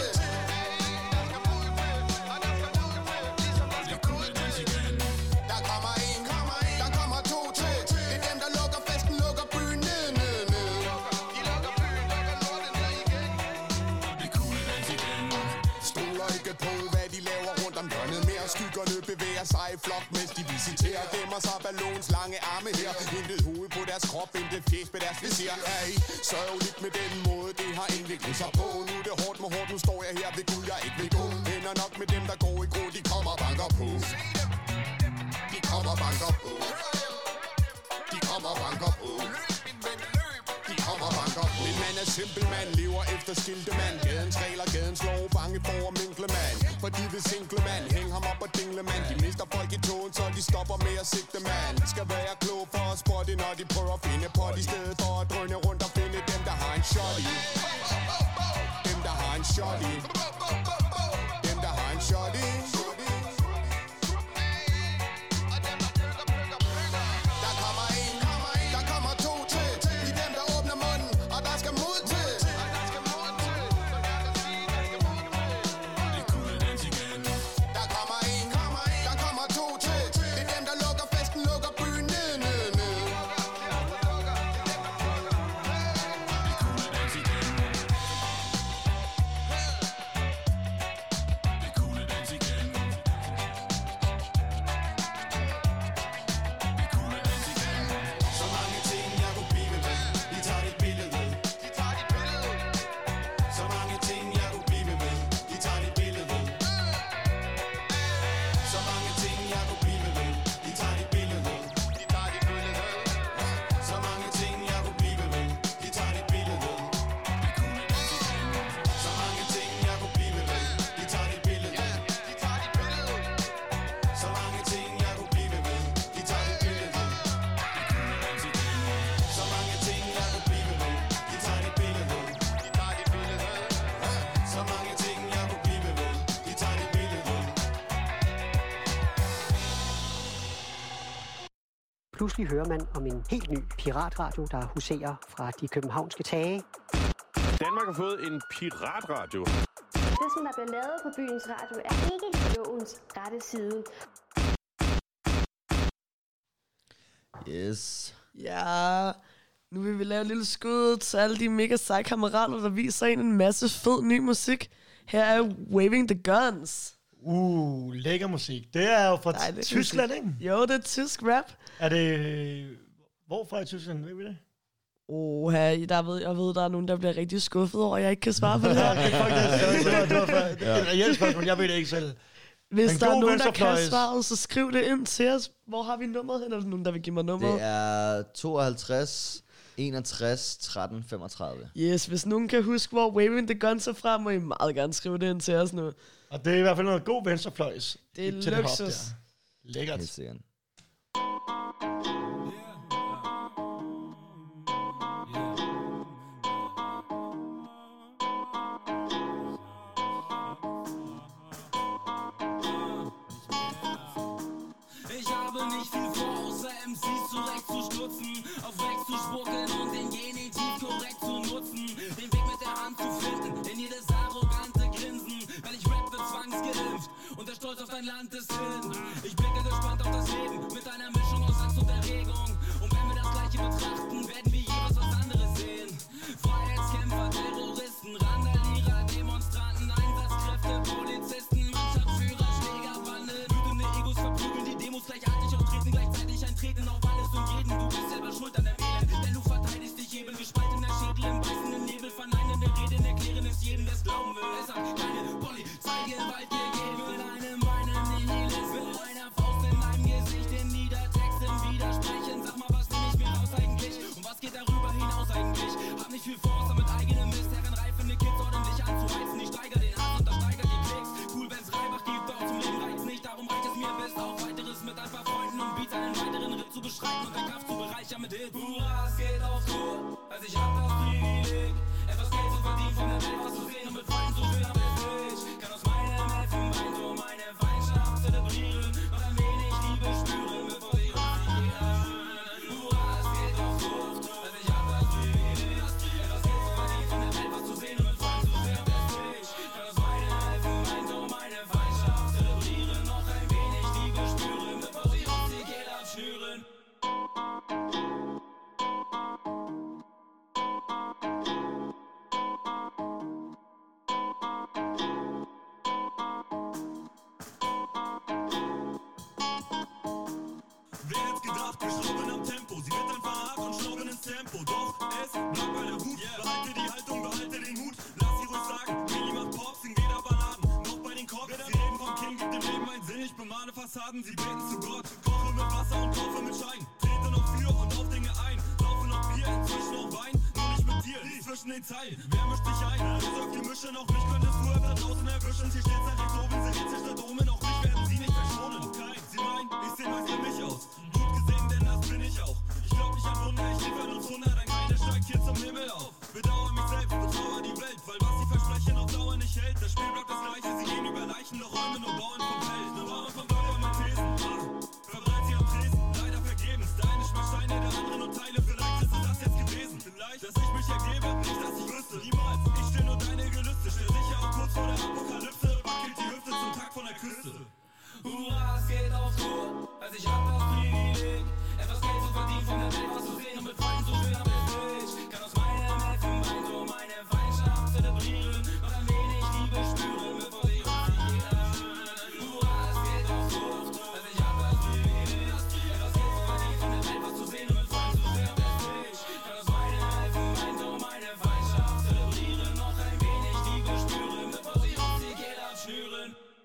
Bevæger sig i flok, mens de visiterer. Gemmer sig ballons lange arme her. Intet hoved på deres krop, intet fjes med deres visir. Er I sørgeligt med den måde, det har indviklet sig på. Nu er det hårdt med hårdt, nu står jeg her ved Gud, jeg ikke vil gå. Ender nok med dem, der går i gro, de kommer og banker på. De kommer og banker på. De kommer og banker på. De kommer og banker på. Min mand er simpel mand, lever efter skilte mand. Gadens regler, gadens lov, bange for at minkle mand. Fordi det single mand, hæng ham op og dingle mand. De mister folk i togen, så de stopper med at sigte mand. Skal være klog for at spotte, når de prøver at finde på. I stedet for at drøne rundt og finde dem, der har en shot i. Dem, der har en shot i. Dem, der har en shot i. Der kommer en, der kommer to til. I dem, der åbner munden, og der skal mod til. Pludselig hører man om en helt ny piratradio, der huserer fra de københavnske tage. Danmark har fået en piratradio. Det, som der bliver lavet på byens radio, er ikke lovens rette side. Yes. Ja, nu vil vi lave et lille skud til alle de mega seje kammerater, der viser en masse fed ny musik. Her er Waving the Guns. Lækker musik. Det er jo fra Tyskland, ikke? Jo, det er tysk rap. Er det... Hvorfra i Tyskland, ved vi det? Jeg ved, der er nogen, der bliver rigtig skuffet over, at jeg ikke kan svare på det her. Det var et reelt spørgsmål, jeg ved det ikke selv. Hvis der er nogen, der kan svaret, så skriv det ind til os. Hvor har vi nummeret hen? Er der nogen, der vil give mig nummeret? Det er 52 61 13 35. Yes, hvis nogen kan huske, hvor Waving the Guns er fra, må I meget gerne skrive det ind til os nu. Og det er i hvert fald noget god venstrefløjs. Det er til luksus. Det hop der. Lækkert. Helt sikkert. Ich habe nicht viel vor, außer MCs zurecht zu stutzen, auf Rex zu spucken und den Genitiv korrekt zu nutzen, den Weg mit der Hand zu finden, in jedes arrogante Grinsen, weil ich rap wird zwangsgeimpft und der Stolz auf dein Land ist hin. Ich blicke gespannt auf das Leben mit einer Mischung aus Angst und Erregung, und wenn wir das Gleiche betrachten, werden wir jeweils was anderes sehen. Freiheitskämpfer, Terroristen, Randalierer, Demonstranten, Einsatzkräfte, Polizisten, Mannschaftsführer, Schläger, Bande, wütende Egos verprügeln die Demos gleichartig auftreten, gleichzeitig eintreten auf alles und jeden. Du bist selber schuld an der Elend, denn du verteidigst dich eben, gespaltener Schädel im beißenden Nebel, verneinende Reden erklären es jedem, der's glauben will. Es hat keine Polizeigewalt gegeben, in einem weinen Nihilist, mit einer Faust in deinem Gesicht, in Niedertext im Widersprechen. Sag mal, was nehm ich mir raus eigentlich und was geht darüber hinaus eigentlich? Hab nicht viel vor, außer mit eigenem Mist, heranreifende Kids ordentlich anzuheizen. Ich steigere den Hass und das steigert die Klicks. Cool, wenn's Reibach gibt, doch zum Leben reicht's nicht. Darum reicht es mir bis auf weiteres mit ein paar Freunden und Beats einen weiteren Ritt zu beschreiten und dein Kampf zu bereichern mit Hit. Hurra, es geht auf Tour, also ich hab das Privileg, etwas Geld zu verdienen, von der Welt was zu sehen und mit Freunden zu schwören, bis ich kann aus meinem Elfenbeinturm meine Feindschaft zelebrieren, noch ein wenig Liebe spüren, bevor sie uns nicht hören. Hurra, es geht auf Tour, also ich hab das Privileg, etwas Geld zu verdienen, von der Welt was zu sehen und mit Freunden zu schwören, bis ich kann aus meinem Elfenbeinturm meine Feindschaft zelebrieren, noch ein wenig Liebe spüren, bevor sie uns die Kehle abschnüren. Wer hätt's gedacht, wir schrauben am Tempo. Sie wird einfach hart und schrauben ins Tempo. Doch es bleibt bei der Hut. Behalte die Haltung, behalte den Mut. Lass sie ruhig sagen, Milli macht Pop, singt weder Balladen noch bei den Cops. Sie reden vom King, gibt dem Leben einen Sinn. Ich bemale Fassaden, sie beten zu Gott. Koche mit Wasser und kaufe mit Schein. Trete noch für und auf Dinge ein. Laufe noch Bier, inzwischen noch Wein. Nur nicht mit dir, zwischen den Zeilen. Wer mischt dich ein? Du sagst die Mische noch nicht, könntest du da draußen erwischen. Sie steht seit rechts oben, sie geht sich da oben. Auch mich werden sie nicht verschonen. Kein, sie meinen, ich seh mal für mich aus. Gut gesehen, denn das bin ich auch. Ich glaub nicht an Wunder, ich liefere uns 100, ein Keiner steigt hier zum Himmel auf. Bedauere mich selbst, betrauere die Welt, weil was sie versprechen auf Dauer nicht hält. Das Spiel bleibt das gleiche, sie gehen über Leichen, noch Räume, nur bauen vom Feld. Nur bauen vom Bauer mit Thesen, verbrennt sie am Tresen, leider vergebens. Der eine schmeckt Steine, der andere nur Teile, vielleicht ist es das jetzt gewesen. Vielleicht, dass ich mich ergebe, nicht dass ich wüsste. Niemals, ich steh nur deine Gelüste, stell sicher auch kurz vor der Apokalypse, wackelt die Hüfte zum Tag von der Küste. Hurra, es geht auf Tour, also ich hab das Privileg, etwas Geld zu verdienen, von der Welt was zu sehen und mit Freunden zu schwören, bis ich kann aus meinem Elfenbeinturm meine Feindschaft zelebrieren, noch ein wenig Liebe spüren, bevor sie uns nicht hören. Hurra, es geht auf Tour, also ich hab das Privileg, etwas Geld zu verdienen, von der Welt was zu sehen und mit Freunden zu schwören, bis ich kann aus meinem Elfenbeinturm meine Feindschaft zelebrieren, noch ein wenig Liebe spüren, bevor sie uns die Kehle abschnüren.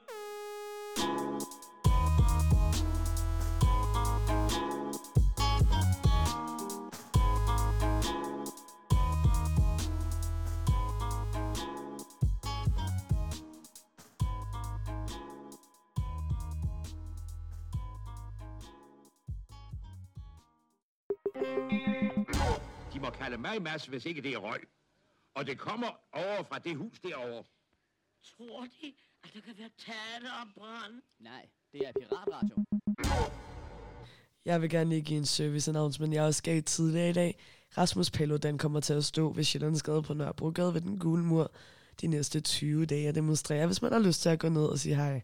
De må kalde mig Mads, hvis ikke det er røg. Og det kommer over fra det hus derovre. Tror de, at der kan være tale om brand? Nej, det er piratradio. Jeg vil gerne lige give en service announcement, jeg også gav tidligere i dag. Rasmus Paludan kommer til at stå ved Sjællandsgade på Nørrebrogade ved den gule mur de næste 20 dage og demonstrere, hvis man har lyst til at gå ned og sige hej.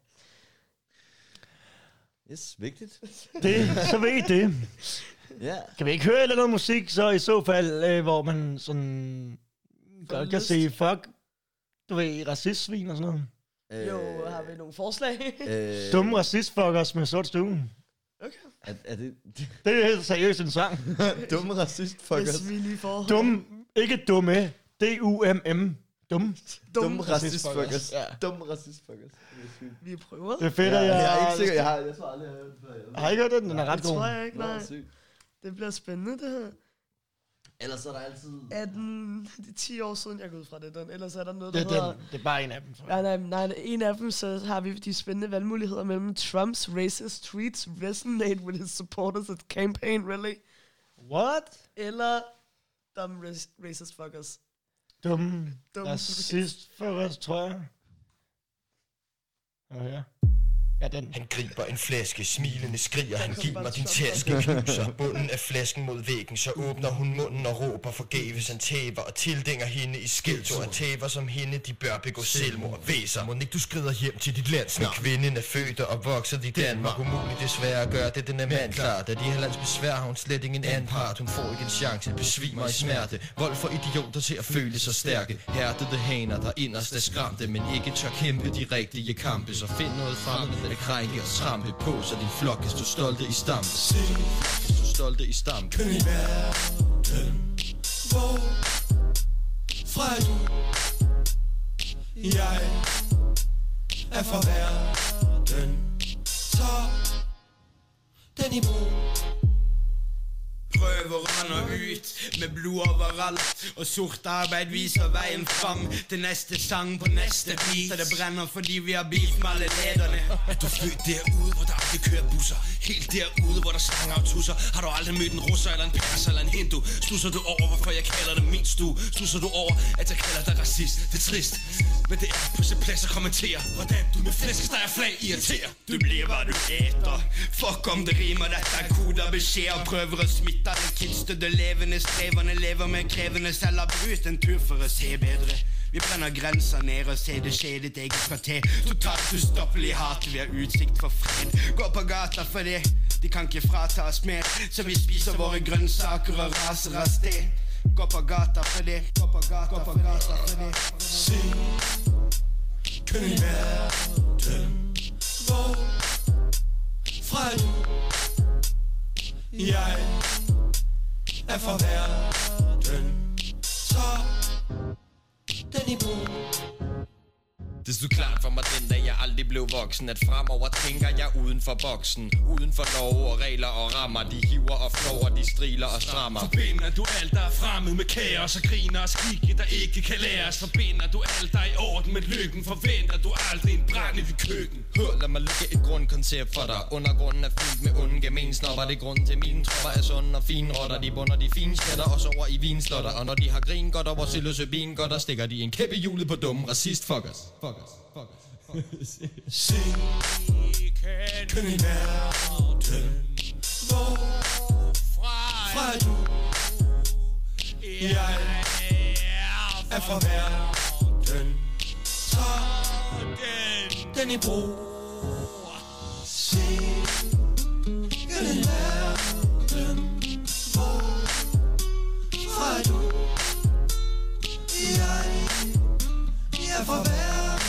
Yes, vigtigt. Så ved I det. Ja. Kan vi ikke høre eller noget musik, så i så fald, hvor man sådan godt kan sige, fuck, du ved, racistsvin og sådan noget? Jo, har vi nogle forslag? Dumme racistfuckers med sort stuen. Okay. Er det... Det er seriøst en sang. Dumme racistfuckers. Hvis vi lige får... Ikke dumme. D-U-M-M. Dumme racistfuckers. Ja. Dumme racistfuckers. Vi prøver. Det er fedt, at jeg er ikke sikker. Jeg tror aldrig, jeg har hørt det. Har I ikke hørt den? Den er ret god. Det tror jeg ikke, nej. Det bliver spændende, det her. Ellers er der altid... Det er 10 år siden, jeg går ud fra det. Ellers er der noget, der hedder... Det er bare en af dem. Nej, en af dem, så har vi de spændende valgmuligheder mellem Trumps racist tweets resonate with his supporters at campaign rally. What? Eller dumb racist fuckers. Dumme racistfuckers, tror jeg. Ja. Han griber en flaske, smilende skriger, han giver mig din taske, knuser bunden af flasken mod væggen, så åbner hun munden og råber forgæves, han tæver og tildænger hende i skældsord, han tæver som hende, de bør begå selvmord, væser, må ikke du skrider hjem til dit land, men kvinden er født og vokset i Danmark, umuligt desværre at gøre det, den er mand klar, da de her lands besvær har hun slet ingen anden part, hun får ikke en chance, besvimer i smerte, vold for idioter til at føle sig stærke, hærdede haner, der inderst er skræmte, men ikke tør kæmpe de rigtige kampe, så find noget fremmed, at krænke og trampe på, så din flok kan stå stolte i stampe. Stå stolte i stampe. Kun i verden, hvor fra du, jeg er fra verden, så den i brug. Prøver render ud med blod overalt, og sort arbejde viser vejen frem. Det næste sang på næste beat, så det brænder, fordi vi har beef med alle lederne. Er du født derude, hvor der aldrig kører busser? Helt derude, hvor der slanger og tusser? Har du aldrig mødt en russer eller en perser eller en hindu? Stusser du over, hvorfor jeg kalder det min stue? Stusser du over, at jeg kalder dig racist? Det er trist, men det er på sin plads at kommentere, hvordan du med flæskesteg og flag irriterer. Du bliver, hvad du æter. Fuck om det rimer, dette er koder besked og prøver at smitte den kindstede levende strevende lever med krævende selv og brust en tur for at se bedre. Vi brænder grænser ned og ser det skje dit eget kvarter. Totalt ustoppelig hat, vi har udsigt for fred. Gå på gata for det, de kan ikke frata os mere, så vi spiser våre grønnsaker og raser af sted. Gå på gata for det, gå på gata for det. Se, kun i verden, hvor fra du, jeg er fra verden, så den i brug. Det stod klart for mig den dag jeg aldrig blev voksen, at fremover tænker jeg uden for boksen, uden for love og regler og rammer. De hiver og flår, de striler og strammer. Forbinder du alt der er fremmed med kaos og griner og skikke der ikke kan læres. Forbinder du alt der er i orden med lykken, forventer du aldrig en brand i dit køkken. Hør, lad mig lægge et grundkoncept for dig. Undergrunden er fyldt med onde gemensnopper. Det er grunden til mine tropper er sunde og fine rotter. De bunder de fine skatter også over i vinslotter. Og når de har grin godt over psilocybin godt, der stikker de en kæppe i hjulet på dumme racistfuckers. Se, kun i verden, hvor fra du, jeg er fra verden, så den i brug. Se, kun i verden, hvor fra du, jeg er fra verden.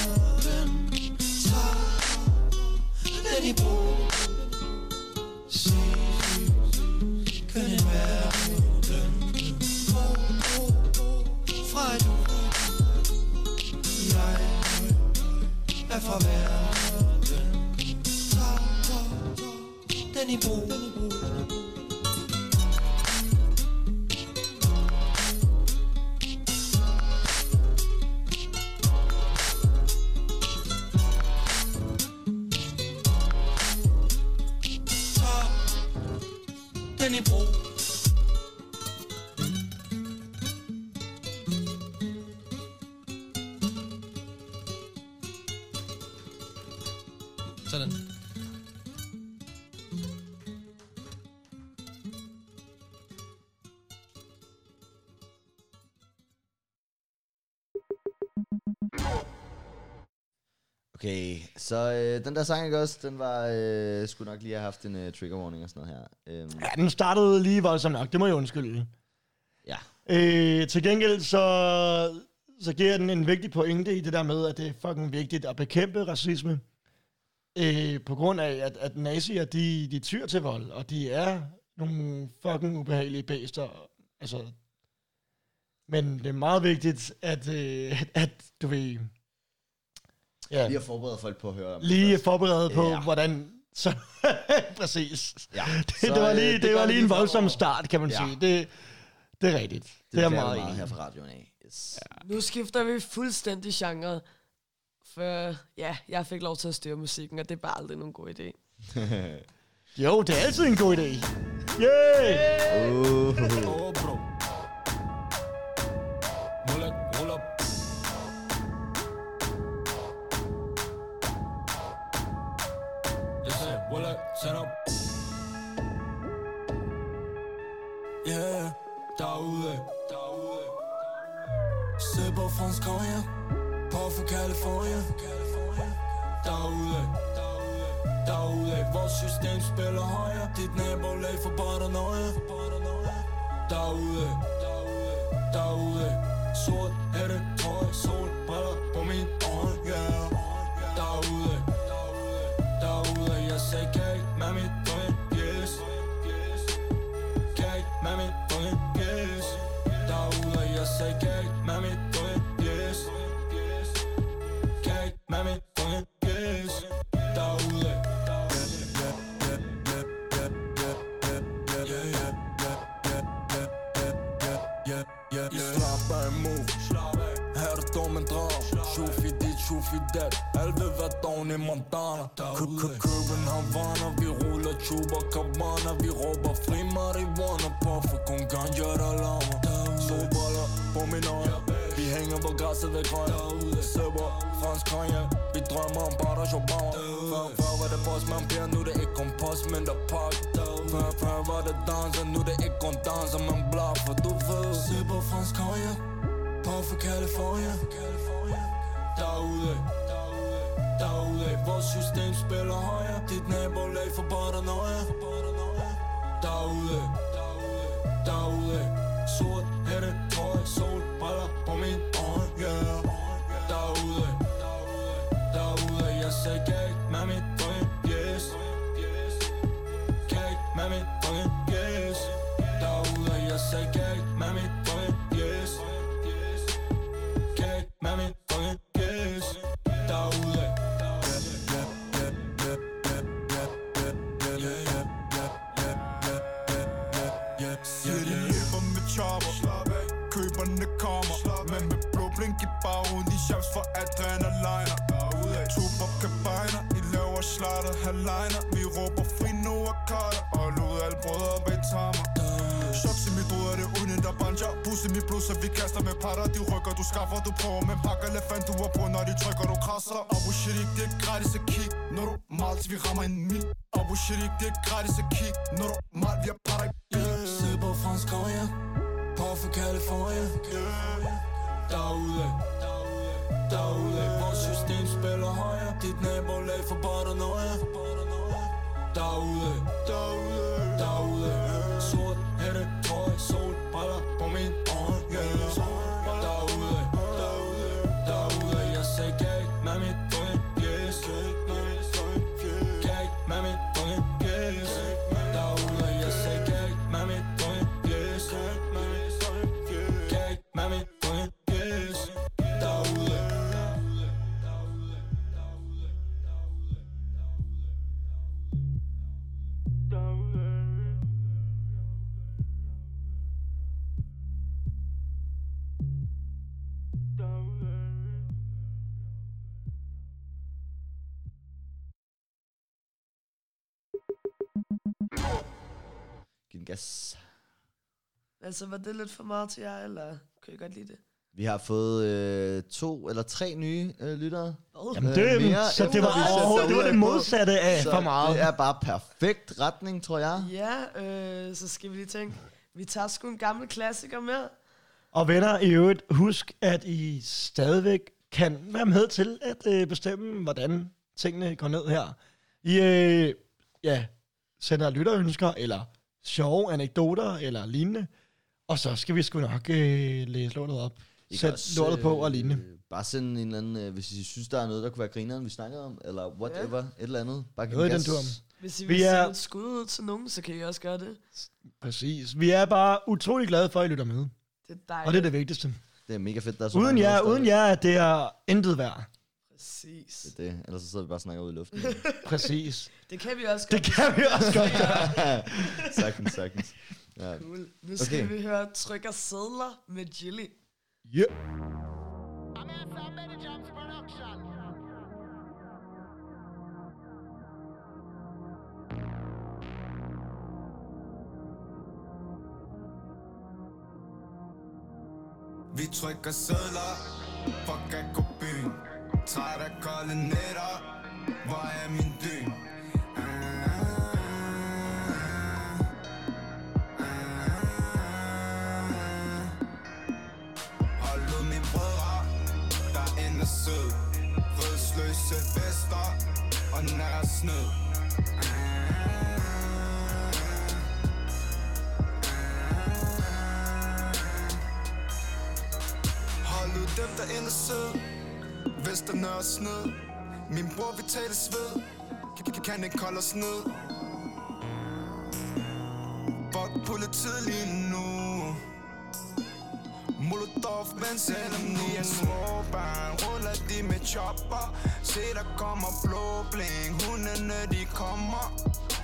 Den i brug. Se, kun en verden, fra du, jeg er fra verden, den i brug. Den i brug. Sådan. Okay, så den der sang, ikke også, den var, skulle nok lige have haft en trigger warning og sådan noget her. Ja, den startede lige voldsomt nok, det må jeg undskylde. Ja. Til gengæld så giver den en vigtig pointe i det der med, at det er fucking vigtigt at bekæmpe racisme. På grund af, at nazier, de tyr til vold, og de er nogle fucking ubehagelige bæster. Altså, men det er meget vigtigt, at du ved... Ja, lige at forberede folk på at høre. Lige forberede på, hvordan... Så, præcis. Ja. Det var lige en voldsom start, kan man sige. Det er rigtigt. Det er meget her fra radioen af. Yes. Ja. Nu skifter vi fuldstændig genre. For ja, jeg fik lov til at styre musikken, og det er bare aldrig nogen god idé. Jo, det er altid en god idé. Yay! Bro. Roll up. Jeg sagde, roll up, set up. Yeah, derude. Sipper fransk konja, på for California. Derude, vores system spiller højere. Dit nabolag for paranoia. Derude, sort hætte, trøje, sol, briller på min øjne, yeah. Derude, jeg sagde cake, mami, drøn, yes. Cake, mami, drøn, yes. Derude, jeg sagde cake, mami, drøn, yes. Cake, mami, drøn, yes. Derude. I slapper af move. Her er du dum en drag. Shufi dit, shufi dat. Alle vil være doven i Montana. Køben Havana. Vi ruller tuber cabana. Vi råber fri marijuana. Puffer kun ganja der larmer. Solboller på min øje. Vi hænger på græsset ved grøn. Sipper fransk konja. Vi drømmer om Barack Obama. Før var det postman Per. Nu det ikke kun postmænd der pakker. Før var det danser. Nu det ikke kun danser. Man blaffer, du ved. Sipper fransk konja. På for California. Derude. Vores system spiller højere. Dit nabolag for paranoia. Derude. Sort hætte, trøje, sol, briller på min øjne, yeah. Derude, jeg sagde cake, mami, drøn, yes. Cake, mami, drøn, yes. Derude, jeg sagde cake, mami, drøn, yes. Cake, mami, drøn, yes. Derude. Køberne kommer, men med blå blink i bagen. De shops for adrenaliner. Tuber kabiner, I laver slattet halvliner. Vi råber fri nu og karter, og lod alle brødre bag tammer. Shops i mit hoved er det uden der banjer. Bus i mit blod, så vi kaster med patter. De rykker, du skaffer, du prøver. Men pakker elefant, du er på, når de trykker, du krasser. Og shit, ikke det er gratis at kigge. Når du mal til vi rammer en mil. Og shit, ikke det er gratis at kigge. Når du mal, vi har patter i bil. Sipper fransk konja. På for California. Derude. Vores system spiller højere. Dit nabolag for paranoia. Derude. Sort hætte, trøje, sol, briller på min øjne, yeah. Derude, jeg sagde cake, mami, drøn, yes. Cake, mami, drøn, yes. Derude, jeg sagde cake, mami, drøn, yes. Cake, mami, drøn, yes. Derude. Giv den gas. Altså, var det lidt for meget til jer, eller kan I godt lide det? Vi har fået 2 eller 3 nye lyttere. Jamen så det var det modsatte af for meget. Det er bare perfekt retning, tror jeg. Ja, så skal vi lige tænke. Vi tager sgu en gammel klassiker med. Og venner, i øvrigt, husk, at I stadigvæk kan være med til at bestemme, hvordan tingene går ned her. I sender lytterønsker, eller sjove anekdoter, eller lignende. Og så skal vi sgu nok læse lortet op. sætte lortet på og lignende. Bare sende en eller anden, hvis I synes, der er noget, der kunne være grineren, vi snakker om, eller whatever, et eller andet. Bare noget i den tur. Hvis I vil sende et skud ud til nogen, så kan I også gøre det. Præcis. Vi er bare utrolig glade for, at I lytter med. Det er dejligt. Og det er det vigtigste. Det er mega fedt, der er så uden jer, at det er intet værd. Præcis. Det. Ellers så sidder vi bare og snakker ud i luften. Præcis. Det kan vi også godt. Sagtens. Ja. Cool. Nu skal vi høre Trykker Sædler med Jilly. Yeah. Vi trykker sædler, fuck at gå byen. Træt af kolde nætter, hvor er min dyn? Hold ud mine brødre, der ender sød. Rødsløse vester og nær snød. Dem der ender sød, Vesterne og snød. Min bror vil tage det sved, kan ikke holde os ned. Fuck politiet lige nu. Molotov, men selvom de er små børn, ruller de med chopper. Se der kommer blå bling, hundene de kommer.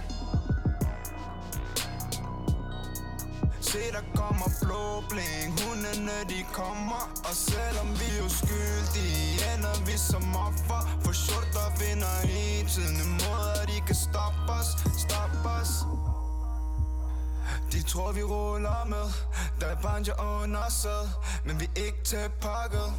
Se der kommer blå bling, hundene de kommer. Og selvom vi er uskyldige, ender vi som offer. For skjorter vinder hele tiden måder, de kan stoppe os. De tror vi ruller med, der er banja under sæd, men vi er ikke tilpakket.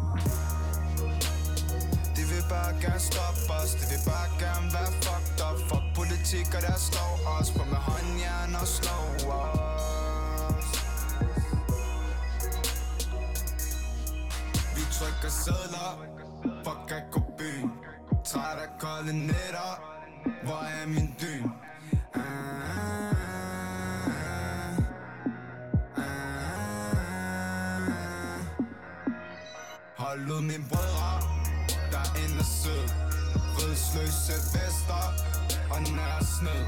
De vil bare gerne stoppe os, de vil bare gerne være fucked up. Fuck politik og der slår os, for med håndjern og slår os. Vi trykker sædler, fuck at gå byen. Træt af kolde nætter, hvor er min dyn? Hold ud mine brødre, der ender sød. Rødsløse vester og nær snød.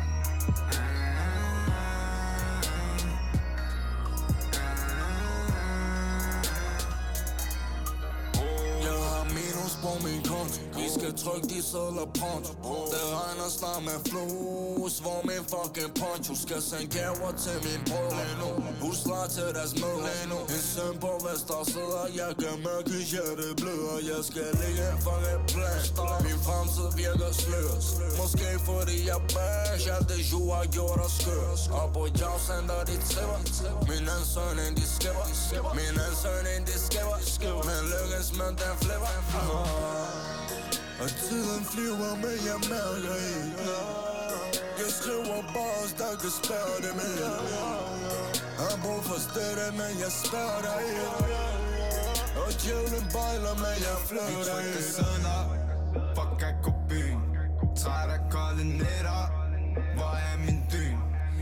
Jeg har minus på min konto. Vi skal trykke de sædler pronto. Det regner snart med flus, hvor min fucking poncho skal sende gaver til min bror lige nu. Husler til deres mødre lige nu. En søn på Vester sidder, jeg kan mærke hjertet bløder. Jeg skal ligge for et plan. Min fremtid virker sløs. Måske fordi jeg bash, alt det jo har gjort og skør. Og på jobcenter de tripper. Min ansøgning de skipper. Min ansøgning de skipper. Men lykkes med den flipper. Og tiden flyver, men jeg mærker ikke. Jeg skriver bars, der kan spærre det med. Har brug for støtte, men jeg spærrer dig ikke. Og djævlen bejler, men jeg flytter ikke. Vi trykker sædler, fuck at gå byen. Træt af kolde nætter, hvor er min dyn?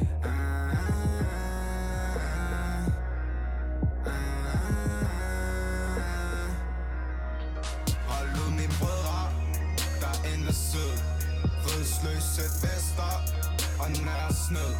Hold ud mine brødre, der ender sød. Rødsløse vester og nær snød.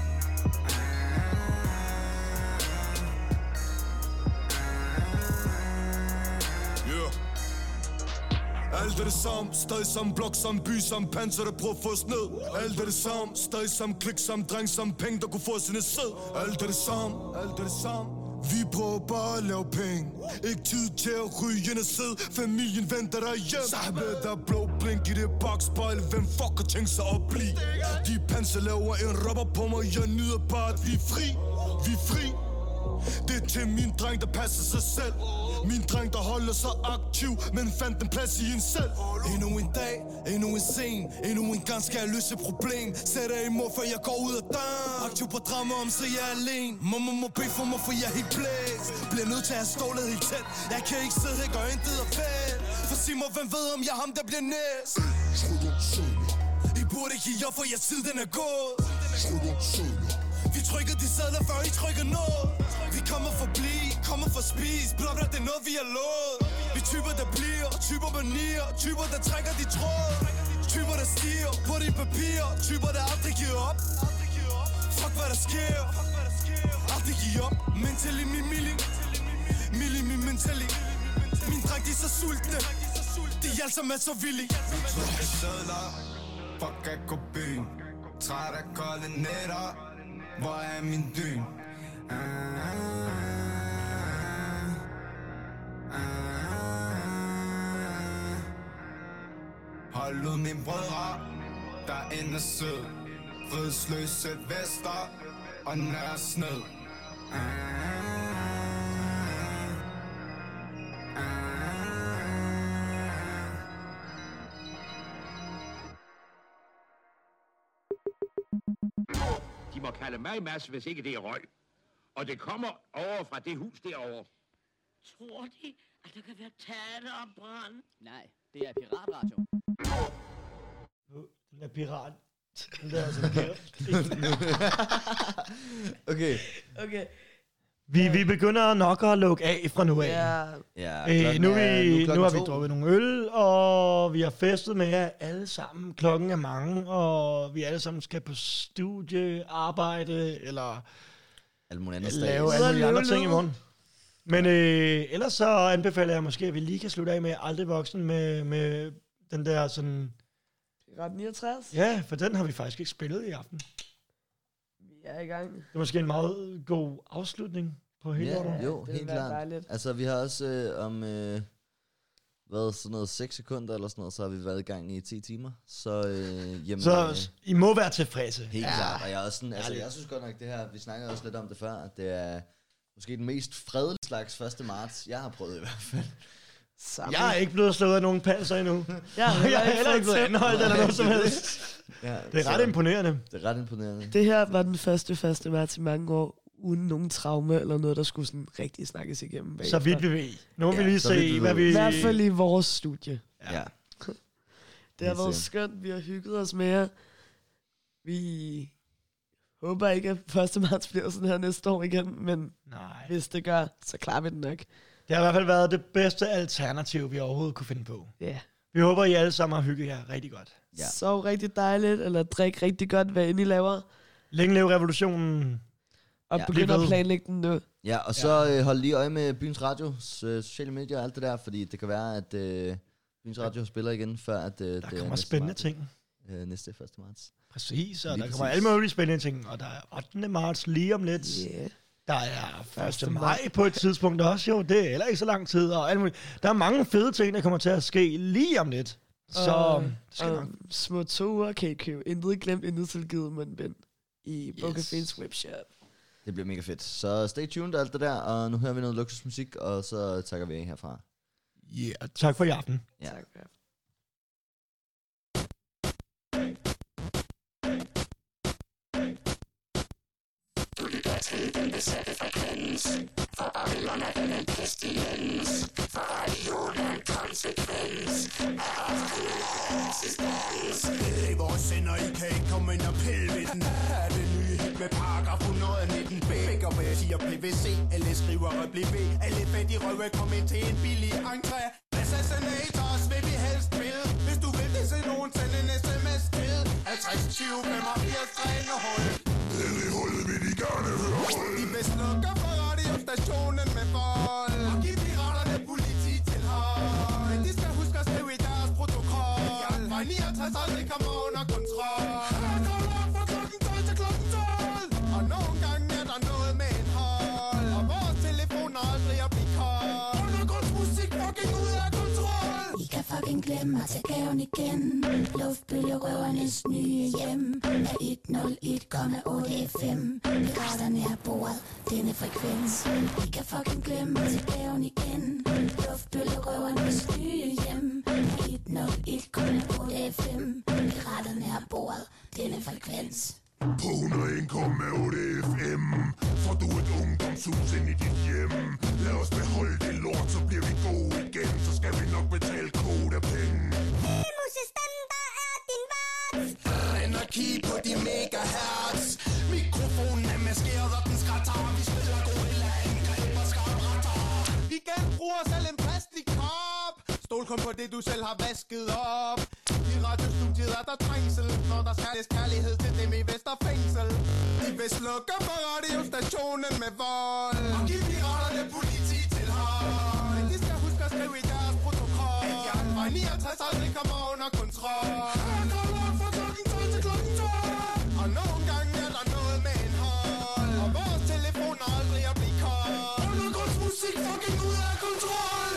Alt er det samme, stadig som blok, som by, som panser, der prøver at få os ned. Alt er det samme, stadig som klik, som dreng, som penge, der kunne få os ind i sæd. Alt er det samme, alt er det samme. Vi prøver bare at lave penge. Ikke tid til at ryge ind og sidde. Familien venter dig hjem. Sabe, der er blå blink i det bakspejl. Hvem fuck har tænkt sig at blive? De panser laver en rapper på mig. Jeg nyder bare at vi er fri. Vi er fri. Det er til min dreng, der passer sig selv. Min dreng, der holder sig aktiv, men fandt en plads i en selv. Endnu en dag, endnu en scene. Endnu en gang skal jeg løse et problem. Sæt af imod, før jeg går ud af døren. Aktiv på drama om, så jeg er alene. Mamma må bede for mig, for jeg er helt blæst. Bliver nødt til at have stålet helt tæt. Jeg kan ikke sidde her og intet er fedt. For sig mig, hvem ved, om jeg er ham, der bliver næst. I burde ikke give op, for jeres tid, den er gået. Vi trykker de sædler, før I trykker noget. Vi kommer for blive, kommet for at spise, blot at det er noget vi har lovet. Vi typer der bliver, typer manier, typer der trækker de tråd. Typer der stiger på de papirer, typer der aldrig giver op. Fuck hvad der sker, aldrig giver op. Mentally min min mentally. Min dreng de er så sultne, de er alle sammen er så villige. Vi tog et sædler, fuck at gå byen. Træt af kolde nætter, hvor er min dyn? Hold ud mine brødre, der ender sød. Fridsløse vester og nørresnød. De må kalde mig Mads, hvis ikke det er røg. Og det kommer over fra det hus derovre. Tror de, at der kan være tale om brand? Nej, det er piratradio. Den er pirat. Den der er sådan pirat. Okay. Vi begynder nok at lukke af fra nu af. Nu har vi drukket nogle øl, og vi har festet med jer alle sammen. Klokken er mange, og vi alle sammen skal på studie, arbejde, eller lave alle mulige andre ting i morgen. Men ellers så anbefaler jeg måske, at vi lige kan slutte af med Aldrig Voksen med den der sådan... Ret 69? Ja, for den har vi faktisk ikke spillet i aften. Vi er i gang. Det er måske en meget god afslutning på hele året. Jo, helt klart. Altså, vi har også om sådan noget 6 sekunder eller sådan noget, så har vi været i gang i 10 timer. Så, så I må være tilfredse. Helt klart. Og jeg er også sådan, altså, jeg synes godt nok det her, vi snakkede også lidt om det før, at det er måske den mest fredelige slags 1. marts, jeg har prøvet i hvert fald. Jeg er ikke blevet slået af nogen panser endnu. Jeg er heller ikke blevet anholdt eller noget som helst. Det er ret imponerende. Det er ret imponerende. Det her var den første 1. marts i mange år, uden nogen traume eller noget, der skulle sådan rigtig snakkes igennem bagefter. Så vidt vi ved. Nu må vi lige se, hvad vi... I hvert fald i vores studie. Ja. Det har været skønt, vi har hygget os med jer. Vi håber ikke, at 1. marts bliver sådan her næste år igen, men hvis det gør, så klarer vi den nok. Det har i hvert fald været det bedste alternativ, vi overhovedet kunne finde på. Ja. Vi håber, I alle sammen har hygget jer rigtig godt. Ja. Sov rigtig dejligt, eller drik rigtig godt, hvad end I laver. Længe leve revolutionen. Og begynd at planlægge den nu. Ja, og så hold lige øje med Byens Radio, sociale medier og alt det der, fordi det kan være, at Byens Radio spiller igen, før at der kommer spændende ting. Næste 1. marts. Præcis, og der kommer alle mulige spændende ting, og der er 8. marts lige om lidt. Yeah. Der er 1. maj på et tidspunkt også, jo. Det er heller ikke så lang tid. Og alt muligt. Der er mange fede ting, der kommer til at ske lige om lidt. Så skal nok. Små ture kan I købe. Intet glemt, intet tilgivet mundbind i Bogcaféens webshop. Det bliver mega fedt. Så stay tuned og alt det der, og nu hører vi noget luksusmusik, og så takker vi af herfra. Ja, tak for i aften. Ja. Tak for i aften. Du lytter til den besatte frekvens. For Babylon er den en pestilens. For radioen er en konsekvens af eksistens. Hey, vores sender, I kan ikke komme ind og pille ved den. Her er det nye hit med paragraf 119 B. Begge hvad siger PVC, alle skriver RBV. Alle fattige røve kom ind til en billig entré. Assassinators vil vi helst spille. Hvis du vil det, så nogen send en sms til 50 20 85 300. Ned i hullet vil de gerne høre. De vil slukke for radiostationen med vold. Og give piraterne polititilhold. Men de skal huske at skrive i deres protokol. Fra 69 aldrig kommer under kontrol. Her kommer op fra klokken 12 til klokken 12. Og nogle gange er der noget med en hold. Og vores telefoner aldrig at blive kold. Undergrundsmusik fucking ud af kontrol. I kan fucking glemme at tage gaven igen. Luftbølgerøvernes nye hjem. Er 101,8 FM. Piraterne har bordet denne frekvens. I kan fucking glemme at tage gaven igen. Luftbølgerøvernes nye hjem. Er 101,8 FM. Piraterne har bordet denne frekvens. På 101,8 FM får du et ungdomshus ind i dit hjem. Lad os beholde det lort, så bliver vi gode igen. Så skal vi nok betale kodapenge. Musestanden, der er din vart. Energi på de megahertz. Mikrofonen er maskeret, og den skratter. Vi spiller gorillaangreb og skarpretter. kun på det, du selv har vasket op. I radiostudiet er der trængsel, når der skal kærlighed til dem i Vesterfængsel. De vil slukke for radiostationen med vold og give piraterne politi til hold. Men de skal huske at skrive i deres protokol, at jagtvej 69 aldrig kommer under kontrol. Her kommer op fra klokken 12 til klokken 12. Og nogle gange er der noget med en hold, og vores telefoner aldrig at blive kold. Undergrundsmusik fucking ud af kontrol.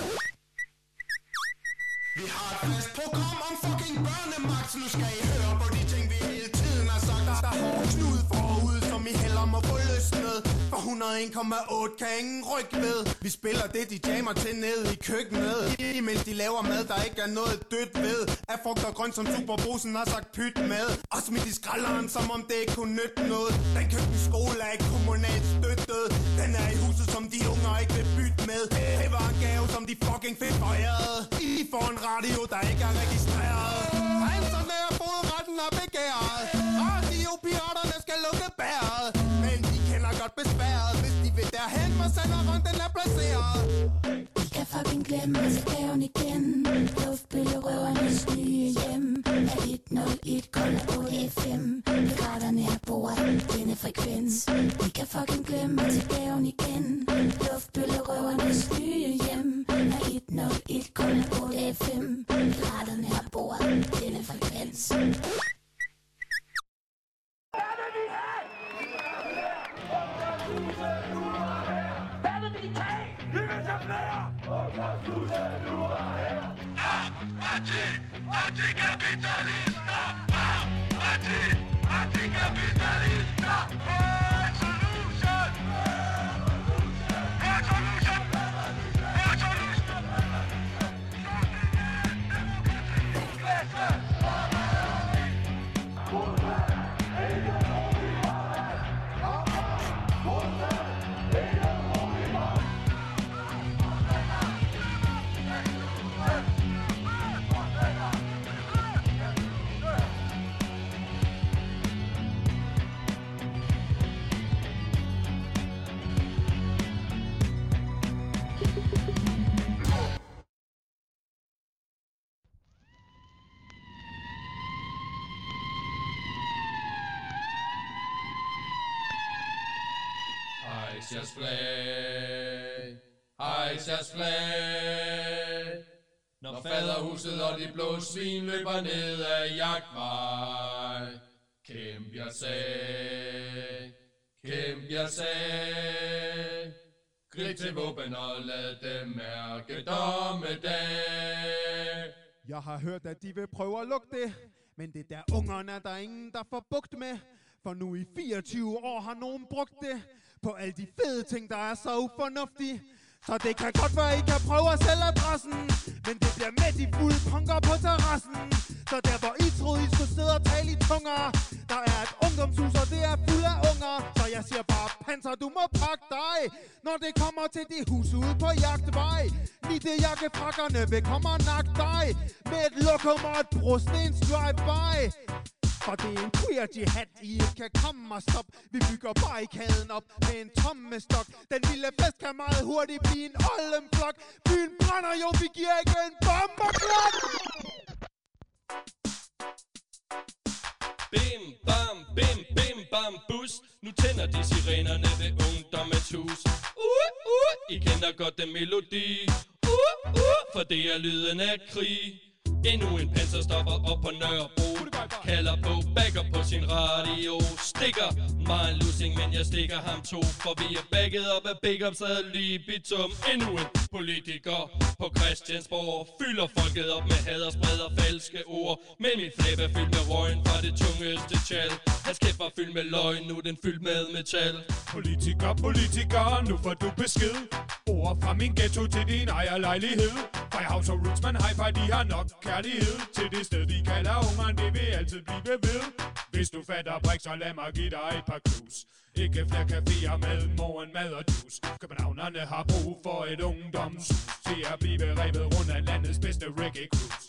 Vi har et fast program om fucking børnemagt, så nu skal I høre på de ting, vi hele tiden har sagt. Der er hård knud forud, som I heller må få løsnet, for 101,8 kan ingen rykke ved. Vi spiller det, de jammer til ned i køkkenet, imens de laver mad, der ikke er noget dødt ved. Af frugt og grønt, som Superbrusen har sagt pyt med, og smidt i skralderen, som om det ikke kunne nytte noget. Den køkkenskole er ikke kommunalt støttet, den er i huset, som de unger ikke vil bytte med. Det var en gave, som de fucking fik fejret. I får en radio, der ikke er registreret. Anserne er fodretten er begæret. Radiopiraterne skal lukke bæret, men de kender godt besværet. Hvis de vil derhen, hvor senderen den er placeret. De kan fucking glemme gaven igen. Luftbølgerøvernes nye hjem er 101,8 FM. Piraterne har bordet denne frekvens. De kan fucking glemme gaven igen. Luftbølgerøvernes nye hjem er 101,8 FM. Piraterne har bordet denne frekvens. Hejs jeres flag, hejs jeres flag. Når faderhuset og de blå svin løber ned ad jagtvej. Kæmp jer sag, kæmp jer sag. Grib til våben og lad dem mærke dommedag. Jeg har hørt, at de vil prøve at lukke det, men det der ungerne, der er ingen, der får bugt med. For nu i 24 år har nogen brugt det på alle de fede ting, der er så ufornuftige. Så det kan godt være, I kan prøve at sælge adressen, men det bliver med de fulde punker på terrassen. Så der hvor I troede, I skulle sidde og tale i tunger, der er et ungdomshus, og det er fuld af unger. Så jeg siger bare, Panser, du må pakke dig, når det kommer til de hus ude på jagtvej. Jakkepakkerne vil komme og nakke dig med et lokum og et brostens drive-by. For det er en queer jihad, I ikke kan komme og stoppe. Vi bygger barrikaden op med en tommestok. Den lille fest kan meget hurtigt blive en oldenflok. Byen brænder jo, vi giver ikke en bomberklok. Bim bam, bim bim bam bus. Nu tænder de sirenerne ved ungdommens hus. I kender godt den melodi. For det er lyden af krig. Endnu en panser stopper op på Nørrebro. Kalder på bagger på sin radio. Stikker mig en lussing, men jeg stikker ham to. For vi er bagget op af big ups ad libitum. Endnu en politiker på Christiansborg fylder folket op med had og spreder falske ord. Men min flæb er fyldt med røgen fra det tungeste tjal. Hans kæft var fyldt med løgn, nu er den fyldt med metal. Politiker, politiker, nu får du besked. Ord fra min ghetto til din ejerlejlighed. Firehouse og Rootsman Hi-Fi, de har nok kærlighed til det sted, vi kalder ungeren, det vil altid blive ved. Hvis du fatter brik, så lad mig give dig et par clues. Ikke flere caféer med morgenmad og juice. Københavnerne har brug for et ungdomshus til at blive revet rundt af landets bedste reggae cruise.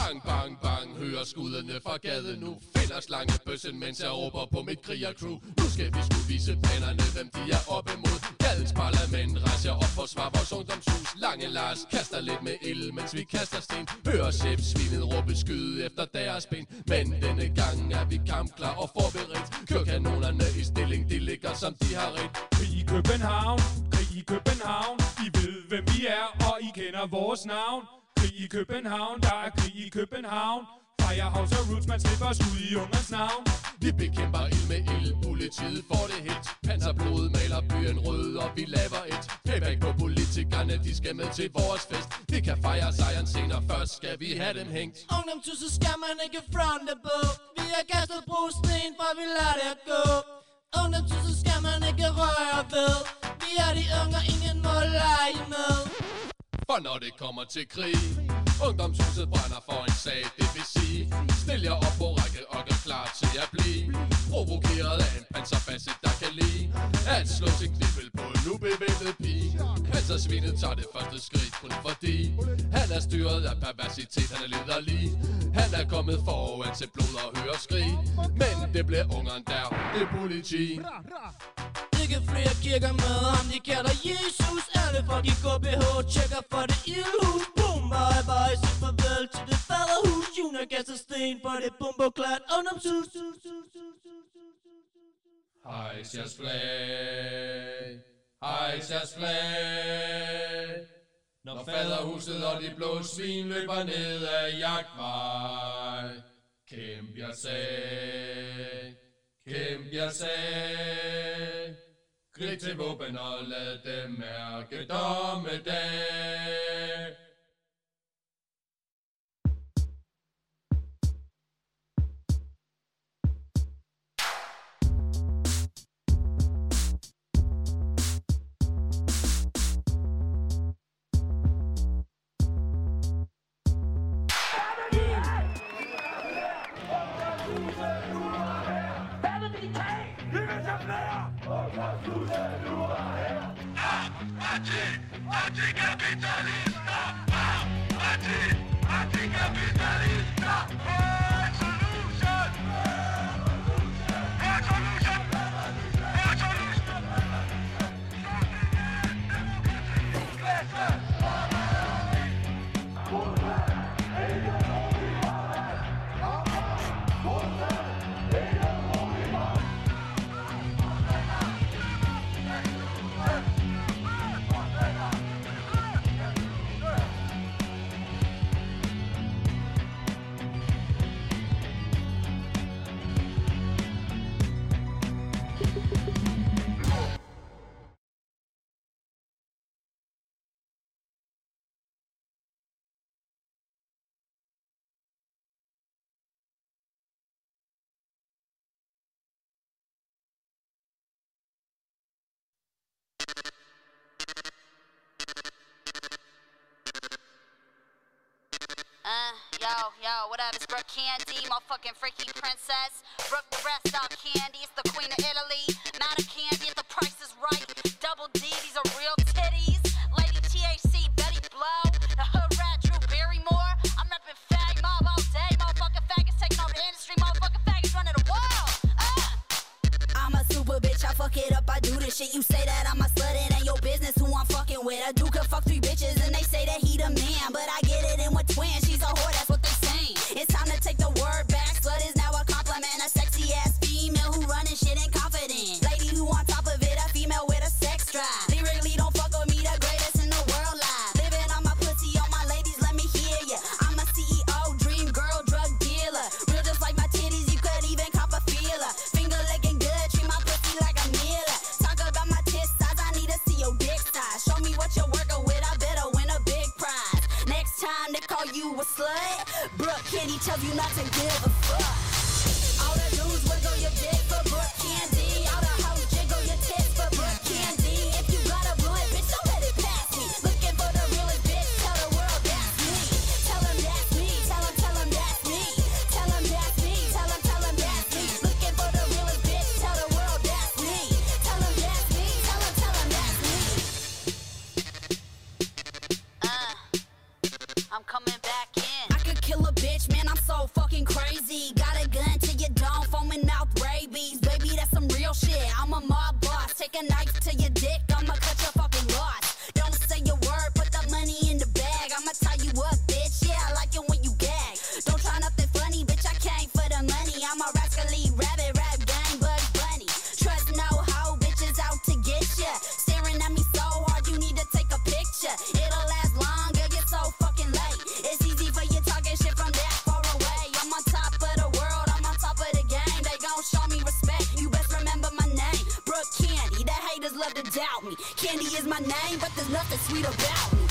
Bang, bang, bang, hører skudderne fra gaden nu. Finder slangebøssen, mens jeg råber på mit krigercrew. Nu skal vi sgu vise panderne, hvem de er op imod. Gadens parlament rejser op for svar vores ungdomshus. Lange Lars kaster lidt med ild, mens vi kaster sten. Hører chefsvinet råbe skyde efter deres ben. Men denne gang er vi kampklar og forberedt. Kør kanonerne i stilling, de ligger som de har ret. Krig i København, krig i København. I ved hvem vi er, og I kender vores navn. Krig i København, der er krig i København. Firehouse og Roots, man slipper skud i ungernes navn. Vi bekæmper ild med ild, politiet får det helt. Panserblod maler byen rød, og vi laver et payback på politikerne, de skal med til vores fest. Vi kan fejre sejren senere, først skal vi have dem hængt. Ungdomshuset skal man ikke fronte på. Vi har kastet brosten, for vi lader det gå. Ungdomshuset skal man ikke røre ved. Vi er de unge, ingen må lege med. For når det kommer til krig, ungdomshuset brænder for en sag, det vil sige. Stil jer op på række og gør klar til at blive provokeret af en panserbasse, der kan lide at slå sin knibbel på en ubevæbnet pige. Pansersvinet tager det første skridt, kun fordi han er styret af perversitet, han er liderlig. Han er kommet foran til blod og hører skrig, men det bliver ungeren der, det er politi. Ikke flere kirker med ham, de kalder Jesus. Alle folk i KBH tjekker for det ildhus. Boom, bye bye, sig farvel til det faderhus. Junior kaster sten for det bomberklart ungdomshus. Hejs jeres flag, hejs jeres flag. Når faderhuset og de blå svin løber ned ad jagtvej. Kæmp jer sag, kæmp jer sag. Grib til våben og lad dem mærke dommedag. Yo, what up? It's Brooke Candy, motherfucking freaky princess. Brooke the rest out Candy, it's the queen of Italy. Mad at Candy if the price is right. Double D, these are real titties. Lady THC, Betty Blow. The hood rat, Drew Barrymore. I'm reppin' fag mob all day. Motherfucking faggots taking over the industry. Motherfucking faggots running the world. I'm a super bitch, I fuck it up, I do this shit. You say that I'm a slut, it ain't your business who I'm fucking with. A dude could fuck 3 bitches and they say that he the man. But I get it in with twins, she's a whore, that's what they saying. It's time to take the word back, slut is now a compliment. A sexy ass female who running shit and confident. Lady who on top of it, a female with a sex drive. Lyrically don't fuck with me, the greatest in the world live. Living on my pussy, on my ladies, let me hear ya. I'm a CEO, dream girl, drug dealer. Real just like my titties, you could even cop a feeler. Finger licking good, treat my pussy like a mealer. Talk about my tits size, I need to see your dick size. Show me what you're working with, I better win a big prize. Next time they call you a slut, Brooke Candy tells you not to give a fuck. All the dudes wiggle your dick for Brooke Candy. All the hoes jiggle your tits for Brooke Candy. If you got a bullet, bitch, don't let it pass me. Looking for the realest bitch, tell the world that's me. Tell them that's me, tell them that's me. Tell them that's me, tell them that's me. Looking for the realest bitch, tell the world that's me. Tell them that's me, tell them that's me. I'm coming back in. I could kill a bitch a knife to your dick, I'ma cut your fucking loss. Don't say a word, put the money in the bag. I'ma tie you up, bitch. Yeah, I like it when you gag. Don't try nothing funny, bitch. I came for the money. I'm a rascally rabbit, rap gang, Bugs Bunny. Trust no hoe, bitches out to get ya. Staring at me so hard, you need to take a picture. It'll last long, girl, you're so fucking late. It's easy for you talking shit from that far away. I'm on top of the world, I'm on top of the game. They gon' show me respect, you best remember my name. Brooke Candy, the haters love to doubt me. Candy is my name, but there's nothing sweet about me.